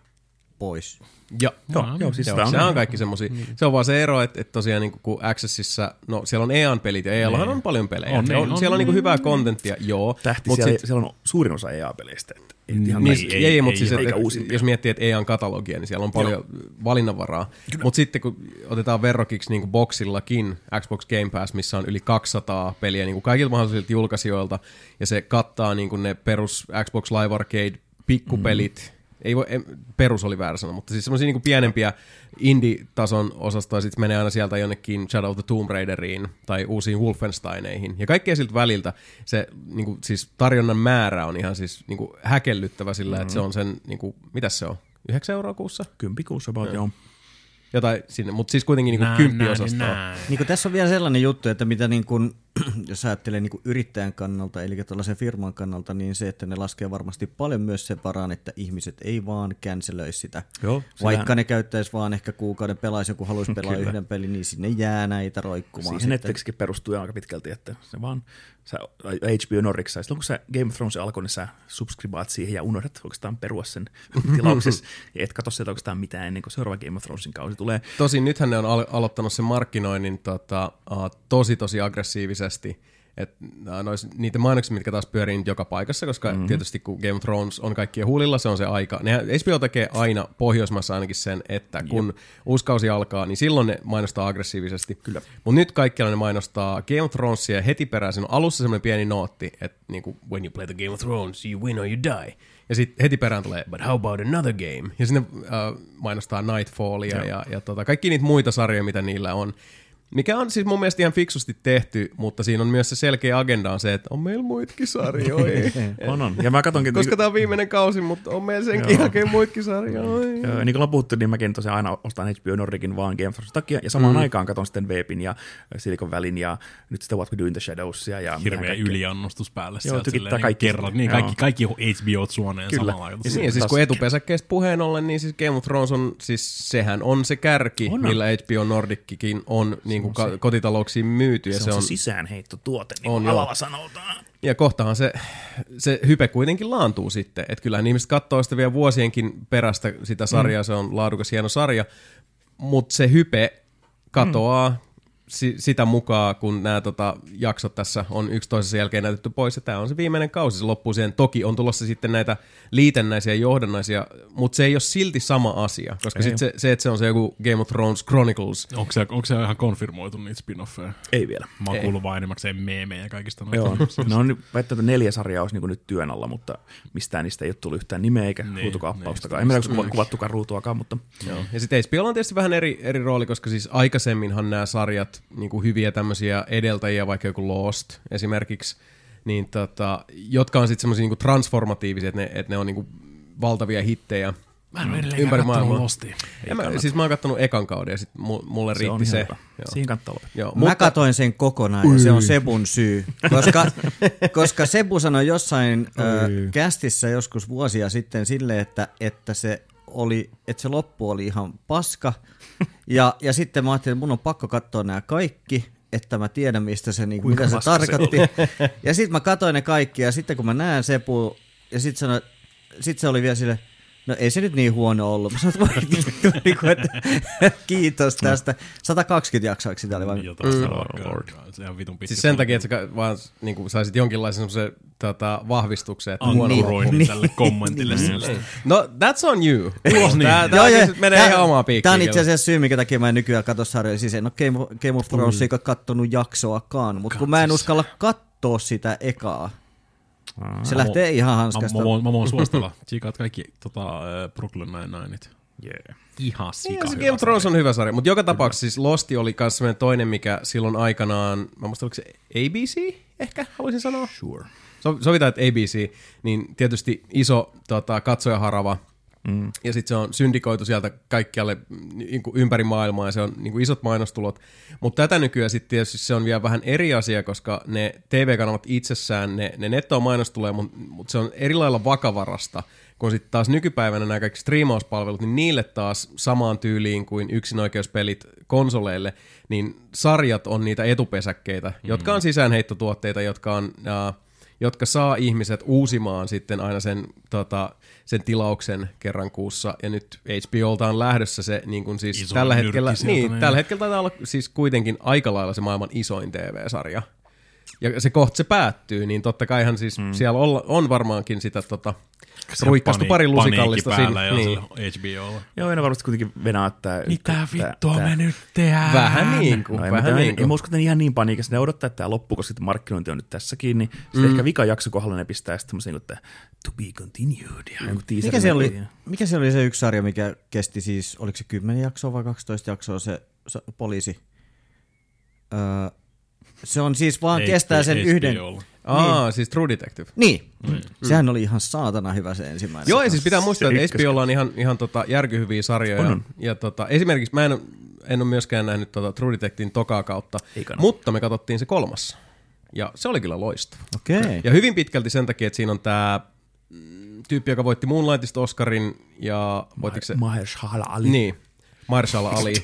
pois? Joo, joo, joo, siis joo, se on kaikki semmosia. Mm. Se on vaan se ero, että, että tosiaan niin kun Accessissa, no siellä on E A-pelit ja E A:llahan on paljon pelejä. On, on, on, siellä on, on niin hyvää kontenttia, joo. Tähti, mut siellä, sit, siellä on suurin osa E A-peleistä. Että Niin, ei, ei, ei, mutta siis, et, et, jos miettii, että E A:n katalogia, niin siellä on paljon Joo. valinnanvaraa. Mutta sitten kun otetaan verrokiksi niin kuin Boxillakin Xbox Game Pass, missä on yli kaksisataa peliä niin kuin kaikilta mahdollisilta julkaisijoilta, ja se kattaa niin kuin ne perus Xbox Live Arcade pikkupelit, mm. ei voi, perus oli väärä sana, mutta siis semmoisia niin kuin pienempiä indie-tason osastoja, sitten menee aina sieltä jonnekin Shadow of the Tomb Raideriin tai uusiin Wolfensteineihin. Ja kaikkea siltä väliltä se niin kuin, siis tarjonnan määrä on ihan siis niin kuin häkellyttävä sillä, mm-hmm. että se on sen, niin kuin, mitäs se on, yhdeksän euroa kuussa? Kympi kuussa about, joo. Jotain sinne, mutta siis kuitenkin niin kymppiosastoa. Niin tässä on vielä sellainen juttu, että mitä niin kuin, jos ajattelee niin kuin yrittäjän kannalta, eli tällaisen firman kannalta, niin se, että ne laskee varmasti paljon myös sen varaan, että ihmiset ei vaan cancelöisi sitä. Joo, vaikka sitä... ne käyttäisi vaan ehkä kuukauden pelaisi, joku haluaisi pelaa yhden pelin, niin sinne jää näitä roikkumaan. Siihen Netflixikin perustuu aika pitkälti, että se vaan sä H B O Nordics, silloin kun se Game of Thrones alkoi, niin sä subscribaat siihen ja unohdat oikeastaan perua sen tilauksessa, ja et katso sieltä oikeastaan mitään ennen kuin seuraava Game of Thronesin kausi tulee. Tosin nythän ne on al- aloittanut sen markkinoinnin tota, uh, tosi tosi aggressiivisesti, että nois, niitä mainoksia, mitkä taas pyörii nyt joka paikassa, koska mm-hmm. tietysti kun Game of Thrones on kaikkien huulilla, se on se aika. Ne H B O tekee aina Pohjoismaissa ainakin sen, että kun Jep. uusi kausi alkaa, niin silloin ne mainostaa aggressiivisesti. Kyllä. Mutta nyt kaikkialla ne mainostaa Game of Thronesia heti perään. Siinä on alussa semmoinen pieni nootti, että niinku, when you play the Game of Thrones, you win or you die. Ja sitten heti perään tulee, but how about another game? Ja sinne uh, mainostaa Nightfallia ja, ja, ja tota, kaikki niitä muita sarjoja, mitä niillä on. Mikä on siis mun mielestä ihan fiksusti tehty, mutta siinä on myös se selkeä agenda on se, että on meillä muitakin sarjoja. on, on. Ja mä katonkin, koska tämä on viimeinen kausi, mutta on meillä senkin jälkeen muitakin sarjoja. Joo, niin kuin on puhuttu, niin mäkin tosiaan aina ostan H B O Nordicin vaan Game of Thrones takia, ja samaan mm. aikaan katon sitten Vapin ja Silicon Valleyn ja nyt sitten What We Do in the Shadowsia. Ja hirveä yliannostus päälle. Joo, tykittää kaikki. Kerran, niin kaikki, kaikki H B O:t suoneen Kyllä. samalla lailla. Niin, siis kun etupesäkkeestä puheen ollen, niin siis Game of Thrones on, siis sehän on se kärki, on, millä H B O Nordickin on niin kuin ka- kotitalouksiin myyty. Se, ja se on on se sisäänheitto tuote, niin kuin alalla sanotaan. Ja kohtahan se, se hype kuitenkin laantuu sitten. Että kyllähän ihmiset katsoo sitä vielä vuosienkin perästä sitä sarjaa, mm. se on laadukas hieno sarja, mutta se hype katoaa mm. si- sitä mukaan, kun nämä tota, jaksot tässä on yksi toisensa jälkeen näytetty pois, ja tämä on se viimeinen kausi, se loppuu siihen. Toki on tulossa sitten näitä liitännäisiä ja johdannaisia, mutta se ei ole silti sama asia, koska sit se, se, että se on se joku Game of Thrones Chronicles. Onko se, onko se ihan konfirmoitu niitä spin-offeja? Ei vielä. Mä oon kuullut vaan enimmäkseen meemejä ja kaikista noista. Joo, no on väittää, että neljä sarjaa olisi niin nyt työn alla, mutta mistään niistä ei ole tullut yhtään nimeä eikä niin, ruutukaappaustakaan. En tiedä, onko kuvattukaan ruutuakaan, mutta... Joo. Ja sitten H B O:lla on tietysti vähän eri, eri rooli, koska siis aikaisemminhan nämä sarjat, niin kuin hyviä tämmöisiä edeltäjiä, vaikka joku Lost esimerkiksi, niin tota, jotka on sitten semmoisia niin kuin transformatiivisia, että ne, että ne on niin kuin valtavia hittejä mä en ole edelleenkään kattonut Lostia. Mä, siis mä oon kattonut ekan kauden ja sitten mulle se riitti se. Siihen kannattaa lopettaa. Joo, mä mutta... katoin sen kokonaan ja se on Sebun syy. Koska, koska Sebu sanoi jossain äh, kästissä joskus vuosia sitten silleen, että, että, se, oli, että se loppu oli ihan paska. Ja, ja sitten mä ajattelin, että mun on pakko katsoa nämä kaikki, että mä tiedän, mistä se, niin, mitä se tarkoitti. Se ja sitten mä katsoin ne kaikki ja sitten kun mä näen Sebu ja sitten sanoin, sit se oli vielä silleen, no ei se nyt niin huono ollut. Mä sanoin, että kiitos tästä. sata kaksikymmentä jaksoa, sitä oli vain. Jotain mm. Lord. Se ihan vitun pitkä. Siis sen takia, että sä vaan niin kuin, saisit jonkinlaisen tota, vahvistuksen, että huono niin, tälle kommentille. Niin, niin. No, that's on you. Niin. Tää, tää joo, joo, menee tää, ihan omaa piikkiin. Tämä on itse asiassa syy, minkä takia mä en nykyään katso sarjoja. Siis en ole Game of, Game of Thrones eikä kattonut jaksoakaan, mutta kun mä en uskalla katsoa sitä ekaa. Se mä lähtee mo- ihan hanskasta. Mä, mä, mä voin suostella. Tsiikaat kaikki tota, Brooklyn Nine-Nineit. Yeah. Ihan sika yeah, Game of Thrones on hyvä sarja, mutta joka tapauksessa siis Losti oli myös sellainen toinen, mikä silloin aikanaan, mä muistan, oliko se A B C ehkä, haluaisin sanoa? Sure. So, sovitaan, että A B C, niin tietysti iso tota, katsojaharava Mm. Ja sitten se on syndikoitu sieltä kaikkialle niin kuin ympäri maailmaa ja se on niin kuin isot mainostulot. Mutta tätä nykyään sitten tietysti se on vielä vähän eri asia, koska ne T V-kanavat itsessään, ne, ne nettoa mainostuloja, mutta mut se on eri lailla vakavarasta. Kun sitten taas nykypäivänä nämä kaikki striimauspalvelut, niin niille taas samaan tyyliin kuin yksinoikeuspelit konsoleille, niin sarjat on niitä etupesäkkeitä, mm. jotka on sisäänheittotuotteita, jotka, on, uh, jotka saa ihmiset uusimaan sitten aina sen, tota, sen tilauksen kerran kuussa. Ja nyt H B O:lta on lähdössä se niin kuin siis tällä hetkellä, niin, tällä hetkellä taitaa olla siis kuitenkin aika lailla se maailman isoin T V-sarja. Ja se kohta se päättyy, niin totta kaihan siis mm. siellä on, on varmaankin sitä tota, ruikkastu pari lusikallista siinä. Niin. H B O:lla. Joo, en varmasti kuitenkin venää, että... Mitä vittua me nyt tehdään? Vähän niin kuin. No, vähän en, niin en, kuin. en usko, että ne ihan niin paniikassa. Ne odottaa, että tämä loppuu, koska sitten markkinointi on nyt tässäkin. Niin sitten mm. ehkä vika jakso kohdalla ne pistää sitten semmoisen, että to be continued. Ja mikä, se oli, mikä se oli se yksi sarja, mikä kesti siis, oliko se kymmenen jaksoa vai kaksitoista jaksoa se, se poliisi? Öö, Se on siis vaan Ei, kestää sen yhden... Aa, niin. siis True Detective. Niin. Mm. Sehän oli ihan saatana hyvä se ensimmäinen. Joo, ja siis pitää muistaa, että H B O:lla on ihan, ihan tota järkyhyviä sarjoja. On, on. Ja tota, esimerkiksi mä en, en ole myöskään nähnyt tota True Detectivein tokaa kautta, mutta me katsottiin se kolmas. Ja se oli kyllä loistava. Okay. Ja hyvin pitkälti sen takia, että siinä on tää tyyppi, joka voitti Moonlightista Oscarin ja... voittiko se? Mahershala Ali. Niin. Mahershala Ali.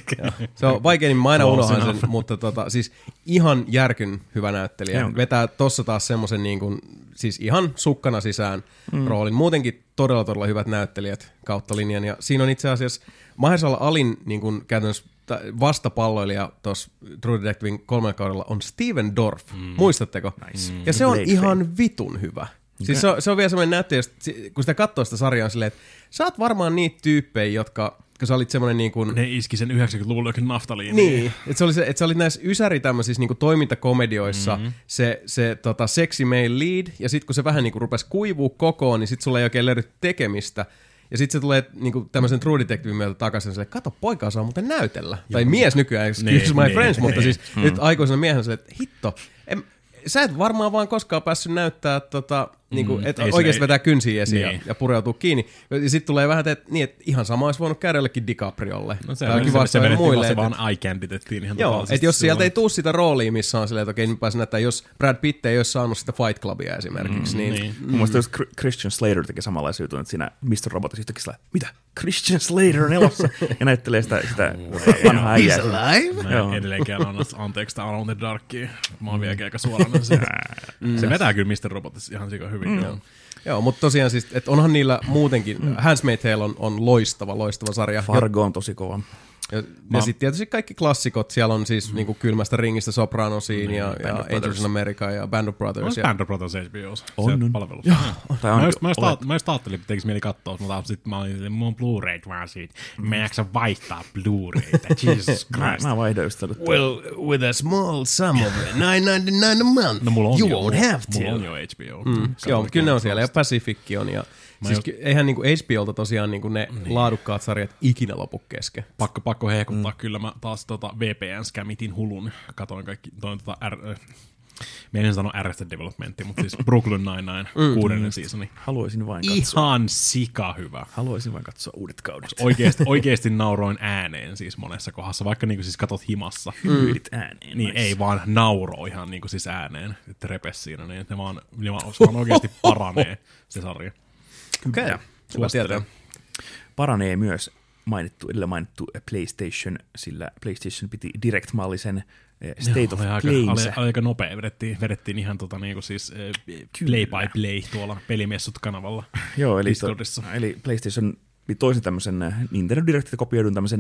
Se on vaikein, niin mä aina unohan sen, mutta tota, siis ihan järkyn hyvä näyttelijä. Joo. Vetää tossa taas semmoisen niin kuin, siis ihan sukkana sisään mm. roolin. Muutenkin todella todella hyvät näyttelijät kautta linjan. Ja siinä on itse asiassa Mahershala Alin niin kuin käytännössä vastapalloilija tuossa True Detectivein kolmella kaudella on Steven Dorff. Mm. Muistatteko? Nice. Ja se on ihan vitun hyvä. Okay. Siis se on, se on vielä semmoinen näyttelijä, kun sitä katsoo sitä sarjaa silleen, että sä oot varmaan niitä tyyppejä, jotka, kun sä olit semmoinen niin kuin... Ne iski sen yhdeksänkymmentäluvulla jokin naftaliiniin. Niin, että sä, että sä olit näissä ysäri tämmöisissä niin kuin toimintakomedioissa mm-hmm. se, se tota, sexy male lead, ja sit kun se vähän niin kuin rupesi kuivuu kokoon, niin sit sulla ei oikein löydy tekemistä. Ja sit se tulee niinku tämmöisen True Detectivein myötä takaisin silleen, kato, poikaa saa muuten näytellä. Joo. Tai mies nykyään, excuse niin, my niin, friends, niin, mutta niin. siis mm. nyt aikoisena miehenä silleen, että hitto, en, sä et varmaan vaan koskaan päässyt näyttää, tota, mm, niinku, että oikeasti vetää kynsiä esiin niin. ja, ja pureutuu kiinni. Ja sitten tulee vähän, että niin, et ihan sama olisi voinut käydä jollekin DiCapriolle. No se, se, se, se vedettiin vaan, se vaan eye-campitettiin ihan joo, että jos sieltä ei tule sitä roolia, missä on silleen, että okei, nyt pääsin näyttää, jos Brad Pitt ei olisi saanut sitä Fight Clubia esimerkiksi. Mm, niin, niin. Mm. Mun mielestä jos Christian Slater teki samanlaisia juttuja, että siinä mister Robotissa yhtäkkiä sillä, mitä? Christian Slater on elossa ja näyttelee sitä, sitä vanhaa äijää. He's alive? Mä edelleenkään annan anteeksi tämä Alone in the Darkia. Mä oon vieläkin aika suorana. Se, se vetää kyllä mister Robotissa ihan sika hyvin. Mm. Joo, mutta tosiaan siis, että onhan niillä muutenkin, mm. Handmaid's Tale on, on loistava, loistava sarja. Fargo on tosi kova. Ja, ja sitten tietysti kaikki klassikot, siellä on siis mm. niinku Kylmästä ringistä Sopranosiin mm. ja, ja Angels in America ja Band of Brothers. On ja... Band of Brothers H B O:ssa. On, on. Palvelussa. Joo. Tai on, mä, just, mä, just taat, mä just ajattelin, että teikö mieli katsoa, mutta sitten mä olin, mun Blu-rayt vaan siitä. Mä en jaksa vaihtaa Blu-rayta. Jesus Christ. Mä, mä vaihdoin just tällä. Well, with a small sum of nine ninety-nine a month, no, mulla on you jo, won't have to. Mulla on jo H B O. Mm. Joo, mutta kyllä ne on siellä. Ja Pacific on. Ja siis just... eihän niinku H B Olta tosiaan niinku ne niin. laadukkaat sarjat ikinä lopu kesken. Pakko, pakko hehkuttaa mm. kyllä. Mä taas tota V P N-skämitin hulun. Katoin kaikki, toin tota R... Mä en sano Arrested Developmentti, mutta siis Brooklyn Nine-Nine, mm. kuudennen seasoni. Haluaisin vain katsoa. Ihan sika hyvä. Haluaisin vain katsoa uudet kaudet. Oikeesti, oikeesti nauroin ääneen siis monessa kohdassa, vaikka niinku siis katot himassa. Hyydit mm. ääneen. Niin, ei vaan nauro ihan niinku siis ääneen, että repes siinä, niin ne vaan, ne vaan, vaan oikeesti paranee se sarja. Okei, okay. Hyvä tietää. Paranee myös mainittu, edellä mainittu PlayStation, sillä PlayStation piti Direct-mallisen State Joo, of Play. Aika, aika nopea, vedettiin, vedettiin ihan tota, niinku siis, play by play tuolla Pelimessut kanavalla. Joo, eli, to, eli PlayStation toisen tämmöisen Nintendo Directista kopioidun tämmöisen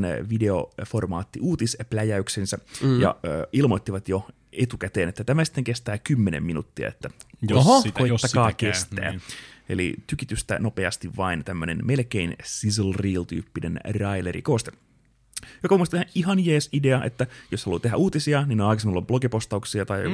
videoformaatti-uutispläjäyksensä mm. ja ö, ilmoittivat jo etukäteen, että tämä sitten kestää kymmenen minuuttia, että jos Oho, sitä, koittakaa jos kestää. Niin. Eli tykitystä nopeasti vain tämmöinen melkein sizzle reel-tyyppinen railerikooste. Joka on mielestäni ihan jees idea, että jos haluaa tehdä uutisia, niin on aikaisemmin ollut blogipostauksia tai mm.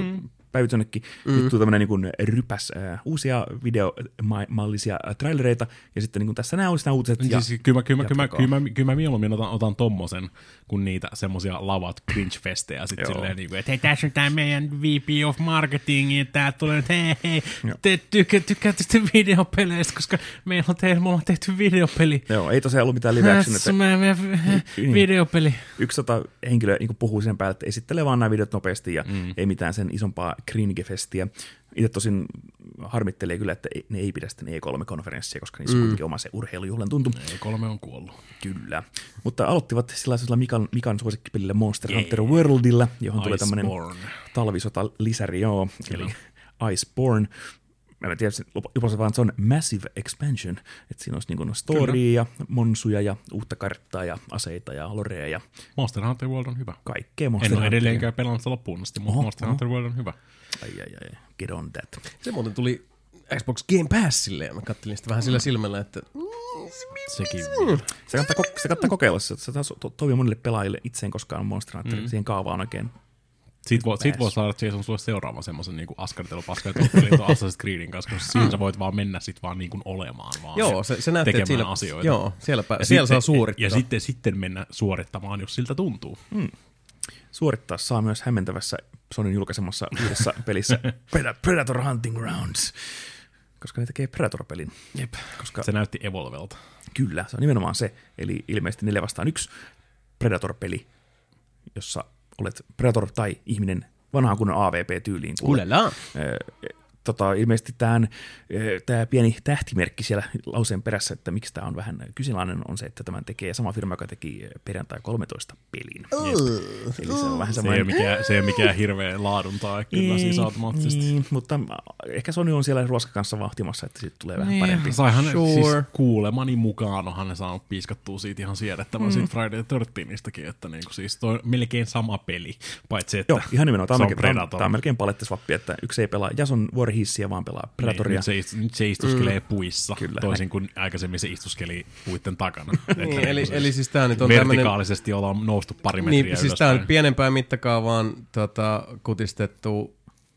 päivitys jonnekin, mm. nyt tuli tämmöinen niin rypäs äh, uusia videomallisia äh, trailereita, ja sitten niin tässä nämä olisivat nämä uutiset. Ja, siis kyllä mä, kyllä, kyllä, kyllä, mä, kyllä mä mieluummin otan, otan tommosen, kun niitä semmosia lavat cringe-festejä, sitten silleen niin kuin, että hei, tässä on tää meidän V P of Marketing, ja tää tulee, että hei, hei, te tykkäätte tykkää tästä videopeleistä, koska meillä on, te, on tehty videopeli. Joo, ei tosiaan ollut mitään live action. Tässä on meidän videopeli. Yksi tota henkilö niin puhuu sen päälle, että esittelee vaan nämä videot nopeasti, ja mm. ei mitään sen isompaa cringe-festiä. Itse tosin harmittelee kyllä, että ne ei pidä sitten E kolme-konferenssia, koska niissä on mm. kuitenkin oma se urheilujuhlan tuntu. E kolme on kuollut. Kyllä. Mutta aloittivat sellaisella Mikan, Mikan suosikkipelillä Monster yeah. Hunter Worldilla, johon tulee tämmöinen talvisota-lisäri, joo, eli Iceborne. Mä en tiedä, jopa se vaan se on Massive Expansion, että siinä olisi niin storya ja monsuja ja uutta karttaa ja aseita ja lorea ja Monster Hunter World on hyvä. Kaikkea Monster En Hunter. ole edelleenkään pelannut sitä loppuun asti, mutta Monster Hunter World on hyvä. Ai ai ai, get on that. Se muuten tuli Xbox Game Passille ja mä kattelin sitä vähän sillä silmällä, että sekin. Se kannattaa, se kannattaa kokeilla, se to, toimii monille pelaajille itseen koskaan Monster Hunter, mm. siihen kaavaan oikein. Siitä voi, siitä voi saada Jason sulle seuraavan semmoisen niinku askartelupaskartelupelin tuon Assassin's Creedin kanssa, koska siinä sä voit vaan mennä sit vaan niinku olemaan vaan. Joo, se, se näyttää, tekemään siinä, asioita. Joo, siellä, pä, ja siellä sitten, saa suorittaa. Ja sitten, sitten mennä suorittamaan, jos siltä tuntuu. Mm. Suorittaa saa myös hämmentävässä Sonyn julkaisemassa uudessa pelissä Predator Hunting Grounds, koska ne tekee Predator-pelin. Jep, koska se näytti Evolvelta. Kyllä, se on nimenomaan se, eli ilmeisesti neljä vastaan yksi Predator-peli, jossa olet Predator tai ihminen vanhaan kunnon A V P-tyyliin. Kuulellaan. Tota, ilmeisesti tämä pieni tähtimerkki siellä lauseen perässä, että miksi tämä on vähän kyseenalainen, on se, että tämän tekee sama firma, joka teki Perjantai kolmetoista pelin. Uh, Eli se on vähän se semmoinen... Ei ole mikään, se ei ole mikään hirveä laaduntaa kyllä siis automaattisesti. Niin, mutta ehkä Sony on siellä ruoska kanssa vahtimassa, että siitä tulee vähän niin, parempi. Saihan sure. Siis kuulemani mukaan onhan ne saanut piiskattua siitä ihan siedettävän mm. siitä Friday thirteenistäkin, että niinku siis toi on melkein sama peli, paitsi että Joo, ihan nimenomaan. Tämä on, melkein, tämä on melkein palettisvappi, että yksi ei pelaa Jason Warhissiä, vaan pelaa Predatoria. Niin, nyt, se, nyt se istuskelee mm. puissa, Kyllä. toisin kuin aikaisemmin se istuskeli puitten takana. niin, eli, eli siis tämä nyt on vertikaalisesti tämmönen... ollaan noustu pari metriä niin, siis tämä on pienempään mittakaavaan tota, kutistettu,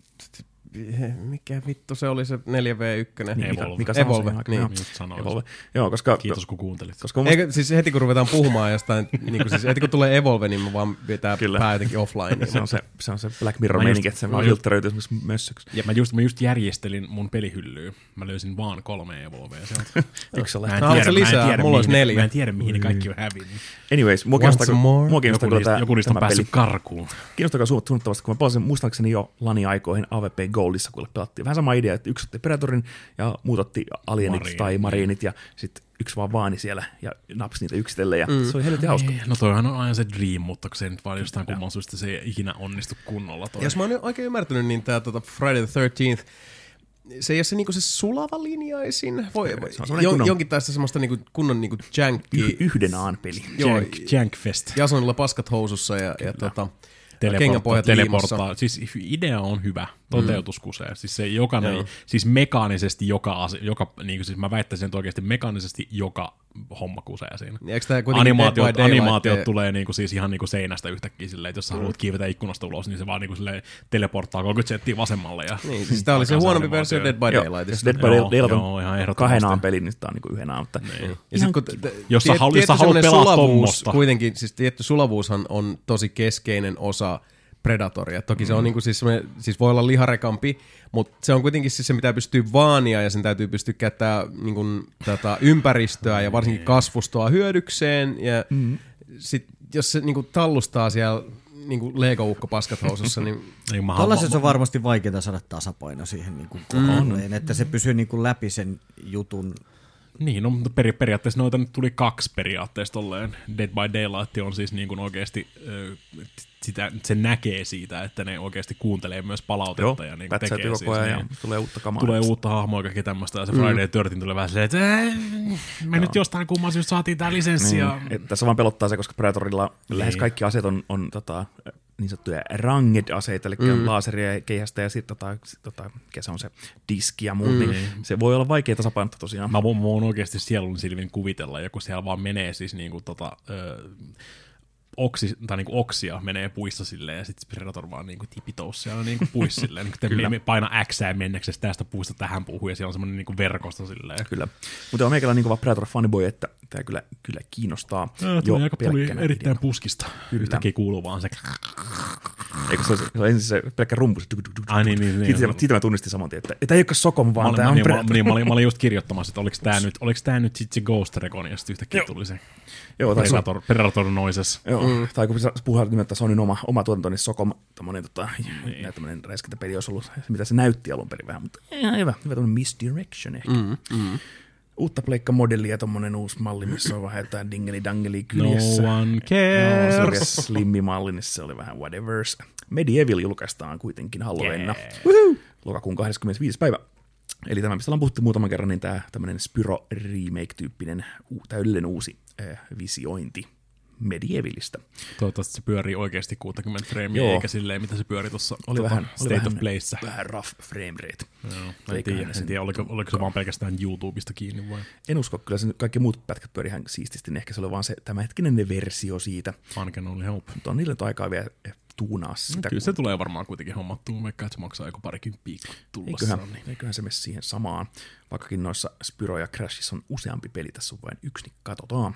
mikä vittu se oli se neljä V yksi? Niin, Evolve. Mikä Evolve, Evolve. niin. Evolve. Joo, koska, kiitos kun kuuntelit. Koska Eikö, siis heti kun ruvetaan puhumaan jostain, niin kuin siis heti kun tulee Evolve, niin mä vaan vetää pää jotenkin offline. se, on se, se on se Black Mirror-meininki, että se vaan filtteröityy esimerkiksi mössöksi. Ja mä just, mä just järjestelin mun pelihyllyä. Mä löysin vaan kolme Evolvea sieltä. Yksi on lähtenyt. Haluatko lisää? Mulla olisi neljä. Mä en tiedä, mihin ne kaikki on hävinnyt. Anyways, mua kiinnostaa kyllä tämä joku niistä on päässyt karkuun. Kiinnostakaa suunnittavasti, kun mä palasin muistaakseni jo Lani-aikoihin A V P Goldissa, kun pelattiin vähän sama idea, että yksi otti Predatorin ja muut otti Alienit Marine. tai Marinit ja sitten yksi vaan vaani siellä ja napsi niitä yksitellen ja mm. se oli helvetin hauska. No toihan on aina se dream, mutta kun se nyt vaan jostain kumman syystä se ei ikinä onnistu kunnolla. Toi. Jos mä oon oikein ymmärtänyt, niin tää tota Friday the thirteenth, se ei ole se, niinku se sulava linjaisin. Voi, se on jo, kunnon... jonkin taista semmoista niinku, kunnon niinku jankki. Y- yhden aan peli. Jank, Jankfest. Jasonilla paskat housussa ja, ja tota... Teleportta, teleporttaa. Siis idea on hyvä, toteutus kusee. Siis se jokainen, Joo. siis mekaanisesti joka asia, joka, niin kuin siis mä väittäisin, että oikeasti mekaanisesti joka homma kusee siinä. Animaatiot, animaatiot tulee niin kuin siis ihan niin kuin seinästä yhtäkkiä silleen, että jos sä haluat kiivetä ikkunasta ulos, niin se vaan niin kuin silleen teleporttaa kolmekymmentä senttiä vasemmalle. Ja niin, siis tää oli se huonompi versio Dead by Daylightista. Dead by Daylight on kahden aan peli, niin tää on niin kuin yhden aan. Jos sä haluat pelaa tommosta. Kuitenkin, siis tietty sulavuushan on tosi keskeinen osa Predatoria. Toki mm. se on niinku siis, siis voi olla liharekampi, mutta se on kuitenkin siis se, mitä pystyy vaania ja sen täytyy pystyä käyttämään niinku tätä ympäristöä ja varsinkin kasvustoa hyödykseen. Ja mm. sit, jos se niinku tallustaa siellä niinku Lego-ukko paskat housussa, niin... Tällaisessa on varmasti vaikeaa saada tasapaino siihen niinku kohdalleen, mm. että se pysyy niinku läpi sen jutun. Niin, no mutta peri- periaatteessa noita nyt tuli kaksi periaatteessa tolleen. Dead by Daylight on siis niin kuin oikeasti, äh, sitä, se näkee siitä, että ne oikeasti kuuntelee myös palautetta. Joo, ja niin tekee koko siis, ajan niin, ja tulee uutta kamaa. Tulee uutta hahmoa ja kaikkea tämmöistä. Ja se Friday thirteenth tulee vähän silleen, että äh, me nyt jostain kumman syystä saatiin tää lisenssi. Niin, ja... tässä vaan pelottaa se, koska Predatorilla niin. lähes kaikki aseet on, on tota, niin sanottuja ranged-aseita, eli mm. laaseria ja keihästä ja sitten tota, tota, mikä se on se diski ja muut, mm. niin se voi olla vaikea tasapainottaa tosiaan. Mä voin, mä voin oikeasti sielun silmin kuvitella, ja kun siellä vaan menee siis niinku tota... Öö, oksi, tai niinku oksia menee puissa silleen, ja sitten Predator vaan niinku tipitous siellä niinku puissa silleen, niin kuin paina Xää mennäksesi tästä puusta tähän puuhun, ja siellä on semmoinen niinku verkosto silleen. Kyllä. Mutta on meikällä niinku vaan Predator fanboy, että tämä kyllä, kyllä kiinnostaa. No, jo aika tuli erittäin idea. Puskista. Kyllä. Yhtäkkiä kuuluu vaan se. Eikö se, se on ensin se pelkkä rumpu. Ai niin, niin, niin. Siitä, siitä mä tunnistin saman tien, että tämä ei olekaan Socom, vaan tämä on niin, Predator. Niin, mä, olin, mä olin just kirjoittamassa, että oliko tämä nyt, oliko tää nyt sitten se Ghost Recon, ja sitten yhtäkkiä tuli se Joo, Predator, Predator Noises. Joo, mm. tai kun puhutaan nimeltä Sonyn oma, oma tuotanto, niin Socom, tommonen, tota, niin. tämmöinen räiskintäpeli olisi ollut, mitä se näytti alun perin vähän, mutta ihan hyvä, hyvä tommonen misdirection ehkä. Mm, mm. Uutta pleikkamodellia, tommonen uusi malli, missä on vähän jotain dingeli-dangeli kyljessä. No one cares. No, se oli slimmi-malli, niin se oli vähän whatevers. Medieval julkaistaan kuitenkin Halloweenna. Yeah. Lokakuun kahdeskymmenesviides päivä. Eli tämä, mistä ollaan puhuttu muutaman kerran, niin tämä tämmöinen Spyro remake-tyyppinen täydellinen uusi äh, visiointi Medievalista. Toivottavasti se pyörii oikeasti kuusikymmentä freimiä, eikä silleen, mitä se pyöri tuossa oli tota, vähän, State oli of Playssä. Vähän rough frame rate. Joo, en tiedä, en tiedä oliko, oliko se vaan pelkästään YouTubesta kiinni vai? En usko, kyllä se kaikki muut pätkät pyörii ihan siististi, niin ehkä se oli vaan se tämänhetkinen versio siitä. Ainakin oli help. Mutta on niille aikaa vielä tuunaa sitä. No, kyllä se tulee varmaan kuitenkin hommattua, vaikka että se maksaa joku parikymppiä tullessa. Eiköhän, niin. eiköhän se mene siihen samaan, vaikkakin noissa Spyro ja Crashissa on useampi peli, tässä on vain yksi, niin katsotaan.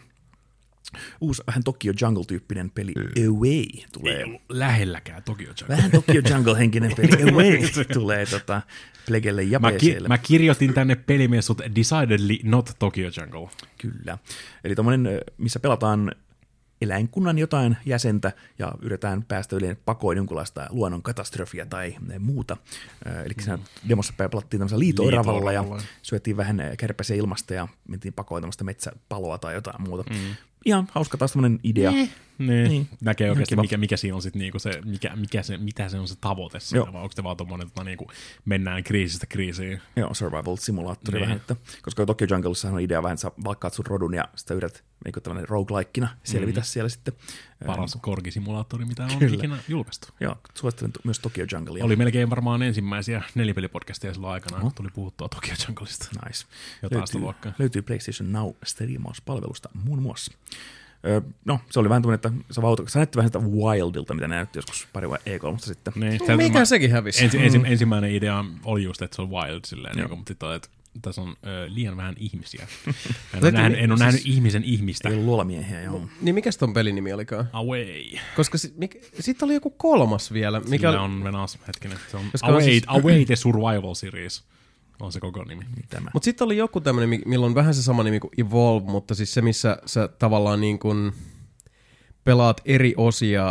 Uusi vähän Tokyo Jungle-tyyppinen peli Away tulee. Ei ollut lähelläkään Tokyo Jungle. Vähän Tokyo Jungle-henkinen peli Away tulee tota, Plegelle ja mä, P C:lle. Ki- mä kirjoitin tänne pelimessut Decidedly Not Tokyo Jungle. Kyllä. Eli tommonen, missä pelataan eläinkunnan jotain jäsentä ja yritetään päästä yleen pakoon jonkunlaista luonnon katastrofia tai muuta. Eli mm. siinä demossa pelattiin tämmöisellä liito-oravalla ja syötiin vähän kärpäsiä ilmasta ja mentiin pakoon tämmöistä metsäpaloa tai jotain muuta. Mm. Ihan hauska taas tämmöinen idea. Nee. Nee. Niin. Näkee oikeasti, mikä, mikä siinä on sit niinku se, mikä, mikä se, mitä se on se tavoite siinä, vai onko se vaan tommoinen, että niinku mennään kriisistä kriisiin. Joo, survival-simulaattori Nee. vähän. Että, koska Tokyo Junglessa on idea vähän, että sä valkkaat sun rodun ja sitä yrität niin tämmöinen roguelikeina selvitä mm. siellä sitten. Paras ähm, korgisimulaattori, mitä on Kyllä. ikinä julkaistu. Joo, suosittelen myös Tokyo Junglea. Oli melkein varmaan ensimmäisiä nelipelipodcasteja silloin aikana, kun tuli puhuttua Tokyo Junglesta. Nice. Jotain sitä luokkaa. Löytyy PlayStation Now-striimauspalvelusta muun muassa. Öö, no, se oli vähän tämmöinen, että se, vauhto, se näytti vähän sitä Wildilta, mitä näytti joskus pari vai E kolme sitten. Niin, no, mikä sekin hävisi? Ensi, ensi, ensimmäinen idea oli just, että se on Wild silleen, niin kuin, mutta sitten että tässä on ö, liian vähän ihmisiä. En ole nähnyt, en ole nähnyt ihmisen ihmistä. Ei ollut luolamiehiä, joo. No, niin mikäs ton pelin nimi olikaan? Away. Koska si- mik, sitten oli joku kolmas vielä. Mikä Sillä oli... on venas hetkinen. Se on Koska Away, on siis... Away the Survival Series. On se koko nimi. Mutta sitten oli joku tämmöinen, millä on vähän se sama nimi kuin Evolve, mutta siis se, missä sä tavallaan niin kuin pelaat eri osia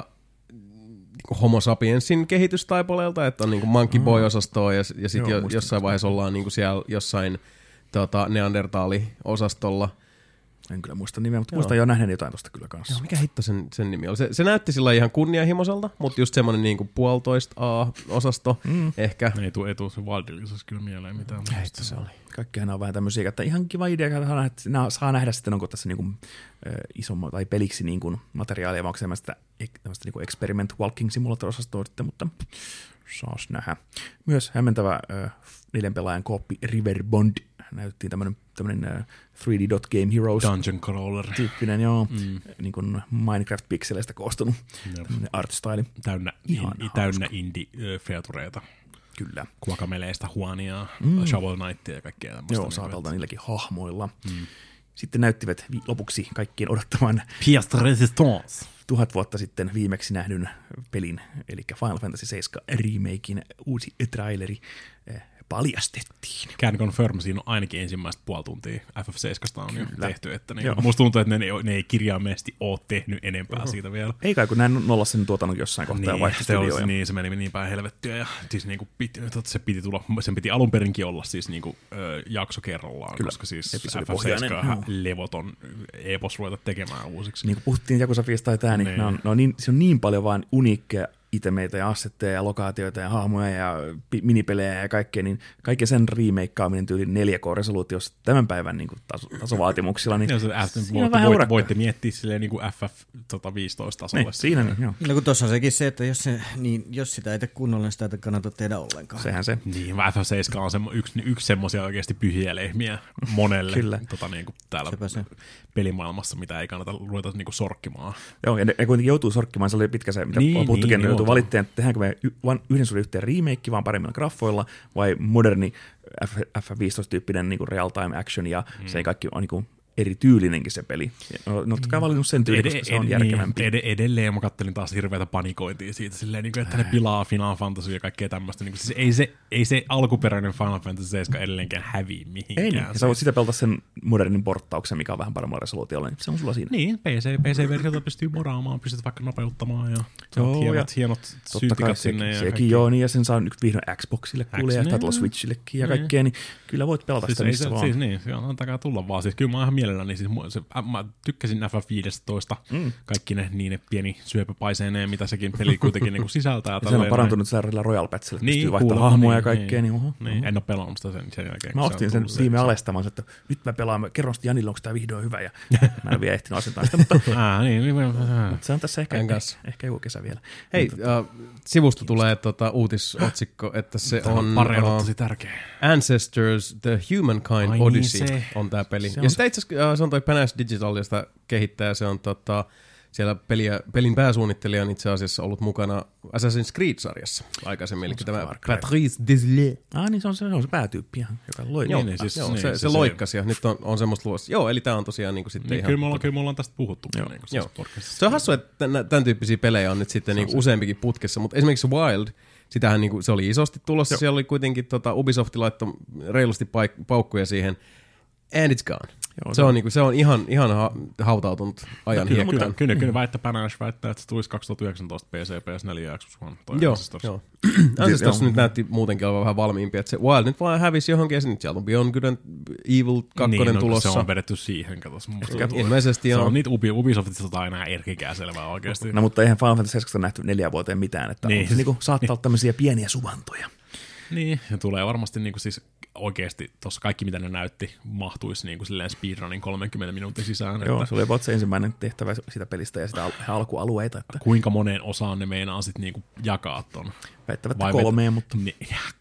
niin Homo sapiensin kehitystaipaleelta, että on niin kuin Monkey Boy-osastoa ja, ja sitten jo, jossain vaiheessa ollaan niin kuin siellä jossain tota, Neandertaali-osastolla. En kyllä muista nimeä, mutta muistan jo nähneen jotain tosta kyllä kanssa. Joo, mikä hitto sen, sen nimi oli? Se, se näytti sillä ihan kunnianhimoiselta, mutta just semmoinen niin kuin puolitoista A-osasto mm. ehkä. Ei tule etu se Wildillisessa kyllä mieleen mitään. Mikä hitto se oli? Kaikkihan on vähän tämmöisiä, että ihan kiva idea, että saa nähdä sitten, onko tässä niinku, äh, isomman tai peliksi niinku materiaalia, vai onko tämmöistä, tämmöistä niinku experiment walking simulator-osastoa sitten, mutta saas nähdä. Myös hämmentävä äh, neljän pelaajan kooppi Riverbond näyttiin tämmöinen, tämmöinen äh, three D Dot Game Heroes Dungeon Crawler tyyppinen, joo, mm. niin kuin Minecraft-pikseleistä koostunut tämmöinen art-style. Täynnä, in, täynnä indie-featureita. Kyllä. Guacameleista Juania, mm. Shovel Knightia ja kaikkea tämmöistä. Joo, saatalta niilläkin hahmoilla. Mm. Sitten näyttivät vi- lopuksi kaikkien odottaman Pièce de Resistance. Tuhat vuotta sitten viimeksi nähdyn pelin, eli Final Fantasy seitsemän remakein uusi traileri eh, paljastettiin. Can confirm, siinä on ainakin ensimmäistä puoli tuntia F F seitsemän on jo tehty, että niin, musta tuntuu, että ne, ne ei kirjaimellisesti ole tehnyt enempää uh-huh. siitä vielä. Ei kai, kun näin nollasi sen tuotannon jossain kohtaa niin, ja vaihtoi studioja. Niin, se meni niin päin helvettiä, ja siis niinku piti, se piti tulla, sen piti alun perinkin olla siis niinku, ö, jakso kerrallaan, Kyllä. koska siis F F seitsemän on levoton epos ruveta tekemään uusiksi. Niin kuin puhuttiin Yakuza viisi tai tää, niin, niin. Ne on, ne on niin, se on niin paljon vaan uniikkeja itemeitä ja assetteja ja lokaatioita ja hahmoja ja minipelejä ja kaikkea, niin kaiken sen remakeaaminen tyyli neljä K-resoluutiossa tämän päivän niin kuin taso, tasovaatimuksilla, niin se F, siinä voitte, voitte, voitte miettiä silleen niin kuin F F viisitoista tasolle. Niin, siinä niin, joo. No kun tuossa on sekin se, että jos, se, niin, jos sitä ei tee kunnolla, niin sitä ei kannata tehdä ollenkaan. Sehän se. Niin, F F seitsemän on semmo, yksi, yksi semmoisia oikeasti pyhiä lehmiä monelle Kyllä. Tota, niin kuin täällä se. pelimaailmassa, mitä ei kannata ruveta niin kuin sorkkimaan. Joo, ja ne, ne kuitenkin joutuu sorkkimaan, se oli pitkä se, mitä niin, puhuttukin, niin, joutuu valitteen, että tehdäänkö me y- yhden suhde yhteen remake vaan paremmilla graffoilla, vai moderni F F viisitoista-tyyppinen niin kuin real-time action, ja mm. se kaikki on niin kuin eri tyylinenkin se peli. No, no totta kai valinnut sen tyyli, koska se on järkevämpi. Niin, ed- edelleen mä kattelin taas hirveätä panikointia siitä, silleen, niin kuin, että ne pilaa Final Fantasy ja kaikkea tämmöistä. Niin kuin, siis ei, se, ei se alkuperäinen Final Fantasy seitsemän edelleenkään häviä mihinkään. Ei niin, ja sä voit sitä pelata sen modernin porttauksen, mikä on vähän paremmalla resoluutiolla, niin se on sulla siinä. Niin, P C, P C-versiota pystyy moraamaan, pystyt vaikka nopeuttamaan ja joo, hienot, ja hienot syytikat sinne. Se, sekin joo, niin ja sen saa nyt vihdoin Xboxille kuulee ja Tittle Switchillekin ja kaikkea, niin kyllä voit pelata siis sitä missä se, vaan. Siis niin, antakaa tulla vaan. Siis kyllä mä oon ihan mielelläni, siis se, mä tykkäsin F F viisitoista, mm. kaikki ne niin ne pieni syöpäpaiseineen, mitä sekin peli kuitenkin niin sisältää. Se on parantunut sillä Royal Patchilla, että niin, pystyy vaihtamaan hahmoja niin, ja kaikkea. Niin, niin, niin. En ole pelannut sitä sen, sen jälkeen. Mä ostin sen viime alestamaan, että nyt mä pelaan, mä kerron sitten Janille, onko tämä vihdoin hyvä, ja mä en vielä ehtinyt asentaa sitä, mutta, ah, niin, niin, mutta se on tässä ehkä, ehkä, ehkä joku kesä vielä. Hei, uh, sivusta tulee tota, uutisotsikko, että se tämä on Parella uh, tosi tärkeä. Ancestors The Humankind Ai Odyssey niin on tämä peli. Se ja on sitä itse asiassa uh, se on toi Panache Digital, josta kehittää, se on tota, siellä peliä, pelin pääsuunnittelija on itse asiassa ollut mukana Assassin's Creed-sarjassa aikaisemmin, eli tämä Patrice Désilets. Ah niin, se on se, se, on se päätyyppi, joka loi. Joo, niin, niin, siis, joo niin, se, se, se loikkasi ja nyt on, on semmoista luossa. Joo, eli tämä on tosiaan niin kuin sitten niin, ihan... Kyllä me, ollaan, kyllä me ollaan tästä puhuttu. Joo, niin kuin joo. Siis Se on hassu, että tämän, tämän tyyppisiä pelejä on nyt sitten niin kuin useampikin putkessa, mutta esimerkiksi Wild, sitähän niin kuin, se oli isosti tulossa, joo. Siellä oli kuitenkin tota, Ubisoft laittoi reilusti paik- paukkuja siihen, and it's gone. Joo, se, on, niinku, se on ihan, ihan ha- hautautunut ajan kyllä, hiekkaan. Kyllä, kyllä, kyllä väittää Panache väittää, että se tulisi kaksituhattayhdeksäntoista P C, P S neljä ja Xbox One. Joo, joo. Ancestors nyt näytti muutenkin olevan vähän valmiimpi, että se Wild nyt vaan hävisi johonkin, ja nyt sieltä on Beyond Good and Evil kaksi niin, tulossa. No, se on vedetty siihen, katos. Ilmeisesti se on. on niitä Ubi, Ubisoftista tota enää erkikää selvää oikeasti. No mutta eihän Final Fantasy seitsemän nähty neljä vuoteen mitään, että niin. se niinku saattaa olla tämmöisiä pieniä suvantoja. Niin, ja tulee varmasti niinku siis oikeasti tuossa kaikki, mitä ne näytti, mahtuisi niinku silleen speedrunin kolmenkymmenen minuutin sisään. Joo, että se oli about se ensimmäinen tehtävä sitä pelistä ja sitä al- alkualueita. Että kuinka moneen osaan ne meinaa sitten niinku jakaa ton? Väittävät kolmeen, mutta... Niin.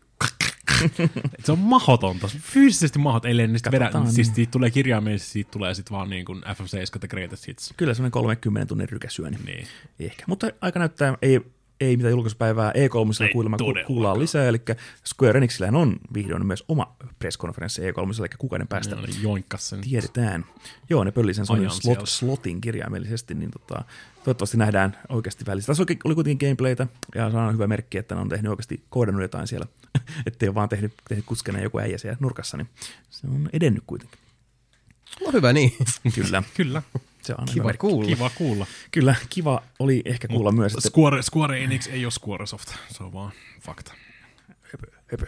Se on mahdotonta, fyysisesti mahdotonta, ellei niistä vedä, niin. Siis siitä tulee kirjaimellisesti, siitä tulee sitten vaan niin kuin F F seitsemän The Greatest Hits. Kyllä semmoinen kolmekymmentä tunnin rykäsyö, niin, niin. Ehkä. Mutta aika näyttää, ei, ei mitään julkaisupäivää E kolme kuulemma kuullaan lisää, eli Square Enixillähän on vihdoin myös oma press-konferenssi E kolme, eli kuukauden päästä ne joinkkas sen. Tiedetään. Joo, ne pölli sen slot, slotin kirjaimellisesti, niin tota, toivottavasti nähdään oikeasti välissä. Tässä oli, oli kuitenkin gameplaytä, ja se on hyvä merkki, että ne on tehnyt oikeasti koodannut jotain siellä, ettei ole vaan tehnyt, tehnyt kuskena joku äijä siellä nurkassa, niin se on edennyt kuitenkin. No hyvä niin. Kyllä. Kyllä. Se on kiva kuulla. Kiva kuulla. Kyllä, kiva oli ehkä kuulla Mut myös. Että... Square, Square Enix ei ole Squaresoft, se on vaan fakta. Höpö, höpö.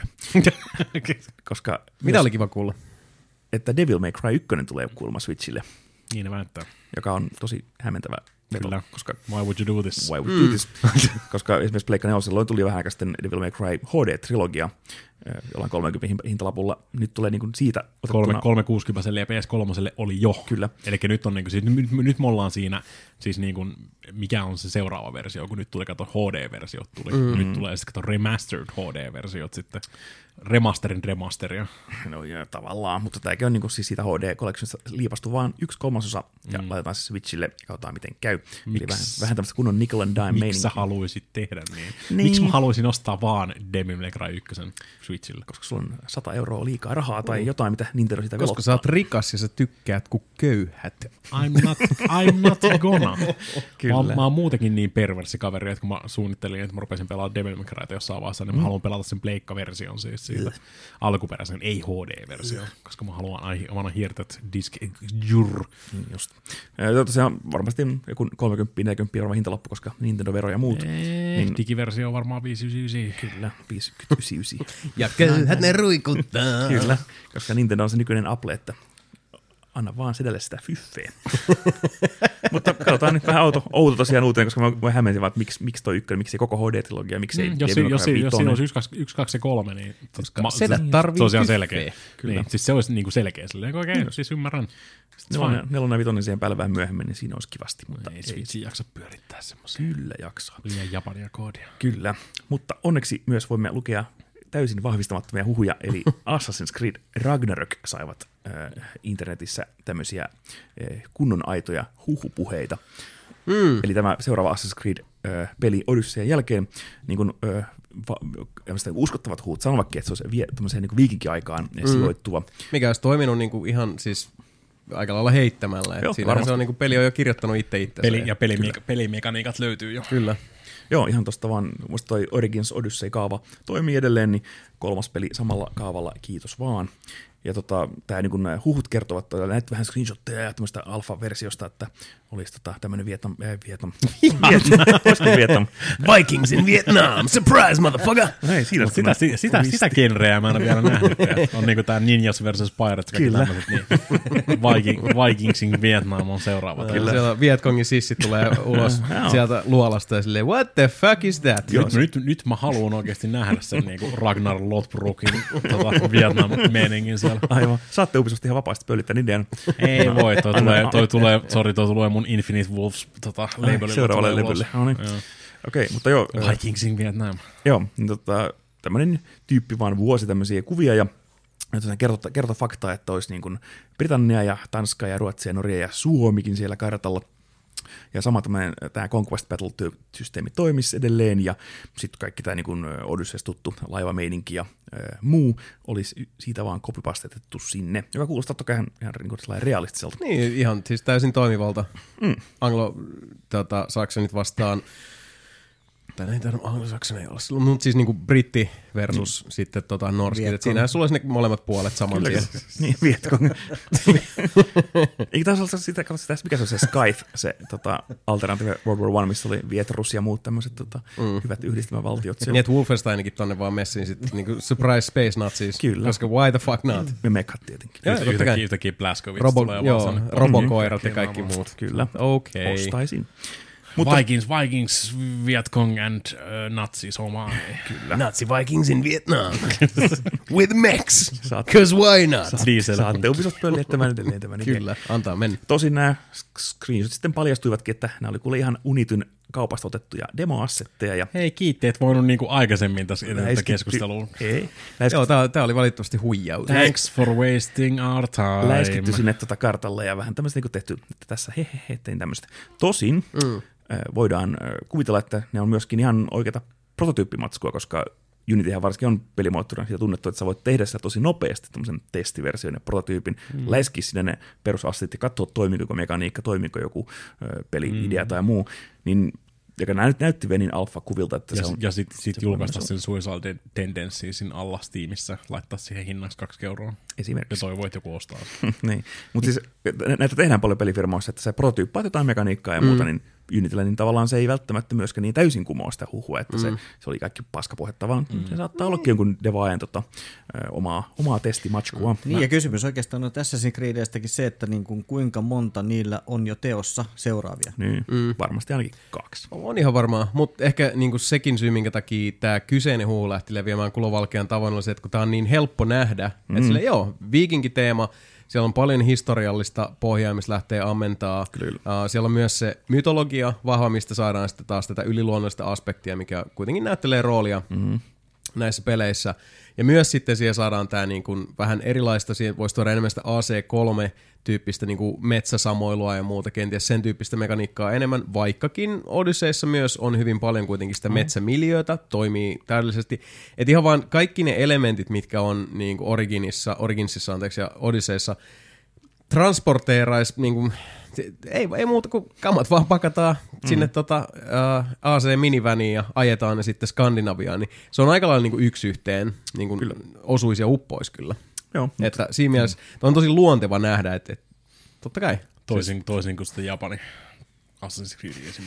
Koska mitä myös, oli kiva kuulla? Että Devil May Cry yksi tulee kuulemma Switchille. Niin ne väittää. Joka on tosi hämmentävä veto. Kyllä, koska why would you do this? Why would you do this? Koska esimerkiksi Pleikka nelosella tuli vähän aikaa sitten Devil May Cry H D-trilogia, jollain kolmekymmentä hintalapulla. Nyt tulee niin kuin siitä otettuna... kolmesataakuusikymmentä ja P S kolme oli jo. Kyllä. Eli nyt, on niin kuin, siis, nyt, nyt me ollaan siinä, siis niin kuin, mikä on se seuraava versio, kun nyt tuli kato H D-versiot tuli. Mm. Nyt tulee sitten kato remastered H D-versiot sitten. Remasterin remasteria. No ja tavallaan, mutta tämäkin on niin kuin siis siitä H D-collectionista liipastu vaan yksi kolmasosa ja mm. laitetaan se Switchille ja katsotaan miten käy. Miks? Eli vähän, vähän tämmöistä kunnon nickel and dime meininkiä. Miksi sä haluaisit tehdä niin? niin? Miksi mä haluaisin ostaa vaan Devil May Cry yksi Switchille? Koska sulla on sata euroa liikaa rahaa tai mm. jotain, mitä Nintendo sitä velottaa. Koska sä oot rikas ja sä tykkäät kuin köyhät. I'm not, I'm not gonna. Kyllä. Mä, mä oon muutenkin niin perversi kaveri, että kun mä suunnittelin, että mä rupesin pelaamaan Devil May Cryta jossain vaiheessa, niin mä mm. haluan pelata sen pleikkaversion siis siitä. Alkuperäisen, ei H D-versio, koska mä haluan, I wanna hear that disc jur. Just. Ja tosiaan varmasti joku kolmekymmentä neljäkymmentä varmaan hintalappu, koska Nintendo-vero ja muut. Eee, niin, digiversio on varmaan viisisataayhdeksänkymmentäyhdeksän. Kyllä, viisisataayhdeksänkymmentäyhdeksän. Ja köyhät ne ruikuttaa. Kyllä, koska Nintendo on se nykyinen Apple, että anna vaan sedälle sitä fyffeä. Mutta katsotaan nyt vähän outo, outo tosiaan uuteen, koska mä, mä hämmensin vaan, että miksi, miksi toi ykkönen, miksi ei koko H D-trilogia, miksi ei mm, jos, jos, jos siinä olisi yksi, kaksi ja kolme, niin ma, sedät tarvii se olisi ihan selkeä. Kyllä. Niin, siis se olisi niinku selkeä silleen, okei, okay, siis ymmärrän. Nelonen ja vitonen siihen päälle vähän myöhemmin, niin siinä olisi kivasti. Mutta ei Switchin jaksa pyörittää semmoisia. Kyllä jaksaa. Liian japania koodia. Kyllä, mutta onneksi myös voimme lukea täysin vahvistamattomia huhuja, eli Assassin's Creed Ragnarök saivat äh, internetissä tämmöisiä äh, kunnon aitoja huhupuheita. Mm. Eli tämä seuraava Assassin's Creed-peli Odysseyn jälkeen, niin kuin, äh, va- uskottavat huut sanovatkin, että se olisi vie- tämmöiseen niin viikinkiaikaan mm. sijoittuva. Mikä olisi toiminut niin kuin ihan siis aika lailla heittämällä. Joo, siinähän se on niin kuin peli on jo kirjoittanut itse itse. Peli, ja pelimeka- pelimekaniikat löytyy jo. Kyllä. Joo, ihan tuosta vaan, musta toi Origins Odyssey-kaava toimii edelleen, niin kolmas peli samalla kaavalla, kiitos vaan. Ja tota, tää niin kun nämä huhut kertovat, näet vähän screenshotteja ja tämmöistä alfa-versiosta, että olisi tota, tämmöinen Vietnam, äh, Vietnam, Vietnam, Vikings in Vietnam, surprise motherfucker! Hei, siinä sitä, sitä, sitä, sitä genreä mä en ole vielä nähnyt. On niinku tää Ninjas versus Pirates, kaikki tämmöiset. Niin. Viking, Vikings in Vietnam on seuraava. Kyllä. Siellä Vietkongin sissit tulee ulos sieltä luolasta ja silleen, what the fuck is that? Nyt, nyt, nyt mä haluan oikeasti nähdä sen niinku Ragnar Lothbrokin tota, Vietnam-meningin siellä. Aivan. Saatte Ubisoft ihan vapaasti pöllittää Indian. Ei voi, toi tulee, toi tulee, sorry, toi tulee mun Infinite Wolves tota, labelille. Seuraavalle labelille. No niin. Okei, okay, mutta joo. Vikings in Vietnam. Joo, niin tota, tämmöinen tyyppi vaan vuosi tämmöisiä kuvia ja kertoo, kertoo faktaa, että olisi niin kuin Britannia ja Tanska ja Ruotsi ja Norja ja Suomikin siellä kartalla. Ja sama tämä Conquest Battle-systeemi toimisi edelleen, ja sitten kaikki tämä niin Odysseys tuttu laivameininki ja ää, muu olisi siitä vaan copypastetettu sinne, joka kuulostaa toki ihan, ihan niin realistiselta. Niin, ihan siis täysin toimivalta. Mm. Anglo-saksanit tota, vastaan, tai ei tämä anglo-saksan ei ole, mutta siis niinku britti versus mm. sitten tota norskit, että siinähän sulla olisi ne molemmat puolet saman tien. Niin, Vietkong. Eikö taas olla sitä, katso sitä, mikä se on se Scythe, se tota, Alternative World War One, missä oli Vietrus ja muut tämmöiset tota, mm. hyvät yhdistymävaltiot. Niin, että Wolfensteinikin tonne vaan messiin sitten niinku surprise space nazis, kyllä. Koska why the fuck not? Me mekat tietenkin. Ja, yhtäkkiä, yhtäkkiä Blazkowicz Robo, tulee joo, vaan sen. robokoirat ja kaikki muut. Kyllä, okei. Ostaisin. Mutta, Vikings, Vikings, Vietcong and uh, Nazis, oh my. Kyllä. Nazi Vikings in Vietnam. With mechs. Cause why not? Saatte Ubisoft pöllittämään edelleen tämän. Kyllä, antaa mennä. Tosin nämä screenshotit sitten paljastuivatkin, että nämä oli kuule ihan Unityn kaupasta otettuja demoassetteja. Ja hei, kiitteet voinut niinku aikaisemmin tässä keskusteluun. Ei. Joo, tää oli valitettavasti huijaus. Thanks for wasting our time. Läiskitty sinne tota kartalle ja vähän tämmöistä niinku tehty, että tässä he he he tein tämmöistä. Tosin mm. voidaan kuvitella, että ne on myöskin ihan oikeata prototyyppimatskua, koska Unityhän varsinkin on pelimoottorina siitä tunnettu, että sä voit tehdä sitä tosi nopeasti tämmöisen testiversion ja prototyypin, mm. läiskiä sinne ne perusasset ja katsoa, toimiiko mekaniikka, toimiiko joku ö, peli-idea mm. tai muu, niin joka näytti Venin alfa-kuvilta. Että ja se on, ja sitten sit julkaista sen Suicidal Tendenciesin alla Steamissa, laittaa siihen hinnaksi kaksi euroa. Esimerkiksi. Ja toivoo, että joku ostaa. Niin, mutta siis näitä tehdään paljon pelifirmoissa, että sä prototyyppaat jotain mekaniikkaa ja mm. muuta, niin Unityllä, niin tavallaan se ei välttämättä myöskään niin täysin kumoa sitä huhua, että mm. se, se oli kaikki paskapuhetta, vaan mm. se saattaa ollakin jonkun devaajan tota, omaa, omaa testimatskua. Mm. Niin, ja kysymys oikeastaan on tässä Creedistäkin se, että niin kuin kuinka monta niillä on jo teossa seuraavia. Niin, mm. varmasti ainakin kaksi. On ihan varmaan, mutta ehkä niin kuin sekin syy, minkä takia tämä kyseinen huhu lähti leviämään kulovalkean tavoin, oli se, että kun tämä on niin helppo nähdä, mm. että sille, joo, viikinkiteema, siellä on paljon historiallista pohjaa, missä lähtee ammentaa. Uh, siellä on myös se mytologia vahva, mistä saadaan sitten taas tätä yliluonnollista aspektia, mikä kuitenkin näyttelee roolia mm-hmm. näissä peleissä. Ja myös sitten siihen saadaan tämä niin kuin vähän erilaista, siihen voisi tuoda enemmän sitä A C kolme tyyppistä niin kuin metsäsamoilua ja muuta, kenties sen tyyppistä mekaniikkaa enemmän, vaikkakin Odysseyssa myös on hyvin paljon kuitenkin sitä metsämiljöötä, toimii täydellisesti. Että ihan vaan kaikki ne elementit, mitkä on niin kuin Originissa, Originsissa anteeksi, ja Odysseyssa, transporteerais, niin kuin, ei, ei muuta kuin kamat vaan pakataan mm. sinne tota, uh, A C-miniväniin ja ajetaan ne sitten Skandinaviaan, niin se on aika lailla niin kuin yksi yhteen niin kuin osuisi ja uppoisi kyllä. Joo, että siinä mielessä on tosi luonteva nähdä, että, että totta kai. Toisin, toisin kuin sitten Japani Assassin's Creed esimerkiksi.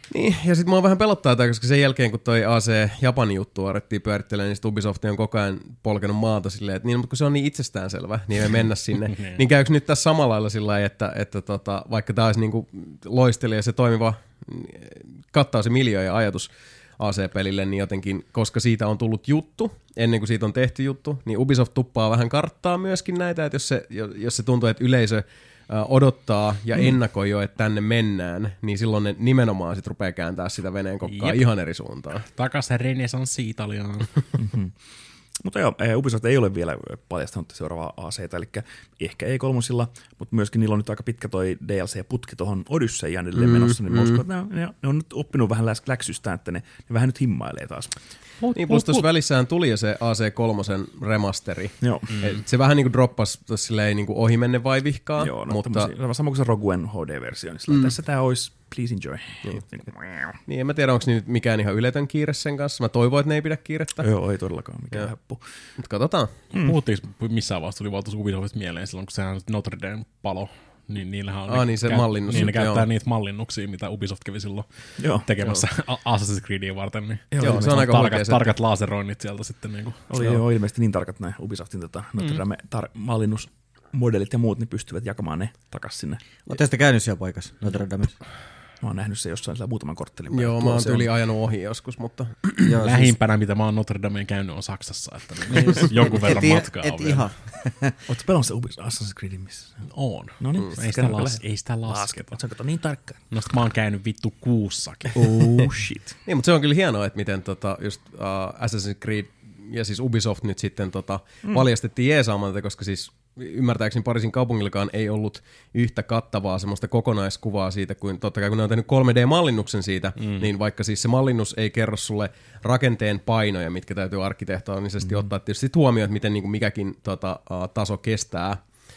Niin, ja sitten mua vähän pelottaa tämä, koska sen jälkeen kun toi A C Japanin juttu alettiin pyörittelemään, niin Ubisoft on koko ajan polkenut maata silleen, että niin, mutta kun se on niin itsestäänselvä, niin ei mennä sinne. Niin käykö nyt tässä samalla lailla sillä lailla, että, että tota, vaikka tämä olisi niinku loistelija se toimiva kattaus ja miljooja ajatus A C-pelille, niin jotenkin, koska siitä on tullut juttu, ennen kuin siitä on tehty juttu, niin Ubisoft tuppaa vähän karttaa myöskin näitä, että jos se, jos se tuntuu, että yleisö odottaa ja ennakoi jo, että tänne mennään, niin silloin ne nimenomaan sit rupeaa kääntää sitä veneen kokkaa Jep. ihan eri suuntaan. Takaisin renesanssi-Italiaan. Mm-hmm. Mutta joo, Ubisoft ei ole vielä paljastanut seuraavaa A C:tä, eli ehkä E kolme, mutta myöskin niillä on nyt aika pitkä toi D L C-putki tuohon Odysseiaan edelleen mm, menossa, niin mm. uskon, että ne, ne on nyt oppinut vähän läksystään, että ne, ne vähän nyt himmailee taas. Mut, niin, plus tuossa välissähän tuli jo se A C kolme remasteri. Joo. Mm. Se vähän niin kuin droppasi silleen niin kuin ohimenne vaivihkaa. Joo, no, mutta sama kuin se Roguen H D-versio, niin mm. tässä tämä olisi please enjoy. Niin. niin, en mä tiedä, onko nyt mikään ihan yletön kiire sen kanssa. Mä toivon, että ne ei pidä kiirettä. Joo, ei todellakaan mikään heppu. Mutta katsotaan. Mm. Puhuttiinko missään vaiheessa tuli valtuus Ubisoftista mieleen silloin, kun sehän Notre Dame palo. Niin niillähän on ah, niin se käy, mallinnus. Niin ne käyttää joo. niitä mallinnuksia, mitä Ubisoft kävi silloin joo, tekemässä joo. Assassin's Creedia varten. Niin joo, joo, se on aika tarkat, tarkat laseroinnit sieltä sitten. Niin kuin. Oli joo. joo ilmeisesti niin tarkat nämä Ubisoftin tota, Notre Dame tar- mallinnusmodelit ja muut, niin pystyvät jakamaan ne takaisin sinne. Oletteko te käynyt siellä paikassa Notre Damessa? Mä oon nähnyt se jossain sillä muutaman korttelin. Joo, mä oon tyyli ajanut ohi joskus, mutta joo, lähimpänä, siis mitä mä oon Notre Dameen käynyt, on Saksassa, että niin, jonkun et, verran et, matkaa et, on et vielä. Ootko pelannut se Assassin's Creedin missä? Oon. No niin, mm. ei, sitä las, ei sitä lasketa. Ootko kato niin tarkkaan? No sit mä oon käynyt vittu kuussakin. Oh shit. Niin, mutta se on kyllä hienoa, että miten tota, just uh, Assassin's Creed ja siis Ubisoft nyt sitten tota, mm. valjastettiin jeesaamaan tätä, koska siis ymmärtääkseni Pariisin kaupungillakaan ei ollut yhtä kattavaa semmoista kokonaiskuvaa siitä, kuin totta kai kun ne on tehnyt kolme D-mallinnuksen siitä, mm. niin vaikka siis se mallinnus ei kerro sulle rakenteen painoja, mitkä täytyy arkkitehtonisesti mm. ottaa tietysti huomioon, että miten niin kuin mikäkin tota, uh, taso kestää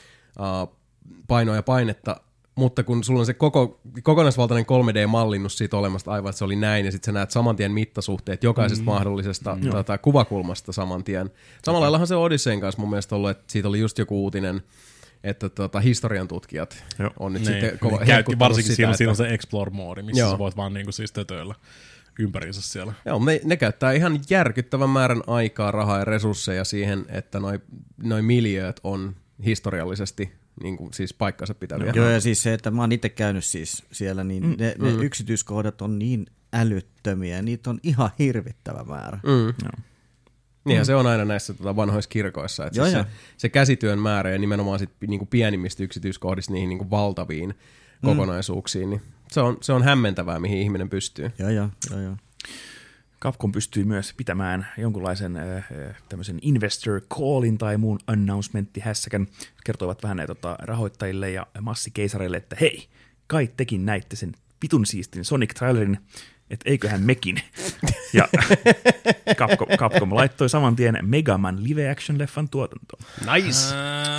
uh, painoa ja painetta, mutta kun sulla on se koko, kokonaisvaltainen kolme D-mallinnus siitä olemasta aivan, että se oli näin, ja sitten sä näet saman tien mittasuhteet jokaisesta mm. mahdollisesta mm. tota, kuvakulmasta saman tien. Samalla laillahan se Odysseyn kanssa mun mielestä ollut, että siitä oli just joku uutinen, että tota, historian tutkijat Joo. on nyt niin. sitten kova käytti varsinkin sitä, siinä, että siinä on se Explore-moodi, missä Joo. sä voit vaan niinku siis tötöillä ympäriinsä siellä. Joo, ne, ne käyttää ihan järkyttävän määrän aikaa, rahaa ja resursseja siihen, että noi, noi miljööt on historiallisesti niin kuin siis paikkansa pitäviä. Joo, ja siis se, että mä oon itse käynyt siis siellä, niin mm, ne, ne mm. yksityiskohdat on niin älyttömiä, niitä on ihan hirvittävä määrä. Mm. Joo. Niin, ja se on aina näissä tota, vanhoissa kirkoissa, että joo, siis se, se käsityön määrä ja nimenomaan sit, niin kuin pienimmistä yksityiskohdista niihin niin kuin valtaviin mm. kokonaisuuksiin, niin se on, se on hämmentävää, mihin ihminen pystyy. Joo, joo, joo, joo. Capcom pystyy myös pitämään jonkunlaisen äh, tämmöisen investor callin tai muun announcementti-hässäkän. Kertoivat vähän näitä tota, rahoittajille ja massikeisareille, että hei, kai tekin näitte sen vitun siistin Sonic-trailerin, että eiköhän mekin. Ja Capcom, Capcom laittoi saman tien Mega Man live-action-leffan tuotantoon. Nice!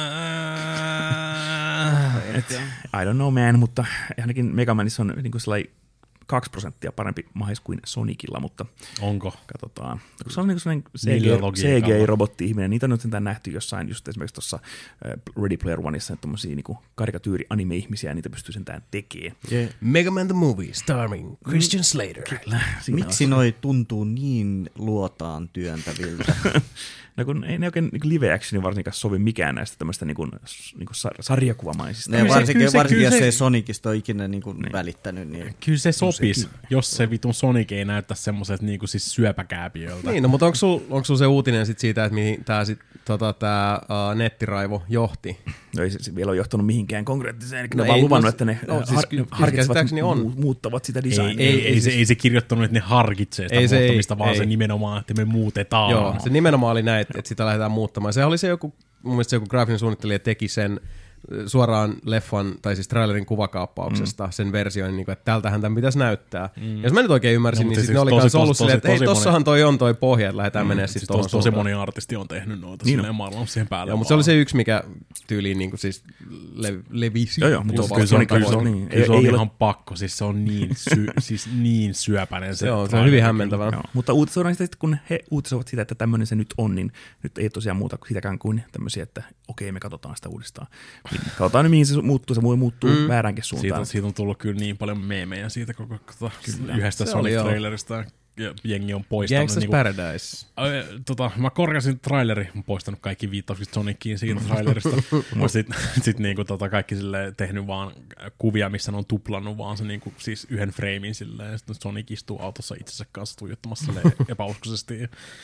Et, I don't know man, mutta ainakin Mega Manissa on niin kuin sellainen kaksi prosenttia parempi mahis kuin Sonicilla, mutta onko? Katsotaan. Se on niin kuin sellainen C G I-robotti-ihminen. Niitä on nyt sentään nähty jossain, just esimerkiksi tuossa Ready Player Oneissa, tommosia niin karikatyyri-anime-ihmisiä, niitä pystyy sentään tekemään. Yeah. Mega Man the Movie, starring Christian Slater. Kyllä. Miksi noi tuntuu niin luotaan työntäviltä? No kun ei ne oikein niin live-actionin varsinkaan sovi mikään näistä tämmöistä niin kuin, niin kuin sarjakuvamaisista. Ne varsinkin, se, varsinkin jos se, ei Sonicista ole ikinä niin kuin niin. välittänyt. Niin. Kyllä se sopisi, se, jos se vitun Sonic ei näyttä semmoiset niin kuin siis syöpäkääpiöltä. Niin, no, mutta onko sulla sul se uutinen sit siitä, että mihin tämä tota, uh, nettiraivo johti? No ei se vielä ole johtanut mihinkään konkreettiseen. No, ne on vaan luvannut, että ne no, siis, har- harkitsevat on. muuttavat sitä designia. Ei, ei, ei, ei, se, ei se kirjoittanut, että ne harkitsee sitä ei, muuttamista, ei, vaan ei. se nimenomaan, että me muutetaan. Joo, se nimenomaan oli näin, että sitä lähdetään muuttamaan. Se oli se joku, mun mielestä se joku graafinen suunnittelija teki sen suoraan leffan, tai siis trailerin kuvakaappauksesta mm. sen version, niin kuin, että tältähän tämän pitäisi näyttää. Mm. Jos mä nyt oikein ymmärsin, no, niin siis ne oli kanssa ollut silleen, että ei, tossahan toi on toi pohja, että lähdetään mm. menemään sitten tuohon suuntaan. Tosi moni artisti on tehnyt noita niin silleen maailman siihen päälle. Joo, mutta se oli se yksi, mikä tyyliin niin kuin siis le- levisi. Joo, joo, mutta kyllä se on, kyllä se on, niin. kyllä se on ihan pakko, siis se on niin, sy- siis niin syöpäinen. Se, joo, se on hyvin hämmentävää. Mutta uutisoidaan sitä, että kun he uutisoivat sitä, että tämmöinen se nyt on, niin nyt ei tosiaan muuta sitäkään kuin tämmöisiä, että okei, me katsotaan sitä uudestaan. Katsotaan nyt, mihin se muuttuu. Se voi muuttua mm. vääräänkin suuntaan. Siitä on, siitä on tullut kyllä niin paljon meemejä siitä koko yhdestä Sonic-trailerista. Ja jengi on poistanut. Gangsta's niinku, Paradise. Ä, tota, mä korjasin traileri, mä poistanut kaikki viittaukset Soniciin siitä trailerista. Sitten sit niinku tota kaikki silleen tehnyt vaan kuvia, missä ne on tuplannut vaan se niinku siis yhden framein silleen. Ja sitten Sonic istuu autossa itsensä kanssa tuijottamassa silleen epäuskoisesti.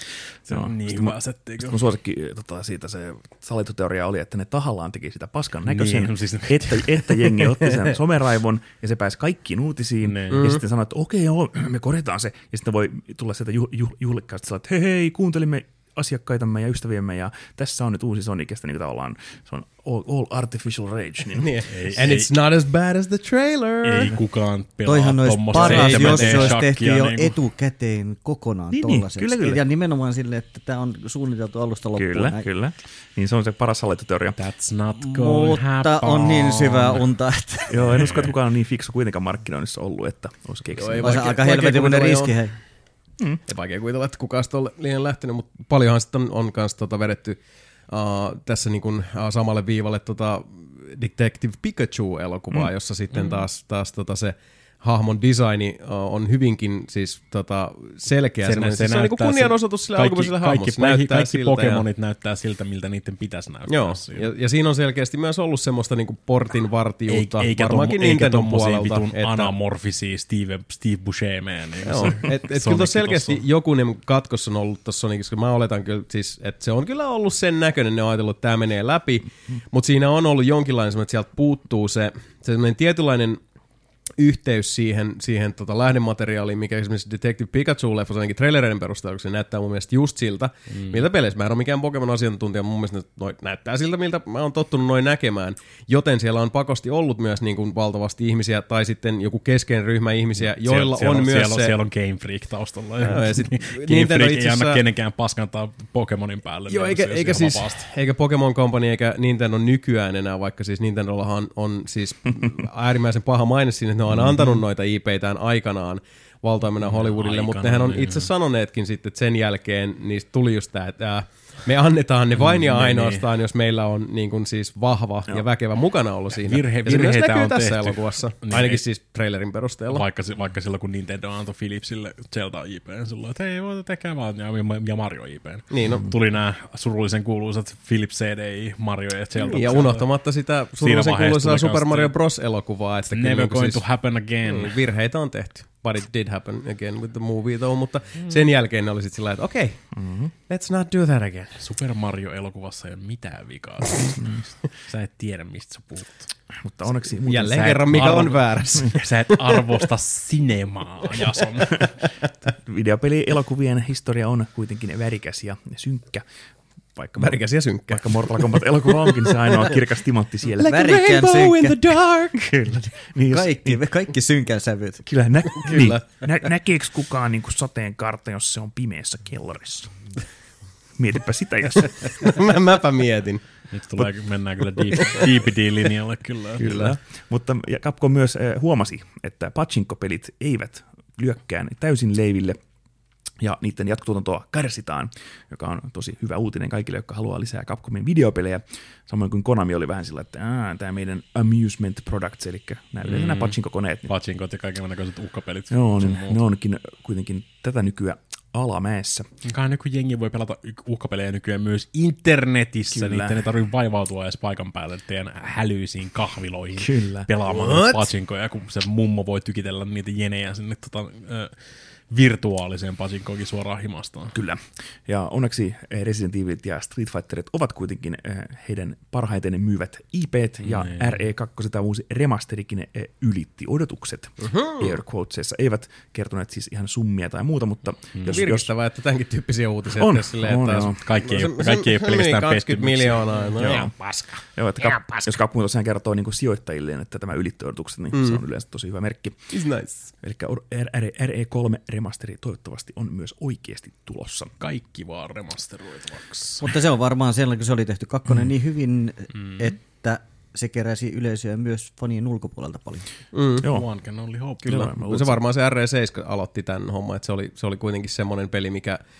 Se on niin hyvä setti. Mun suosikki tota, siitä se salituteoria oli, että ne tahallaan teki sitä paskan näköisen, niin, siis että, että jengi otti sen someraivon ja se pääsi kaikkiin uutisiin. Mm. Ja sitten sanoi, että okei, joo, me korjataan se. Ja sitten voi tulla sieltä juh, juh, juhlikkaasti sillä, että hei, hei, kuuntelimme asiakkaitamme ja ystäviemme ja tässä on nyt uusi Sonic, ja niin tavallaan se on all, all artificial rage. Niin. Niin. And ei, it's not as bad as the trailer. Ei kukaan pelaa toihan olisi paras, jos se olisi tehty jo niinku etukäteen kokonaan niin, tollaseksi. Niin, ja nimenomaan silleen, että tämä on suunniteltu alusta loppuun. Kyllä, näin. kyllä. Niin se on se paras salituteoria. That's not going Mutta on niin syvää unta, että... Joo, en usko, että kukaan on niin fiksu kuitenkaan markkinoinnissa ollut, että olisi keksinyt. Olisi aika helvetin riski, hei. Mm. Ei vaikea kuvitella, että kukaan sitten on liian lähtenyt, mutta paljonhan sitten on, on kanssa tota vedetty uh, tässä niin kuin, uh, samalle viivalle tota Detective Pikachu-elokuvaa, mm. jossa sitten mm. taas, taas tota se hahmon designi uh, on hyvinkin siis tota selkeä. Se, se, se, se on niin kunnianosoitus sille alkuperäiselle hahmolle. Kaikki, kaikki, kaikki Pokemonit ja näyttää siltä, miltä niiden pitäisi näyttää. Joo, ja, ja siinä on selkeästi myös ollut semmoista niin kuin portinvartijuutta, eikä varmaankin tom, Nintendon puolelta. Eikä tommosia vitun anamorfisia Steve, Steve Buscemi. Niin joo, että et kyllä selkeästi jokunen katkos on ollut tuossa Sonicissa, mä oletan kyllä, siis, että se on kyllä ollut sen näköinen, ne on ajatellut, että tämä menee läpi, mutta siinä on ollut jonkinlainen semmoinen, että sieltä puuttuu se, se semmoinen tietynlainen yhteys siihen, siihen tota lähdemateriaaliin, mikä esimerkiksi Detective Pikachu-leffassa ainakin trailereiden perusteella, se näyttää mun mielestä just siltä, mm. miltä peleissä. Mä en ole mikään Pokemon-asiantuntija, mun mielestä noi, näyttää siltä, miltä mä oon tottunut noin näkemään. Joten siellä on pakosti ollut myös niin kuin valtavasti ihmisiä, tai sitten joku keskeinen ryhmä ihmisiä, joilla siellä, on siellä myös on, se... Siellä on Game Freak taustalla. Ja, ja sit Game Freak ei anna kenenkään paskantaa Pokemonin päälle. Joo, eikä, eikä, siis, eikä Pokemon Company eikä Nintendo nykyään enää, vaikka siis Nintendollahan on siis äärimmäisen paha maine siinä, että ne on antanut noita I P:tään aikanaan valtoimena Hollywoodille, no, mutta nehän on itse sanoneetkin sitten, että sen jälkeen niistä tuli just tämä, että me annetaan ne vain ja ainoastaan, jos meillä on niin kuin siis vahva Joo. ja väkevä mukanaolo siinä. Virhe, ja se myös näkyy on tässä tehty. elokuvassa, niin, ainakin siis trailerin perusteella. Vaikka, vaikka silloin, kun Nintendo antoi Philipsille Zelda I P:n, silloin, että hei, voit tekee vaan, ja, ja Mario I P:n. Niin, no. Tuli nämä surullisen kuuluisat Philips C D I, Mario ja Zelda. Ja unohtamatta sitä surullisen kuuluisaa Super Mario Bros-elokuvaa. Että never going siis, to happen again. Mm, virheitä on tehty. But it did happen again with the movie though, mutta mm. sen jälkeen ne oli sitten sillä että okei, okay, mm-hmm. let's not do that again. Super Mario-elokuvassa ei ole mitään vikaa. Sä et tiedä, mistä sä puhut. Mutta onneksi... Jälleen kerran, mikä arvo- on väärässä. Sä et arvosta sinemaa, Jason. Videopeli-elokuvien historia on kuitenkin värikäs ja synkkä. Vaikka, värikäs ja synkkä. Vaikka Mortal Kombat-elokuva onkin se ainoa kirkas timantti siellä. Like värikkään rainbow in the dark. Kyllä. Niin kaikki, niin, kaikki synkän sävyt. Kyllä. Nä, Kyllä. Niin, nä, näkeekö kukaan niin kuin sateenkaarta, jos se on pimeässä kellarissa? Mietipä sitä, jos... Mä, mäpä mietin. Nyt tulee, mennään kyllä D V D-linjalle. Kyllä. Kyllä. Mutta Capcom myös eh, huomasi, että pachinko-pelit eivät lyökkään täysin leiville, ja niiden jatkotuotantoa karsitaan, joka on tosi hyvä uutinen kaikille, jotka haluaa lisää Capcomin videopelejä. Samoin kuin Konami oli vähän sillä, että tämä meidän amusement products, eli nämä mm. nämä pachinko-koneet. Pachinkot ja kaikenlaiset uhkapelit. Joo, niin, ne onkin kuitenkin tätä nykyään alamäessä. Kai nyt kun jengi voi pelata uhkapelejä nykyään myös internetissä, niin ei tarvitse vaivautua edes paikan päälle teidän hälyisiin kahviloihin Kyllä. pelaamaan pachinkoja, kun se mummo voi tykitellä niitä jenejä sinne tota, äh, virtuaaliseen pachinkoonkin suoraan himastaan. Kyllä. Ja onneksi Resident Evil ja Street Fighterit ovat kuitenkin heidän parhaiten myyvät I P:t, ja mm. R E kaksi, tämä uusi remasterikin, ylitti odotukset. Uh-huh. Air quotesissa eivät kertoneet siis ihan summia tai muuta, mutta... Mm. Jos, virkistävää, jos... että tämänkin tyyppisiä uutisia. On, silleen, on, taas... on. Kaikki ei, kaikki ei pelkästään kaksikymmentä miljoonaa. No, joo. Paska. Joo, että kap, paska. Jos Capcom tosiaan kertoo niin kuin sijoittajilleen, että tämä ylitti odotukset, niin mm. se on yleensä tosi hyvä merkki. It's nice. Eli R E kolme remasteri toivottavasti on myös oikeasti tulossa. Kaikki vaan remasteroitavaksi. Mutta se on varmaan siellä, kun se oli tehty kakkonen mm. niin hyvin, mm. että se keräsi yleisöä myös fanien ulkopuolelta paljon. Mm. Joo. One can only hope. Kyllä. Se varmaan se R E seitsemän aloitti tämän homman, että se oli, se oli kuitenkin semmoinen peli, mikä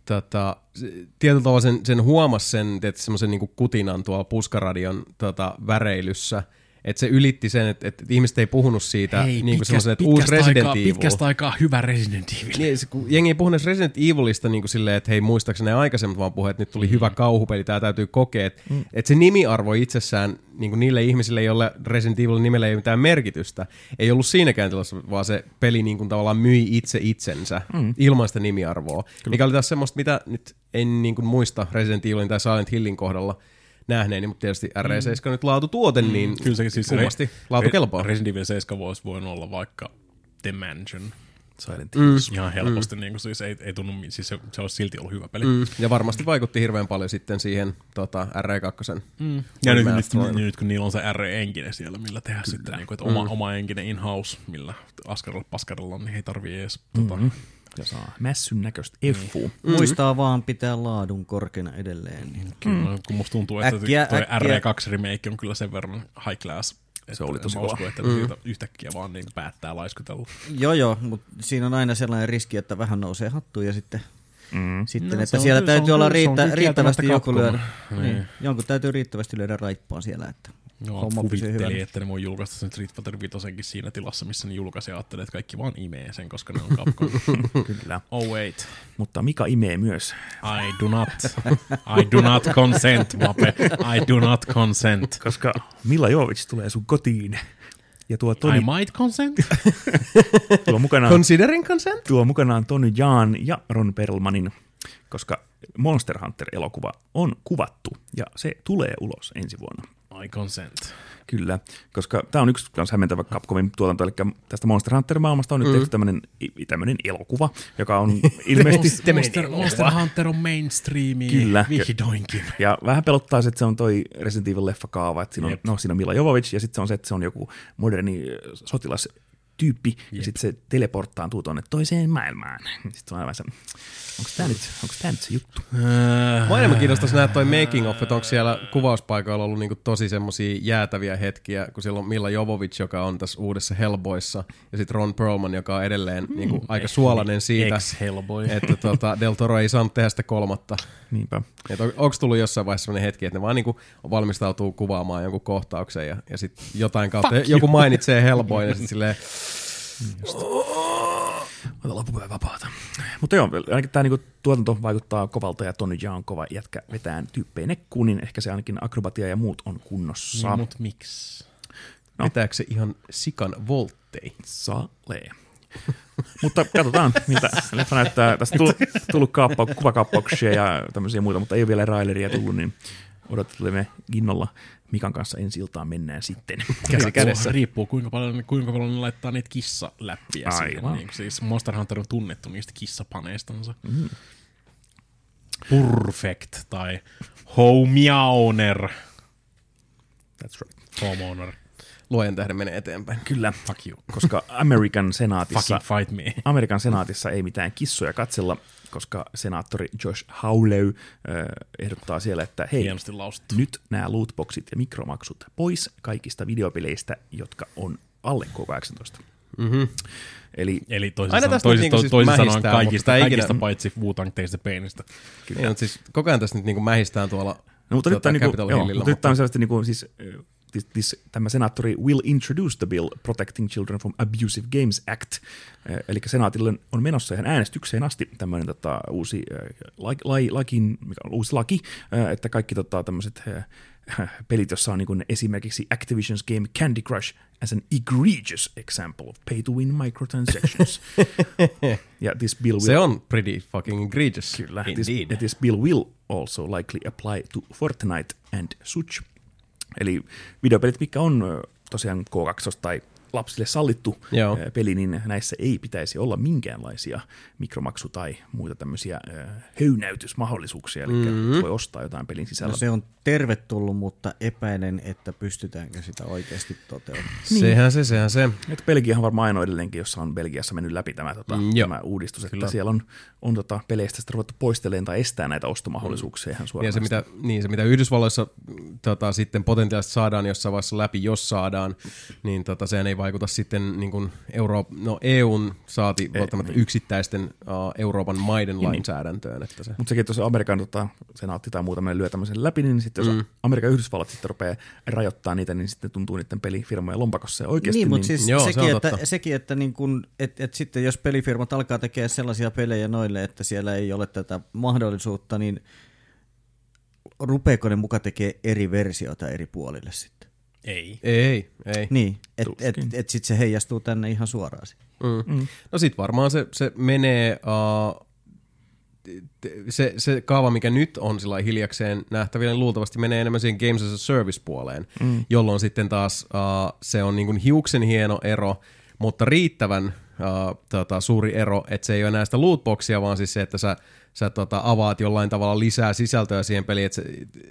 tota, tietyllä tavalla sen, sen huomasi sen, että semmoisen niin kuin kutinan tuolla puskaradion tota, väreilyssä, että se ylitti sen, että, että ihmiset ei puhunut siitä Hei, niin kuin semmoisen, että pitkästä uusi Resident aikaa, Evil. Pitkästä aikaa hyvä Resident Evil. Niin, se, kun jengi ei puhunut Resident Evilista niin kuin silleen, että hei muistaakseni ne aikaisemmat vaan puhuivat, että nyt tuli mm. hyvä kauhupeli, tämä täytyy kokea. Että mm. et se nimiarvo itsessään niin kuin niille ihmisille, joille Resident Evilin nimellä ei ole mitään merkitystä, ei ollut siinäkään tilassa, vaan se peli niin kuin tavallaan myi itse itsensä mm. ilman sitä nimiarvoa. Kyllä. Mikä oli taas semmoista, mitä nyt en niin kuin muista Resident Evilin tai Silent Hillin kohdalla nähneeni, mutta tietysti R E seitsemän mm. nyt laatutuote, niin mm. kyllä se siis kummasti laatu kelpaa. Resident Evil seitsemän voisi voinut olla vaikka The Mansion. Silent Hill. Mm. Ihan helposti, mm. niin kuin, siis ei, ei tunnu, siis se, se olisi silti ollut hyvä peli. Mm. Ja varmasti vaikutti hirveän paljon sitten siihen tota, R E kaksi. Mm. Ja nyt, nyt, nyt, nyt kun niillä on se R E-enkine siellä, millä tehdä kyllä. Sitten, niin kuin, että mm. oma, oma enkinen in-house, millä askarilla paskarilla on, niin ei tarvii edes mm-hmm. tota, ja saa mässyn näköistä effua. Mm-hmm. Muistaa vaan pitää laadun korkeana edelleen. Niin. Kyllä, mm. kun musta tuntuu, että äkkiä, toi äkkiä. R E kaksi remake on kyllä sen verran high class. Se oli tosi usko, että mm. yhtäkkiä vaan niin päättää laiskutella. Joo, joo, mutta siinä on aina sellainen riski, että vähän nousee hattuun ja sitten, mm. sitten no, että on, siellä täytyy on, olla on, riittä, on riittävästi joku lyödä. Niin. Niin. Jonkun täytyy riittävästi lyödä raippaan siellä, että joo, homma pysyy hyvänä. Että ne voi julkaista sen Street Fighter viitosenkin siinä tilassa, missä ne julkaisi ja ajattelee, että kaikki vaan imee sen, koska ne on Capcom. Kyllä. Oh wait. Mutta Mika imee myös. I do not. I do not consent, Vape. I do not consent. Koska Milla Jovovich tulee sun kotiin. Ja tuo Tony, I might consent. tuo mukanaan, Considering consent? Tuo mukanaan Tony Jaan ja Ron Perlmanin, koska Monster Hunter-elokuva on kuvattu ja se tulee ulos ensi vuonna. I consent. Kyllä, koska tämä on yksi kans hämmentävä Capcomin tuotanto, eli tästä Monster Hunter-maailmasta on nyt mm. tehty tämmöinen tämmöinen elokuva, joka on ilmeisesti... Monster, Monster Hunter on mainstreamia Kyllä. vihdoinkin. Ja, ja vähän pelottaa, että se on toi Resident Evil-leffakaava, että siinä on, no, siinä on Milla Jovovich, ja sitten se on se, että se on joku moderni sotilas tyyppi, Jep. ja sitten se teleporttaantuu tuonne toiseen maailmaan. Sitten on aivan se, onko tämä nyt, nyt se juttu? Mua enemmän kiinnostaisi nähdä toi making of, että onko siellä kuvauspaikoilla ollut niinku tosi semmosia jäätäviä hetkiä, kun siellä on Milla Jovovich, joka on tässä uudessa Hellboyssa, ja sitten Ron Perlman, joka on edelleen mm. niinku aika suolainen siitä, että tota, Del Toro ei saanut tehdä sitä kolmatta. Niinpä. On, onko tullut jossain vaiheessa sellainen hetki, että ne vaan niinku valmistautuu kuvaamaan jonkun kohtauksen, ja, ja sitten jotain kautta Fuck joku you. mainitsee Hellboyn, ja sitten silleen... Ota loppupäivä vapaata. Mutta joo, ainakin tämä niinku tuotanto vaikuttaa kovalta ja Tony Jaa on kova jätkä vetään tyyppejä nekkuun, niin ehkä se ainakin akrobatia ja muut on kunnossa. Niin, mut miksi? No. Vetääkö se ihan sikan volttei? Salee. Mutta katsotaan, miltä leffa näyttää. Tässä on tullut kaappa, kuvakaappauksia ja tämmöisiä muita, mutta ei ole vielä traileria tullut, niin odotetaan innolla. Mikan kanssa ensi iltaan mennään sitten. Käsi kädessä. Riippuu kuinka paljon, kuinka paljon ne laittaa niitä kissaläppiä siihen. Niin, siis Monster Hunter on tunnettu niistä kissapaneistansa. Mm. Perfect tai Homeowner. That's right. Homeowner. Luojan tähden menee eteenpäin. Kyllä, fuck you. Koska Amerikan senaatissa, fight me. Amerikan senaatissa ei mitään kissoja katsella, koska senaattori Josh Hawley äh, ehdottaa siellä, että hei, nyt nämä lootboxit ja mikromaksut pois kaikista videopeleistä, jotka on alle K kahdeksantoista. Mm-hmm. Eli, Eli toisin sanoen niinku siis sanoen kaikista, kaikista ikinä... paitsi Wu-Tang Taste the Painista. Kyllä. Ja, siis koko ajan tässä nyt niinku mähistään tuolla no, mutta tuota, nyt tämä niinku, on sellaisesti niinku, siis, This, this, tämä senaattori will introduce the bill Protecting Children from Abusive Games Act. Eli senaatille on menossa ihan äänestykseen asti tämmöinen tota, uusi, la, la, lakin, uusi laki, että kaikki tota, tämmöiset pelit, jossa on niin kuin esimerkiksi Activision's game Candy Crush as an egregious example of pay-to-win microtransactions. ja this bill will, se on pretty fucking egregious. Kyllä. This, this bill will also likely apply to Fortnite and such. Eli videopelit, mitkä on tosiaan K kaksitoista tai lapsille sallittu Joo. peli, niin näissä ei pitäisi olla minkäänlaisia mikromaksu- tai muita tämmöisiä höynäytysmahdollisuuksia, eli mm-hmm. voi ostaa jotain pelin sisällä. No se on tervetullut, mutta epäilen, että pystytäänkö sitä oikeasti toteuttamaan. Niin. Sehän se, sehän se. Että Belgiahan varmaan ainoa edelleenkin, jossa on Belgiassa mennyt läpi tämä, tota, mm, tämä uudistus, että Kyllä. siellä on, on tota, peleistä sitten ruvettu poistelemaan tai estää näitä ostomahdollisuuksia ihan suoraan. Ja se mitä, niin, se, mitä Yhdysvalloissa tota, sitten potentiaalisesti saadaan jossain vaiheessa läpi, jos saadaan, niin tota, sehän ei vaikuta sitten niin kuin Euro- no E U:n saati ei, välttämättä niin. yksittäisten uh, Euroopan maiden niin, lainsäädäntöön. Että se. Mutta sekin, että jos Amerikan tota, senaatti tai muuta meidän lyö tämmöisen läpi, niin sitten jos mm. Amerikan ja Yhdysvallat sitten rupeaa rajoittaa niitä, niin sitten tuntuu niiden pelifirmojen lompakossa. Ja oikeasti, niin, niin, mutta siis joo, sekin, se että, sekin, että, niin kun, et, et sitten jos pelifirmat alkaa tekemään sellaisia pelejä noille, että siellä ei ole tätä mahdollisuutta, niin rupeeko ne muka tekee eri versioita eri puolille sitten? Ei. Ei, ei. Niin, että et, et, et sitten se heijastuu tänne ihan suoraan. Mm. Mm. No sit varmaan se, se menee, uh, se, se kaava, mikä nyt on sillä hiljakseen nähtävillä, luultavasti menee enemmän siihen Games as a Service-puoleen, mm. jolloin sitten taas uh, se on niin kuin hiuksen hieno ero, mutta riittävän uh, tota, suuri ero, että se ei ole enää sitä lootboxia, vaan siis se, että sä, sä tota, avaat jollain tavalla lisää sisältöä siihen peliin, että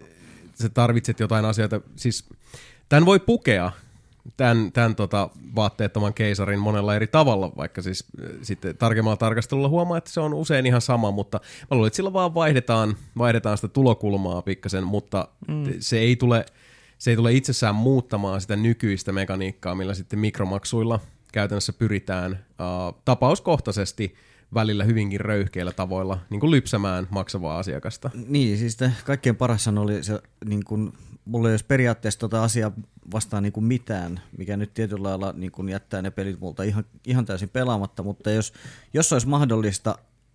sä tarvitset jotain asioita, siis tämän voi pukea, tämän, tämän tota, vaatteettoman keisarin monella eri tavalla, vaikka siis sitten tarkemmalla tarkastelulla huomaa, että se on usein ihan sama, mutta mä luulen, että sillä vaan vaihdetaan, vaihdetaan sitä tulokulmaa pikkasen, mutta mm. se, ei tule, se ei tule itsessään muuttamaan sitä nykyistä mekaniikkaa, millä sitten mikromaksuilla käytännössä pyritään uh, tapauskohtaisesti välillä hyvinkin röyhkeillä tavoilla niin kuin lypsämään maksavaa asiakasta. Niin, siis kaikkein parashan oli se, niin kuin, mulla ei olisi periaatteessa tota asiaa vastaan niin kuin mitään, mikä nyt tietyllä lailla niin kuin jättää ne pelit multa ihan, ihan täysin pelaamatta, mutta jos, jos olisi mahdollista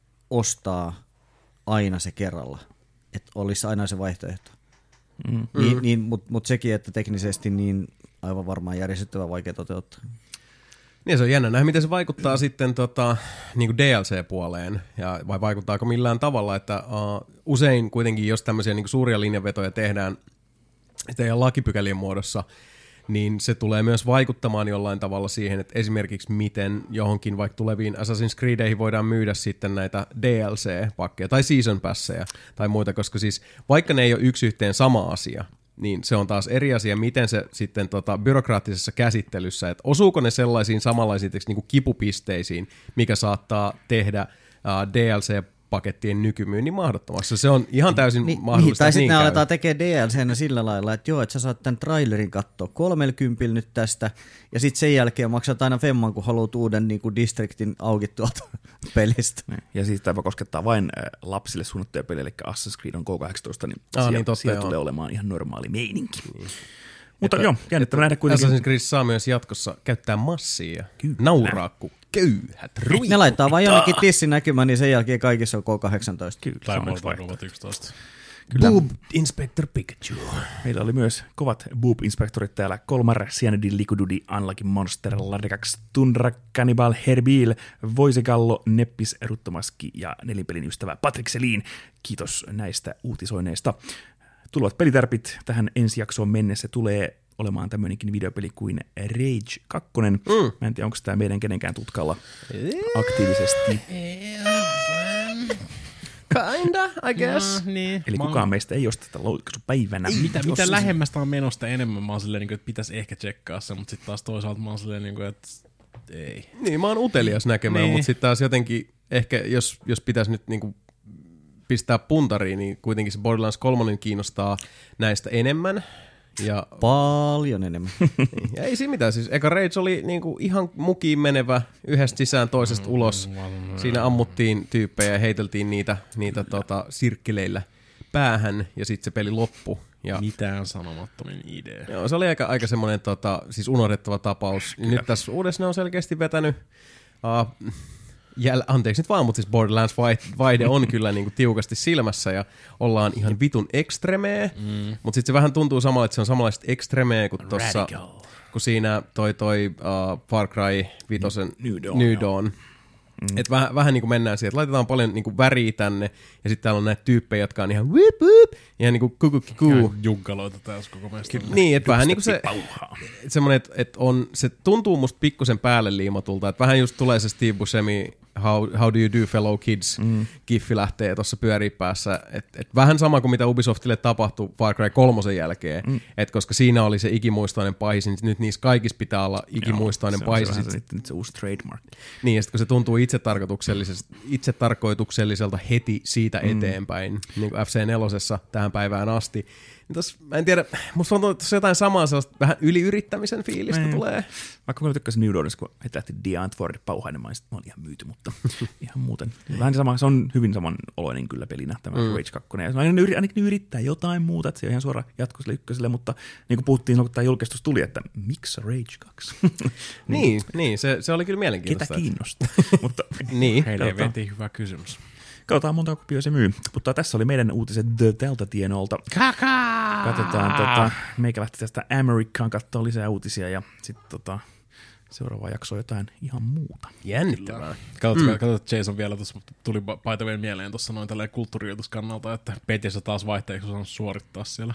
ostaa aina se kerralla, että olisi aina se vaihtoehto, mm. niin, niin, mutta mut sekin, että teknisesti niin aivan varmaan järjestettävän vaikea toteuttaa. Niin se on jännä nähdä, miten se vaikuttaa sitten tota, niin kuin D L C-puoleen, ja vai vaikuttaako millään tavalla, että uh, usein kuitenkin, jos tämmöisiä niin kuin suuria linjanvetoja tehdään teidän lakipykälien muodossa, niin se tulee myös vaikuttamaan jollain tavalla siihen, että esimerkiksi miten johonkin vaikka tuleviin Assassin's Creedeihin voidaan myydä sitten näitä D L C-pakkeja tai Season Passeja tai muita, koska siis vaikka ne ei ole yksi yhteen sama asia, niin se on taas eri asia, miten se sitten tota, byrokraattisessa käsittelyssä, että osuuko ne sellaisiin samanlaisiin niin kuin kipupisteisiin, mikä saattaa tehdä uh, D L C-pakettien nykymyynnin mahdottomassa. Se on ihan täysin Ni, mahdollista. Niin, tai sitten niin ne käy. aletaan tekemään D L C:nä sillä lailla, että joo, että sä saat tämän trailerin katsoa kolmelkympillä nyt tästä, ja sitten sen jälkeen maksat aina femman, kun haluat uuden niin kuin districtin auki tuolta pelistä. Ja siis tämä koskettaa vain lapsille suunnattuja pelejä, eli Assassin's Creed on K kahdeksantoista, niin ah, siellä, niin totta, siellä tulee olemaan ihan normaali meininki. Niin. Mutta että, joo, jännittävä nähdä kuitenkin. Assassin's Creed saa myös jatkossa käyttää massia, Kyllä. nauraa kuin köyhät ruikut. Ne laittaa vaan jonnekin tissin näkymään, niin sen jälkeen kaikissa on K kahdeksantoista. Kyllä, tai Mortal Kombat yksitoista. Kyllä. Boob Inspector Pikachu. Meillä oli myös kovat Boob Inspectorit täällä. Kolmar, Cyanidin, Likududi, Unlucky Monster, Ladekax, Tundra, Cannibal, Herbil, Voisegallo, Neppis, Ruttomaski ja nelinpelin ystävä Patrick Selin. Kiitos näistä uutisoineista. Tulevat pelitärpit tähän ensi jaksoon mennessä tulee olemaan tämmöinenkin videopeli kuin Rage kaksi. Mm. Mä en tiedä, onko tämä meidän kenenkään tutkalla aktiivisesti. Kinda, I guess. No, niin. Eli kukaan oon... meistä ei osta tätä loikaisupäivänä. Mitä, mitä lähemmästä on menosta enemmän, mä oon silleen, että pitäisi ehkä tsekkaa se, mutta sitten taas toisaalta mä oon silleen, että ei. Niin, mä oon utelias näkemään, niin. Mutta sitten taas jotenkin ehkä, jos, jos pitäisi nyt niinku pistää puntariin, niin kuitenkin se Borderlands kolme kiinnostaa näistä enemmän. Ja paljon enemmän. Niin, ja ei siinä mitään. Siis eka Rage oli niinku ihan mukiin menevä, yhdestä sisään, toisesta ulos. Siinä ammuttiin tyyppejä ja heiteltiin niitä, niitä tota, sirkkeleillä päähän ja sitten se peli loppui. Ja mitään sanomattomin idea. Joo, se oli aika, aika semmoinen tota, siis unohdettava tapaus. Kyllä. Nyt tässä uudessa ne on selkeästi vetänyt... Uh, Jäl, anteeksi nyt vaan, mutta siis Borderlands-vaihde on kyllä niinku tiukasti silmässä ja ollaan ihan vitun ekstremee, mm. mutta sitten se vähän tuntuu samalla, että se on samanlaista ekstremee kuin tossa, kun siinä toi toi uh, Far Cry vitosen New Dawn. New Dawn. Mm. Että vähän, vähän niin kuin mennään siihen, että laitetaan paljon niin kuin väriä tänne, ja sitten täällä on näitä tyyppejä, jotka on ihan whip whip, ihan niin kuin kukukikuu. Junkaloita tässä koko meistä. Niin, että vähän niin kuin se, semmoinen, että, että on, se tuntuu musta pikkusen päälle liimatulta, että vähän just tulee se Steve Buscemi How, how do you do fellow kids mm. giffi lähtee tuossa pyörii päässä, että et vähän sama kuin mitä Ubisoftille tapahtui Far Cry kolmosen jälkeen, mm. että koska siinä oli se ikimuistoinen pahis, niin nyt niissä kaikissa pitää olla ikimuistoinen Joo, pahis. Se on se, sit, nyt se uusi trademark. Niin, ja sitten kun se tuntuu itsetarkoitukselliselta heti siitä mm. eteenpäin, niin kuin F C neljä tähän päivään asti, Tos, mä en tiedä, musta tuntuu, että tuossa jotain samaa sellaista vähän yliyrittämisen fiilistä Niin. tulee. Vaikka mä tykkäsin New Dawnissa, kun he lähti Deantword pauhailemaan, sitten mä olin ihan myyty, mutta ihan muuten. Vähän sama, se on hyvin saman oloinen kyllä pelinä tämä mm. Rage kaksi. Ja aina yri, ainakin yrittää jotain muuta, että se on ihan suora jatkoiselle ykköselle, mutta niin kuin puhuttiin silloin, kun tämä julkistus tuli, että miksi Rage kaksi? niin, niin se, se oli kyllä mielenkiintoista. Ketä kiinnostaa? mutta, niin. Heille ventiin hyvä kysymys. Katsotaan monta kopioa se myy. Mutta tässä oli meidän uutiset tältä tienolta. Kakaa! Katsotaan, tota, meikä lähti tästä Amerikkaan katsoa lisää uutisia ja sitten tota, seuraava jakso jotain ihan muuta. Jännittävää. Katsot, mm. katsot Jason vielä tuossa, tuli paitavien mieleen tuossa noin tälleen kulttuurijoituskannalta, että P T:ssä taas vaihteeksi osannut suorittaa siellä.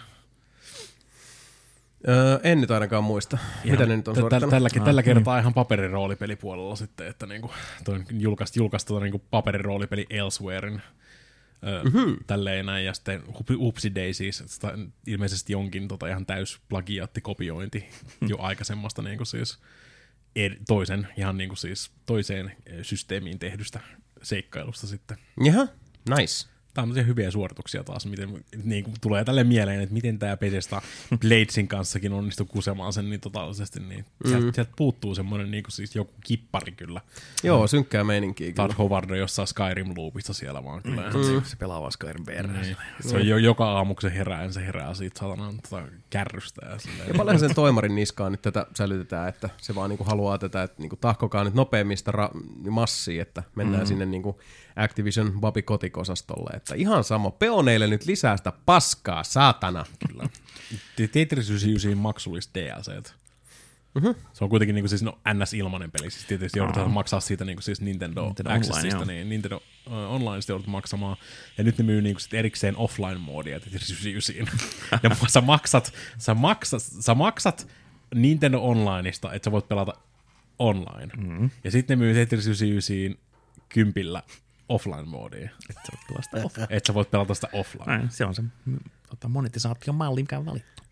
Öö, en nyt ainakaan muista. Ihan, mitä ne nyt on suorittanut? Tälläkin, ah, tällä kertaa niin. Ihan paperiroolipelipuolella sitten, että niinku, toi julkaista, julkaista niinku paperiroolipeli Elsewherein. Öö, mm-hmm. Tälleen näin, ja sitten Upsi Daisies, ilmeisesti jonkin tota, ihan täys plagiaattikopiointi jo aikaisemmasta niinku siis ed, toisen, ihan niinku siis toiseen systeemiin tehdystä seikkailusta sitten. Jaha, nice. Tämä on tosi hyviä suorituksia taas, miten niin kuin, tulee tälle mieleen, että miten tämä Bethesda Bladesin kanssakin onnistui kusemaan sen niin totaalisesti, niin mm. sieltä, sieltä puuttuu semmoinen niin kuin, siis joku kippari kyllä. Joo, synkkää meininkiä Todd Howard on jossain Skyrim-loopissa siellä vaan kyllä. Mm. Se pelaa vaan Skyrim V R. Niin. Se on jo, joka aamu, kun se herää, ja se herää siitä saatanan tota, kärrystä. Ja, ja paljon sen toimarin niskaan nyt tätä sälytetään, että se vaan niinku haluaa tätä, että niinku tahkokaa nyt nopeammista ra- massia, että mennään mm. sinne niinku Activision Babi-kotikosastolle. Että ihan sama, peoneille nyt lisää sitä paskaa, saatana. Kyllä. Tetris yhdeksänkymmentäyhdeksän maksullista D L C:tä. Mm-hmm. Se on kuitenkin niinku siis no, N S-ilmainen peli, siis tietysti joudutaan uh-huh. maksaa siitä niinku siis Nintendo, Nintendo Accessista, Online, niin Nintendo uh, Online joudut maksamaan, ja nyt ne myy niinku sit erikseen offline-moodia Tetris yhdeksänkymmentäyhdeksän. Ja sä maksat, sä maksat, sä maksat Nintendo Onlineista, että sä voit pelata online. Mm-hmm. Ja sitten ne myy Tetris yhdeksänkymmentäyhdeksän kympillä offline-moodia. Että sä voit pelata sitä, off- Et sä voit pelata sitä offline. Näin, se on se tota, monetisaation malli, mikä on valittu.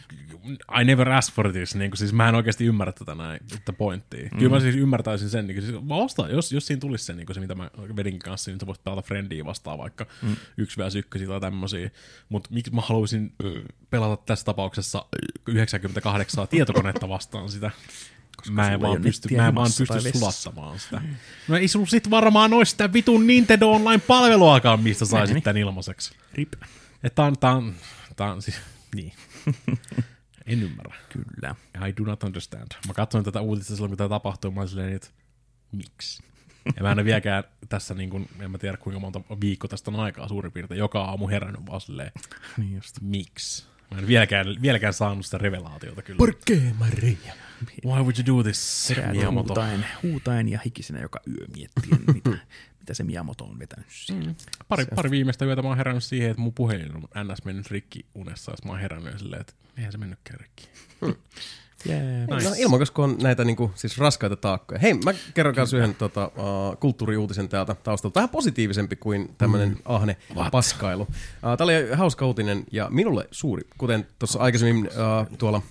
I never asked for this. Niin, siis mä en oikeasti ymmärrä tätä näin, tätä pointtia. Mm. Kyllä mä siis ymmärtäisin sen, niin, siis, ostaa, jos, jos siinä tulisi se, niin se, mitä mä vedin kanssa, niin sä voit pelata Friendia vastaan vaikka mm. yksi vs yksi tai tämmöisiä. Mutta miksi mä haluaisin pelata tässä tapauksessa yhdeksänkymmentäkahdeksan tietokonetta vastaan sitä? Koska mä en vaan pysty, mä en vaan pysty sulattamaan sitä. No ei sulla sit varmaan ois sitä vitun Nintendo Online-palveluakaan, mistä saisit tän ilmaiseksi. Rip. Että tää on, tää on, tää on siis, niin. En ymmärrä. Kyllä. I do not understand. Mä katsoin tätä uutista silloin, kun tämä tapahtui, mä olin silleen, että miksi? Ja mä en ole vieläkään tässä, niin kun, en mä tiedä kuinka monta viikkoa tästä on aikaa suurin piirtein, joka aamu herännyt vaan silleen, niin just. Miksi? Mä en vieläkään, vieläkään saanut sitä revelaatiota kyllä. Por qué, Maria? Why would you do this, Miyamoto? Huutaen, huutaen ja hikisinä joka yö miettien, mitä, mitä se Miyamoto on vetänyt siinä. Mm. Pari, pari viimeistä yötä mä oon herännyt siihen, että mun puhelin on ns. Mennyt rikki unessa, ja mä oon herännyt silleen, että eihän se mennytkään rikki. Hmm. Yeah, nice. No ilman, koska on näitä niinku, siis raskaita taakkoja. Hei, mä kerron kanssa yhden tota, uh, kulttuuriuutisen täältä taustalta. Vähän positiivisempi kuin tämmönen mm. ahne What? paskailu. Uh, Tää oli hauska uutinen ja minulle suuri, kuten tuossa aikaisemmin uh, tuolla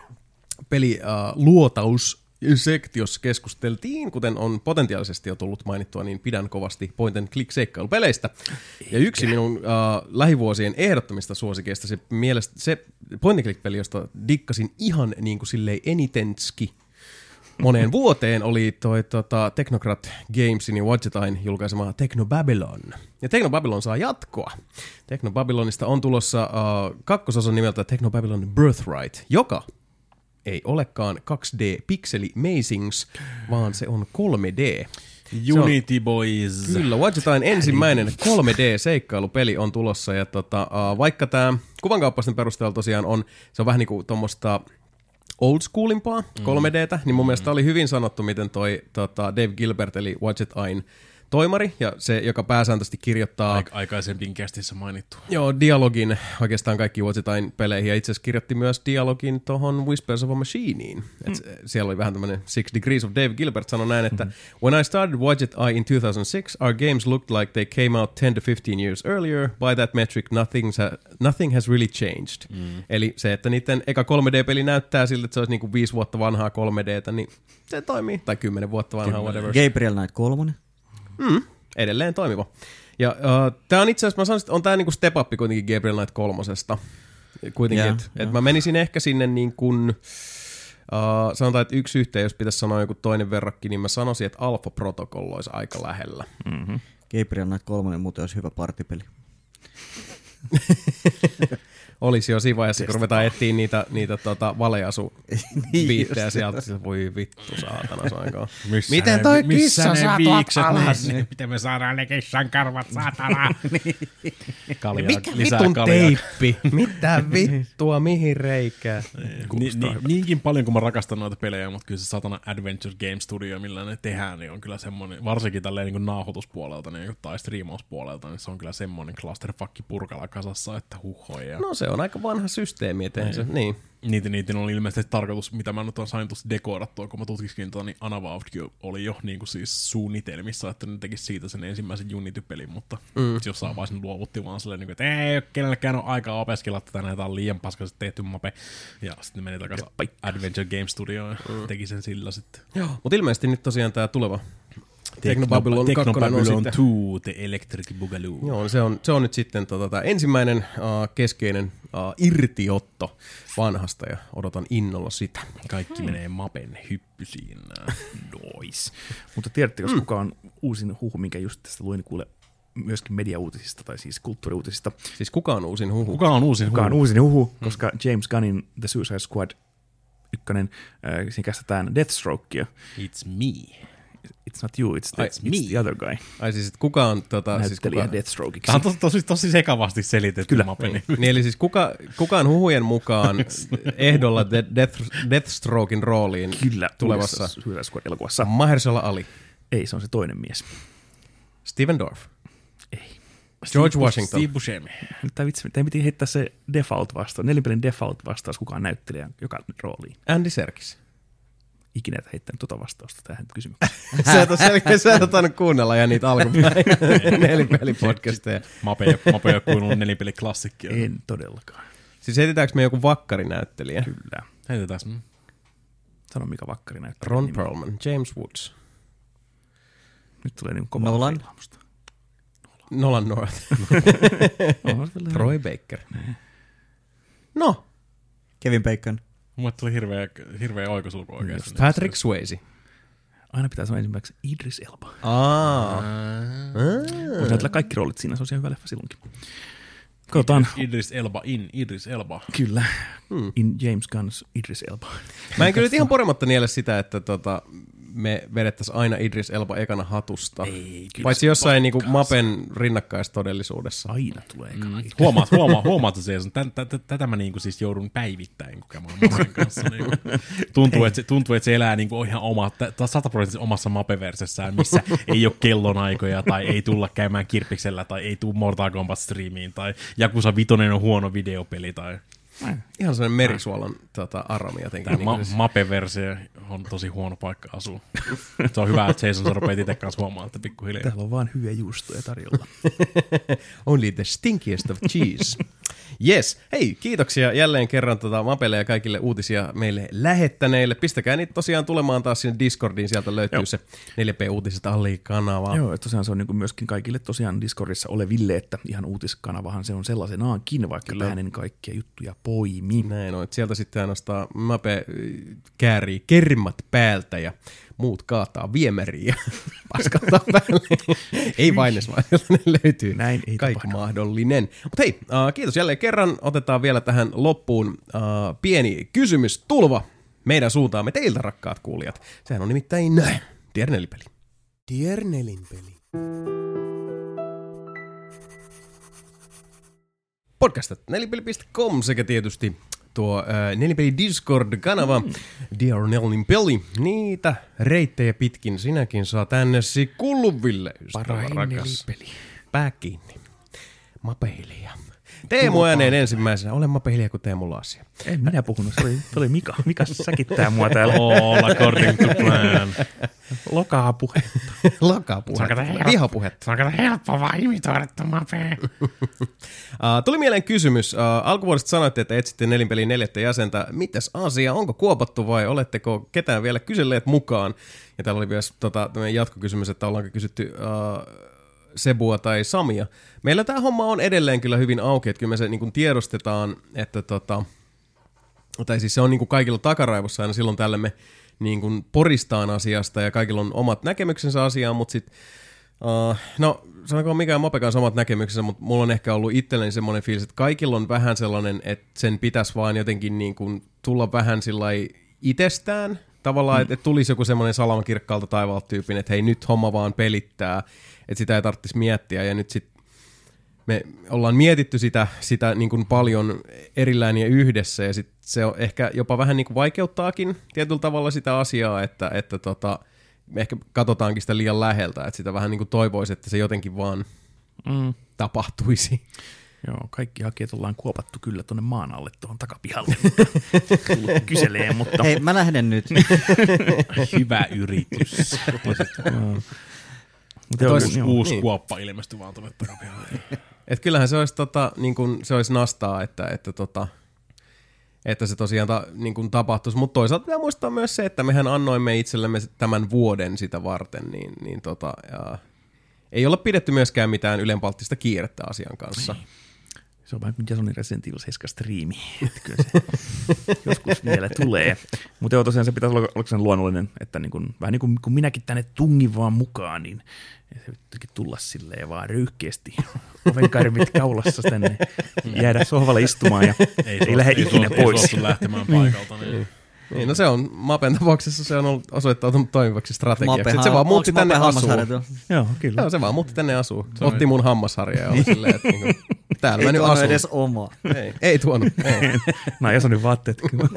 peliluotaus uh, sektiossa keskusteltiin, kuten on potentiaalisesti jo tullut mainittua, niin pidän kovasti point and click seikkailupeleistä. Ja yksi minun uh, lähivuosien ehdottomista suosikeista, se, mielestä, se point and click peli, josta dikkasin ihan niin kuin silleen enitenski moneen vuoteen, oli toi tota, Technocrat Gamesin ja Wadgetain julkaisema Technobabylon. Ja Technobabylon saa jatkoa. Technobabylonista on tulossa uh, kakkososan nimeltä Technobabylon Birthright, joka ei olekaan kaksi D Pixeli Mazings, vaan se on kolme D. Unity on, Boys. Kyllä, Wadgetain ensimmäinen kolme D-seikkailupeli on tulossa, ja tota, uh, vaikka tämä kuvankauppaisten perusteella tosiaan on, se on vähän niin kuin tuommoista old schoolimpaa kolme D:tä, niin mun mm. mielestä oli hyvin sanottu, miten toi tota, Dave Gilbert, eli Wadgetain toimari, ja se, joka pääsääntöisesti kirjoittaa Aik- aikaisemmin kästissä mainittu. Joo, dialogin oikeastaan kaikki Wadgetain peleihin, ja itse asiassa kirjoitti myös dialogin tohon Whispers of a Machineen. Mm. Et siellä oli vähän tämmöinen Six Degrees of Dave Gilbert sanoi näin, että mm-hmm. When I started Wadgetai in two thousand six, our games looked like they came out ten to fifteen years earlier. By that metric, ha- nothing has really changed. Mm. Eli se, että niiden eka kolme D-peli näyttää siltä, että se olisi niinku viisi vuotta vanhaa kolme D:tä, niin se toimii. Tai kymmenen vuotta vanhaa, whatever. Gabriel Knight kolme. Mm, edelleen toimiva. Ja uh, tää on itse asiassa, mä sanoisin, että on tää niinku step up kuitenkin Gabriel Knight kolmosesta. kuitenkin. Yeah, että yeah. et mä menisin ehkä sinne niin kuin, uh, sanotaan, että yksi yhteen, jos pitäisi sanoa joku toinen verrokki, niin mä sanoisin, että Alpha Protocol olisi aika lähellä. Mm-hmm. Gabriel Knight kolmonen muuten olisi hyvä partipeli. Olisi jo siinä vaiheessa, kun ruvetaan etsiä niitä, niitä tota, valeasu-biittejä sieltä. Sillä voi vittu saatana saankaan. Miten toi missä kissa ne saa viikset alas? ne? Miten me saadaan ne kissan karvat, saatana? Kaljaa, Mikä lisää vitun kaljaa. teippi? Mitä vittua, mihin reikään? Ni, ni, niinkin paljon, kun mä rakastan noita pelejä, mutta kyllä se satana Adventure Game Studio, millä ne tehdään, niin on kyllä semmoinen, varsinkin tälleen niin nauhoituspuolelta niin, tai striimauspuolelta, niin se on kyllä semmoinen clusterfucki purkala kasassa, että huhhoja. No se on aika vanha systeemi, ettei se, niin. Niitä, niitä oli ilmeisesti tarkoitus, mitä mä nyt sain tuossa dekoodattua, kun mä tutkiskin, tota, niin Unavowed oli jo niin kuin siis suunnitelmissa, että ne tekisi siitä sen ensimmäisen Unity-pelin, mutta mm. jossain vaiheessa luovutti vaan silleen, niin kuin, että ei ole kenellekään ole aikaa opiskella tätä, näitä on liian paskaisesti tehty mape. Ja sitten ne meni takaisin Adventure Game Studioon ja mm. teki sen sillä sitten. Joo, mutta ilmeisesti nyt tosiaan tää tuleva Technobabylon kakkonen on sitten. two, The Electric Boogaloo. Joo, se on, se on nyt sitten tota, tämä ensimmäinen uh, keskeinen uh, irtiotto vanhasta ja odotan innolla sitä. Kaikki hmm. menee mapen hyppysiin. Nois. Mutta tiedättekö, mm. kuka on uusin huhu, minkä just tästä luin kuule myöskin mediauutisista, tai siis kulttuuriuutisista. Siis kuka on uusin huhu? Kuka on uusin kuka huhu? on uusin huhu, koska James Gunnin The Suicide Squad ykkönen, äh, siinä käsitetään Deathstrokea. It's me. It's not you, it's the, Ai, it's the other guy. Ai siis, että kuka on tota, siis kuka... Deathstrokeiksi. Tämä on tosi, tosi, tosi sekavasti selitetty. Kyllä. Mape. Niin, niin eli siis kuka, kuka on huhujen mukaan ehdolla Death, Deathstroken rooliin Kyllä, tulevassa Suicide Squad-elokuvassa. Mahershala Ali. Ei, se on se toinen mies. Steven Dorff. Ei. George Washington. Steve Buscemi. Tämä vitsi, tämä piti heittää se default vastaus, nelinpelin default vastaus, kukaan näyttelijä, joka rooliin. Andy Serkis. Ikinä et heittänyt tuota vastausta tähän kysymykseen. Sä et ole selkeä, sä et ole tainnut kuunnella ja niitä alkupäin nelipelipodcasteja. Mape ei ole kuunnellut nelipeliklassikkia. En todellakaan. Siis heitetäänkö me joku vakkarinäyttelijä? Kyllä. Heitetään. Sano mikä vakkari näyttelijä. Ron Perlman, James Woods. Nyt tulee niin kova Nolan. fiilaamusta. Nolan North. Troy Baker. No. Kevin Bacon. Mulle tuli hirveä, hirveä oikosulku oikeasti. Patrick Swayze. Aina pitää sanoa ensimmäiseksi Idris Elba. Aa. Voisi näytellä kaikki roolit siinä, se on ihan hyvä leffa silloinkin. Katsotaan. Idris Elba in Idris Elba. Kyllä. Hmm. In James Gunn's Idris Elba. Mä en kyllä ihan porematta niele sitä, että tota, me vedettäisiin aina Idris Elba ekana hatusta. Ei, paitsi jossain niinku Mapen rinnakkaistodellisuudessa. Aina tulee eka. Mm. Huomaat, huomaat, huomaat se, että tätä mä niinku siis joudun päivittäin, kun käymään Mapen kanssa. Niinku. Tuntuu, että se, tuntuu, että se elää niinku ihan oma, sataprosenttisesti omassa Mape-versessään, missä ei ole kellonaikoja, tai ei tulla käymään kirppiksellä, tai ei tule Mortal Kombat-striimiin, tai Yakuza Vitoinen on huono videopeli, tai... Ihan sellainen merisuolan tota, aromi jotenkin. Tämä ma- siis... Mape-versio on tosi huono paikka asua. Se on hyvä, että Jason sä rupeat itse kanssa huomaan, että pikkuhiljaa. Täällä on vaan hyviä juustoja tarjolla. Only the stinkiest of cheese. Yes. Hei, kiitoksia jälleen kerran tota Mapelle ja kaikille uutisia meille lähettäneille. Pistäkää niitä tosiaan tulemaan taas sinne Discordiin, sieltä löytyy Joo. se neljä P-uutiset Ali-kanava. Joo, tosiaan se on niin kuin myöskin kaikille tosiaan Discordissa oleville, että ihan uutiskanavahan se on sellaisenaankin, vaikka Kyllä. tähän kaikkia juttuja poimi. Näin on, sieltä sitten ainoastaan Mape käärii kermat päältä ja muut kaataa viemäriin ja paskattaa päälle. Ei vain edes, vaan löytyy Näin ei kaikki tapahdu. mahdollinen. Mutta hei, uh, kiitos jälleen kerran. Otetaan vielä tähän loppuun uh, pieni kysymystulva meidän suuntaamme teiltä, rakkaat kuulijat. Sehän on nimittäin Tier nelinpeli. Tier nelinpeli. Podcastat nelinpeli piste com sekä tietysti tuo äh, nelipeli Discord-kanava, mm. Dear Nelinpeli. Niitä reittejä pitkin sinäkin saa tänne kulluville, ystävä rakas. Nelipeli. Pää kiinni. Mapeilija. Teemu ääneen ensimmäisenä. Olen mapeilija kuin Teemu Laasia. En minä puhunut, se oli, se oli Mika. Mika säkittää mua täällä. All according to plan. Lokaa puhetta. Lokaa puhetta. Vihapuhetta. Se on kato helppo vaan imitoida tuon Mapeen. uh, tuli mieleen kysymys. Uh, alkuvuodesta sanoitte, että etsitte nelinpelin neljättä jäsentä. Mitäs asia? Onko kuopattu vai oletteko ketään vielä kyselleet mukaan? Ja täällä oli myös tota, jatkokysymys, että ollaanko kysytty uh, Sebua tai Samia. Meillä tämä homma on edelleen kyllä hyvin auki, että kyllä me se niin kuin tiedostetaan, että tota, tai siis se on niin kuin kaikilla takaraivossa aina silloin tälle me niin kuin poristaan asiasta ja kaikilla on omat näkemyksensä asiaan, mutta sitten Uh, no, sanoiko mikään mopekaan samat näkemyksensä, mutta mulla on ehkä ollut itselleni semmoinen fiilis, että kaikilla on vähän sellainen, että sen pitäisi vaan jotenkin niin kuin tulla vähän sillai itsestään. Tavallaan, mm. että et tulisi joku semmoinen salamakirkkaalta taivaalta tyyppinen, että hei nyt homma vaan pelittää, että sitä ei tarvitsisi miettiä. Ja nyt sitten me ollaan mietitty sitä, sitä niin kuin paljon erillään ja yhdessä ja sitten se on ehkä jopa vähän niin kuin vaikeuttaakin tietyllä tavalla sitä asiaa, että, että tota, me ehkä katsotaankin sitä liian läheltä, että sitä vähän niin kuin toivoisi, että se jotenkin vaan mm. tapahtuisi. Joo, kaikki hakijat ollaan kuopattu kyllä tuonne maan alle tuohon takapihalle. Tullut kyselee, mutta... Hei, mä lähden nyt. Hyvä yritys. Uusi, uusi niin. Kuoppa ilmestyi vaan tuonne takapihalle. Et kyllähän se olisi, tota, niin kuin, se olisi nastaa, että, että, tota, että se tosiaan ta, niin kuin tapahtuisi. Mutta toisaalta pitää muistaa myös se, että mehän annoimme itsellemme tämän vuoden sitä varten, niin, niin tota, ja ei olla pidetty myöskään mitään ylenpalttista kiirettä asian kanssa. Niin. Se on vähän kuin Jasonin Resident Evil seitsemän striimi, että kyllä se joskus vielä tulee. Mutta joo, tosiaan se pitäisi olla, olla sen luonnollinen, että niin kun, vähän niin kuin kun minäkin tänne tungin vaan mukaan, niin se pitääkin tulla silleen vaan röyhkeästi ovenkarmit kaulassa tänne, jäädä sohvalle istumaan ja ei, ei lähde ikinä pois. Ei suostu lähtemään paikalta. Niin. Niin, no se on, Mapen tapauksessa se on ollut osoittautunut toimivaksi strategiaksi. Se vaan muutti tänne asuu. Joo, kyllä. Joo, se vaan muutti tänne asuu. Se otti mun hammasharja ja oli silleen, että niinku, täällä mä nyt asun. Ei tuonut edes omaa. Ei, ei tuonut. Ei. No, jos on nyt vaatteet. Kyllä.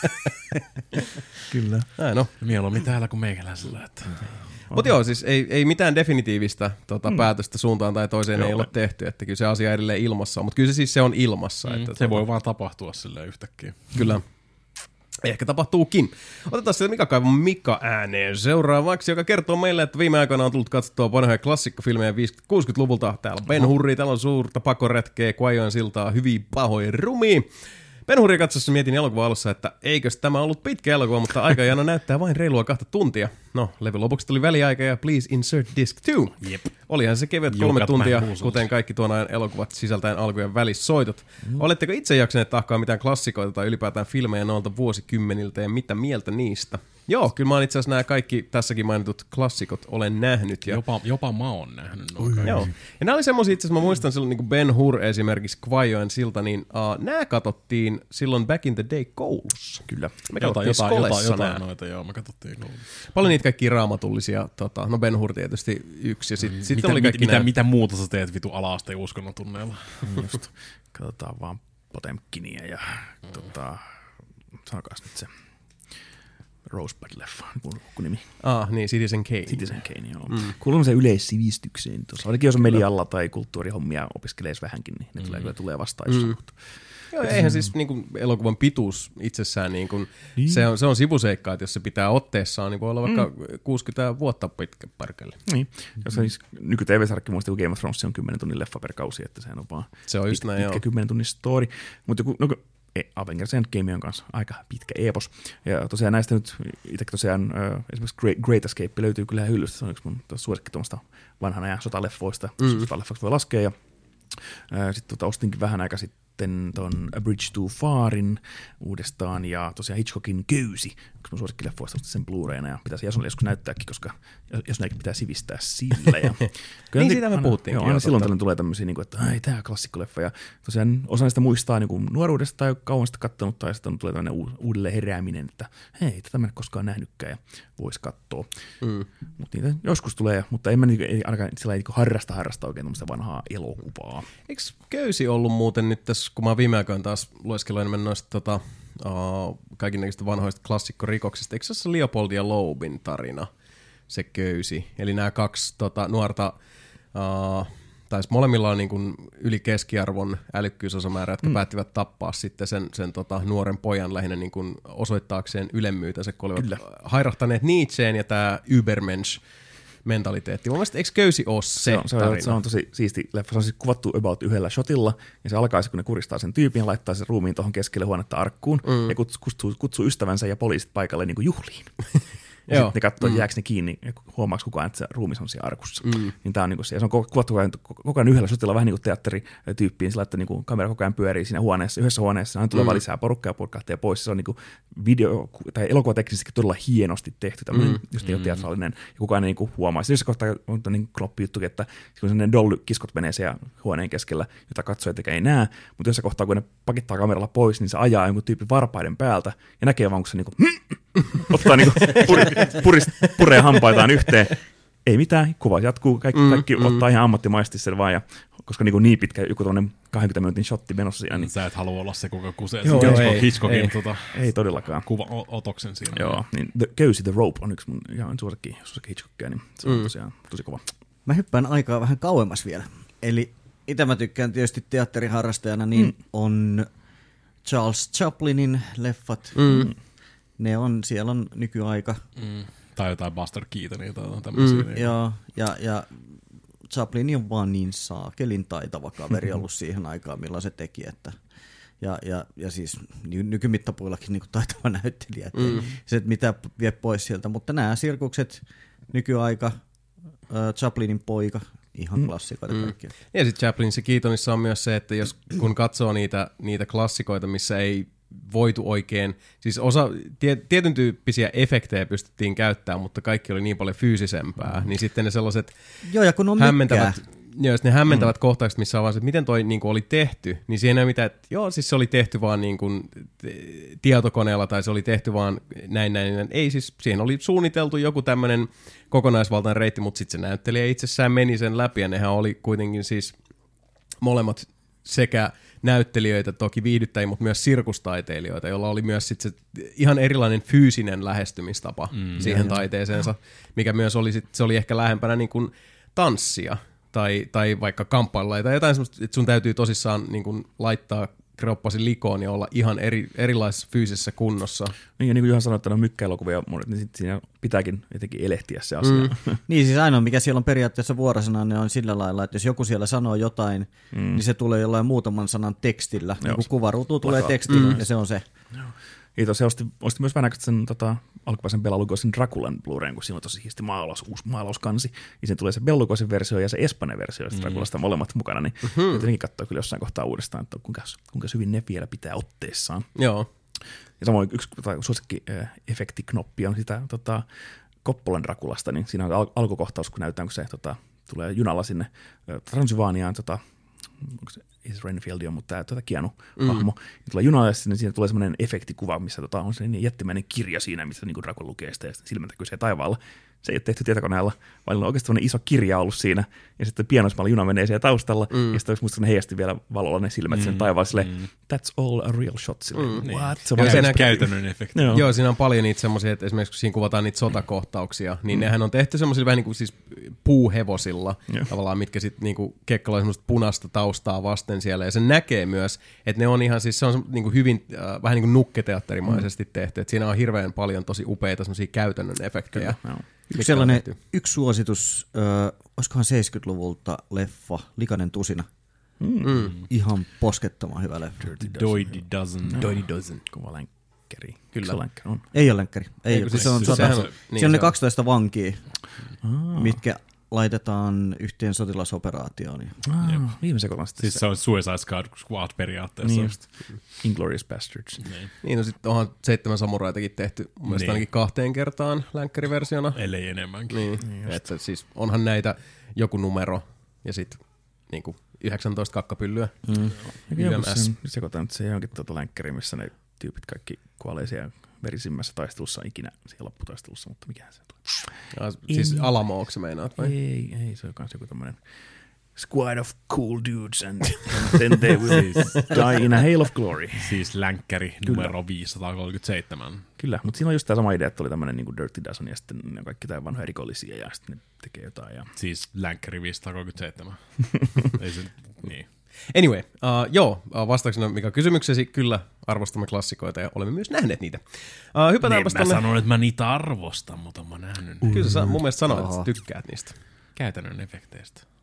Kyllä. Näin no. Mieluummin täällä kuin meikäläisellä. Että... Mutta joo, siis ei, ei mitään definitiivistä tota, mm. päätöstä suuntaan tai toiseen joo, ei ole tehty, että kyllä se asia edelleen ilmassa on, mutta kyllä se siis se on ilmassa. Mm. Että, se tota... voi vaan tapahtua silleen yhtäkkiä. Kyllä. Ehkä tapahtuukin. Otetaan sitten Mika Kaivon Mika ääneen seuraavaksi, joka kertoo meille, että viime aikoina on tullut katsottua vanhoja klassikkofilmejä viisikymmentä-kuusikymmentäluvulta. Täällä on Ben Hurri, täällä on suurta pakoretkeä, Qui-Gon siltaa, hyvin pahoja rumia. Ben Hurri katsossa mietin elokuvan alussa, että eikös tämä ollut pitkä elokuva, mutta aikajana näyttää vain reilua kahta tuntia. No, levy lopuksi tuli väliaika ja please insert disc two. Jep. Olihan se kevyet kolme Jukat tuntia, kuten kaikki tuon ajan elokuvat sisältäen alkujen välissoitot. Mm. Oletteko itse jaksaneet tahkaa mitään klassikoita tai ylipäätään filmejä noilta vuosikymmeniltä ja mitä mieltä niistä? Joo, kyllä mä oon itse asiassa nämä kaikki tässäkin mainitut klassikot olen nähnyt. Ja... Jopa, jopa mä oon nähnyt. Joo. Ja nämä oli semmosia itse asiassa, mä muistan silloin niin kuin Ben Hur esimerkiksi, Qui-Gon silta, niin uh, nämä katsottiin silloin back in the day koulussa. Kyllä. Me katsottiin skolessa jotain noita, joo, me katsottiin koulussa. Paljon niitä kaikkia raamatullisia, tota, no Ben Hur tietysti yksi, ja sitten mm. sit mitä, oli kaikki mitä, nämä... mitä muuta sä teet vitu ala-asteen uskonnon tunneilla? Just, katsotaan vaan Potemkinia ja mm. tota, sanokaas nyt se Rosebud-leffa, kun nimi. Ah, niin, Citizen Kane. Citizen Kane, joo. Mm. Kuuluu se yleissivistykseen tuossa. Ainakin jos on medialla tai kulttuurihommia opiskelee vähänkin, niin ne mm. tulee kyllä tulee vastaissa. Mm. Joo, eihän siis niin kuin, elokuvan pituus itsessään, niin kuin, niin. Se, on, se on sivuseikka, että jos se pitää otteessaan, niin voi olla vaikka mm. kuusikymmentä vuotta pitkä parkelle. Niin, jos siis nyky-T V-sarkki muista, kun Game of Thrones on kymmenen tunnin leffa per kausi, että sehän on vaan se on just pit, näin, pitkä kymmenen tunnin story. Mutta joku, no, Avengers Endgame on kanssa aika pitkä epos. Ja tosiaan näistä nyt itse tosiaan äh, esimerkiksi Great, Great Escape löytyy kyllä hyllystä. Se on yksi mun suosikki tuommoista vanhan ajan sotaleffoista, mm. sotaleffaksi voi laskea. Ja äh, sitten tota, ostinkin vähän aika sitten ton A Bridge Too Farin uudestaan ja tosiaan Hitchcockin Köysi, yksi mun suosikkileffoista sen Blu-rayna ja pitäisi Jasonille joskus näyttääkin, koska Jasonillekin pitää sivistää sillä. Ja niin siitä me puhuttiin. Joo, aina silloin tällöin tulee tämmöisiä, niin kuin, että ai tää klassikkoleffa ja tosiaan osa näistä muistaa niin kuin nuoruudesta tai kauan sitä kattonut tai sitten tulee tämmöinen uudelleen herääminen, että hei, tätä mä en koskaan nähnytkään ja vois katsoa. Mm. Mutta niitä joskus tulee, mutta en mä niin, ei ainakaan sillä ei niin harrasta harrasta oikein tämmöistä vanhaa elokuvaa. Eikö Köysi ollut muuten nyt tässä, kun mä oon viime aikoina taas lueskellut enemmän noista tota, uh, kaikennäköistä vanhoista klassikkorikoksista, eikö se ole Leopold ja Loebin tarina, se Köysi? Eli nämä kaksi tota, nuorta, uh, tai molemmilla on niin kuin yli keskiarvon älykkyysosamäärä, jotka mm. päättivät tappaa sitten sen, sen tota, nuoren pojan lähinnä niin kuin osoittaakseen ylemmyytänsä, kun olivat Kyllä. hairahtaneet Nietzscheen ja tämä Übermensch mentaliteetti. Mun mielestä eikö Köysi ole se, se, on, se, on, se on tosi siisti leffa. Se on siis kuvattu about yhdellä shotilla, ja se alkaa kun ne kuristaa sen tyypin ja laittaa sen ruumiin tuohon keskelle huonetta arkkuun, mm. ja kutsuu, kutsuu, kutsuu ystävänsä ja poliisit paikalle niin kuin juhliin. ja sitten ne katsoo, mm. jääkö ne kiinni, ja huomaako kukaan, että se ruumis on siellä arkussa. Mm. Niin tää on niinku se, ja se on kuvattu koko ajan yhdellä shotilla, vähän niin kuin teatterityyppiin, sillä että niinku kamera koko ajan pyörii siinä huoneessa, yhdessä huoneessa, aina tulee mm. vaan lisää porukkaa ja porukkaa pois. Se on niinku video, tai elokuvateknisesti todella hienosti tehty, tämmöinen mm. just niin mm. teatraalinen, ja kukaan ei niinku huomaa. Sitten kohtaa on niin kloppi juttukin, että kun sellainen dolly-kiskot menee siellä huoneen keskellä, jota katsojat ei näe, mutta jossain kohtaa, kun ne pakittaa kameralla pois, niin se ajaa jonkun tyyppi varpaiden päältä, ja näkee vaan, kun se niinku, ottaa niinku, pur, purist, puree hampaitaan yhteen. Ei mitään, kuva jatkuu, kaikki, mm, kaikki mm. ottaa ihan ammattimaisesti sen vaan, ja koska niinku niin pitkä joku tuollainen kaksikymmentä minuutin shotti menossa siellä. Niin... Sä et halua olla se, kuka kusee Joo, Hitchcock, ei, Hitchcockin ei, tota, ei todellakaan. kuva-otoksen siinä. Joo, niin The, Köysi The Rope on yksi mun ihan suosikki, suosikki Hitchcockia, niin se on mm. tosiaan tosi kova. Mä hyppään aikaa vähän kauemmas vielä. Eli itse mä tykkään tietysti teatteriharrastajana, niin mm. on Charles Chaplinin leffat. Mm. Ne on, siellä on nykyaika. Mm. Tai jotain Buster Keatonia tai tämmöisiä. Mm. Niin. Joo, ja, ja Chaplin on vaan niin saakelin taitava kaveri ollut siihen aikaan, milloin se teki. Että, ja, ja, ja siis nykymittapuillakin niin taitava näyttelijä. Että mm. se, että mitä vie pois sieltä. Mutta nämä sirkukset, nykyaika, äh, Chaplinin poika, ihan mm. klassikoita mm. kaikkia. Ja sitten Chaplinissa Keatonissa on myös se, että jos kun katsoo niitä, niitä klassikoita, missä ei voitu oikein, siis osa, tie, tietyn tyyppisiä efektejä pystyttiin käyttämään, mutta kaikki oli niin paljon fyysisempää, mm. niin sitten ne sellaiset Joo, ja kun on hämmentävät, joo, ne hämmentävät mm. kohtaukset, missä on vaan se, että miten toi niin kuin oli tehty, niin siinä ei ole mitään, että joo, siis se oli tehty vaan niin kuin tietokoneella tai se oli tehty vaan näin, näin, näin. Ei, siis siihen oli suunniteltu joku tämmöinen kokonaisvaltainen reitti, mutta sitten se näyttelijä itsessään meni sen läpi ja nehän oli kuitenkin siis molemmat sekä näyttelijöitä, toki viihdyttäjiä, mutta myös sirkustaiteilijoita, joilla oli myös sit se ihan erilainen fyysinen lähestymistapa mm, siihen joo, taiteeseensa, mikä myös oli, sit, se oli ehkä lähempänä niin kuin tanssia tai, tai vaikka kamppailla tai jotain semmoista, että sun täytyy tosissaan niin kuin laittaa kroppasi likoon ja olla ihan eri, erilaisessa fyysisessä kunnossa. Niin, ja niin kuin Juha sanoi, että on mykkäelokuvia, niin sit siinä pitääkin jotenkin elehtiä se asia. Mm. Niin, siis ainoa, mikä siellä on periaatteessa vuorosana, ne on sillä lailla, että jos joku siellä sanoo jotain, mm. niin se tulee jollain muutaman sanan tekstillä. Joo, niin kuvaruutu tulee tekstillä, mm. ja se on se. Joo. Ja tosiaan ostin, ostin myös vähän sen tota, alkuperäisen Bela Lugosin Draculan Blu-rayn, kun siinä on tosi siisti maalaus, uusi maalauskansi, niin sen tulee se Bela Lugosin versio ja se Espanjan versio, mm. Draculasta molemmat mukana, niin mm-hmm. jotenkin katsoa kyllä jossain kohtaa uudestaan, että kuinka, kuinka hyvin ne vielä pitää otteessaan. Joo. Ja samoin yksi tota, suosikki äh, efektiknoppi on sitä tota, Coppolan Draculasta, niin siinä on al- alkukohtaus, kun näytetään, kun se tota, tulee junalla sinne äh, Transylvaniaan, tota, onko se Is Renfield on, mutta tämä tuota Keanu-hahmo. Mm. Tulee junalla ja siinä tulee semmoinen efektikuva, missä tota, on se jättimäinen kirja siinä, missä niin Dracula lukee sitä ja silmät näkyy taivaalla. Se ei ole tehty tietokoneella, vaan on oikeasti iso kirja ollut siinä, ja sitten pienoismalla juna menee siellä taustalla, mm. ja sitten olisi musta heijasti vielä valolla ne silmät mm. sen taivaalla, silleen, mm. that's all a real shot, silleen, mm. what? Se on Joo, käytännön efekti. Joo. Joo, siinä on paljon niitä semmoisia, että esimerkiksi kun siinä kuvataan niitä sotakohtauksia, niin mm. nehän on tehty semmoisilla vähän niin kuin siis puuhevosilla, Joo. tavallaan, mitkä sitten niin kuin kekkalla on semmoista punaista taustaa vasten siellä, ja se näkee myös, että ne on ihan siis, se on niin kuin hyvin, äh, vähän niin kuin nukketeatterimaisesti mm. tehty, että siinä on hirveän paljon tosi upeita semmoisia käytännön efektejä. Kyllä, Yksi sellainen, yksi suositus, äh, olisikohan seitsemänkymmentäluvulta leffa, Likainen tusina. Mm. Ihan poskettoman hyvä leffa. Doidi Dozen. No. Doidi Dozen. Kuva länkkäri. Kyllä. Länkkäri on. Ei ole länkkäri. Ei, Ei ole, siis se on, sota, on, niin, se on ne kaksitoista vankia, Aa. mitkä laitetaan yhteen sotilasoperaatioon. Ah, viime sekunnan sitten. Siis se on Suicide Squad periaatteessa. Niin just. Inglourious Bastards. Niin, niin no sitten onhan Seitsemän samuraitakin tehty mun mielestä niin. ainakin kahteen kertaan länkkäriversiona. Ellei enemmänkin. Niin, niin että siis onhan näitä joku numero ja sitten niinku yhdeksäntoista kakkapyllyä. Mm. Joku sen sekoitan, että se johonkin tuota länkkäri, missä ne tyypit kaikki kuolee siellä verisimmässä taistelussa ikinä siellä lopputaistelussa, mutta mikähän se tulee. Ja, siis Alamooksi meinaat vai? Ei, ei, se on kans joku tämmönen squad of cool dudes and then they will die in a hail of glory. Siis länkkäri numero viisisataakolmekymmentäseitsemän. Kyllä, mutta siinä on just tämä sama idea, että oli tämmöinen niin kuin Dirty Dozen ja sitten ne kaikki tämä vanhoja rikollisia ja sitten ne tekee jotain. Ja... Siis länkkäri viisisataakolmekymmentäseitsemän. Ei se, niin. Anyway, uh, joo, uh, vastauksena mikä kysymyksesi, kyllä arvostamme klassikoita ja olemme myös nähneet niitä. Uh, hypätäänpäs niin, mä sanon, että mä niitä arvostan, mutta mä nähnyt. Mm. Kyllä sä mun mielestä sanoit, että sä tykkäät niistä. Käytännön efekteistä.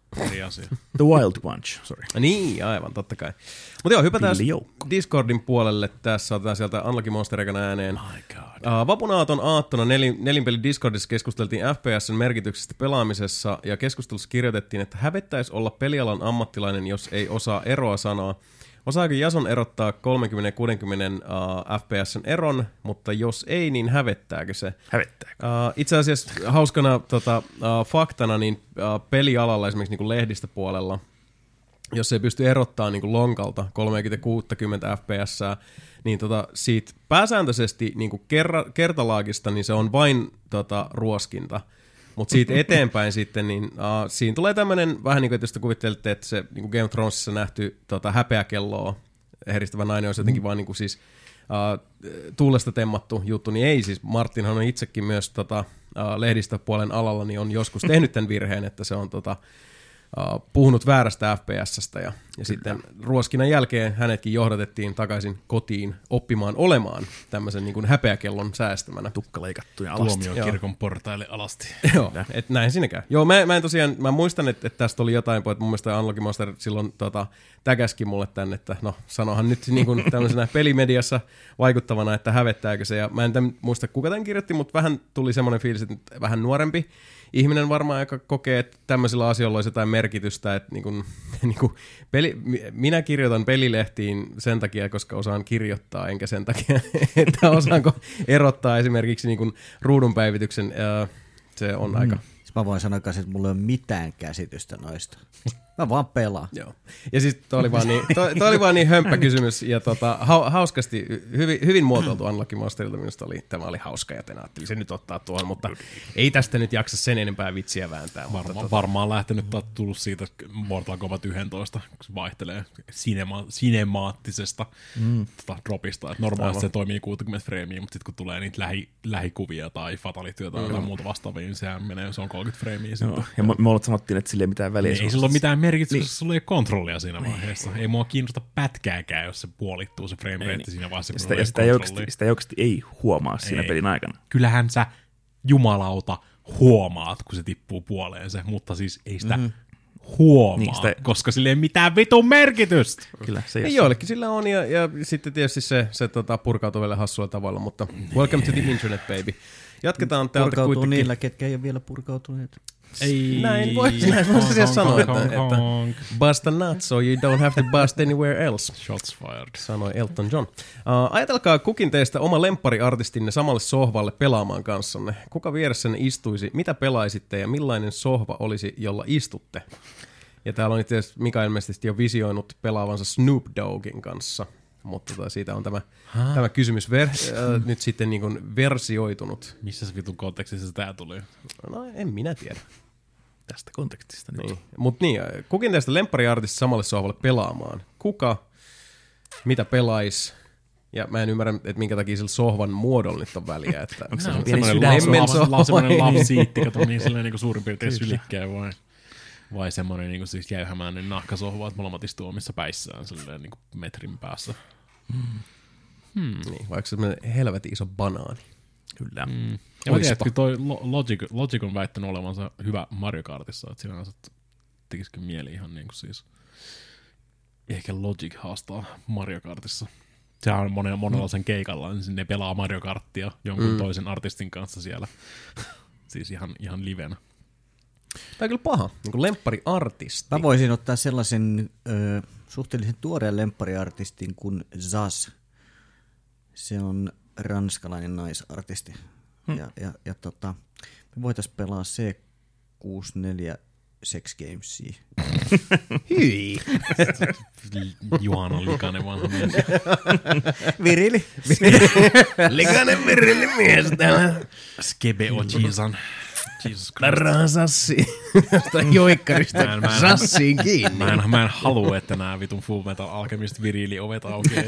eri asia. The Wild Bunch, sorry. Niin, aivan, totta kai. Mutta joo, hypätään Pillijoukko. Discordin puolelle. Tässä otetaan sieltä Unlucky Monster ekana ääneen. My God. Uh, Vapunaaton aattona nelin, nelinpeli Discordissa keskusteltiin F P S:n merkityksestä pelaamisessa, ja keskustelussa kirjoitettiin, että hävettäisi olla pelialan ammattilainen, jos ei osaa eroa sanoa. Osaako Jason erottaa kolmekymmentä kuusikymmentä uh, F P S:n eron, mutta jos ei, niin hävettääkö se? Hävettääkö? Uh, itse asiassa hauskana tota, uh, faktana, niin uh, pelialalla esimerkiksi niin lehdistöpuolella, jos ei pysty erottaa niin lonkalta kolmekymmentä kuusikymmentä F P S, niin tota, siitä pääsääntöisesti niin kerra, kertalaagista niin se on vain tota, ruoskinta. Mutta siitä eteenpäin sitten, niin uh, siinä tulee tämmöinen, vähän niin kuin, että jos te kuvittelitte, että se niin kuin Game of Thronesissa nähty tota, häpeäkelloa heristävä nainen olisi jotenkin mm. vaan niin kuin siis uh, tuulesta temmattu juttu, niin ei siis. Martinhan on itsekin myös tota, uh, lehdistöpuolen alalla, niin on joskus tehnyt tämän virheen, että se on tota, uh, puhunut väärästä F P S:stä ja, ja sitten ruoskinnan jälkeen hänetkin johdatettiin takaisin kotiin oppimaan olemaan tämmöisen niin kuin häpeäkellon säästämänä. Tukka leikattuja alasti. Tuomio kirkon portaille alasti. Joo, et näin siinä käy. Joo, mä, mä en tosiaan, mä muistan, että, että tästä oli jotain, että mun mielestä Unlucky Monster silloin tota, täkäskin mulle tänne, että no sanohan nyt niin kuin tämmöisenä pelimediassa vaikuttavana, että hävettääkö se, ja mä en tämän muista kuka tämän kirjoitti, mutta vähän tuli semmoinen fiilis, että vähän nuorempi ihminen varmaan, joka kokee, että tämmöisillä asioilla olisi jotain merkitystä, että niin kuin, niin kuin peli, minä kirjoitan pelilehtiin sen takia, koska osaan kirjoittaa, enkä sen takia, että osaanko erottaa esimerkiksi niin kuin ruudunpäivityksen, se on mm. aika... Mä voin sanoa, että mulla ei ole mitään käsitystä noista. Mä vaan pelaan. Joo. Ja siis toi oli vaan niin, toi, toi oli vaan niin hömppä kysymys, ja tota, ha, hauskasti, hyvin, hyvin muotoiltu Unlucky Monsterilta minusta oli, tämä oli hauska, ja ajattelin se nyt ottaa tuohon, mutta ei tästä nyt jaksa sen enempää vitsiä vääntää. Varmaan, mutta, tota, varmaan lähtenyt tai tullut siitä Mortal Kombat yksitoista, kun se vaihtelee sinema, sinemaattisesta mm. tota, dropista, että normaalisti se toimii kuusikymmentä freimiä, mutta sitten kun tulee niitä lähi, lähikuvia tai fatalityä tai jotain muuta vastaavia, niin sehän menee, se on kolmekymmentä freimiä. Joo. Ja me, me ollaan sanottiin, että sillä ei mitään väliä. Ei sillä ole mitään merkitystä, niin. Koska sulla ei ole kontrollia siinä vaiheessa. Ei mua kiinnosta pätkääkään, jos se puolittuu se frame rate niin. Siinä vaiheessa, kun sitä, ja sitä, ei oikeasti, sitä ei oikeasti ei huomaa siinä ei. pelin aikana. Kyllähän sä jumalauta huomaat, kun se tippuu puoleen se, mutta siis ei sitä mm-hmm. huomaa, niin sitä... koska sillä ei mitään vitun merkitystä. Kyllä, se ei joillekin sillä on, ja, ja sitten tietysti se, se tota, purkautuu vielä hassuilla tavalla, mutta welcome to the internet, baby. Jatketaan täältä purkautuu kuitenkin. Niillä, ketkä ei ole vielä purkautuneet. Ei, näin voisi siis sanoa, että, että bust a nut so you don't have to bust anywhere else. Shots fired. Sanoi Elton John. Uh, ajatelkaa kukin teistä oma lemppariartistinne samalle sohvalle pelaamaan kanssanne. Kuka vieressänne istuisi, mitä pelaisitte ja millainen sohva olisi, jolla istutte? Ja täällä on itse asiassa Mika ilmeisesti jo visioinut pelaavansa Snoop Doggin kanssa. Mutta tota, siitä on tämä, tämä kysymys ver- äh, nyt sitten niin kuin versioitunut. Missä se vitun kontekstissa tämä tuli? No en minä tiedä. Tästä kontekstista nyt. Niin. Mutta niin, kukin tästä lemppariartista samalle sohvalle pelaamaan? Kuka? Mitä pelaisi? Ja mä en ymmärrä, että minkä takia sillä sohvan muodolla nyt on väliä. Että onko se pieni sydämen sohva? Semmoinen lapsiitti, kato niin silleen niin kuin suurin piirtein sylikkää vai? Vai semmoinen niin kuin siis jäyhämäinen nahkasohva, että molemmat istuu omissa päissään silleen niin kuin metrin päässä. Hmm. Hmm. Niin, vaikka semmoinen helvetin iso banaani. Kyllä. Mm. Ja mä tiedän, että toi Logic, Logic on väittänyt olevansa hyvä Mario Kartissa, että siinä tekisikin mieli ihan niin kuin siis ehkä Logic haastaa Mario Kartissa. Sehän on monella, monella sen keikalla, niin ne pelaa Mario Karttia jonkun mm. toisen artistin kanssa siellä. Siis ihan, ihan livenä. Tämä on kyllä paha, niin kuin lemppariartisti. Mä voisin ottaa sellaisen ö, suhteellisen tuoreen lemppariartistin kuin Zaz. Se on ranskalainen naisartisti. Hmm. Ja, ja, ja tota, me voitaisiin pelaa C kuusikymmentäneljä Sex Gamesia. Hyi! Juhana Likainen vanha mies. Virili. Likainen virili mies täällä. Skebe Ojisan. Tarrahan Sassi. Jostain joikkarista Sassiin kiinni. Mä en, mä en halua, että nämä vitun Full Metal Alchemist virili-ovet aukeaa.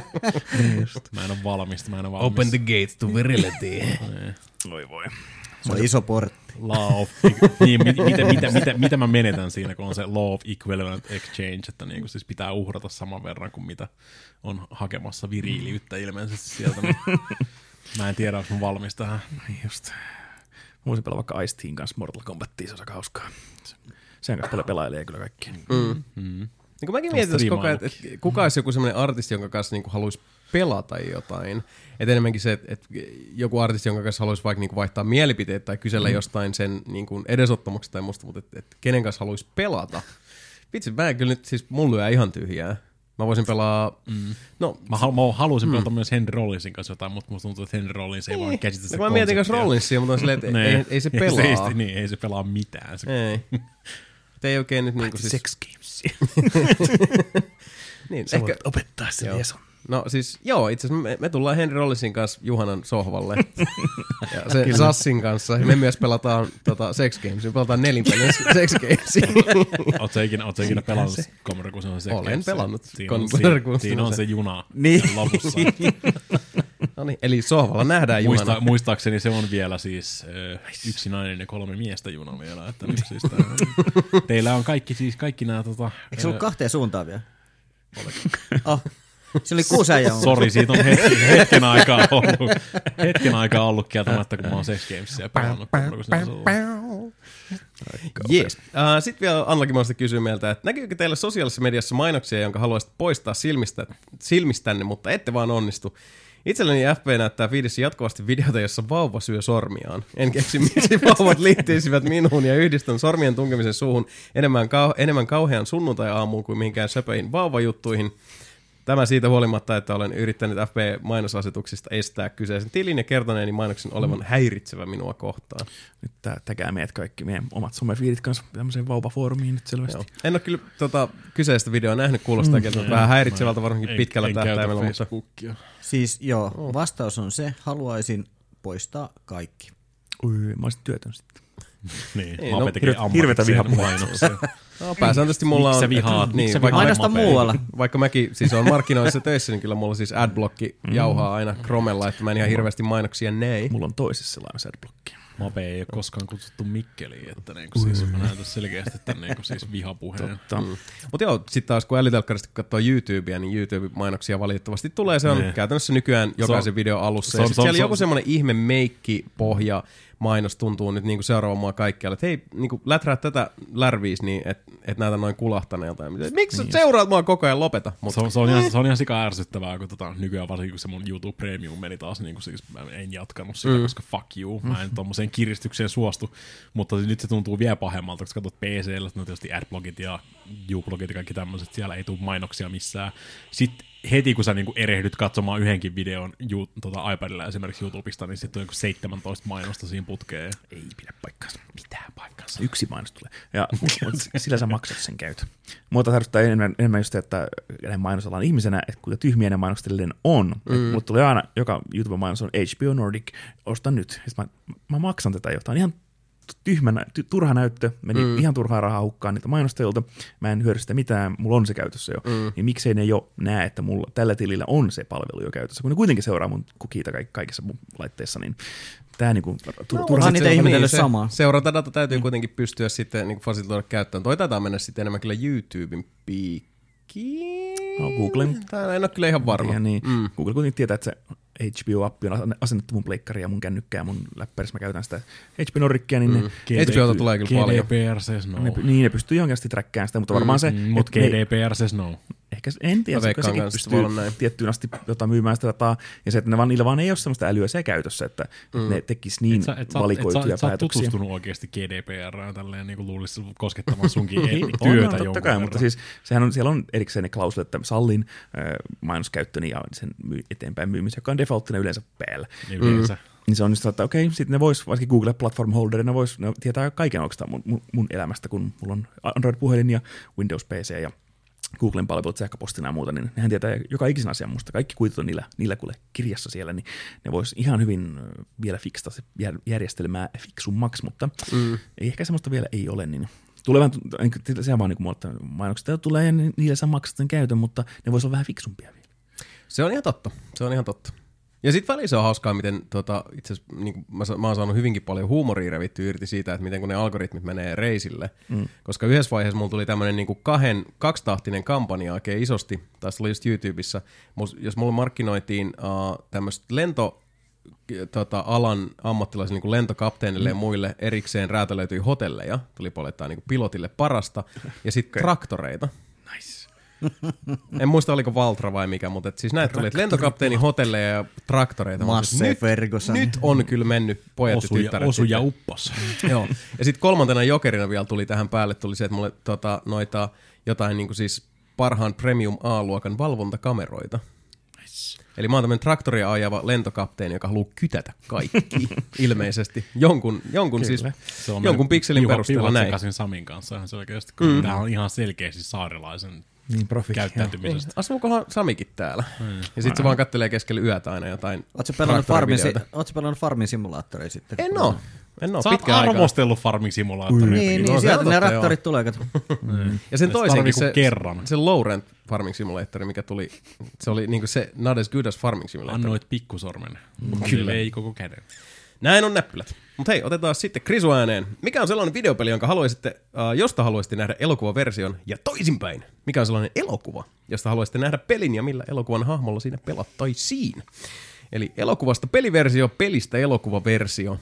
Mä en ole valmista, mä en ole valmis. Open the gates to virility. Voi voi. Se on iso portti. Law of, niin, mitä, mitä, mitä, mitä mä menetän siinä, kun on se law of equivalent exchange, että niin kuin siis pitää uhrata saman verran kuin mitä on hakemassa viriiliyttä ilmeisesti sieltä. Niin mä en tiedä, onko mä valmis tähän. Just. Voisin pelaa vaikka Ice-Team kanssa Mortal Kombatia, se on aika hauskaa. sehän kanssa paljon pelailee kyllä kaikkea. Mm. Mm. Niin kun mäkin mietin koko ajan, että et kuka olisi joku sellainen artisti, jonka kanssa niinku haluaisi pelata jotain. Et enemmänkin se, että et joku artisti, jonka kanssa haluaisi vaikka niinku vaihtaa mielipiteet tai kysellä mm. jostain sen niinku edesottamuksesta tai musta, mutta et, et kenen kanssa haluaisi pelata. Vitsi, mä kyllä nyt, siis mulla lyö ihan tyhjää. Mä voisin pelaa... Mm. No, mä, hal- mä haluaisin mm. pelata myös Henry Rollinsin kanssa jotain, mutta musta tuntuu, että Henry Rollins ei vaan käsitä sitä konseptia. Mä mietin kanssa Rollinsia, mutta on silleen, että ei, ei se pelaa. Ei se, niin, ei se pelaa mitään. Se ei. Ei oikein nyt niinku siis... Sex Gamesia. niin, sä ehkä... voit opettaa sen Jeson. No siis joo, itse asiassa me, me tullaan Henry Rollinsin kanssa Juhanan sohvalle ja se Sassin kanssa. Me myös pelataan tota, Sex Gamesia, me pelataan nelinpelin Sex Gamesia. Oletko ikinä, ootko ikinä pelannut Commodore kuusikymmentä Sex Olen Gamesia? pelannut Commodore kuusikymmentä. Siinä on se juna niin. lopussa. No niin, eli sohvalla nähdään Juhana. Muista, muistaakseni se on vielä siis äh, yksi nainen ja kolme miestä juna vielä. Että nyt siis tämän, teillä on kaikki, siis kaikki nämä... Tota, eikö se ollut kahteen suuntaan vielä? Oh. Se oli kuusi äijää. Sori, siitä on hetken, hetken aikaa ollut, hetken aikaa ollut kieltämättä, kun mä oon Sex Gamesia pelannut. Yes. Uh, Sitten vielä Anlakin muista kysyy meiltä, että näkyykö teillä sosiaalisessa mediassa mainoksia, jonka haluaisit poistaa silmistä, silmistänne, mutta ette vaan onnistu? Itselleni F B näyttää feedissä jatkuvasti videota, jossa vauva syö sormiaan. En keksi, miksi vauvat liittyisivät minuun ja yhdistän sormien tunkemisen suuhun enemmän, kau- enemmän kauhean sunnuntai-aamuun kuin mihinkään söpöihin vauvajuttuihin. Tämä siitä huolimatta, että olen yrittänyt F B-mainosasetuksista estää kyseisen tilin ja kertoneeni mainoksen olevan häiritsevä minua kohtaan. Nyt täkää meidät kaikki, meidän omat somefiidit kanssa tämmöiseen vauvafoorumiin nyt selvästi. Joo. En ole kyllä tota, kyseistä videoa nähnyt, kuulostaa, mm, että on vähän häiritsevältä varsinkin en, pitkällä en tähtäimellä. Mutta... Siis joo, oh. vastaus on se, haluaisin poistaa kaikki. Ui, mä olisin työtön sitten. niin, niin mä no, hirveän hirveätä vihapuheensa. No, pääsääntöisesti mulla on... vihaat, niin, vaikka, mainosta muualla. Vaikka mäkin siis on markkinoissa töissä, niin kyllä mulla siis adblocki mm. jauhaa aina Chromella, että mä en ihan hirveästi mainoksia näe. Mulla on toisessa sellainen adblocki. Mape ei ole koskaan kutsuttu Mikkeliin, että niinku siis mä näytän selkeästi tämän niinku siis vihapuheen. Mm. Mutta joo, sitten taas kun älitelkkarista katsoo YouTubea, niin YouTube-mainoksia valitettavasti tulee. Se on ne. Käytännössä nykyään jokaisen videon alussa. Se on, ja sitten siellä on joku semmoinen ihme meikki-pohja mainos tuntuu nyt niinku seuraavan mua kaikkialle, että hei, niinku läträä tätä lärviis, niin että et näytä noin kulahtaneelta. Miksi niin. seuraat mua koko ajan, lopeta? Mut. Se, on, se, on ihan, se on ihan sika ärsyttävää, kun tota, nykyään varsinkin kun se mun YouTube Premium meni taas, niin siis mä en jatkanut sitä, mm. koska fuck you, mä en tommoseen kiristykseen suostu, mutta nyt se tuntuu vielä pahemmalta, koska katsot P C:llä, no tietysti adblogit ja ublogit ja kaikki tämmöiset, siellä ei tule mainoksia missään. Sitten heti kun sä niinku erehdyt katsomaan yhdenkin videon ju, tota iPadilla esimerkiksi YouTubesta, niin sitten on joku seitsemäntoista mainosta siinä putkeen. Ei pidä paikkaansa. Mitään paikkaansa. Yksi mainos tulee. Ja sillä sä maksat sen käytö. Muuta tarkoittaa enemmän, enemmän just, että näin mainosalan ihmisenä, että kuinka tyhmiä ne mainokset on. Mm. Mulle tulee aina, joka YouTube-mainos on H B O Nordic, osta nyt. Mä, mä maksan tätä jotain ihan tyhmä, turha näyttö, meni mm. ihan turhaa rahaa hukkaan niitä mainostajilta, mä en hyödy sitä mitään, mulla on se käytössä jo, mm. niin miksei ne jo näe, että mulla tällä tilillä on se palvelu jo käytössä, kun ne kuitenkin seuraa mun kukiita kaikissa mun laitteissa, niin tää niinku tur- no, turha niitä ihmetellyt samaa. Seurantatata täytyy mm. kuitenkin pystyä sitten niin fasilitoida käyttöön. Toi taitaa mennä sitten enemmän kyllä YouTuben piikkiin. No Googlen. Tää en ole kyllä ihan varma. Ja niin, mm. Google kuitenkin tietää, että se H B O-appi on asennettu mun pleikkariin ja mun kännykkään ja mun läppärissä mä käytän sitä H B O Nordicia, niin mm. ne... H B O:ta tulee kyllä paljon. G D P R says no. Ne, niin, ne pystyy jonkinlaisesti träkkään sitä, mutta varmaan se... Mm, mutta G D P R says no. Ehkä en tiedä, koska sekin pystyy tiettyyn asti jotain myymään sitä dataa, ja se, että ne vaan, niillä vaan ei ole sellaista älyä se käytössä, että mm. ne tekisi niin et sä, et valikoituja et sä, et päätöksiä. Et sä oot tutustunut oikeasti G D P R:ään tälleen, niin kuin luulisi koskettamaan sunkin työtä on, jonkun kai, mutta siis sehän on, siellä on erikseen ne klausulit, että sallin äh, mainoskäyttöni ja sen myy, eteenpäin myymisen, joka on defaulttina yleensä päällä. Yleensä. Mm. Niin se on just, että okei, sitten ne vois, vaikka Google Platform Holder, ne vois ne tietää kaiken oikeastaan mun, mun, mun elämästä, kun mulla on Android-puhelin ja Windows P C ja Googlen palvelut, sähköpostina ja muuta, niin nehän tietää joka ikisen asian musta. Kaikki kuitit on niillä, niillä kuule kirjassa siellä, niin ne vois ihan hyvin vielä fiksata se järjestelmää fiksummaksi, mutta mm. ei ehkä semmoista vielä ei ole, niin tulevan, sehän vaan niin kuin mulle, mainokset tulee ja niillä sä maksat sen käytön, mutta ne vois olla vähän fiksumpia vielä. Se on ihan totta, se on ihan totta. Ja sitten väliin se on hauskaa, miten tota, itse asiassa niin mä, mä oon saanut hyvinkin paljon huumoria revittyä irti siitä, että miten kun ne algoritmit menee reisille. Mm. Koska yhdessä vaiheessa mulla tuli tämmöinen niin kuin kahden, kaksitahtinen kampanja oikein isosti, taas oli just YouTubessa, jos mulla markkinoitiin uh, tämmöistä lento, tota, alan ammattilaisille niin lentokapteenille mm. ja muille erikseen räätälöityi hotelleja, tuli polettaa niin pilotille parasta, ja sitten okay. traktoreita. Nice. En muista oliko Valtra vai mikä, mutta et siis näitä tuli, että lentokapteeni, hotelleja ja traktoreita. Massey Ferguson. Nyt, nyt on kyllä mennyt pojat osu ja tyttäret. Osu ja uppos. Joo. Ja sitten kolmantena jokerina vielä tuli tähän päälle, tuli se, että mulle tota, noita jotain niin kuin siis parhaan premium A-luokan valvontakameroita. Nice. Eli mä oon tämmönen traktoria ajava lentokapteeni, joka haluaa kytätä kaikki ilmeisesti. Jonkun, jonkun, siis, jonkun pikselin piuha, perusteella näin. Sekaisin Samin kanssa ihan selkeästi, kun mm. tää on ihan selkeästi saarilaisen niin, käyttäytymisestä. Niin, asuukohan Samikin täällä? Mm. Ja sit se vaan kattelee keskellä yötä aina jotain traktorivideoita. Ootko pelannut Farmin simulaattoria sitten? En oo. En oo. Sä oot arvostellut Farming Simulaattoria. Niin, niin, sieltä ne traktorit tulee. Ja sen toisenkin se, se Low-Rent Farming Simulator, mikä tuli, se oli niinku se not as good as Farming Simulator. Annoit pikkusormen. Kyllä. Ei koko käden. Näin on näppylät. Mutta hei, otetaan sitten Krisu ääneen. Mikä on sellainen videopeli, jonka haluaisitte, uh, josta haluaisitte nähdä elokuvaversion, ja toisinpäin? Mikä on sellainen elokuva, josta haluaisitte nähdä pelin, ja millä elokuvan hahmolla siinä pelattaisiin? Eli elokuvasta peliversio, pelistä elokuvaversio.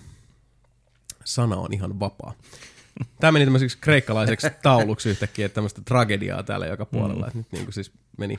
Sana on ihan vapaa. Tämä meni tämmöiseksi kreikkalaiseksi tauluksi yhtäkkiä, että tämmöistä tragediaa täällä joka puolella. Mm. Nyt niin kuin siis meni.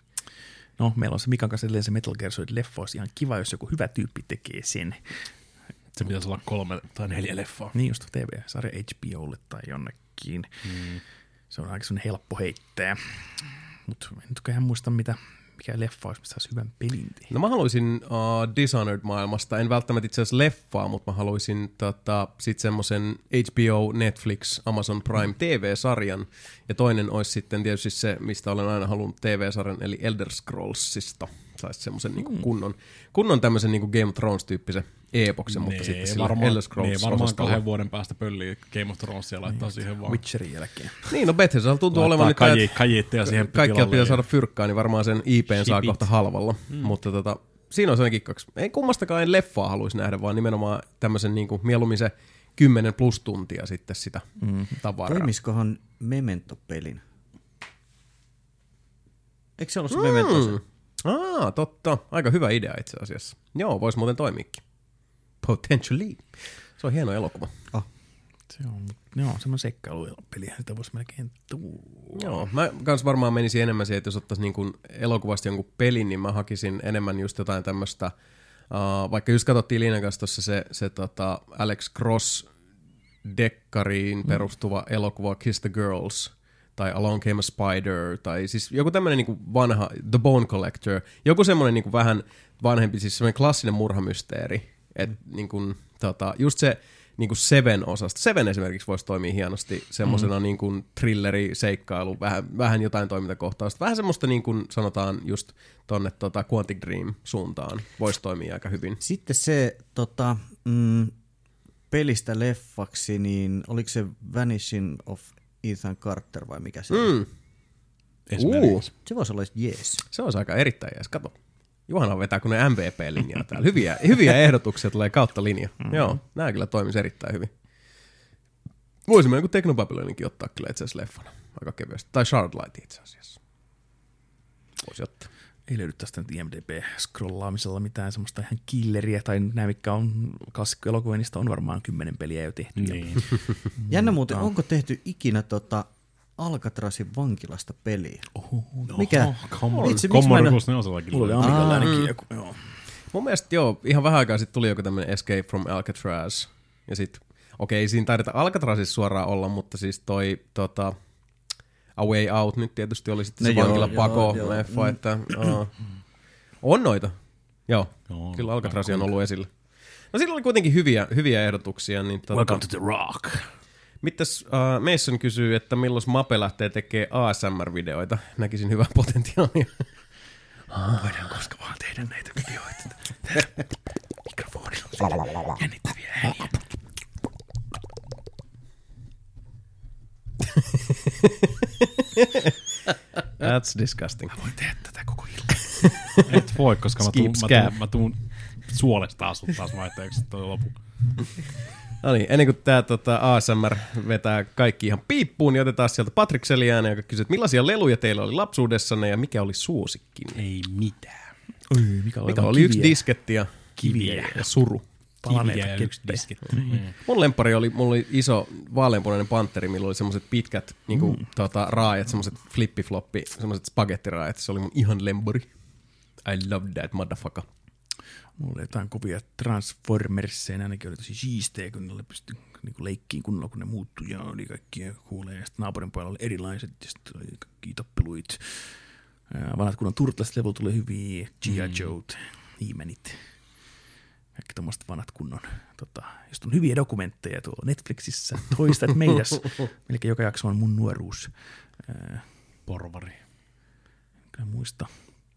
No, meillä on se Mikan kanssa se Metal Gear Solid-leffa, olisi ihan kiva, jos joku hyvä tyyppi tekee sen. Se pitäisi olla kolme tai neljä leffaa. Niin, just T V-sarja H B O:lle tai jonnekin. Mm. Se on aika sellainen helppo heittää. Mutta en nytkään muista, mitä, mikä leffa olisi, mistä olisi hyvän pelin tehdä. No mä haluaisin uh, Dishonored-maailmasta, en välttämättä itse asiassa leffaa, mutta mä haluaisin tota, sitten semmoisen H B O, Netflix, Amazon Prime T V-sarjan. Ja toinen olisi sitten tietysti se, mistä olen aina halunnut T V-sarjan, eli Elder Scrollsista. Saisi semmoisen mm. niinku kunnon, kunnon tämmöisen niinku Game of Thrones-tyyppisen e-boksen, mutta nee, sitten sillä varmaan, Elder Scrolls nee, varmaan kahden vuoden päästä pöllii Game of Thronesia laittaa niin, siihen vaan. Witcherin jälkeen. Niin, no Bethesda tuntuu olevan nyt, kaji, kajiitteja siihen kaikkia pitää saada fyrkkaa, niin varmaan sen I P:n saa kohta halvalla. Mm. Mutta tota, siinä on sellainen kikkaksi. Ei kummastakaan en leffaa haluaisi nähdä, vaan nimenomaan tämmöisen niinku, mieluummin se kymmenen plus tuntia sitten sitä mm. tavaraa. Toimiskohan Memento-pelin? Eikö se ollut se mm. Memento se? Aa, totta. Aika hyvä idea itse asiassa. Joo, voisi muuten toimiikin. Potentially. Se on hieno elokuva. Oh. Se on, joo, semmoinen seikkailupeli, sitä voisi melkein tulla. Joo, mä kans varmaan menisin enemmän siihen, että jos ottaisi niin kuin elokuvasta jonkun pelin, niin mä hakisin enemmän just jotain tämmöistä, uh, vaikka just katsottiin Liinan kanssa tuossa se, se tota Alex Cross dekkariin mm. perustuva elokuva Kiss the Girls, tai Along Came a Spider, tai siis joku tämmöinen niinku vanha The Bone Collector, joku semmoinen niinku vähän vanhempi, siis semmoinen klassinen murhamysteeri, että niinku, tota, just se niinku Seven-osasta, Seven esimerkiksi voisi toimia hienosti semmoisena mm. niinku thrilleri, seikkailu, vähän, vähän jotain toimintakohtausta, vähän semmoista niinku sanotaan just tonne tota Quantic Dream suuntaan, voisi toimia aika hyvin. Sitten se tota, mm, pelistä leffaksi, niin oliko se Vanishing of Ethan Carter vai mikä se on? Mm. Uh. Se voisi olla jees. Se olisi aika erittäin jees. Kato. Juhana vetää kun ne M V P-linjaa täällä. Hyviä, hyviä ehdotuksia tulee kautta linja. Mm-hmm. Joo, nämä kyllä toimisi erittäin hyvin. Voisimme joku Technobabyloninkin ottaa kyllä itse asiassa leffana. Aika kevyesti. Tai Shardlight itse asiassa. Voisi ottaa. Ei löydy tästä nyt I M D B-scrollaamisella mitään semmoista ihan killeriä, tai nämä, mitkä on klassikkoelokuvia, niistä on varmaan kymmenen peliä jo tehty. Niin. Jännä muuten, onko tehty ikinä tota Alcatrazin vankilasta peliä? Oho, mikä? Commodore kuusikymmentäneljä. Mulla oli Amigalla ainakin joku, joo. Mun mielestä joo, ihan vähän aikaa sitten tuli joku tämmöinen Escape from Alcatraz, ja sitten, okei, okay, siinä taideta Alcatrazissa suoraan olla, mutta siis toi tota A Way Out nyt tietysti oli sitten se vankilapako-leffa, että uh, on noita. Joo, joo kyllä Alcatraz on ollut esillä. No siinä oli kuitenkin hyviä, hyviä ehdotuksia. Niin tota, Welcome to the Rock. Mitäs uh, Mason kysyy, että milloin Mape lähtee tekemään A S M R-videoita? Näkisin hyvää potentiaalia. Voidaan koska vaan tehdä näitä videoita. Mikrofonilla. Jännittäviä ääniä. That's disgusting. Mä voin tehdä tätä koko ilta. Et voi, koska mä tuun, mä, tuun, mä tuun suolesta asut taas vaihteeksi toi lopu. No niin, ennen kuin tää tota, A S M R vetää kaikki ihan piippuun, niin otetaan sieltä Patrik Seliäinen, joka kysyy, että millaisia leluja teillä oli lapsuudessanne ja mikä oli suosikkinne? Ei mitään. Oi, mikä oli, mikä oli yksi disketti ja kiviä ja suru. Palaneita Kiviä ja yksi disketti. Mm. Mun lemppari oli, mulla oli iso vaaleanpunainen panteri, millä oli semmoiset pitkät niinku, mm. tota, raajat, semmoiset flippifloppi, semmoiset spagettiraajat. Se oli mun ihan lemppari. I love that motherfucker. Mulla oli jotain kovia Transformerseja, ainakin oli tosi siistejä, kun ne pystyi niinku leikkiin kunnolla, kun ne muuttui ja oli kaikkia kuulee. Ja sitten naapurin puolella oli erilaiset ja sitten oli kaikkia tappeluit. Vanhat kunnon Turtles-level tuli hyviä, G I. Joet, He-Manit. Kaikki tommoset vanhat kunnon, tota, josta on hyviä dokumentteja tuolla Netflixissä. Toistat meidäs. Melkein joka jakso on mun nuoruus. Porvari. Kyllä muista.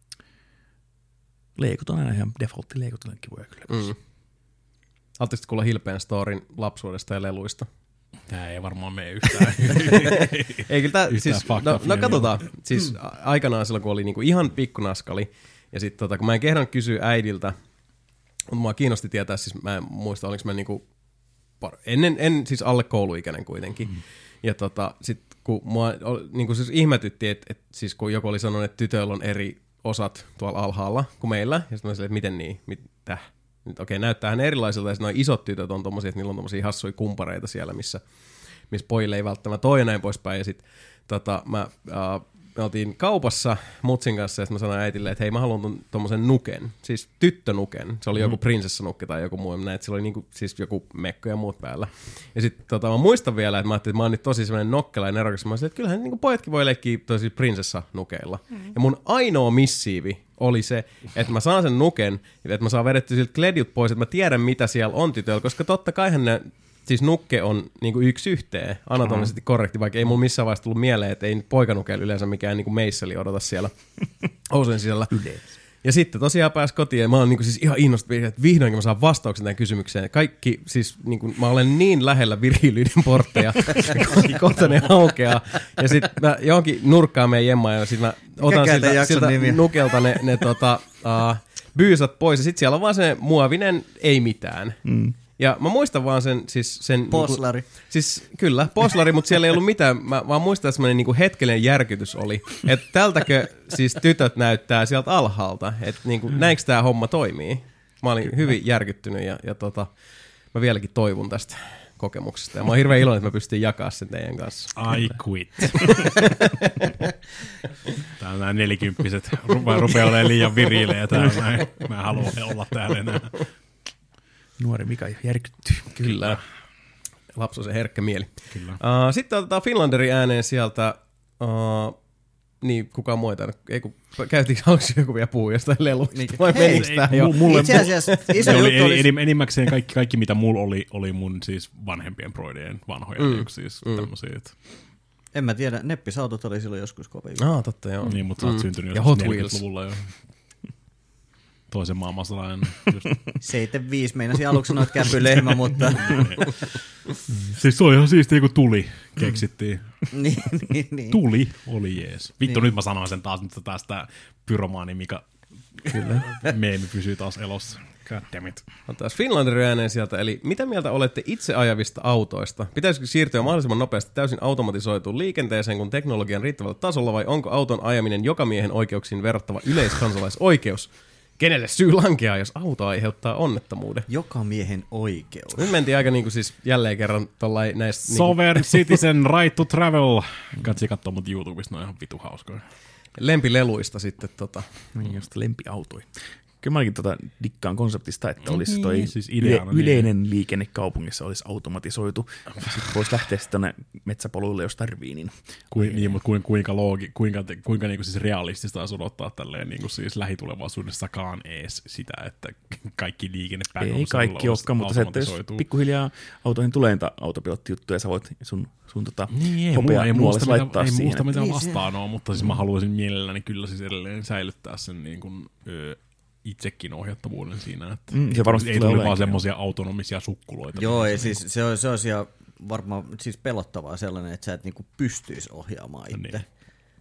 Leikot on aina ihan defaultti, leikot on kivoja kyllä. Mm. Haluatteko kuulla hilpeän storin lapsuudesta ja leluista? Tää ei varmaan mene yhtään. Ei kyllä tää, siis, no, no katsotaan. Siis mm. aikanaan silloin, kun oli niinku ihan pikkunaskali, ja sitten tota, kun mä en kehdannut kysyä äidiltä, mutta mua kiinnosti tietää, siis mä en muista, oliko mä niinku, ennen, en siis alle kouluikäinen kuitenkin. Mm. Ja tota, sit kun mua niinku siis ihmetytti, että et, siis kun joku oli sanonut, että tytöillä on eri osat tuolla alhaalla kuin meillä, ja sitten mä silleen, että miten niin, mitä? Nyt, okei, näyttäähän erilaisilta, ja sitten noin isot tytöt on tommosia, että niillä on tommosia hassuja kumpareita siellä, missä, missä pojille ei välttämättä ole ja näin poispäin, ja sitten tota, mä, äh, me oltiin kaupassa mutsin kanssa, ja sitten mä sanoin äitille, että hei, mä haluan tommosen nuken, siis tyttönuken, se oli joku prinsessanukke tai joku muu, näin, että sillä oli niinku, siis joku mekko ja muut päällä. Ja sitten tota, mä muistan vielä, että mä ajattelin, että mä oon nyt tosi semmoinen nokkela ja nerokas, mä sanoin, että kyllähän niinku pojatkin voi leikkiä tosi prinsessanukeilla. Mm. Ja mun ainoa missiivi oli se, että mä saan sen nuken, että mä saan vedettyä siltä kledjut pois, että mä tiedän, mitä siellä on tytöillä, koska totta kaihan ne, siis nukke on niinku yksi yhteen, anatomisesti korrekti, vaikka ei mulla missään vaiheessa tullut mieleen, että ei poikanukeilla yleensä mikään niinku meisseli odota siellä housujen sisällä. Yleensä. Ja sitten tosiaan pääsi kotiin, ja mä oon niinku siis ihan innostunut, että vihdoinkin mä saan vastauksen tähän kysymykseen. Kaikki, siis niinku, mä olen niin lähellä virilyyden portteja, kohta ne aukeaa. Ja sitten mä johonkin nurkkaan menen jemmaan, ja sitten mä otan siltä, siltä nukelta ne, ne tota, uh, byysat pois, ja sitten siellä on vaan se muovinen ei mitään. Mm. Ja mä muistan vaan sen, siis sen... Poslari. Niinku, siis kyllä, poslari, mutta siellä ei ollut mitään. Mä vaan muistan, että semmoinen niinku hetkellinen järkytys oli. Että tältäkö siis tytöt näyttää sieltä alhaalta. Että niinku, näinkö tää homma toimii? Mä olin hyvin järkyttynyt ja, ja tota, mä vieläkin toivon tästä kokemuksesta. Ja mä oon hirveän iloinen, että mä pystyn jakamaan sen teidän kanssa. I quit. Täällä nämä nelikymppiset rupeaa olemaan liian virilejä täällä. Mä en, mä en halua olla täällä enää. Nuori Mika järkyttyy. Kyllä. Lapsi on se herkkä mieli. Kyllä. Uh, sitten otetaan Finlanderin ääneen sieltä. Uh, niin, kukaan muu ei tainnut. Ei, kun käytiinkö aluksi joku vielä puhua jostain leluista? Niin. Vai menikö tää jo? Mulle, itse asiassa iso oli, juttu olisi... Enim, enimmäkseen kaikki, kaikki, mitä mulla oli, oli mun siis vanhempien broidien vanhoja. Mm. Siis mm. tämmöisiä. En mä tiedä, neppisautot oli silloin joskus kovin. Ah, totta joo. Niin, mutta sä oot mm. syntynyt ja joskus neljäkymmentäluvulla jo. Toisen maailmansalainen. seitsemänkymmentäviisi meinasi aluksi sanoa, että käpylehmä, mutta... Siis se on ihan siistiä, kun tuli keksittiin. niin, niin, niin. Tuli oli jees. Vittu, niin. Nyt mä sanoin sen taas, nyt taas tää pyromaani, mikä kyllä meemi pysyy taas elossa. God damn it. On taas Finlanderin ääneen sieltä, eli mitä mieltä olette itse ajavista autoista? Pitäisikö siirtyä mahdollisimman nopeasti täysin automatisoituun liikenteeseen, kun teknologian riittävällä tasolla, vai onko auton ajaminen jokamiehen oikeuksiin verrattava yleiskansalaisoikeus? Kenelle syy lankeaa, jos auto aiheuttaa onnettomuuden? Joka miehen oikeus. Nyt mentiin aika niinku siis jälleen kerran tollain näistä... Sovereign niinku... Citizen Right to Travel. Katsi kattoo mut YouTubesta, ne on ihan vitu hauskoja. Lempileluista sitten tota. Niin, josta lempiautoja. Kyllä mäkin tota dikkaan konseptista, että olisi toi niin, siis ideana, yleinen niin. liikenne kaupungissa olisi automatisoitu. Sitten voisi lähteä sitten tuonne metsäpoluille, jos tarvii. Niin, Kui, niin mutta kuinka, kuinka, loogi, kuinka, kuinka niinku siis realistista olisi odottaa tälleen niinku siis lähitulevaisuudessakaan ees sitä, että kaikki liikenne ei kaikki olekaan, mutta se, että jos pikkuhiljaa autoihin tulee niitä autopilottijuttuja, sä voit sun, sun tota niin, hopea ei nuolessa laittaa ei siihen. Ei muusta mitään niin, vastaan ole, mutta siis mä haluaisin mielelläni kyllä siis edelleen säilyttää sen niin kuin, ö, itsekin ohjattavuuden siinä, että mm, se varmasti ei tule vaan semmoisia autonomisia sukkuloita. Joo, ei, siis se on, se on varmaan siis pelottavaa sellainen, että sä et niinku pystyisi ohjaamaan itse. Niin.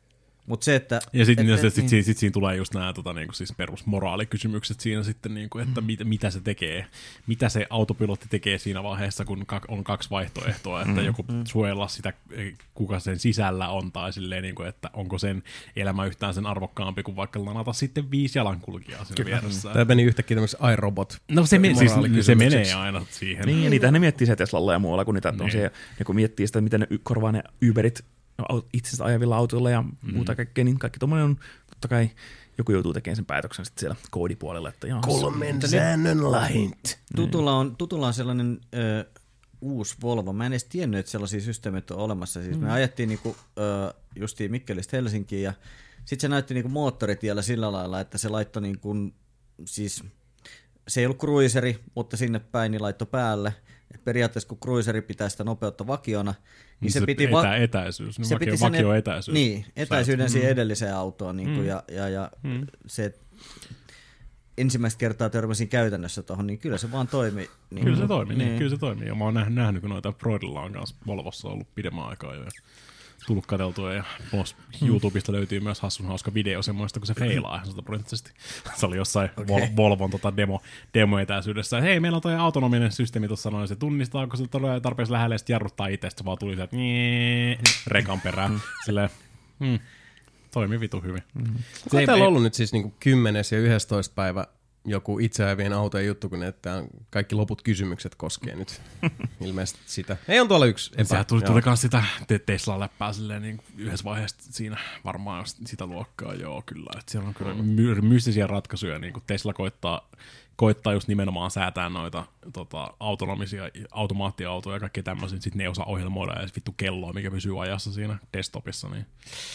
Mut se, että, ja sitten et, sit, et, sit, niin. sit, sit siinä tulee just nämä tota, niinku, siis perusmoraalikysymykset siinä sitten, niinku, että mit, mitä se tekee, mitä se autopilotti tekee siinä vaiheessa, kun on kaksi vaihtoehtoa, että mm. joku suojella sitä, kuka sen sisällä on, tai silleen, niinku, että onko sen elämä yhtään sen arvokkaampi kuin vaikka lanata sitten viisi jalankulkijaa siinä vieressä. Tämä meni yhtäkkiä tämmöisen iRobot. No se, me, siis, se menee aina siihen. Niin, ja niitähän ne miettii se Teslalla ja muualla, kun niitä niin. on se, ja kun miettii sitä, miten ne korvaa ne Uberit itse ajavilla autoilla ja mm. muuta kaikkea, niin kaikki tuommoinen on, totta kai joku joutuu tekemään sen päätöksen sitten siellä koodipuolella. Että jaa, kolmen säännön lahint. Tutulla on, tutulla on sellainen ö, uusi Volvo. Mä en edes tiennyt, että sellaisia systeemeitä on olemassa. Siis mm. me ajettiin niinku, ö, justiin Mikkelistä Helsinkiin ja sitten se näytti niinku moottoritiellä sillä lailla, että se laittoi niinku, siis se ei ollut cruiseri, mutta sinne päin niin laittoi päälle. Et periaatteessa kun cruiseri pitää sitä nopeutta vakiona, niin se, se piti... Etä, va- etäisyys, se vakio, piti vakio etäisyys. Niin, etäisyyden mm. siihen edelliseen autoon. Niin kuin, mm. ja, ja, ja mm. se, ensimmäistä kertaa törmäsin käytännössä tuohon, niin kyllä se vaan toimi. Niin, kyllä se toimi, niin. niin. Kyllä se toimi. Ja mä oon nähnyt, nähnyt kun noita Broidilla on kanssa Volvossa ollut pidemmän aikaa jo. Tullut katseltua ja YouTubesta löytyy myös hassun hauska video semmoista, kun se feilaa sataprosenttisesti. Se oli jossain okay. Volvon tota demo, demoetäisyydessä. Hei, meillä on toi autonominen systeemi tuossa noin, se tunnistaa, kun se todella tarpeeksi lähelle ja sitten jarruttaa itse, se vaan tuli sieltä rekan perään. Silleen, hmm, toimi vitu hyvin. Mm-hmm. Onko täällä ollut nyt siis niinku kymmenes ja yhdestoista päivä joku itseävien autojen juttu, kun että kaikki loput kysymykset koskee nyt ilmeisesti sitä. Ei on tuolla yksi epä. Sehän tuli, tuli myös sitä Tesla-läppää silleen niin yhdessä vaiheessa siinä varmaan sitä luokkaa, joo kyllä. Että siellä on kyllä my- mystisiä ratkaisuja, niin kuin Tesla koittaa, koittaa just nimenomaan säätää noita tota, autonomisia automaattiautoja ja kaikki tämmöisiä, sitten ne ei osaa ohjelmoida ja vittu kelloa, mikä pysyy ajassa siinä desktopissa, niin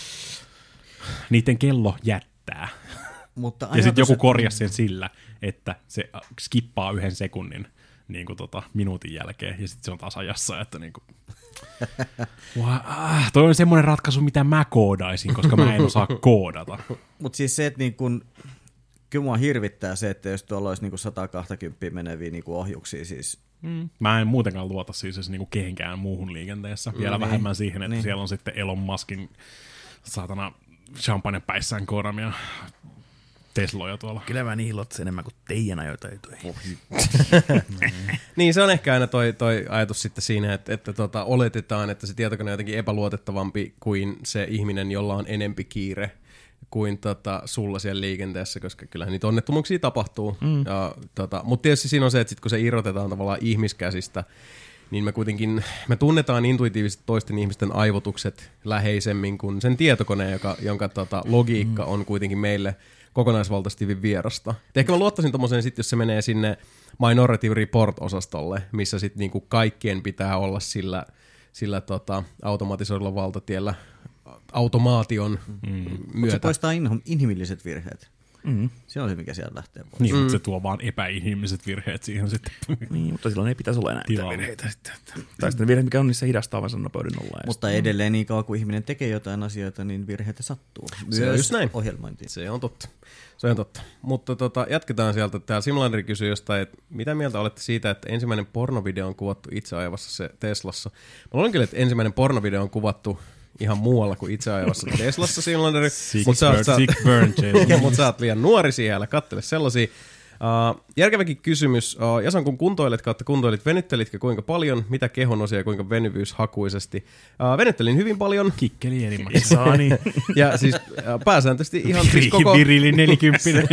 niiden kello jättää. Mutta ja sitten joku korjasi sen sillä, että se skippaa yhden sekunnin niin kuin tota, minuutin jälkeen, ja sitten se on taas ajassa, että niin kuin... ah, toi on semmoinen ratkaisu, mitä mä koodaisin, koska mä en osaa koodata. Mutta siis se, että niin kun, kyllä mua hirvittää se, että jos tuolla olisi niin sata kaksikymmentä meneviä niin ohjuksia siis... Mm. Mä en muutenkaan luota siis niin kuin kehenkään muuhun liikenteessä, vielä mm, vähemmän siihen, että niin. Siellä on sitten Elon Muskin saatana champagnepäissään koodaamia Tesloja tuolla. Kyllä mä niihin luottaisin enemmän kuin teidän ajoita. Niin, se on ehkä aina toi, toi ajatus sitten siinä, että, että tota, oletetaan, että se tietokone on jotenkin epäluotettavampi kuin se ihminen, jolla on enempi kiire kuin tota, sulla siellä liikenteessä, koska kyllähän niitä onnettomuuksia tapahtuu. Mm. Tota, mutta tietysti siinä on se, että sit, kun se irrotetaan tavallaan ihmiskäsistä, niin me kuitenkin, me tunnetaan intuitiivisesti toisten ihmisten aivotukset läheisemmin kuin sen tietokoneen, joka, jonka tota, logiikka on kuitenkin meille kokonaisvaltaisesti hyvin vierasta. Et ehkä mä luottaisin tommoseen sit, jos se menee sinne Minority Report-osastolle, missä sit niinku kaikkien pitää olla sillä, sillä tota, automatisoidulla valtatiellä automaation mm. myötä. Mutta se poistaa in- inhimilliset virheet. Mm. Se on se, mikä sieltä lähtee pois. Niin, mm. mutta se tuo vaan epäinhimilliset virheet siihen sitten. Niin, mutta silloin ei pitäisi olla enää niitä virheitä sitten. Tai sitten virheet, mikä on niissä hidastaavansa nopeuden olla. Mutta sitten edelleen niin kauan, kun ihminen tekee jotain asioita, niin virheitä sattuu. Myös se on just näin. Ohjelmointiin. Se on totta. Se on totta. Mutta tota, jatketaan sieltä. Täällä Simulander kysyy jostain, että mitä mieltä olette siitä, että ensimmäinen pornovideo on kuvattu itse ajavassa se Teslassa. Mä luulen kyllä, että ensimmäinen pornovideo on kuvattu ihan muualla kuin itse ajavassa Teslassa Simulander. Mutta sä, mut sä oot liian nuori siihen, älä kattele sellaisia. Uh, järkeväkin kysymys. Uh, Jason, kun kuntoilet kautta kuntoilit, venyttelitkö kuinka paljon, mitä kehon osia ja kuinka venyvyyshakuisesti? Uh, venyttelin hyvin paljon. Kikkeli enimmäkseni. Ja siis uh, pääsääntöisesti ihan siis koko... Virili nelikymppinen,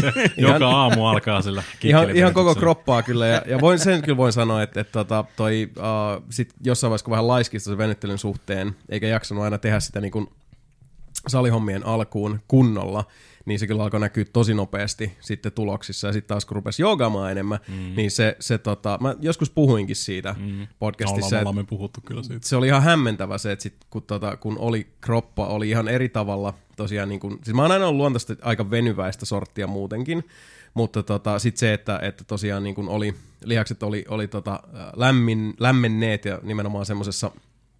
joka aamu alkaa sillä ihan, ihan koko kroppaa kyllä. Ja, ja voin, sen kyllä voin sanoa, että, että tota, toi, uh, sit jossain vaiheessa kun vähän laiskista se venyttelyn suhteen, eikä jaksanut aina tehdä sitä niin kuin salihommien alkuun kunnolla, niin se kyllä alkoi näkyä tosi nopeasti sitten tuloksissa. Ja sitten taas kun rupesi joogaamaan enemmän, mm. niin se, se tota, mä joskus puhuinkin siitä mm. podcastissa. Ollaan, ollaan me puhuttu kyllä siitä. Se oli ihan hämmentävä se, että sit, kun, tota, kun oli kroppa, oli ihan eri tavalla tosiaan, niin kun, siis mä oon aina ollut luontaisesti aika venyväistä sorttia muutenkin, mutta tota, sitten se, että, että tosiaan niin kun oli, lihakset oli, oli tota, lämmin, lämmenneet ja nimenomaan semmoisessa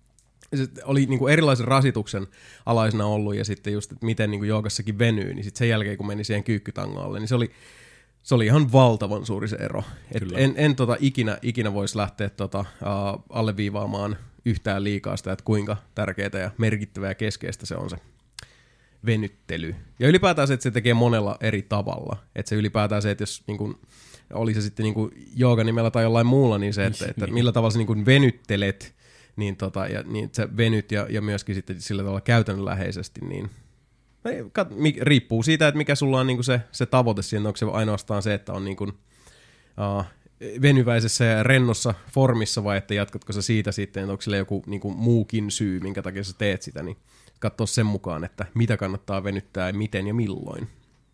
oli niinku erilaisen rasituksen alaisena ollut ja sitten just, että miten niinku joogassakin venyy, niin sitten sen jälkeen, kun meni siihen kyykkytangoalle, niin se oli, se oli ihan valtavan suuri se ero. Et en en tota, ikinä, ikinä voisi lähteä tota, uh, alleviivaamaan yhtään liikaa sitä, että kuinka tärkeää ja merkittävää ja keskeistä se on se venyttely. Ja ylipäätään se, että se tekee monella eri tavalla. Että se ylipäätään se, että jos niin kuin, oli se sitten niin kuin jooganimellä tai jollain muulla, niin se, että, että millä tavalla sä niin kuin venyttelet, niin, tota, ja, niin sä venyt ja, ja myöskin sitten sillä tavalla käytännönläheisesti, niin riippuu siitä, että mikä sulla on niin kuin se, se tavoite siinä, onko se ainoastaan se, että on niin kuin, uh, venyväisessä ja rennossa formissa, vai että jatkatko sä siitä sitten, että onko sillä joku niin kuin muukin syy, minkä takia sä teet sitä, niin katso sen mukaan, että mitä kannattaa venyttää ja miten ja milloin.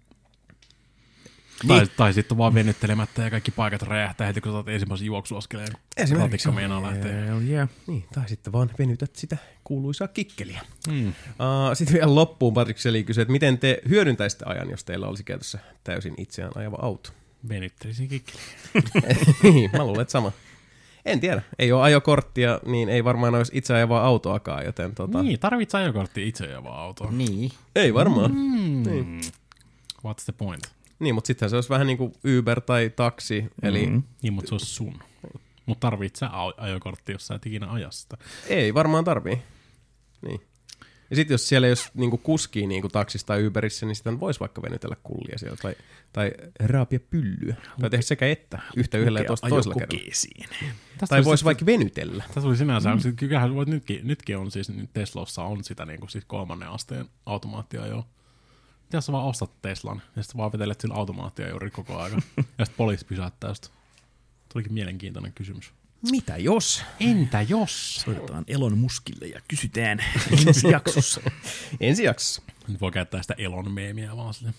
Tai, niin. tai sitten vaan venyttelemättä ja kaikki paikat räjähtää heti, kun sä otat ensimmäisen juoksuaskeleen. Esimerkiksi. Meinaa lähtee. Yeah, yeah. Niin, tai sitten vaan venytät sitä kuuluisaa kikkeliä. Mm. Uh, sitten vielä loppuun Patrikseli kysyi, että miten te hyödyntäisitte ajan, jos teillä olisi käytössä täysin itseään ajava auto? Venyttelisin kikkeliä. Niin, mä luulen, että sama. En tiedä. Ei ole ajokorttia, niin ei varmaan olisi itse ajavaa autoakaan, joten tota... Niin, tarvitsee ajokorttia itse ajavaa autoa. Niin. Ei varmaan. Mm. Niin. What's the point? Niin, mutta sittenhän se olisi vähän niin kuin Uber tai taksi, mm-hmm. eli... Niin, mutta se olisi sun. Mutta tarvitsee ajokortti, jos sä et ikinä aja sitä. Ei varmaan tarvii. Niin. Ja sitten jos siellä jos niinku kuskii niinku taksissa tai Uberissä, niin sitten voisi vaikka venytellä kullia siellä tai, tai raapia pyllyä. Tai tehdä sekä että yhtä yhdellä ja toista toisella kerralla. Tai voisi vaikka venytellä. Tässä oli sinänsä, mm. kyllähän voit nytkin, nytkin on siis, Teslassa on sitä niinku siis kolmannen asteen automaattia jo. Jos sä vaan ostat Teslan, ja sitten vaan vetelet sillä automaattia juuri koko ajan. Ja sitten poliisi pysäyttää sitä. Tulikin mielenkiintoinen kysymys. Mitä jos? Entä jos? Soitetaan Elon Muskille ja kysytään ensi jaksossa. Ensi jaksossa. Nyt voi käyttää sitä Elon meemiä vaan sille.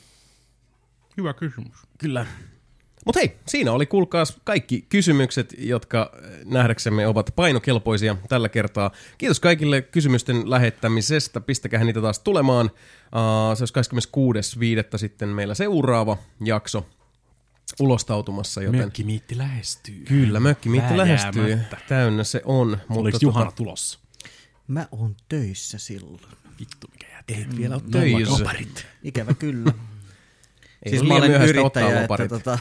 Hyvä kysymys. Kyllä. Mutta hei, siinä oli kuulkaas kaikki kysymykset, jotka nähdäksemme ovat painokelpoisia tällä kertaa. Kiitos kaikille kysymysten lähettämisestä. Pistäkää niitä taas tulemaan. Uh, se olisi kahdeskymmeneskuudes viidettä sitten meillä seuraava jakso ulostautumassa. Joten... Mökkimiitti lähestyy. Kyllä, mökkimiitti lähestyy. Täynnä se on. Oliko Juhana tota... tulossa? Mä oon töissä silloin. Vittu mikä jättä. Ei vielä ole töissä. Loparit. Ikävä kyllä. Ei siis mä olen yrittäjä, että tota,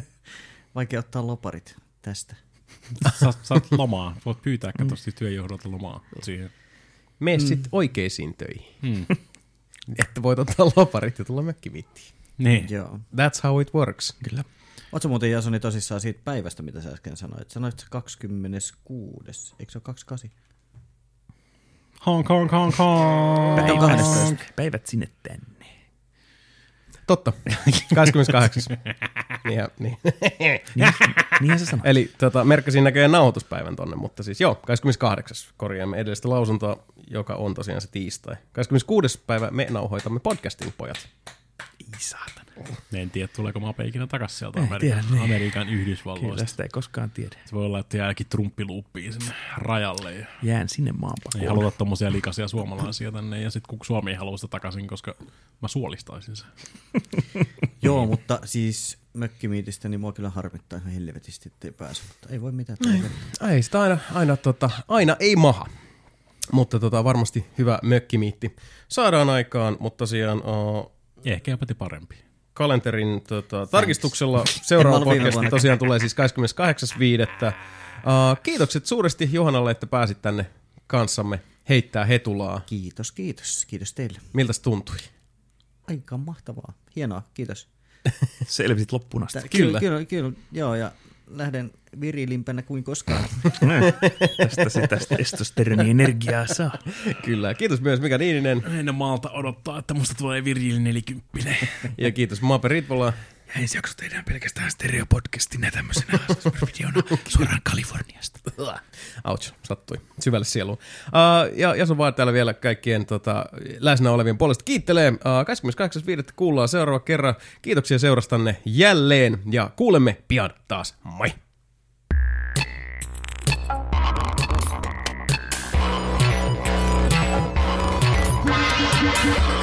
vaikea ottaa loparit tästä. Sä saat lomaa. Voit pyytää katsoa työjohdolta lomaa siihen. Mene mm. sitten oikeisiin töihin. Mm. Että voit ottaa loparit ja tulla mökkimiittiin. Niin. Joo. That's how it works. Kyllä. Ootko muuten Jasoni tosissaan siitä päivästä, mitä sä äsken sanoit? Sanoit se kahdeskymmeneskuudes. Eikö se ole kaksikymmentäkahdeksan? Honk, honk, honk, honk. Päivät, päivät sinne tänne. Totta. kahdeskymmeneskahdeksas Niinhän, niin. niin, niinhän se sanoo. Eli tota, merkkasin näköjään nauhoituspäivän tonne, mutta siis joo, kahdeskymmeneskahdeksas korjaamme edellistä lausuntoa, joka on tosiaan se tiistai. kahdeskymmeneskuudes päivä me nauhoitamme podcastin, pojat. Ei saatana. En tiedä, tuleeko Mape ikinä takaisin sieltä Amerikan, tiedä, Amerikan Yhdysvalloista. Kyllä, sitä ei koskaan tiedä. Se voi olla, että jääkin trumppiluuppiin sinne rajalle. Ja jään sinne maanpakoon. Ei haluta tommosia likaisia suomalaisia tänne, ja sitten kun Suomi ei halua sitä takaisin, koska mä suolistaisin sen. Joo, mutta siis mökkimiitistä, niin mua kyllä harmittaa ihan helvetisti, ettei pääse, mutta ei voi mitään. Mm. Ei sitä aina, aina, tota, aina ei maha. Mutta tota, varmasti hyvä mökkimiitti saadaan aikaan, mutta tosiaan... Uh, ehkä jopa parempi. Kalenterin tota, tarkistuksella seuraava podcast tosiaan tulee siis kahdeskymmeneskahdeksas viidettä Uh, kiitokset suuresti Juhanalle, että pääsit tänne kanssamme heittää hetulaa. Kiitos, kiitos. Kiitos teille. Miltäs tuntui? Aika mahtavaa. Hienoa, kiitos. Selvisit loppuun asti. Tä, kyllä. Kyllä, kyllä, joo, ja lähden virilimpänä kuin koskaan. tästä sitä testosteroni-energiaa saa. Kyllä, kiitos myös Mika Niininen. En malta odottaa, että musta tulee virili nelikymppinen. Ja kiitos Mape Ritvola. Ja ensi jakso tehdään pelkästään stereopodcastina tämmöisenä videona suoraan Kaliforniasta. Ouch, sattui syvälle sieluun. Uh, ja Jason vaan täällä vielä kaikkien tota, läsnä olevien puolesta kiittelee. Uh, kahdeskymmeneskahdeksas viidettä kuullaan seuraava kerran. Kiitoksia seurastanne jälleen ja kuulemme pian taas. Moi! Yeah.